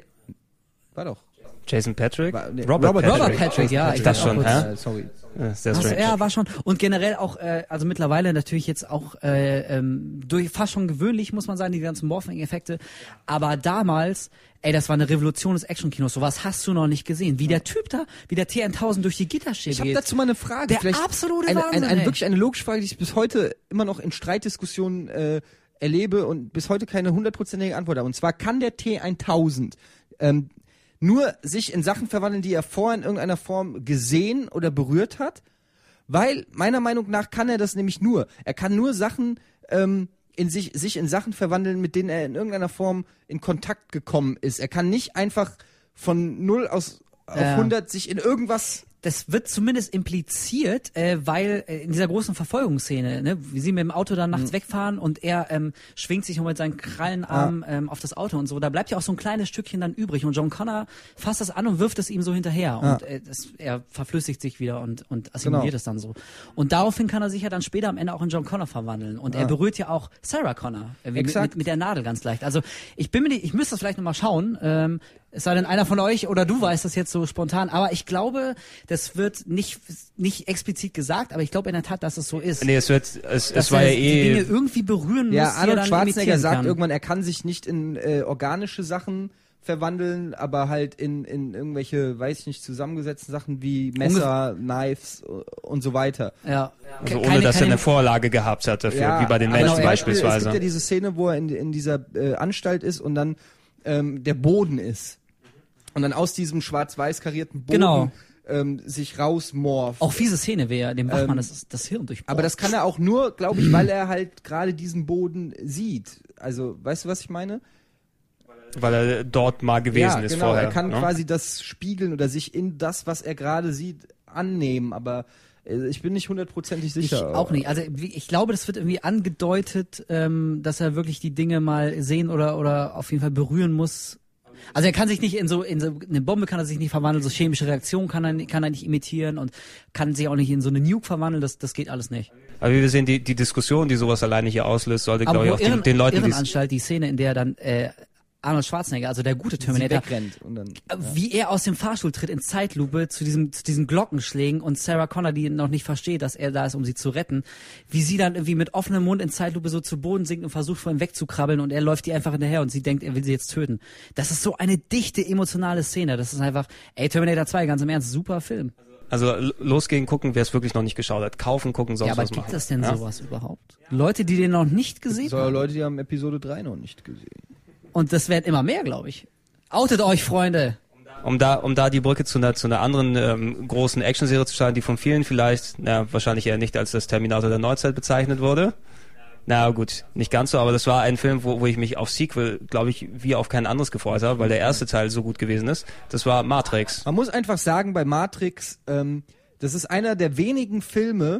Speaker 3: War doch.
Speaker 1: Jason Patrick?
Speaker 3: War, nee,
Speaker 1: Robert,
Speaker 3: Robert
Speaker 1: Patrick.
Speaker 2: Robert Patrick, ja.
Speaker 1: Ich dachte
Speaker 2: war
Speaker 1: schon,
Speaker 2: kurz-
Speaker 1: hä?
Speaker 3: Äh, sorry.
Speaker 1: Ja, sehr
Speaker 2: Ach so,
Speaker 1: strange.
Speaker 2: ja, war schon. Und generell auch, äh, also mittlerweile natürlich jetzt auch äh, ähm, durch fast schon gewöhnlich, muss man sagen, die ganzen Morphing-Effekte. Aber damals, ey, das war eine Revolution des Actionkinos. Sowas hast du noch nicht gesehen. Wie der Typ da, wie der T tausend durch die Gitterstäbe
Speaker 3: Ich habe
Speaker 2: geht.
Speaker 3: dazu mal eine Frage.
Speaker 2: Der
Speaker 3: Vielleicht
Speaker 2: absolute
Speaker 3: eine,
Speaker 2: Wahnsinn,
Speaker 3: eine, eine
Speaker 2: ey.
Speaker 3: wirklich eine logische Frage, die ich bis heute immer noch in Streitdiskussionen äh, erlebe und bis heute keine hundertprozentige Antwort habe. Und zwar kann der T tausend ähm, nur sich in Sachen verwandeln, die er vorher in irgendeiner Form gesehen oder berührt hat, weil meiner Meinung nach kann er das nämlich nur. Er kann nur Sachen ähm, in sich, sich in Sachen verwandeln, mit denen er in irgendeiner Form in Kontakt gekommen ist. Er kann nicht einfach von null aus auf
Speaker 2: Ja.
Speaker 3: hundert sich in irgendwas.
Speaker 2: Das wird zumindest impliziert, äh, weil äh, in dieser großen Verfolgungsszene, ne, wie sie mit dem Auto dann nachts
Speaker 3: Mhm.
Speaker 2: wegfahren und er ähm, schwingt sich noch mit seinen Krallenarm ähm, auf das Auto und so, da bleibt ja auch so ein kleines Stückchen dann übrig und John Connor fasst das an und wirft es ihm so hinterher
Speaker 3: Ja.
Speaker 2: und äh, das, er verflüssigt sich wieder und, und assimiliert
Speaker 3: Genau.
Speaker 2: es dann so. Und daraufhin kann er sich ja dann später am Ende auch in John Connor verwandeln und er berührt ja auch Sarah Connor äh, wie mit,
Speaker 3: Exakt.
Speaker 2: mit, mit der Nadel ganz leicht. Also ich bin mir nicht, ich müsste das vielleicht nochmal schauen, ähm, es sei denn einer von euch oder du weißt das jetzt so spontan, aber ich glaube, das wird nicht nicht explizit gesagt, aber ich glaube in der Tat, dass es so ist.
Speaker 1: Nee, es wird, es,
Speaker 2: dass
Speaker 1: es war
Speaker 2: er
Speaker 1: ja
Speaker 2: die
Speaker 1: eh,
Speaker 2: Dinge irgendwie berühren muss,
Speaker 3: Ja,
Speaker 2: die er
Speaker 3: Arnold
Speaker 2: dann
Speaker 3: Schwarzenegger
Speaker 2: imitieren
Speaker 3: sagt
Speaker 2: kann.
Speaker 3: irgendwann, er kann sich nicht in äh, organische Sachen verwandeln, aber halt in, in irgendwelche, weiß ich nicht, zusammengesetzten Sachen wie Messer, Knives und so weiter.
Speaker 2: Ja.
Speaker 1: also
Speaker 2: Keine-
Speaker 1: ohne dass er
Speaker 2: keine-
Speaker 1: eine Vorlage gehabt hat dafür, wie bei den
Speaker 3: aber
Speaker 1: Menschen
Speaker 3: zum Beispiel,
Speaker 1: beispielsweise.
Speaker 3: Es gibt ja diese Szene, wo er in, in dieser äh, Anstalt ist und dann ähm, der Boden ist. Und dann aus diesem schwarz-weiß karierten Boden
Speaker 2: Genau.
Speaker 3: ähm, sich rausmorpht.
Speaker 2: Auch fiese Szene wäre dem Wachmann
Speaker 3: Ähm,
Speaker 2: das, das Hirn durchbohrt.
Speaker 3: Aber das kann er auch nur, glaube ich, weil er halt gerade diesen Boden sieht. Also, weißt du, was ich meine?
Speaker 1: Weil er dort mal gewesen
Speaker 3: ja,
Speaker 1: ist
Speaker 3: genau.
Speaker 1: vorher.
Speaker 3: Er kann
Speaker 1: ne?
Speaker 3: quasi das spiegeln oder sich in das, was er gerade sieht, annehmen. Aber äh, ich bin nicht hundertprozentig
Speaker 2: Ich
Speaker 3: sicher.
Speaker 2: auch nicht. Also wie- ich glaube, das wird irgendwie angedeutet, ähm, dass er wirklich die Dinge mal sehen oder oder auf jeden Fall berühren muss. Also er kann sich nicht in so in so eine Bombe kann er sich nicht verwandeln, so chemische Reaktionen kann er kann er nicht imitieren und kann sich auch nicht in so eine Nuke verwandeln. Das das geht alles nicht.
Speaker 1: Aber wie wir sehen, die, die Diskussion, die sowas alleine hier auslöst, sollte, glaube ich,
Speaker 2: wo
Speaker 1: auch den,
Speaker 2: Irren,
Speaker 1: den Leuten, die
Speaker 2: Irrenanstalt, die Szene, in der dann äh, Arnold Schwarzenegger, also der gute
Speaker 3: sie
Speaker 2: Terminator,
Speaker 3: wegrennt und dann.
Speaker 2: wie er aus dem Fahrstuhl tritt in Zeitlupe zu diesem zu diesen Glockenschlägen und Sarah Connor, die noch nicht versteht, dass er da ist, um sie zu retten, wie sie dann irgendwie mit offenem Mund in Zeitlupe so zu Boden sinkt und versucht vor ihm wegzukrabbeln und er läuft ihr einfach hinterher und sie denkt, er will sie jetzt töten. Das ist so eine dichte emotionale Szene. Das ist einfach, ey, Terminator zwei, ganz im Ernst, super Film.
Speaker 1: Also l- losgehen, gucken, wer es wirklich noch nicht geschaut hat. Kaufen, gucken, sonst
Speaker 2: Ja, aber
Speaker 1: was
Speaker 2: gibt
Speaker 1: machen.
Speaker 2: es denn
Speaker 1: ja?
Speaker 2: sowas überhaupt? Leute, die den noch nicht gesehen
Speaker 3: So,
Speaker 2: haben.
Speaker 3: Leute, die haben Episode drei noch nicht gesehen.
Speaker 2: Und das werden immer mehr, glaube ich. Outet euch, Freunde.
Speaker 1: Um da, um da die Brücke zu einer, zu einer anderen ähm, großen Actionserie zu schlagen, die von vielen vielleicht, na, wahrscheinlich eher nicht als das Terminator der Neuzeit bezeichnet wurde. Na gut, nicht ganz so, aber das war ein Film, wo, wo ich mich auf Sequel, glaube ich, wie auf kein anderes gefreut habe, weil der erste Teil so gut gewesen ist. Das war Matrix.
Speaker 3: Man muss einfach sagen, bei Matrix, ähm, das ist einer der wenigen Filme,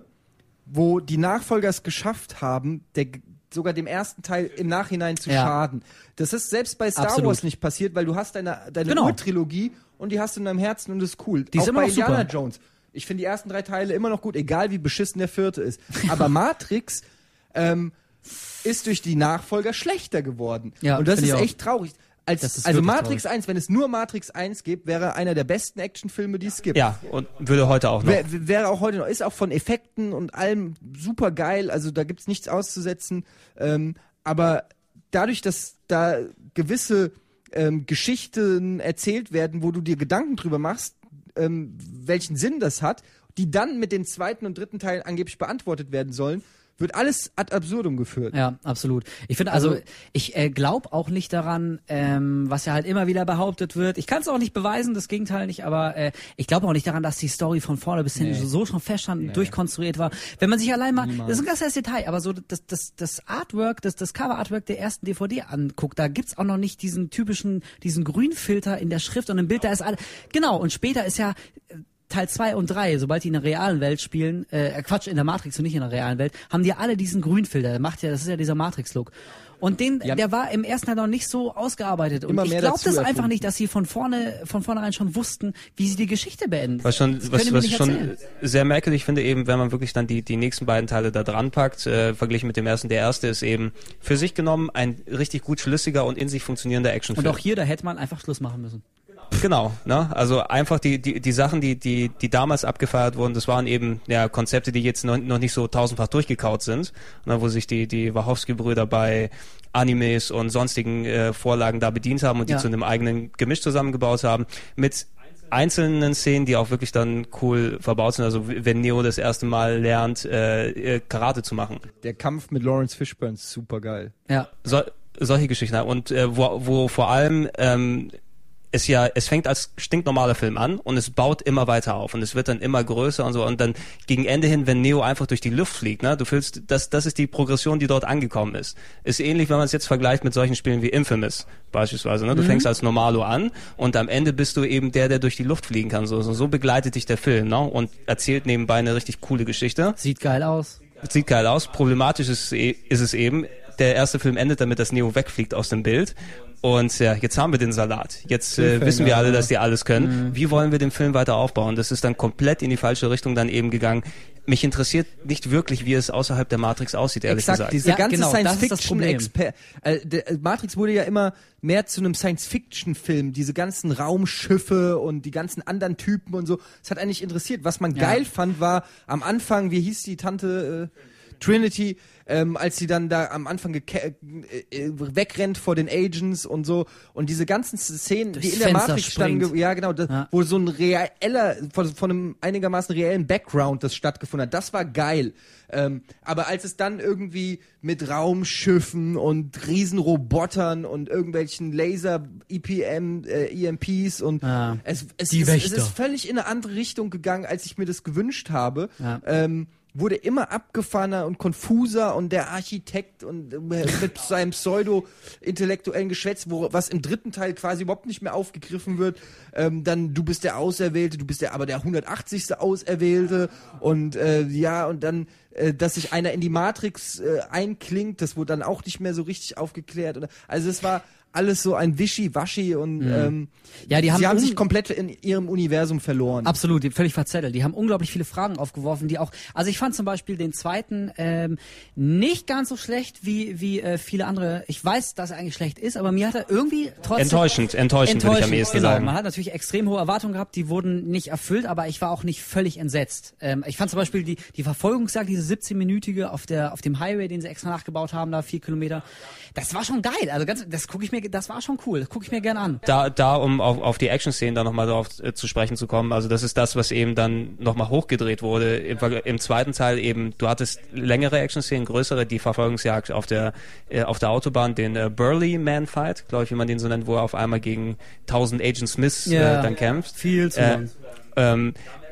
Speaker 3: wo die Nachfolger es geschafft haben, der, sogar dem ersten Teil im Nachhinein zu
Speaker 2: Ja.
Speaker 3: schaden. Das ist selbst bei Star
Speaker 2: Absolut.
Speaker 3: Wars nicht passiert, weil du hast deine, deine
Speaker 2: Genau.
Speaker 3: Urtrilogie und die hast du in deinem Herzen und das ist cool.
Speaker 2: Die ist
Speaker 3: Auch
Speaker 2: immer
Speaker 3: bei
Speaker 2: noch
Speaker 3: Indiana
Speaker 2: super.
Speaker 3: Jones. Ich finde die ersten drei Teile immer noch gut, egal wie beschissen der vierte ist. Aber Matrix ähm, ist durch die Nachfolger schlechter geworden.
Speaker 2: Ja,
Speaker 3: und das
Speaker 2: finde
Speaker 3: ist
Speaker 2: ich auch.
Speaker 3: echt traurig. Als,
Speaker 2: Das ist
Speaker 3: also
Speaker 2: wirklich
Speaker 3: Matrix eins, wenn es nur Matrix eins gibt, wäre einer der besten Actionfilme, die es gibt.
Speaker 1: Ja, und würde heute auch noch.
Speaker 3: Wär, wäre auch heute noch, ist auch von Effekten und allem super geil, also da gibt's nichts auszusetzen. Ähm, aber dadurch, dass da gewisse ähm, Geschichten erzählt werden, wo du dir Gedanken drüber machst, ähm, welchen Sinn das hat, die dann mit den zweiten und dritten Teilen angeblich beantwortet werden sollen, wird alles ad absurdum geführt.
Speaker 2: Ja, absolut. Ich finde, also,
Speaker 3: Also-
Speaker 2: ich äh, glaube auch nicht daran, ähm, was ja halt immer wieder behauptet wird. Ich kann es auch nicht beweisen, das Gegenteil nicht, aber äh, ich glaube auch nicht daran, dass die Story von vorne bis hinten
Speaker 3: Nee.
Speaker 2: so schon feststand, nee. durchkonstruiert war. Wenn man sich allein mal,
Speaker 3: Niemals.
Speaker 2: das ist ein ganz kleines Detail, aber so das, das, das Artwork, das, das Cover-Artwork der ersten D V D anguckt, da gibt's auch noch nicht diesen typischen, diesen Grünfilter in der Schrift und im Bild, da ist alles, genau, und später ist ja, äh, Teil zwei und drei, sobald die in der realen Welt spielen, äh, Quatsch, in der Matrix und nicht in der realen Welt, haben die alle diesen Grünfilter. Der macht ja, das ist ja dieser Matrix-Look. Und den,
Speaker 3: Ja.
Speaker 2: der war im ersten Teil noch nicht so ausgearbeitet. Und
Speaker 3: Immer
Speaker 2: ich
Speaker 3: mehr
Speaker 2: glaube
Speaker 3: dazu
Speaker 2: das einfach
Speaker 3: erfunden.
Speaker 2: nicht, dass sie von vorne, von vornherein schon wussten, wie sie die Geschichte beenden.
Speaker 1: Was schon,
Speaker 2: Das
Speaker 1: was,
Speaker 2: können die
Speaker 1: was
Speaker 2: mir
Speaker 1: ich
Speaker 2: nicht
Speaker 1: schon
Speaker 2: erzählen.
Speaker 1: sehr merkwürdig finde, eben, wenn man wirklich dann die, die nächsten beiden Teile da dran packt, äh, verglichen mit dem ersten. Der erste ist eben für sich genommen ein richtig gut schlüssiger und in sich funktionierender Actionfilm.
Speaker 2: Und auch hier, da hätte man einfach Schluss machen müssen.
Speaker 1: Genau, ne? Also einfach die, die, die Sachen, die, die, die damals abgefeiert wurden, das waren eben ja Konzepte, die jetzt noch, noch nicht so tausendfach durchgekaut sind, ne? Wo sich die, die Wachowski-Brüder bei Animes und sonstigen äh, Vorlagen da bedient haben und die
Speaker 2: Ja.
Speaker 1: zu einem eigenen Gemisch zusammengebaut haben, mit einzelnen Szenen, die auch wirklich dann cool verbaut sind. Also wenn Neo das erste Mal lernt, äh, Karate zu machen.
Speaker 3: Der Kampf mit Lawrence Fishburne ist super geil.
Speaker 2: Ja.
Speaker 1: So, solche Geschichten. Und äh, wo, wo vor allem ähm, es ja, es fängt als stinknormaler Film an und es baut immer weiter auf und es wird dann immer größer und so und dann gegen Ende hin, wenn Neo einfach durch die Luft fliegt, ne, du fühlst, das, das ist die Progression, die dort angekommen ist. Ist ähnlich, wenn man es jetzt vergleicht mit solchen Spielen wie Infamous beispielsweise, ne, du
Speaker 2: Mhm.
Speaker 1: fängst als Normalo an und am Ende bist du eben der, der durch die Luft fliegen kann, so, so, so begleitet dich der Film, ne, und erzählt nebenbei eine richtig coole Geschichte.
Speaker 2: Sieht geil aus.
Speaker 1: Sieht geil aus. Problematisch ist, ist es eben, der erste Film endet damit, dass Neo wegfliegt aus dem Bild. Und ja, jetzt haben wir den Salat. Jetzt äh, wissen wir alle, dass die alles können.
Speaker 2: Mhm.
Speaker 1: Wie wollen wir den Film weiter aufbauen? Das ist dann komplett in die falsche Richtung dann eben gegangen. Mich interessiert nicht wirklich, wie es außerhalb der Matrix aussieht, ehrlich
Speaker 3: Exakt,
Speaker 1: gesagt.
Speaker 3: diese
Speaker 2: Ja,
Speaker 3: ganze
Speaker 2: genau, das ist das
Speaker 3: Science-Fiction-Exper... Äh, der, äh, Matrix wurde ja immer mehr zu einem Science-Fiction-Film. Diese ganzen Raumschiffe und die ganzen anderen Typen und so. Das hat eigentlich interessiert. Was man
Speaker 2: Ja.
Speaker 3: geil fand, war am Anfang, wie hieß die Tante äh, Trinity, ähm, als sie dann da am Anfang geke- äh, äh, wegrennt vor den Agents und so. Und diese ganzen Szenen, die
Speaker 2: Durchs
Speaker 3: in der
Speaker 2: Fenster
Speaker 3: Matrix standen,
Speaker 2: springt.
Speaker 3: ge- ja genau, das,
Speaker 2: Ja.
Speaker 3: wo so ein reeller, von, von einem einigermaßen reellen Background das stattgefunden hat, das war geil. Ähm, aber als es dann irgendwie mit Raumschiffen und Riesenrobotern und irgendwelchen Laser-E P M, äh, E M Ps und
Speaker 2: Ja.
Speaker 3: es, es,
Speaker 2: Die
Speaker 3: es, es
Speaker 2: Wächter.
Speaker 3: ist völlig in eine andere Richtung gegangen, als ich mir das gewünscht habe.
Speaker 2: Ja.
Speaker 3: Ähm, wurde immer abgefahrener und konfuser und der Architekt und äh, mit seinem pseudo-intellektuellen Geschwätz, wo, was im dritten Teil quasi überhaupt nicht mehr aufgegriffen wird, ähm, dann du bist der Auserwählte, du bist der aber der hundertachtzigste Auserwählte und äh, ja und dann äh, dass sich einer in die Matrix äh, einklingt, das wurde dann auch nicht mehr so richtig aufgeklärt. Oder, also es war alles so ein Wischi-Waschi und ähm,
Speaker 2: Ja, die haben
Speaker 3: sie haben
Speaker 2: un-
Speaker 3: sich komplett in ihrem Universum verloren.
Speaker 2: Absolut, die völlig verzettelt. Die haben unglaublich viele Fragen aufgeworfen, die auch. Also ich fand zum Beispiel den zweiten ähm, nicht ganz so schlecht wie wie äh, viele andere. Ich weiß, dass er eigentlich schlecht ist, aber mir hat er irgendwie trotzdem
Speaker 1: Enttäuschend, enttäuschend, würde ich am ehesten
Speaker 2: genau.
Speaker 1: sagen.
Speaker 2: Man hat natürlich extrem hohe Erwartungen gehabt, die wurden nicht erfüllt, aber ich war auch nicht völlig entsetzt. Ähm, ich fand zum Beispiel die die Verfolgungsjagd, diese siebzehn-minütige auf der auf dem Highway, den sie extra nachgebaut haben, da vier Kilometer. Das war schon geil. Also ganz, das gucke ich mir, das war schon cool. Das gucke ich mir gerne an.
Speaker 1: Da, da um auf, auf die Action-Szenen da nochmal drauf äh, zu sprechen zu kommen, also das ist das, was eben dann nochmal hochgedreht wurde. Im, Verg- Im zweiten Teil eben, du hattest längere Action-Szenen, größere, die Verfolgungsjagd auf der äh, auf der Autobahn, den äh, Burly Man Fight, glaube ich, wie man den so nennt, wo er auf einmal gegen tausend Agent Smiths
Speaker 2: Ja.
Speaker 1: äh, dann kämpft.
Speaker 2: Viel zu
Speaker 1: Äh,
Speaker 2: lang.
Speaker 1: ähm,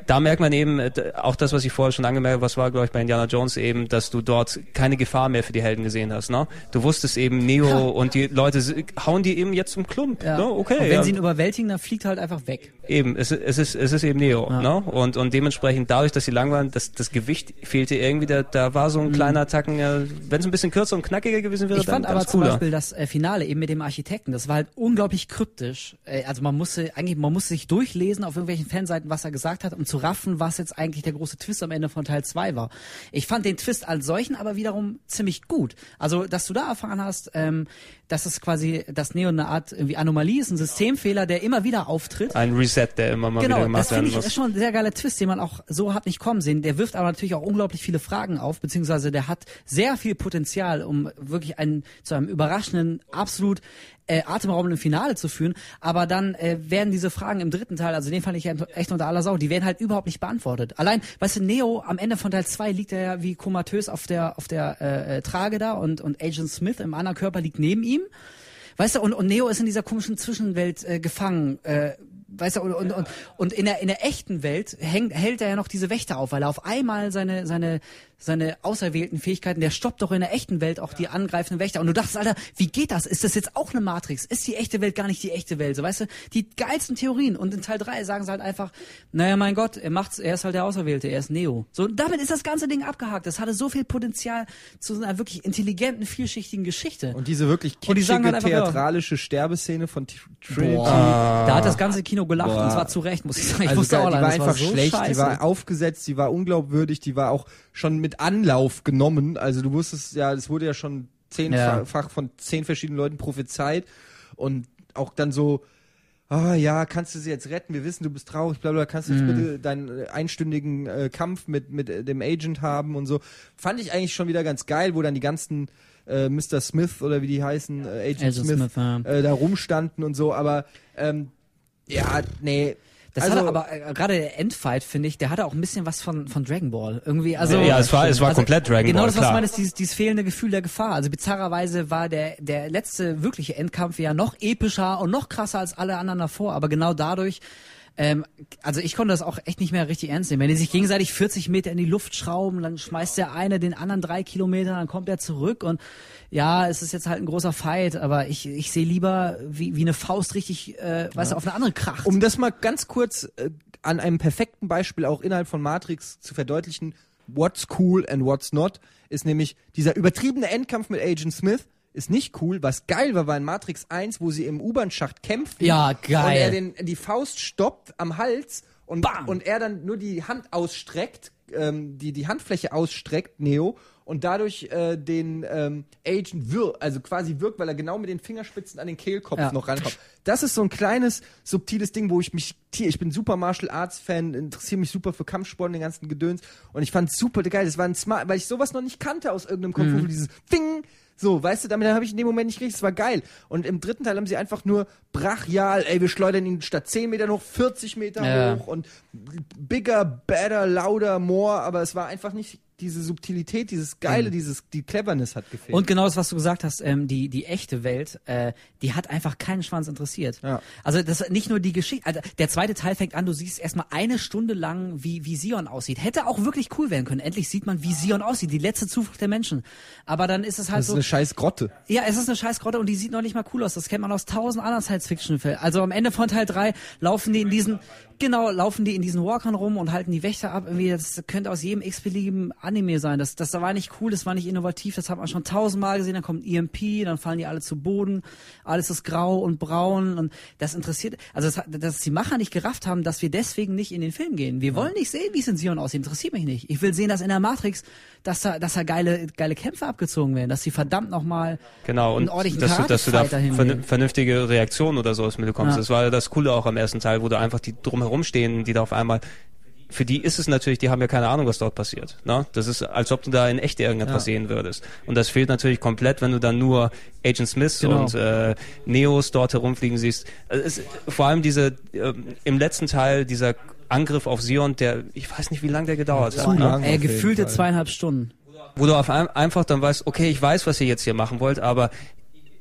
Speaker 1: da merkt man eben, äh, auch das, was ich vorher schon angemerkt habe, was war, glaube ich, bei Indiana Jones eben, dass du dort keine Gefahr mehr für die Helden gesehen hast, ne? Du wusstest eben, Neo ja. und die Leute hauen die eben jetzt zum Klump,
Speaker 2: ja.
Speaker 1: ne? Okay.
Speaker 2: Und wenn
Speaker 1: ja.
Speaker 2: sie ihn überwältigen, dann fliegt er halt einfach weg.
Speaker 1: Eben, es, es ist, es ist eben Neo, ja. ne? Und, und dementsprechend dadurch, dass sie lang waren, das, das Gewicht fehlte irgendwie, da, da war so ein mhm. kleiner Tacken, äh, wenn es ein bisschen kürzer und knackiger gewesen wäre,
Speaker 2: ich
Speaker 1: dann
Speaker 2: fand aber
Speaker 1: ganz
Speaker 2: zum
Speaker 1: cooler.
Speaker 2: Beispiel das äh, Finale eben mit dem Architekten, das war halt unglaublich kryptisch. Äh, also man musste eigentlich, man musste sich durchlesen auf irgendwelchen Fanseiten, was er gesagt hat, um zu raffen, was jetzt eigentlich der große Twist am Ende von Teil zwei war. Ich fand den Twist als solchen aber wiederum ziemlich gut. Also, dass du da erfahren hast, ähm, dass es quasi, dass Neo eine Art irgendwie Anomalie ist, ein Systemfehler, der immer wieder auftritt.
Speaker 1: Ein Reset, der immer mal
Speaker 2: genau,
Speaker 1: wieder gemacht werden muss.
Speaker 2: Genau, das finde ich ist schon ein sehr geiler Twist, den man auch so hat nicht kommen sehen. Der wirft aber natürlich auch unglaublich viele Fragen auf, beziehungsweise der hat sehr viel Potenzial, um wirklich einen, zu einem überraschenden, absolut äh, atemberaubenden Finale zu führen. Aber dann äh, werden diese Fragen im dritten Teil, also den fand ich echt unter aller Sau, die werden halt überhaupt nicht beantwortet. Allein, weißt du, Neo am Ende von Teil zwei liegt er ja wie komatös auf der auf der äh, äh, Trage da und und Agent Smith im anderen Körper liegt neben ihm. Weißt du, und, und Neo ist in dieser komischen Zwischenwelt äh, gefangen. Äh, weißt du, und, und, und, und in der in der echten Welt hängt, hält er ja noch diese Wächter auf, weil er auf einmal seine seine seine auserwählten Fähigkeiten, der stoppt doch in der echten Welt auch die angreifenden Wächter. Und du dachtest, Alter, wie geht das? Ist das jetzt auch eine Matrix? Ist die echte Welt gar nicht die echte Welt? So, weißt du, die geilsten Theorien. Und in Teil drei sagen sie halt einfach, naja, mein Gott, er macht's, er ist halt der Auserwählte, er ist Neo. So, und damit ist das ganze Ding abgehakt. Das hatte so viel Potenzial zu so einer wirklich intelligenten, vielschichtigen Geschichte.
Speaker 3: Und diese wirklich
Speaker 2: Und die sagen
Speaker 3: kitschige,
Speaker 2: halt einfach,
Speaker 3: theatralische Sterbeszene von T- Trinity.
Speaker 2: Boah. Da hat das ganze Kino gelacht,
Speaker 3: Boah.
Speaker 2: und zwar zu Recht, muss ich sagen. Ich
Speaker 3: Also
Speaker 2: musste
Speaker 3: geil,
Speaker 2: auch
Speaker 3: die
Speaker 2: lachen.
Speaker 3: war
Speaker 2: Das
Speaker 3: einfach
Speaker 2: so
Speaker 3: schlecht,
Speaker 2: scheiße.
Speaker 3: die war aufgesetzt, die war unglaubwürdig, die war auch schon mit Anlauf genommen. Also du wusstest ja, es wurde ja schon zehnfach
Speaker 2: Ja.
Speaker 3: von zehn verschiedenen Leuten prophezeit und auch dann so, ah ja, kannst du sie jetzt retten? Wir wissen, du bist traurig, bla bla, kannst du jetzt
Speaker 2: Mhm.
Speaker 3: bitte deinen einstündigen äh, Kampf mit mit äh, dem Agent haben und so. Fand ich eigentlich schon wieder ganz geil, wo dann die ganzen äh, Mister Smith oder wie die heißen, äh, Agent,
Speaker 2: Agent
Speaker 3: Smith,
Speaker 2: Smith, ja.
Speaker 3: äh, da rumstanden und so, aber ähm, ja, nee.
Speaker 2: Das
Speaker 3: also,
Speaker 2: hatte aber äh, gerade der Endfight, finde ich, der hatte auch ein bisschen was von von Dragon Ball. Irgendwie, also
Speaker 1: Ja, es war- es war komplett Dragon
Speaker 2: genau
Speaker 1: Ball,
Speaker 2: das, was
Speaker 1: klar.
Speaker 2: du meinst, dieses, dieses fehlende Gefühl der Gefahr. Also bizarrerweise war der der letzte wirkliche Endkampf ja noch epischer und noch krasser als alle anderen davor. Aber genau dadurch, ähm, also ich konnte das auch echt nicht mehr richtig ernst nehmen. Wenn die sich gegenseitig vierzig Meter in die Luft schrauben, dann schmeißt der eine den anderen drei Kilometer, dann kommt er zurück und ja, es ist jetzt halt ein großer Fight, aber ich ich sehe lieber, wie wie eine Faust richtig, äh, weißt du, auf eine andere kracht.
Speaker 3: Um das mal ganz kurz äh, an einem perfekten Beispiel auch innerhalb von Matrix zu verdeutlichen, what's cool and what's not, ist nämlich dieser übertriebene Endkampf mit Agent Smith ist nicht cool. Was geil war, war in Matrix eins, wo sie im U-Bahn-Schacht kämpfen.
Speaker 2: Ja, geil.
Speaker 3: Und er den, die Faust stoppt am Hals und,
Speaker 2: Bam.
Speaker 3: und er dann nur die Hand ausstreckt, ähm, die, die Handfläche ausstreckt, Neo, und dadurch äh, den ähm, Agent wirkt, also quasi wirkt, weil er genau mit den Fingerspitzen an den Kehlkopf
Speaker 2: Ja.
Speaker 3: noch rankommt. Das ist so ein kleines, subtiles Ding, wo ich mich, ich bin super Martial Arts Fan, interessiere mich super für Kampfsport und den ganzen Gedöns, und ich fand es super geil, das war ein smart, weil ich sowas noch nicht kannte aus irgendeinem Kung Fu,
Speaker 2: Mhm.
Speaker 3: dieses Fing, so, weißt du, damit habe ich in dem Moment nicht gekriegt, das war geil. Und im dritten Teil haben sie einfach nur brachial, ey, wir schleudern ihn statt zehn Metern hoch, vierzig Meter
Speaker 2: Ja.
Speaker 3: hoch und bigger, better, louder, more, aber es war einfach nicht diese Subtilität, dieses Geile,
Speaker 2: Mhm.
Speaker 3: dieses, die Cleverness hat gefehlt.
Speaker 2: Und genau das, was du gesagt hast, ähm, die die echte Welt, äh, die hat einfach keinen Schwanz interessiert.
Speaker 3: Ja.
Speaker 2: Also das nicht nur die Geschichte, also der zweite Teil fängt an, du siehst erstmal eine Stunde lang, wie wie Sion aussieht. Hätte auch wirklich cool werden können. Endlich sieht man, wie Sion aussieht, die letzte Zuflucht der Menschen. Aber dann ist es halt
Speaker 3: das ist
Speaker 2: so,
Speaker 3: eine scheiß Grotte.
Speaker 2: ja, es ist eine scheiß Grotte und die sieht noch nicht mal cool aus. Das kennt man aus tausend anderen Science-Fiction-Filmen. Also am Ende von Teil drei laufen die in diesen, genau, laufen die in diesen Walkern rum und halten die Wächter ab. Irgendwie, das könnte aus jedem x-beliebigen Anime sein. Das, das war nicht cool, das war nicht innovativ, das hat man schon tausendmal gesehen. Dann kommt E M P, dann fallen die alle zu Boden. Alles ist grau und braun und das interessiert, also das, dass die Macher nicht gerafft haben, dass wir deswegen nicht in den Film gehen. Wir wollen nicht sehen, wie es in Sion aussieht. Interessiert mich nicht. Ich will sehen, dass in der Matrix, dass da, dass da geile, geile Kämpfe abgezogen werden, dass sie verdammt nochmal
Speaker 1: Genau, und
Speaker 2: einen ordentlichen
Speaker 1: dass du, dass du da
Speaker 2: Karate-Fight dahin
Speaker 1: vernü-
Speaker 2: legen.
Speaker 1: vernünftige Reaktionen oder sowas mitbekommst.
Speaker 2: Ja.
Speaker 1: Das war ja das Coole auch am ersten Teil, wo da einfach die drumherum stehen, die da auf einmal, für die ist es natürlich, die haben ja keine Ahnung, was dort passiert. Ne? Das ist, als ob du da in echt irgendetwas
Speaker 2: Ja.
Speaker 1: sehen würdest. Und das fehlt natürlich komplett, wenn du dann nur Agent Smith
Speaker 2: Genau.
Speaker 1: und äh, Neos dort herumfliegen siehst. Also es, vor allem diese, äh, im letzten Teil, dieser Angriff auf Sion, der, ich weiß nicht, wie lange der gedauert
Speaker 3: Zu
Speaker 1: hat. Ne?
Speaker 3: lang.
Speaker 2: Ey,
Speaker 3: auf jeden
Speaker 2: gefühlte
Speaker 3: Fall.
Speaker 2: zweieinhalb Stunden.
Speaker 1: Wo du auf ein, einfach dann weißt, okay, ich weiß, was ihr jetzt hier machen wollt, aber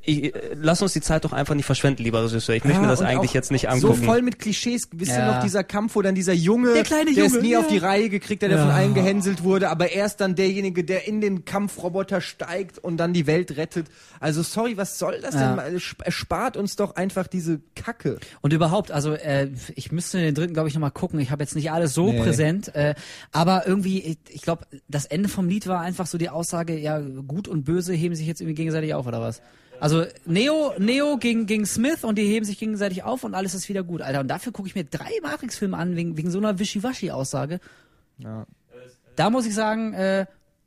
Speaker 1: ich, lass uns die Zeit doch einfach nicht verschwenden, lieber Regisseur. Ich möchte
Speaker 3: Ja,
Speaker 1: mir das
Speaker 3: und
Speaker 1: eigentlich
Speaker 3: auch
Speaker 1: jetzt nicht
Speaker 3: So
Speaker 1: angucken.
Speaker 3: voll mit Klischees. Wisst ihr
Speaker 2: Ja.
Speaker 3: noch, dieser Kampf, wo dann dieser Junge,
Speaker 2: Der kleine
Speaker 3: der es
Speaker 2: Junge,
Speaker 3: nie
Speaker 2: ja.
Speaker 3: auf die Reihe gekriegt hat, der
Speaker 2: Ja.
Speaker 3: von allen gehänselt wurde, aber er ist dann derjenige, der in den Kampfroboter steigt und dann die Welt rettet. Also sorry, was soll das
Speaker 2: Ja.
Speaker 3: denn? mal? Erspart uns doch einfach diese Kacke.
Speaker 2: Und überhaupt, also äh, ich müsste den dritten, glaube ich, nochmal gucken. Ich habe jetzt nicht alles so
Speaker 3: Nee.
Speaker 2: präsent, äh, aber irgendwie, ich, ich glaube, das Ende vom Lied war einfach so die Aussage, ja, gut und böse heben sich jetzt irgendwie gegenseitig auf, oder was? Also Neo, Neo gegen, gegen Smith und die heben sich gegenseitig auf und alles ist wieder gut, Alter. Und dafür gucke ich mir drei Matrix-Filme an, wegen, wegen so einer Wischiwaschi-Aussage.
Speaker 3: Ja.
Speaker 2: Da muss ich sagen, äh,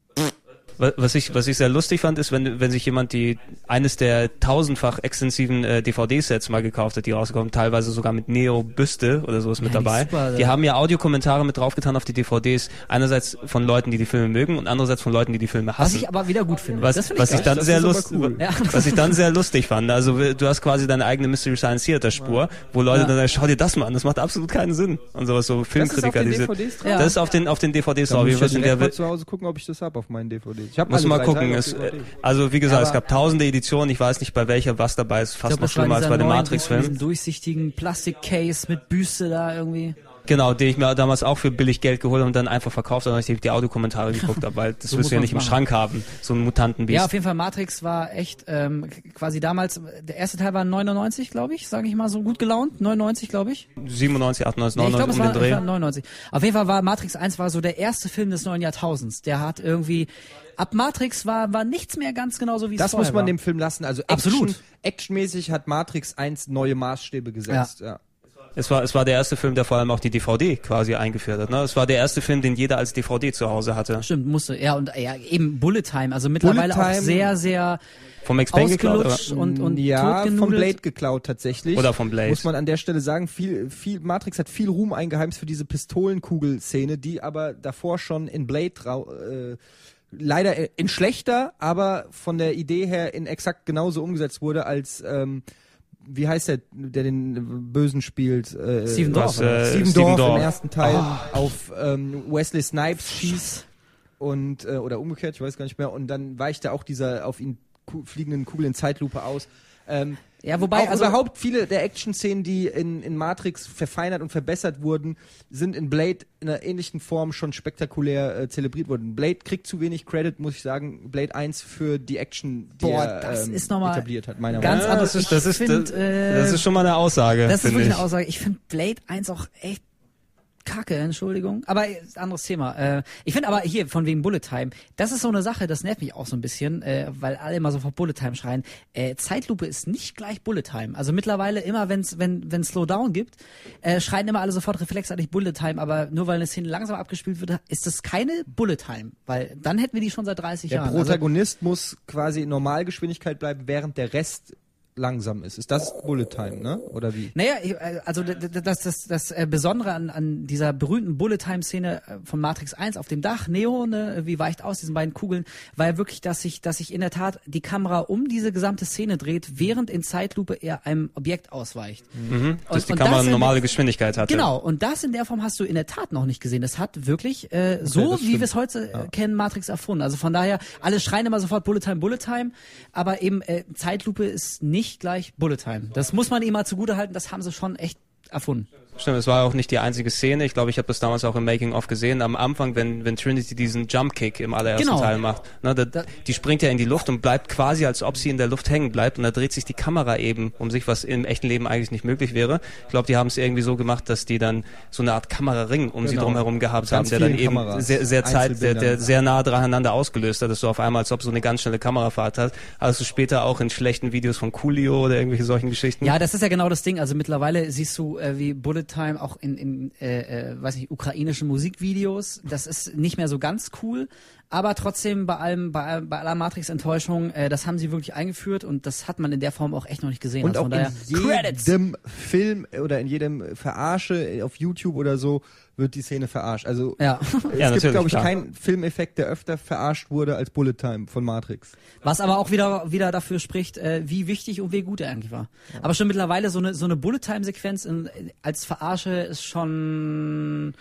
Speaker 1: Was ich, was ich sehr lustig fand, ist, wenn, wenn sich jemand die, eines der tausendfach extensiven äh, D V D-Sets mal gekauft hat, die rauskommen, teilweise sogar mit Neo-Büste oder sowas mit
Speaker 2: Ja, die
Speaker 1: dabei.
Speaker 2: super,
Speaker 1: die
Speaker 2: ja.
Speaker 1: haben ja Audiokommentare mit draufgetan auf die D V Ds. Einerseits von Leuten, die die Filme mögen und andererseits von Leuten, die die Filme
Speaker 2: was
Speaker 1: hassen.
Speaker 2: ich aber wieder gut finde.
Speaker 1: Was,
Speaker 2: das finde
Speaker 1: was ich
Speaker 2: geil.
Speaker 1: dann
Speaker 3: Das
Speaker 1: sehr
Speaker 3: ist aber
Speaker 1: lustig,
Speaker 3: cool.
Speaker 2: Ja.
Speaker 1: was ich dann sehr lustig fand. Also du hast quasi deine eigene Mystery Science Theater Spur, wo Leute
Speaker 2: Ja.
Speaker 1: dann sagen, schau dir das mal an, das macht absolut keinen Sinn und sowas, so Filmkritiker.
Speaker 3: den
Speaker 1: die sind-
Speaker 3: D V Ds drauf?
Speaker 2: Ja.
Speaker 1: Das ist auf den auf den D V Ds
Speaker 3: Da
Speaker 1: drauf.
Speaker 3: muss
Speaker 1: Ich
Speaker 3: ich ja
Speaker 1: weiß nicht,
Speaker 3: direkt
Speaker 1: wer
Speaker 3: mal zu Hause gucken, ob ich das habe auf meinen D V Ds. Ich hab
Speaker 1: muss
Speaker 3: alle
Speaker 1: mal
Speaker 3: drei
Speaker 1: gucken.
Speaker 3: Teile auf
Speaker 1: Es,
Speaker 3: D V D.
Speaker 1: äh, also wie gesagt,
Speaker 2: Aber-
Speaker 1: es gab tausende Editionen. Ich weiß nicht, bei welcher was dabei ist.
Speaker 2: Ich
Speaker 1: Fast
Speaker 2: glaub,
Speaker 1: noch
Speaker 2: das war
Speaker 1: schlimmer als
Speaker 2: dieser
Speaker 1: bei dem
Speaker 2: neuen,
Speaker 1: Matrix-Film.
Speaker 2: Mit diesem durchsichtigen Plastik-Case mit Büste da irgendwie.
Speaker 1: Genau, den ich mir damals auch für billig Geld geholt habe und dann einfach verkauft habe, als ich die Audiokommentare geguckt habe, weil das
Speaker 2: So
Speaker 1: wirst
Speaker 2: muss
Speaker 1: du ja
Speaker 2: man's
Speaker 1: nicht im
Speaker 2: machen.
Speaker 1: Schrank haben, so ein Mutantenbiest.
Speaker 2: Ja, auf jeden Fall, Matrix war echt ähm, quasi damals, der erste Teil war neunundneunzig, glaube ich, sage ich mal so gut gelaunt, neunundneunzig, glaube ich.
Speaker 1: siebenundneunzig, achtundneunzig,
Speaker 2: Nee, ich glaube,
Speaker 1: neunundneunzig
Speaker 2: es
Speaker 1: um
Speaker 2: war,
Speaker 1: den Dreh.
Speaker 2: es war neunundneunzig. Auf jeden Fall war Matrix eins war so der erste Film des neuen Jahrtausends. Der hat irgendwie, ab Matrix war war nichts mehr ganz genau so, wie es
Speaker 3: Das
Speaker 2: vorher
Speaker 3: muss man
Speaker 2: war.
Speaker 3: dem Film lassen. Also Action,
Speaker 2: Absolut.
Speaker 3: actionmäßig hat Matrix eins neue Maßstäbe gesetzt. Ja.
Speaker 1: Es war, es war der erste Film, der vor allem auch die D V D quasi eingeführt hat. Ne? Es war der erste Film, den jeder als D V D zu Hause hatte.
Speaker 2: Stimmt, musste. Ja, und ja, eben Bullet Time. Also mittlerweile
Speaker 3: Bullet
Speaker 2: auch
Speaker 3: Time-
Speaker 2: sehr, sehr
Speaker 1: Vom Max Payne geklaut?
Speaker 2: ausgelutscht
Speaker 1: Oder?
Speaker 2: und, und
Speaker 3: ja, von
Speaker 2: totgenudelt.
Speaker 3: Blade geklaut tatsächlich.
Speaker 1: Oder von Blade.
Speaker 3: Muss man an der Stelle sagen, viel, viel, Matrix hat viel Ruhm eingeheimst für diese Pistolenkugel-Szene, die aber davor schon in Blade trau äh, leider in schlechter, aber von der Idee her in exakt genauso umgesetzt wurde als ähm, wie heißt der, der den Bösen spielt? Äh,
Speaker 2: Steven
Speaker 1: Was,
Speaker 2: Dorff. oder?
Speaker 1: äh,
Speaker 3: Steven,
Speaker 1: Steven
Speaker 3: Dorff,
Speaker 1: Dorff.
Speaker 3: im ersten Teil auf ähm, Wesley Snipes schießt und äh, oder umgekehrt, ich weiß gar nicht mehr. Und dann weicht da auch dieser auf ihn ku fliegenden Kugel in Zeitlupe aus. Ähm,
Speaker 2: Ja, wobei,
Speaker 3: auch
Speaker 2: also-
Speaker 3: überhaupt viele der Action-Szenen, die in, in Matrix verfeinert und verbessert wurden, sind in Blade in einer ähnlichen Form schon spektakulär äh, zelebriert worden. Blade kriegt zu wenig Credit, muss ich sagen. Blade eins für die Action, die
Speaker 2: Boah,
Speaker 3: er
Speaker 2: das
Speaker 3: ähm,
Speaker 2: ist noch mal
Speaker 3: etabliert hat, meiner
Speaker 2: ganz
Speaker 3: Meinung nach.
Speaker 1: Ja,
Speaker 2: anders.
Speaker 1: das ist, das
Speaker 2: Ich
Speaker 1: ist,
Speaker 2: find,
Speaker 1: das,
Speaker 2: äh,
Speaker 1: das ist schon mal eine Aussage.
Speaker 2: Das ist
Speaker 1: finde
Speaker 2: wirklich
Speaker 1: ich.
Speaker 2: eine Aussage. Ich finde Blade eins auch echt kacke, Entschuldigung. Aber ist ein anderes Thema. Äh, ich finde aber hier, von wegen Bullet Time, das ist so eine Sache, das nervt mich auch so ein bisschen, äh, weil alle immer sofort Bullet Time schreien. Äh, Zeitlupe ist nicht gleich Bullet Time. Also mittlerweile immer, wenn's, wenn wenn Slowdown gibt, äh, schreien immer alle sofort reflexartig Bullet Time, aber nur weil eine Szene langsam abgespielt wird, ist das keine Bullet Time. Weil dann hätten wir die schon seit dreißig
Speaker 3: Der
Speaker 2: Jahren. Also,
Speaker 3: Protagonist muss quasi in Normalgeschwindigkeit bleiben, während der Rest langsam ist. Ist das Bullet Time, ne? Oder wie?
Speaker 2: Naja, ich, äh, also d- d- das, das, das äh, Besondere an, an dieser berühmten Bullet-Time-Szene äh, von Matrix eins auf dem Dach, Neo, ne, wie weicht aus, diesen beiden Kugeln, war ja wirklich, dass sich, dass sich in der Tat die Kamera um diese gesamte Szene dreht, während in Zeitlupe er einem Objekt ausweicht.
Speaker 1: Mhm, dass
Speaker 2: Und-
Speaker 1: die
Speaker 2: und
Speaker 1: Kamera
Speaker 2: das
Speaker 1: eine
Speaker 2: in-
Speaker 1: normale Geschwindigkeit hatte.
Speaker 2: Genau, und das in der Form hast du in der Tat noch nicht gesehen. Das hat wirklich äh, so,
Speaker 3: das
Speaker 2: wie
Speaker 3: stimmt.
Speaker 2: wir es heute äh, kennen, Matrix erfunden. Also von daher, alle schreien immer sofort Bullet Time, Bullet Time, aber eben äh, Zeitlupe ist nicht gleich Bullet Time. Das muss man ihm mal zugutehalten, das haben sie schon echt erfunden.
Speaker 1: Stimmt, es war auch nicht die einzige Szene. Ich glaube, ich habe das damals auch im Making-of gesehen. Am Anfang, wenn, wenn Trinity diesen Jump-Kick im allerersten
Speaker 2: Genau.
Speaker 1: Teil macht, ne, da,
Speaker 2: Da-
Speaker 1: die springt ja in die Luft und bleibt quasi, als ob sie in der Luft hängen bleibt. Und da dreht sich die Kamera eben um sich, was im echten Leben eigentlich nicht möglich wäre. Ich glaube, die haben es irgendwie so gemacht, dass die dann so eine Art Kameraring um sie
Speaker 3: Genau.
Speaker 1: drumherum gehabt
Speaker 3: Ganz
Speaker 1: haben, der dann
Speaker 3: vielen
Speaker 1: eben
Speaker 3: Kameras,
Speaker 1: sehr, sehr Zeit, der, der
Speaker 3: Einzelbildern.
Speaker 1: sehr nah nacheinander ausgelöst hat, dass du auf einmal, als ob so eine ganz schnelle Kamerafahrt hast. Hast du später auch in schlechten Videos von Coolio oder irgendwelche solchen Geschichten.
Speaker 2: Ja, das ist ja genau das Ding. Also mittlerweile siehst du äh, wie Bullet Time auch in, in äh, äh, weiß nicht, ukrainischen Musikvideos. Das ist nicht mehr so ganz cool, aber trotzdem bei allem, bei, allem- bei aller Matrix-Enttäuschung, äh, das haben sie wirklich eingeführt und das hat man in der Form auch echt noch nicht gesehen.
Speaker 3: Und
Speaker 2: also
Speaker 3: auch
Speaker 2: von daher,
Speaker 3: in
Speaker 2: Credits!
Speaker 3: jedem Film oder in jedem Verarsche auf YouTube oder so wird die Szene verarscht. Also
Speaker 2: Ja.
Speaker 3: es
Speaker 1: Ja,
Speaker 3: gibt,
Speaker 1: natürlich,
Speaker 3: glaube ich,
Speaker 1: klar.
Speaker 3: keinen Filmeffekt, der öfter verarscht wurde als Bullet Time von Matrix.
Speaker 2: Was aber auch wieder wieder dafür spricht, äh, wie wichtig und wie gut er eigentlich war. Aber schon mittlerweile so eine so eine Bullet Time Sequenz in, als Verarsche ist schon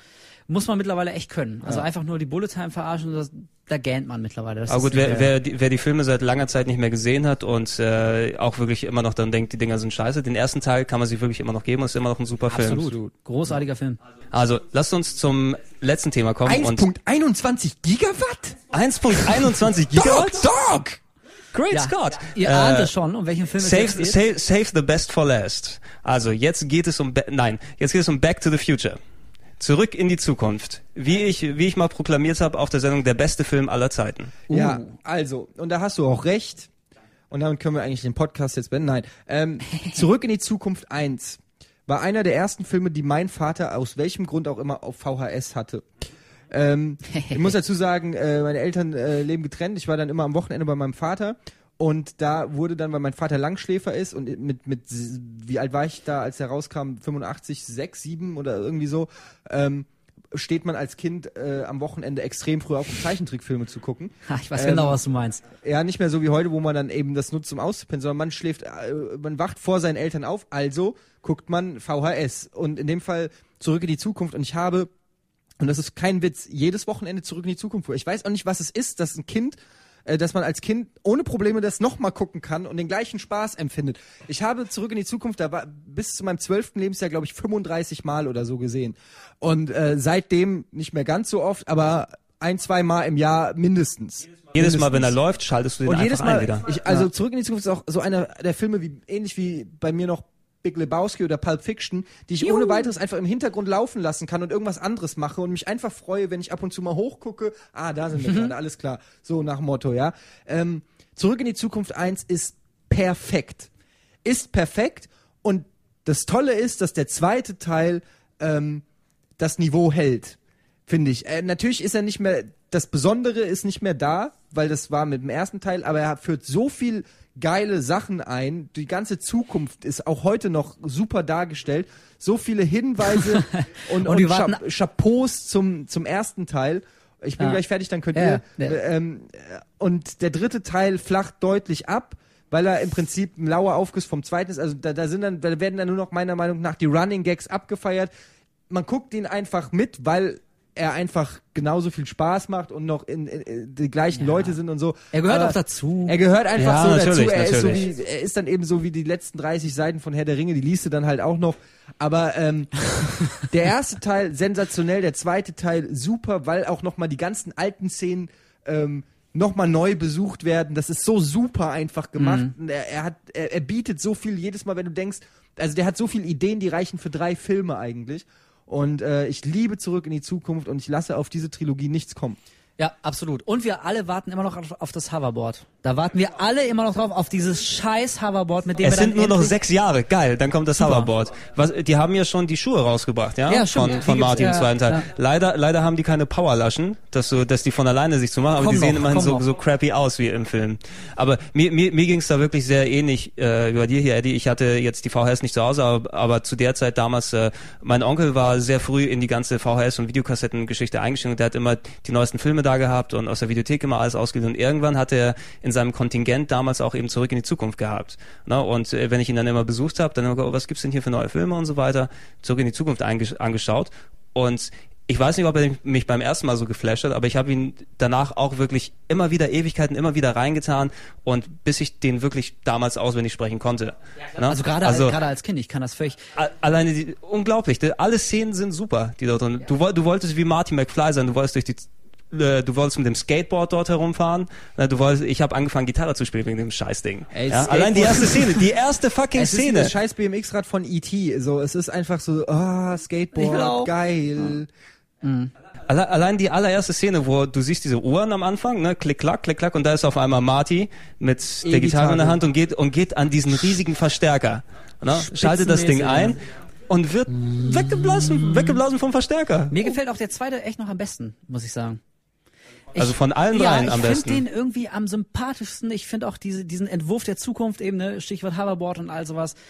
Speaker 2: muss man mittlerweile echt können. Also ja. einfach nur die Bullet Time verarschen, das, da gähnt man mittlerweile. Das
Speaker 1: Aber gut, wer, wer, die, wer die Filme seit langer Zeit nicht mehr gesehen hat und äh, auch wirklich immer noch dann denkt, die Dinger sind scheiße, den ersten Teil kann man sich wirklich immer noch geben und ist immer noch ein super Film.
Speaker 2: Absolut. Großartiger Film.
Speaker 1: Also, lasst uns zum letzten Thema kommen.
Speaker 3: eins Komma einundzwanzig Gigawatt?
Speaker 1: eins Komma einundzwanzig Gigawatt?
Speaker 3: Dog, Dog!
Speaker 1: Great
Speaker 2: ja,
Speaker 1: Scott!
Speaker 2: Ihr
Speaker 1: äh,
Speaker 2: ahnt es schon, um welchen Film es
Speaker 1: save,
Speaker 2: jetzt geht.
Speaker 1: Save, save the best for last. Also, jetzt geht es um, Be- nein, jetzt geht es um Back to the Future. Zurück in die Zukunft. Wie ich, wie ich mal proklamiert habe auf der Sendung, der beste Film aller Zeiten.
Speaker 3: Uh. Ja, also, und da hast du auch recht. Und damit können wir eigentlich den Podcast jetzt beenden. Nein, ähm, Zurück in die Zukunft eins war einer der ersten Filme, die mein Vater aus welchem Grund auch immer auf V H S hatte. Ähm, ich muss dazu sagen, äh, meine Eltern äh, leben getrennt. Ich war dann immer am Wochenende bei meinem Vater. Und da wurde dann, weil mein Vater Langschläfer ist und mit, mit wie alt war ich da, als er rauskam, fünfundachtzig, sechs, sieben oder irgendwie so, ähm, steht man als Kind äh, am Wochenende extrem früh auf, um Zeichentrickfilme zu gucken.
Speaker 2: Ha, ich weiß
Speaker 3: ähm,
Speaker 2: genau, was du meinst.
Speaker 3: Ja, nicht mehr so wie heute, wo man dann eben das nutzt, um auszupennen, sondern man schläft, äh, man wacht vor seinen Eltern auf, also guckt man V H S. Und in dem Fall Zurück in die Zukunft. Und ich habe, und das ist kein Witz, jedes Wochenende Zurück in die Zukunft. Ich weiß auch nicht, was es ist, dass ein Kind dass man als Kind ohne Probleme das nochmal gucken kann und den gleichen Spaß empfindet. Ich habe Zurück in die Zukunft, da war bis zu meinem zwölften Lebensjahr, glaube ich, fünfunddreißig Mal oder so gesehen. Und äh, seitdem nicht mehr ganz so oft, aber ein, zwei Mal im Jahr mindestens.
Speaker 1: Jedes Mal, wenn er läuft, schaltest du den
Speaker 3: und
Speaker 1: einfach
Speaker 3: jedes Mal,
Speaker 1: ein wieder.
Speaker 3: Ich, also ja. Zurück in die Zukunft ist auch so einer der Filme, wie ähnlich wie bei mir noch Big Lebowski oder Pulp Fiction, die ich Juhu. ohne weiteres einfach im Hintergrund laufen lassen kann und irgendwas anderes mache und mich einfach freue, wenn ich ab und zu mal hochgucke, ah, da sind wir mhm. gerade, alles klar. So nach dem Motto, ja. Ähm, Zurück in die Zukunft eins ist perfekt. Ist perfekt und das Tolle ist, dass der zweite Teil ähm, das Niveau hält, finde ich. Äh, natürlich ist er nicht mehr, das Besondere ist nicht mehr da, weil das war mit dem ersten Teil, aber er führt so viel geile Sachen ein. Die ganze Zukunft ist auch heute noch super dargestellt. So viele Hinweise und, und, und Cha- Chapeaus zum, zum ersten Teil. Ich bin ah. gleich fertig, dann könnt ja, ihr. Ja. Ähm, und der dritte Teil flacht deutlich ab, weil er im Prinzip ein lauer Aufguss vom zweiten ist. Also da, da sind dann, da werden dann nur noch meiner Meinung nach die Running Gags abgefeiert. Man guckt ihn einfach mit, weil er einfach genauso viel Spaß macht und noch in, in, in die gleichen ja. Leute sind und so.
Speaker 2: Er gehört
Speaker 3: aber
Speaker 2: auch dazu.
Speaker 3: Er gehört einfach
Speaker 1: ja,
Speaker 3: so dazu. Er ist, so
Speaker 1: natürlich.
Speaker 3: wie, er ist dann eben so wie die letzten dreißig Seiten von Herr der Ringe, die liest du dann halt auch noch. Aber ähm, der erste Teil sensationell, der zweite Teil super, weil auch nochmal die ganzen alten Szenen ähm, nochmal neu besucht werden. Das ist so super einfach gemacht. Mhm. Er, er, hat, er, er bietet so viel jedes Mal, wenn du denkst, also der hat so viele Ideen, die reichen für drei Filme eigentlich. Und äh, ich liebe Zurück in die Zukunft und ich lasse auf diese Trilogie nichts kommen.
Speaker 2: Ja, absolut. Und wir alle warten immer noch auf, auf das Hoverboard. Da warten wir alle immer noch drauf, auf dieses scheiß Hoverboard, mit dem
Speaker 1: es
Speaker 2: wir dann
Speaker 1: sind nur noch sechs Jahre. Geil, dann kommt das Super. Hoverboard. Was, die haben ja schon die Schuhe rausgebracht, ja?
Speaker 2: Ja, stimmt.
Speaker 1: Von, von Martin im zweiten Teil. Ja. Leider, leider haben die keine Powerlaschen, dass so, dass die von alleine sich zu machen, aber komm die noch, sehen immerhin so, so crappy aus wie im Film. Aber mir, mir, mir ging's da wirklich sehr ähnlich, äh, über dir hier, Eddie. Ich hatte jetzt die V H S nicht zu Hause, aber, aber zu der Zeit damals, äh, mein Onkel war sehr früh in die ganze V H S- und Videokassettengeschichte eingestiegen und der hat immer die neuesten Filme da gehabt und aus der Videothek immer alles ausgeliehen und irgendwann hat er in seinem Kontingent damals auch eben Zurück in die Zukunft gehabt. Na, und äh, wenn ich ihn dann immer besucht habe, dann immer, oh, was gibt's denn hier für neue Filme und so weiter, Zurück in die Zukunft eingesch- angeschaut und ich weiß nicht, ob er mich beim ersten Mal so geflasht hat, aber ich habe ihn danach auch wirklich immer wieder Ewigkeiten immer wieder reingetan und bis ich den wirklich damals auswendig sprechen konnte.
Speaker 2: Ja, also gerade also, gerade als Kind, ich kann das völlig...
Speaker 1: Alleine, die, unglaublich, die, alle Szenen sind super, die dort drin. Ja. Du, du wolltest wie Marty McFly sein, du wolltest durch die du wolltest mit dem Skateboard dort herumfahren. Du wolltest, ich habe angefangen Gitarre zu spielen wegen dem Scheißding. Ey, ja? Allein die erste Szene, die erste fucking
Speaker 3: es
Speaker 1: Szene.
Speaker 3: Es ist das scheiß B M X-Rad von E T. So, es ist einfach so, ah, oh, Skateboard, geil.
Speaker 1: Ja. Mhm. Allein die allererste Szene, wo du siehst diese Uhren am Anfang, ne, klick klack, klick klack, und da ist auf einmal Marty mit E-Gitarre. der Gitarre in der Hand und geht und geht an diesen riesigen Verstärker, ne, schaltet das Ding ein. Und wird mm. weggeblasen, weggeblasen vom Verstärker.
Speaker 2: Mir gefällt auch der zweite echt noch am besten, muss ich sagen. Ich,
Speaker 1: also von allen dreien
Speaker 2: ja,
Speaker 1: am besten.
Speaker 2: Ich finde den irgendwie am sympathischsten. Ich finde auch diese, diesen Entwurf der Zukunft eben, ne, Stichwort Hoverboard und all sowas.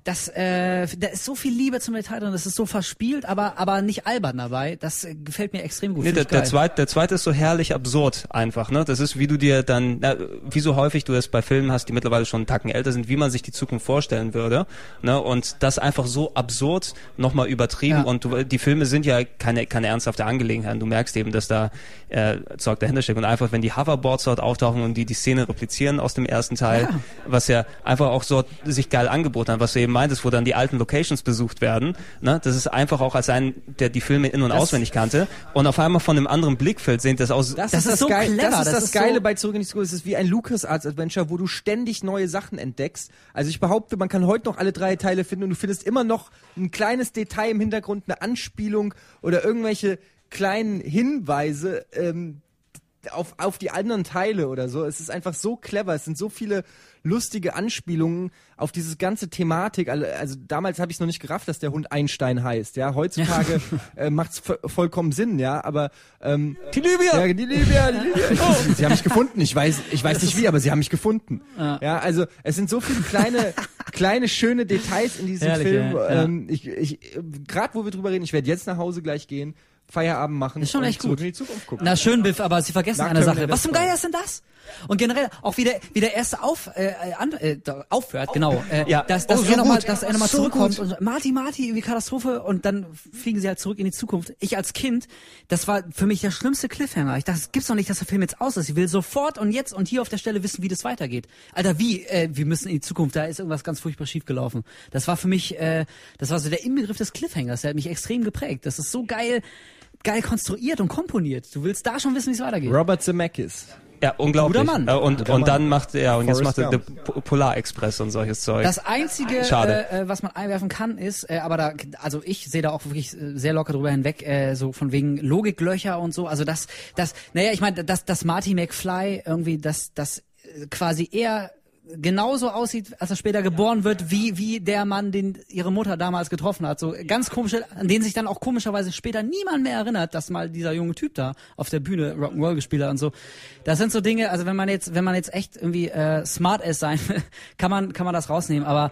Speaker 2: das, äh, da ist so viel Liebe zum Detail drin, das ist so verspielt, aber, aber nicht albern dabei. Das äh, gefällt mir extrem gut.
Speaker 1: Nee, der, der, zweite, der zweite ist so herrlich absurd einfach, ne? Das ist, wie du dir dann, na, wie so häufig du es bei Filmen hast, die mittlerweile schon einen Tacken älter sind, wie man sich die Zukunft vorstellen würde, ne? Und das einfach so absurd nochmal übertrieben
Speaker 2: Ja.
Speaker 1: und du, die Filme sind ja keine, keine ernsthafte Angelegenheit. Du merkst eben, dass da äh, Zeug dahinter steckt und einfach, wenn die Hoverboards dort auftauchen und die die Szene replizieren aus dem ersten Teil,
Speaker 2: Ja.
Speaker 1: was ja einfach auch so sich geil angeboten hat, was du eben meintest, wo dann die alten Locations besucht werden, ne? Das ist einfach auch als ein, der die Filme in- und
Speaker 2: Das-
Speaker 1: auswendig kannte und auf einmal von einem anderen Blickfeld sehen das aus.
Speaker 3: Das,
Speaker 2: Das
Speaker 3: ist
Speaker 2: ist so
Speaker 3: Geil,
Speaker 2: clever,
Speaker 3: das ist
Speaker 2: das
Speaker 3: das,
Speaker 2: ist
Speaker 3: Geile
Speaker 2: so-
Speaker 3: bei Zurück in die Zukunft. Es ist wie ein LucasArts Adventure, wo du ständig neue Sachen entdeckst. Also ich behaupte, man kann heute noch alle drei Teile finden und du findest immer noch ein kleines Detail im Hintergrund, eine Anspielung oder irgendwelche kleinen Hinweise ähm, auf, auf die anderen Teile oder so. Es ist einfach so clever. Es sind so viele lustige Anspielungen auf diese ganze Thematik. Also, also damals habe ich es noch nicht gerafft, dass der Hund Einstein heißt. Ja, heutzutage äh, macht's vo- vollkommen Sinn. Ja, aber ähm,
Speaker 1: Die Libyer!
Speaker 3: ja, die Libyer, die Libyer. Sie haben mich gefunden. Ich weiß, ich weiß nicht wie, aber sie haben mich gefunden.
Speaker 2: Ja.
Speaker 3: Ja, also es sind so viele kleine, kleine schöne Details in diesem
Speaker 2: Herrlich,
Speaker 3: Film.
Speaker 2: ja, ja.
Speaker 3: Ähm, ich, ich, gerade wo wir drüber reden, ich werde jetzt nach Hause gleich gehen, Feierabend machen
Speaker 2: Ist schon
Speaker 3: und
Speaker 2: echt
Speaker 3: zurück
Speaker 2: gut.
Speaker 3: in die Zukunft gucken.
Speaker 2: Na schön, Biff, aber Sie vergessen
Speaker 3: Nach
Speaker 2: eine Sache.
Speaker 3: Terminator
Speaker 2: Was zum
Speaker 3: zwei.
Speaker 2: Geier ist denn das? Und generell, auch wie der, wie der erste auf, äh, an, äh, da- aufhört, genau. Äh,
Speaker 1: Ja.
Speaker 2: dass, dass
Speaker 1: Oh, so
Speaker 2: er nochmal,
Speaker 1: gut.
Speaker 2: dass er nochmal
Speaker 1: So
Speaker 2: zurückkommt
Speaker 1: gut.
Speaker 2: und so, Marty, Marty, irgendwie Katastrophe und dann fliegen sie halt zurück in die Zukunft. Ich als Kind, das war für mich der schlimmste Cliffhanger. Ich dachte, es gibt's doch nicht, dass der Film jetzt aus ist. Ich will sofort und jetzt und hier auf der Stelle wissen, wie das weitergeht. Alter, wie, äh, wir müssen in die Zukunft, da ist irgendwas ganz furchtbar schiefgelaufen. Das war für mich, äh, das war so der Inbegriff des Cliffhangers, der hat mich extrem geprägt. Das ist so geil, geil konstruiert und komponiert. Du willst da schon wissen, wie es weitergeht.
Speaker 3: Robert Zemeckis.
Speaker 1: Ja, unglaublich.
Speaker 2: Guter Mann.
Speaker 1: Äh, Und,
Speaker 3: Guter
Speaker 1: und
Speaker 3: Mann.
Speaker 1: dann macht er, und jetzt
Speaker 3: Forrest
Speaker 1: macht er
Speaker 3: Gump.
Speaker 1: der Po- Polarexpress und solches Zeug.
Speaker 2: Das einzige,
Speaker 1: Schade.
Speaker 2: äh, äh, was man einwerfen kann, ist, äh, aber da, also ich sehe da auch wirklich äh, sehr locker drüber hinweg, äh, so von wegen Logiklöcher und so. Also das, das, naja, ich meine, dass dass Marty McFly irgendwie, das, das äh, quasi eher genauso aussieht, als er später geboren wird, wie wie der Mann, den ihre Mutter damals getroffen hat. So ganz komische, an den sich dann auch komischerweise später niemand mehr erinnert, dass mal dieser junge Typ da auf der Bühne Rock'n'Roll gespielt hat und so. Das sind so Dinge, also wenn man jetzt, wenn man jetzt echt irgendwie äh, smart ass sein will, kann man kann man das rausnehmen, aber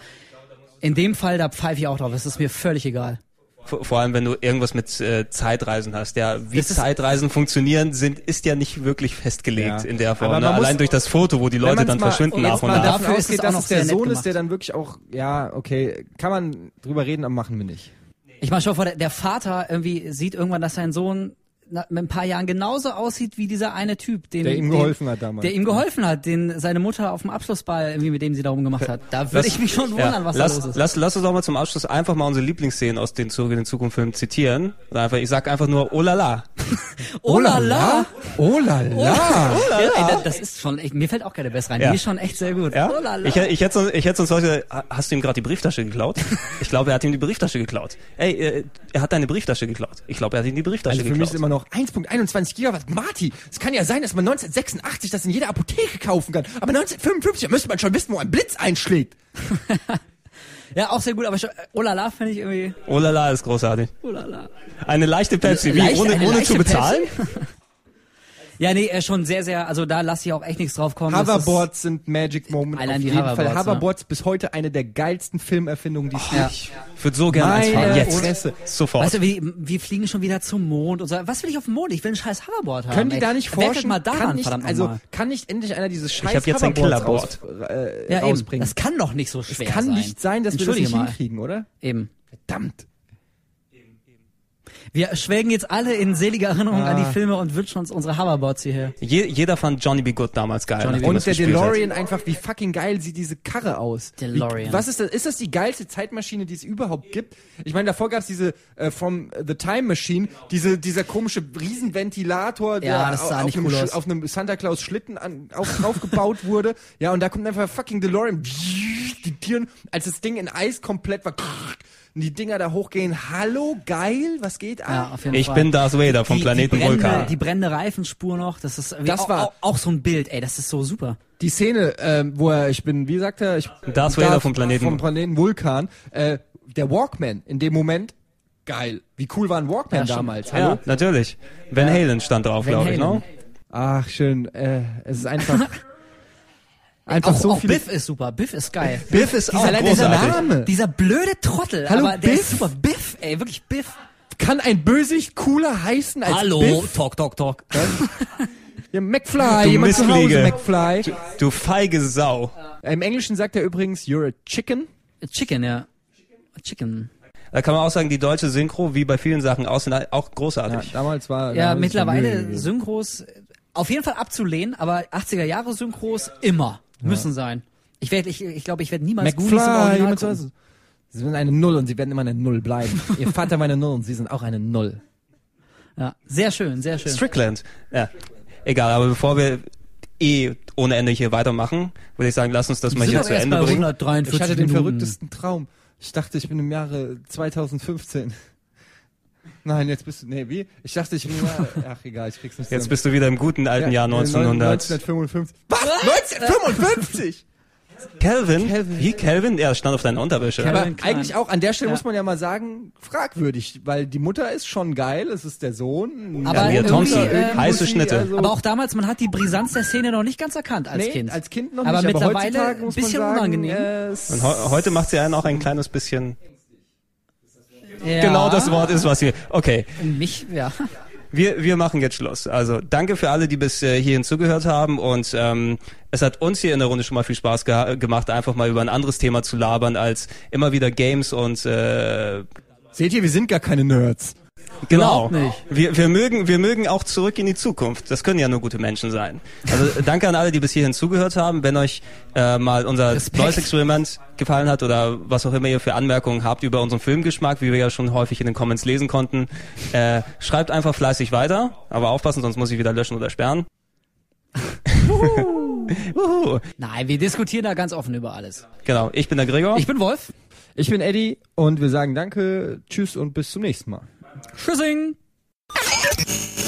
Speaker 2: in dem Fall, da pfeife ich auch drauf. Das ist mir völlig egal.
Speaker 1: Vor, vor allem, wenn du irgendwas mit äh, Zeitreisen hast. Ja, wie
Speaker 2: Das ist-
Speaker 1: Zeitreisen funktionieren, sind ist ja nicht wirklich festgelegt
Speaker 3: Ja.
Speaker 1: in der Form.
Speaker 3: Aber
Speaker 1: Ne?
Speaker 3: man muss-
Speaker 1: Allein durch das Foto, wo die
Speaker 3: Wenn
Speaker 1: Leute
Speaker 3: man's
Speaker 1: dann
Speaker 3: mal-
Speaker 1: verschwinden
Speaker 3: und
Speaker 1: nach
Speaker 3: jetzt
Speaker 1: und
Speaker 3: mal
Speaker 1: nach.
Speaker 2: Dafür
Speaker 3: davon
Speaker 2: ist es
Speaker 3: ausgeht,
Speaker 2: auch
Speaker 3: dass
Speaker 2: noch
Speaker 3: es der
Speaker 2: sehr nett
Speaker 3: Sohn
Speaker 2: gemacht.
Speaker 3: ist, der dann wirklich auch, ja, okay, kann man drüber reden, aber machen wir nicht.
Speaker 2: Ich meine schon vor, der, der Vater irgendwie sieht irgendwann, dass sein Sohn na, mit ein paar Jahren genauso aussieht wie dieser eine Typ, dem,
Speaker 3: Der ihm
Speaker 2: dem,
Speaker 3: geholfen hat damals.
Speaker 2: Der ihm geholfen hat, den seine Mutter auf dem Abschlussball irgendwie mit dem sie darum gemacht hat. Da würde ich mich schon wundern,
Speaker 1: ja,
Speaker 2: was
Speaker 1: lass,
Speaker 2: da los ist.
Speaker 1: Lass, lass uns auch mal zum Abschluss einfach mal unsere Lieblingsszenen aus den Zurück in den Zukunft Filmen zitieren. Und einfach, ich sag einfach nur, oh la la.
Speaker 2: Oh la la!
Speaker 3: Oh la la!
Speaker 2: Ja, ey, das, das ist schon echt, mir fällt auch keine bessere rein.
Speaker 1: Ja.
Speaker 2: Die ist schon echt sehr gut.
Speaker 1: Ja?
Speaker 2: Oh la la.
Speaker 1: Ich, ich hätte sonst, ich hätte sonst heute, hast du ihm gerade die Brieftasche geklaut? Ich glaube, er hat ihm die Brieftasche geklaut. Ey, äh, er hat deine Brieftasche geklaut. Ich glaube, er hat ihm die Brieftasche
Speaker 3: Also für mich
Speaker 1: geklaut.
Speaker 3: ist immer noch eins Komma einundzwanzig Gigawatt. Marty, es kann ja sein, dass man neunzehnhundertsechsundachtzig das in jeder Apotheke kaufen kann. Aber neunzehnhundertfünfundfünfzig, da müsste man schon wissen, wo ein Blitz einschlägt.
Speaker 2: Ja, auch sehr gut, aber schon, äh, oh la la finde ich irgendwie,
Speaker 1: Oh la la ist großartig.
Speaker 2: oh la la.
Speaker 1: Eine leichte Pepsi, wie
Speaker 2: Leicht-
Speaker 1: ohne,
Speaker 2: eine
Speaker 1: ohne
Speaker 2: leichte
Speaker 1: zu bezahlen?
Speaker 2: Ja, nee, äh, schon sehr, sehr, also da lasse ich auch echt nichts drauf kommen. Das ist-
Speaker 3: Hoverboards sind Magic Moment.
Speaker 2: Allein
Speaker 3: auf
Speaker 2: die
Speaker 3: jeden
Speaker 2: Hoverboards,
Speaker 3: Fall. Hoverboards bis heute eine der geilsten Filmerfindungen, die es
Speaker 2: Ja.
Speaker 3: gibt.
Speaker 1: Ich würde so gerne eins
Speaker 3: Meine
Speaker 1: fahren. Jetzt.
Speaker 3: Fresse.
Speaker 1: Sofort.
Speaker 2: Weißt du, wir, wir fliegen schon wieder zum Mond und so. Was will ich auf dem Mond? Ich will ein scheiß Hoverboard haben.
Speaker 3: Können die
Speaker 2: ey.
Speaker 3: da nicht
Speaker 2: Werkelt
Speaker 3: forschen?
Speaker 2: mal daran,
Speaker 3: kann nicht,
Speaker 2: verdammt
Speaker 3: also
Speaker 2: nochmal.
Speaker 3: kann nicht endlich einer dieses scheiß
Speaker 1: hab jetzt ein
Speaker 3: Hoverboards
Speaker 1: Killerboard.
Speaker 3: raus, äh,
Speaker 2: Ja, eben.
Speaker 3: rausbringen?
Speaker 2: Das kann doch nicht so
Speaker 3: Es
Speaker 2: schwer
Speaker 3: kann
Speaker 2: sein.
Speaker 3: nicht sein, dass wir das
Speaker 2: Entschuldige
Speaker 3: nicht
Speaker 2: mal.
Speaker 3: hinkriegen, oder?
Speaker 2: Eben.
Speaker 3: Verdammt.
Speaker 2: Wir schwelgen jetzt alle in selige Erinnerungen
Speaker 3: Ah.
Speaker 2: an die Filme und wünschen uns unsere Hoverboards hierher.
Speaker 1: Je, jeder fand Johnny B. Good damals geil.
Speaker 2: Johnny B.
Speaker 1: nachdem er
Speaker 3: Und
Speaker 1: es
Speaker 3: der
Speaker 1: gespielt hat.
Speaker 3: DeLorean einfach, wie fucking geil sieht diese Karre aus.
Speaker 2: DeLorean.
Speaker 3: Wie, was ist das? Ist das die geilste Zeitmaschine, die es überhaupt gibt? Ich meine, davor gab es diese äh, From the Time Machine, diese, dieser komische Riesenventilator, der
Speaker 2: Ja, das sah
Speaker 3: auf,
Speaker 2: nicht
Speaker 3: einem,
Speaker 2: cool
Speaker 3: Sch-
Speaker 2: aus.
Speaker 3: auf einem Santa Claus Schlitten an, auf, draufgebaut wurde. Ja, und da kommt einfach fucking DeLorean. Die Türen, als das Ding in Eis komplett war, und die Dinger da hochgehen. Hallo, geil, was geht ab?
Speaker 2: Ja, auf jeden
Speaker 1: Ich
Speaker 2: Fall.
Speaker 1: bin Darth Vader vom
Speaker 2: die,
Speaker 1: Planeten
Speaker 2: die brennende,
Speaker 1: Vulkan.
Speaker 2: Die brennende Reifenspur noch, das ist irgendwie
Speaker 3: Das
Speaker 2: auch,
Speaker 3: war-
Speaker 2: auch, auch so ein Bild, ey, das ist so super.
Speaker 3: Die Szene, ähm, wo er, ich bin, wie sagt er, ich
Speaker 1: Darth Vader vom Planeten-
Speaker 3: vom Planeten Vulkan, äh, der Walkman in dem Moment, geil. Wie cool war ein Walkman
Speaker 2: Ja, stimmt.
Speaker 3: damals? Hallo?
Speaker 1: Ja, natürlich. Van Halen stand drauf,
Speaker 2: Van
Speaker 1: glaube ich,
Speaker 2: Halen.
Speaker 1: ne?
Speaker 3: Ach, schön. Äh, es ist einfach. Einfach
Speaker 2: auch,
Speaker 3: so
Speaker 2: auch
Speaker 3: viele.
Speaker 2: Biff ist super. Biff ist geil.
Speaker 1: Biff ist auch
Speaker 3: allein dieser
Speaker 1: großartig.
Speaker 3: Name.
Speaker 2: Dieser blöde Trottel,
Speaker 3: Hallo,
Speaker 2: aber der
Speaker 3: Biff?
Speaker 2: ist super. Biff, ey, wirklich Biff.
Speaker 3: Kann ein Bösewicht cooler heißen als
Speaker 2: Hallo,
Speaker 3: Biff?
Speaker 2: talk, talk, talk.
Speaker 3: Ja, McFly,
Speaker 1: Du
Speaker 3: jemand zu Hause,
Speaker 1: Missfliege.
Speaker 3: McFly.
Speaker 1: Du, du feige Sau.
Speaker 3: Im Englischen sagt er übrigens, you're a chicken.
Speaker 2: Chicken, ja. Chicken.
Speaker 1: Da kann man auch sagen, die deutsche Synchro, wie bei vielen Sachen aus, sind auch
Speaker 3: Ja,
Speaker 1: großartig.
Speaker 3: damals war...
Speaker 2: Ja,
Speaker 3: damals
Speaker 2: mittlerweile
Speaker 3: war Mühe.
Speaker 2: Synchros auf jeden Fall abzulehnen, aber achtziger Jahre Synchros immer müssen sein. Ich werde, ich, ich glaube, ich werde niemals Goonies im
Speaker 3: McFly,
Speaker 2: Original
Speaker 3: jemand zu
Speaker 2: gucken.
Speaker 3: Hause. Sie sind eine Null und sie werden immer eine Null bleiben. Ihr Vater war eine Null und sie sind auch eine Null.
Speaker 2: Ja, sehr schön, sehr schön.
Speaker 1: Strickland. Ja. Egal, aber bevor wir eh ohne Ende hier weitermachen, würde ich sagen, lass uns das mal
Speaker 2: sind
Speaker 1: hier
Speaker 2: doch
Speaker 1: zu
Speaker 2: erst
Speaker 1: Ende
Speaker 2: bei
Speaker 1: bringen.
Speaker 2: hundertdreiundvierzig
Speaker 3: Ich hatte den
Speaker 2: Minuten.
Speaker 3: verrücktesten Traum. Ich dachte, ich bin im Jahre zweitausendfünfzehn. Nein, jetzt bist du... Nee, wie? Ich dachte, ich bin... Ach, egal, ich krieg's nicht
Speaker 1: Jetzt
Speaker 3: zusammen.
Speaker 1: bist du wieder im guten alten Jahr neunzehnhundert.
Speaker 3: neunzehnhundertfünfundfünfzig. Was? neunzehnhundertfünfundfünfzig?
Speaker 1: Calvin?
Speaker 3: Calvin.
Speaker 1: Wie Calvin? Ja, stand auf deiner Unterwäsche.
Speaker 2: Calvin.
Speaker 3: Aber
Speaker 2: Klein.
Speaker 3: eigentlich auch, an der Stelle
Speaker 2: Ja.
Speaker 3: muss man ja mal sagen, fragwürdig, weil die Mutter ist schon geil, es ist der Sohn.
Speaker 2: Aber
Speaker 1: Mia
Speaker 2: irgendwie,
Speaker 1: Thompson,
Speaker 2: ähm,
Speaker 1: heiße
Speaker 3: muss sie
Speaker 1: Schnitte.
Speaker 3: also-
Speaker 2: Aber auch damals, man hat die Brisanz der Szene noch nicht ganz erkannt als
Speaker 3: nee,
Speaker 2: Kind.
Speaker 3: als Kind noch
Speaker 2: Aber
Speaker 3: nicht,
Speaker 2: mittlerweile
Speaker 3: aber heutzutage
Speaker 2: ein
Speaker 3: muss
Speaker 2: bisschen
Speaker 3: man sagen,
Speaker 2: unangenehm.
Speaker 3: es-
Speaker 1: Und heu- heute macht sie einen auch ein kleines bisschen...
Speaker 2: Ja.
Speaker 1: Genau das Wort ist, was hier... Okay,
Speaker 2: Mich, ja.
Speaker 1: wir, wir machen jetzt Schluss. Also danke für alle, die bis äh, hierhin zugehört haben und ähm, es hat uns hier in der Runde schon mal viel Spaß ge gemacht, einfach mal über ein anderes Thema zu labern, als immer wieder Games und... Äh,
Speaker 3: Seht ihr, wir sind gar keine Nerds.
Speaker 1: Genau.
Speaker 2: Überhaupt nicht.
Speaker 1: Wir, wir mögen, wir mögen auch zurück in die Zukunft. Das können ja nur gute Menschen sein. Also äh, danke an alle, die bis hierhin zugehört haben. Wenn euch äh, mal unser
Speaker 2: Respekt.
Speaker 1: neues Experiment gefallen hat oder was auch immer ihr für Anmerkungen habt über unseren Filmgeschmack, wie wir ja schon häufig in den Comments lesen konnten, äh, schreibt einfach fleißig weiter. Aber aufpassen, sonst muss ich wieder löschen oder sperren. Uhu.
Speaker 2: Nein, wir diskutieren da ganz offen über alles.
Speaker 1: Genau. Ich bin der Gregor.
Speaker 2: Ich bin Wolf.
Speaker 3: Ich bin Eddie und wir sagen danke, tschüss und bis zum nächsten Mal.
Speaker 2: Tschüssing.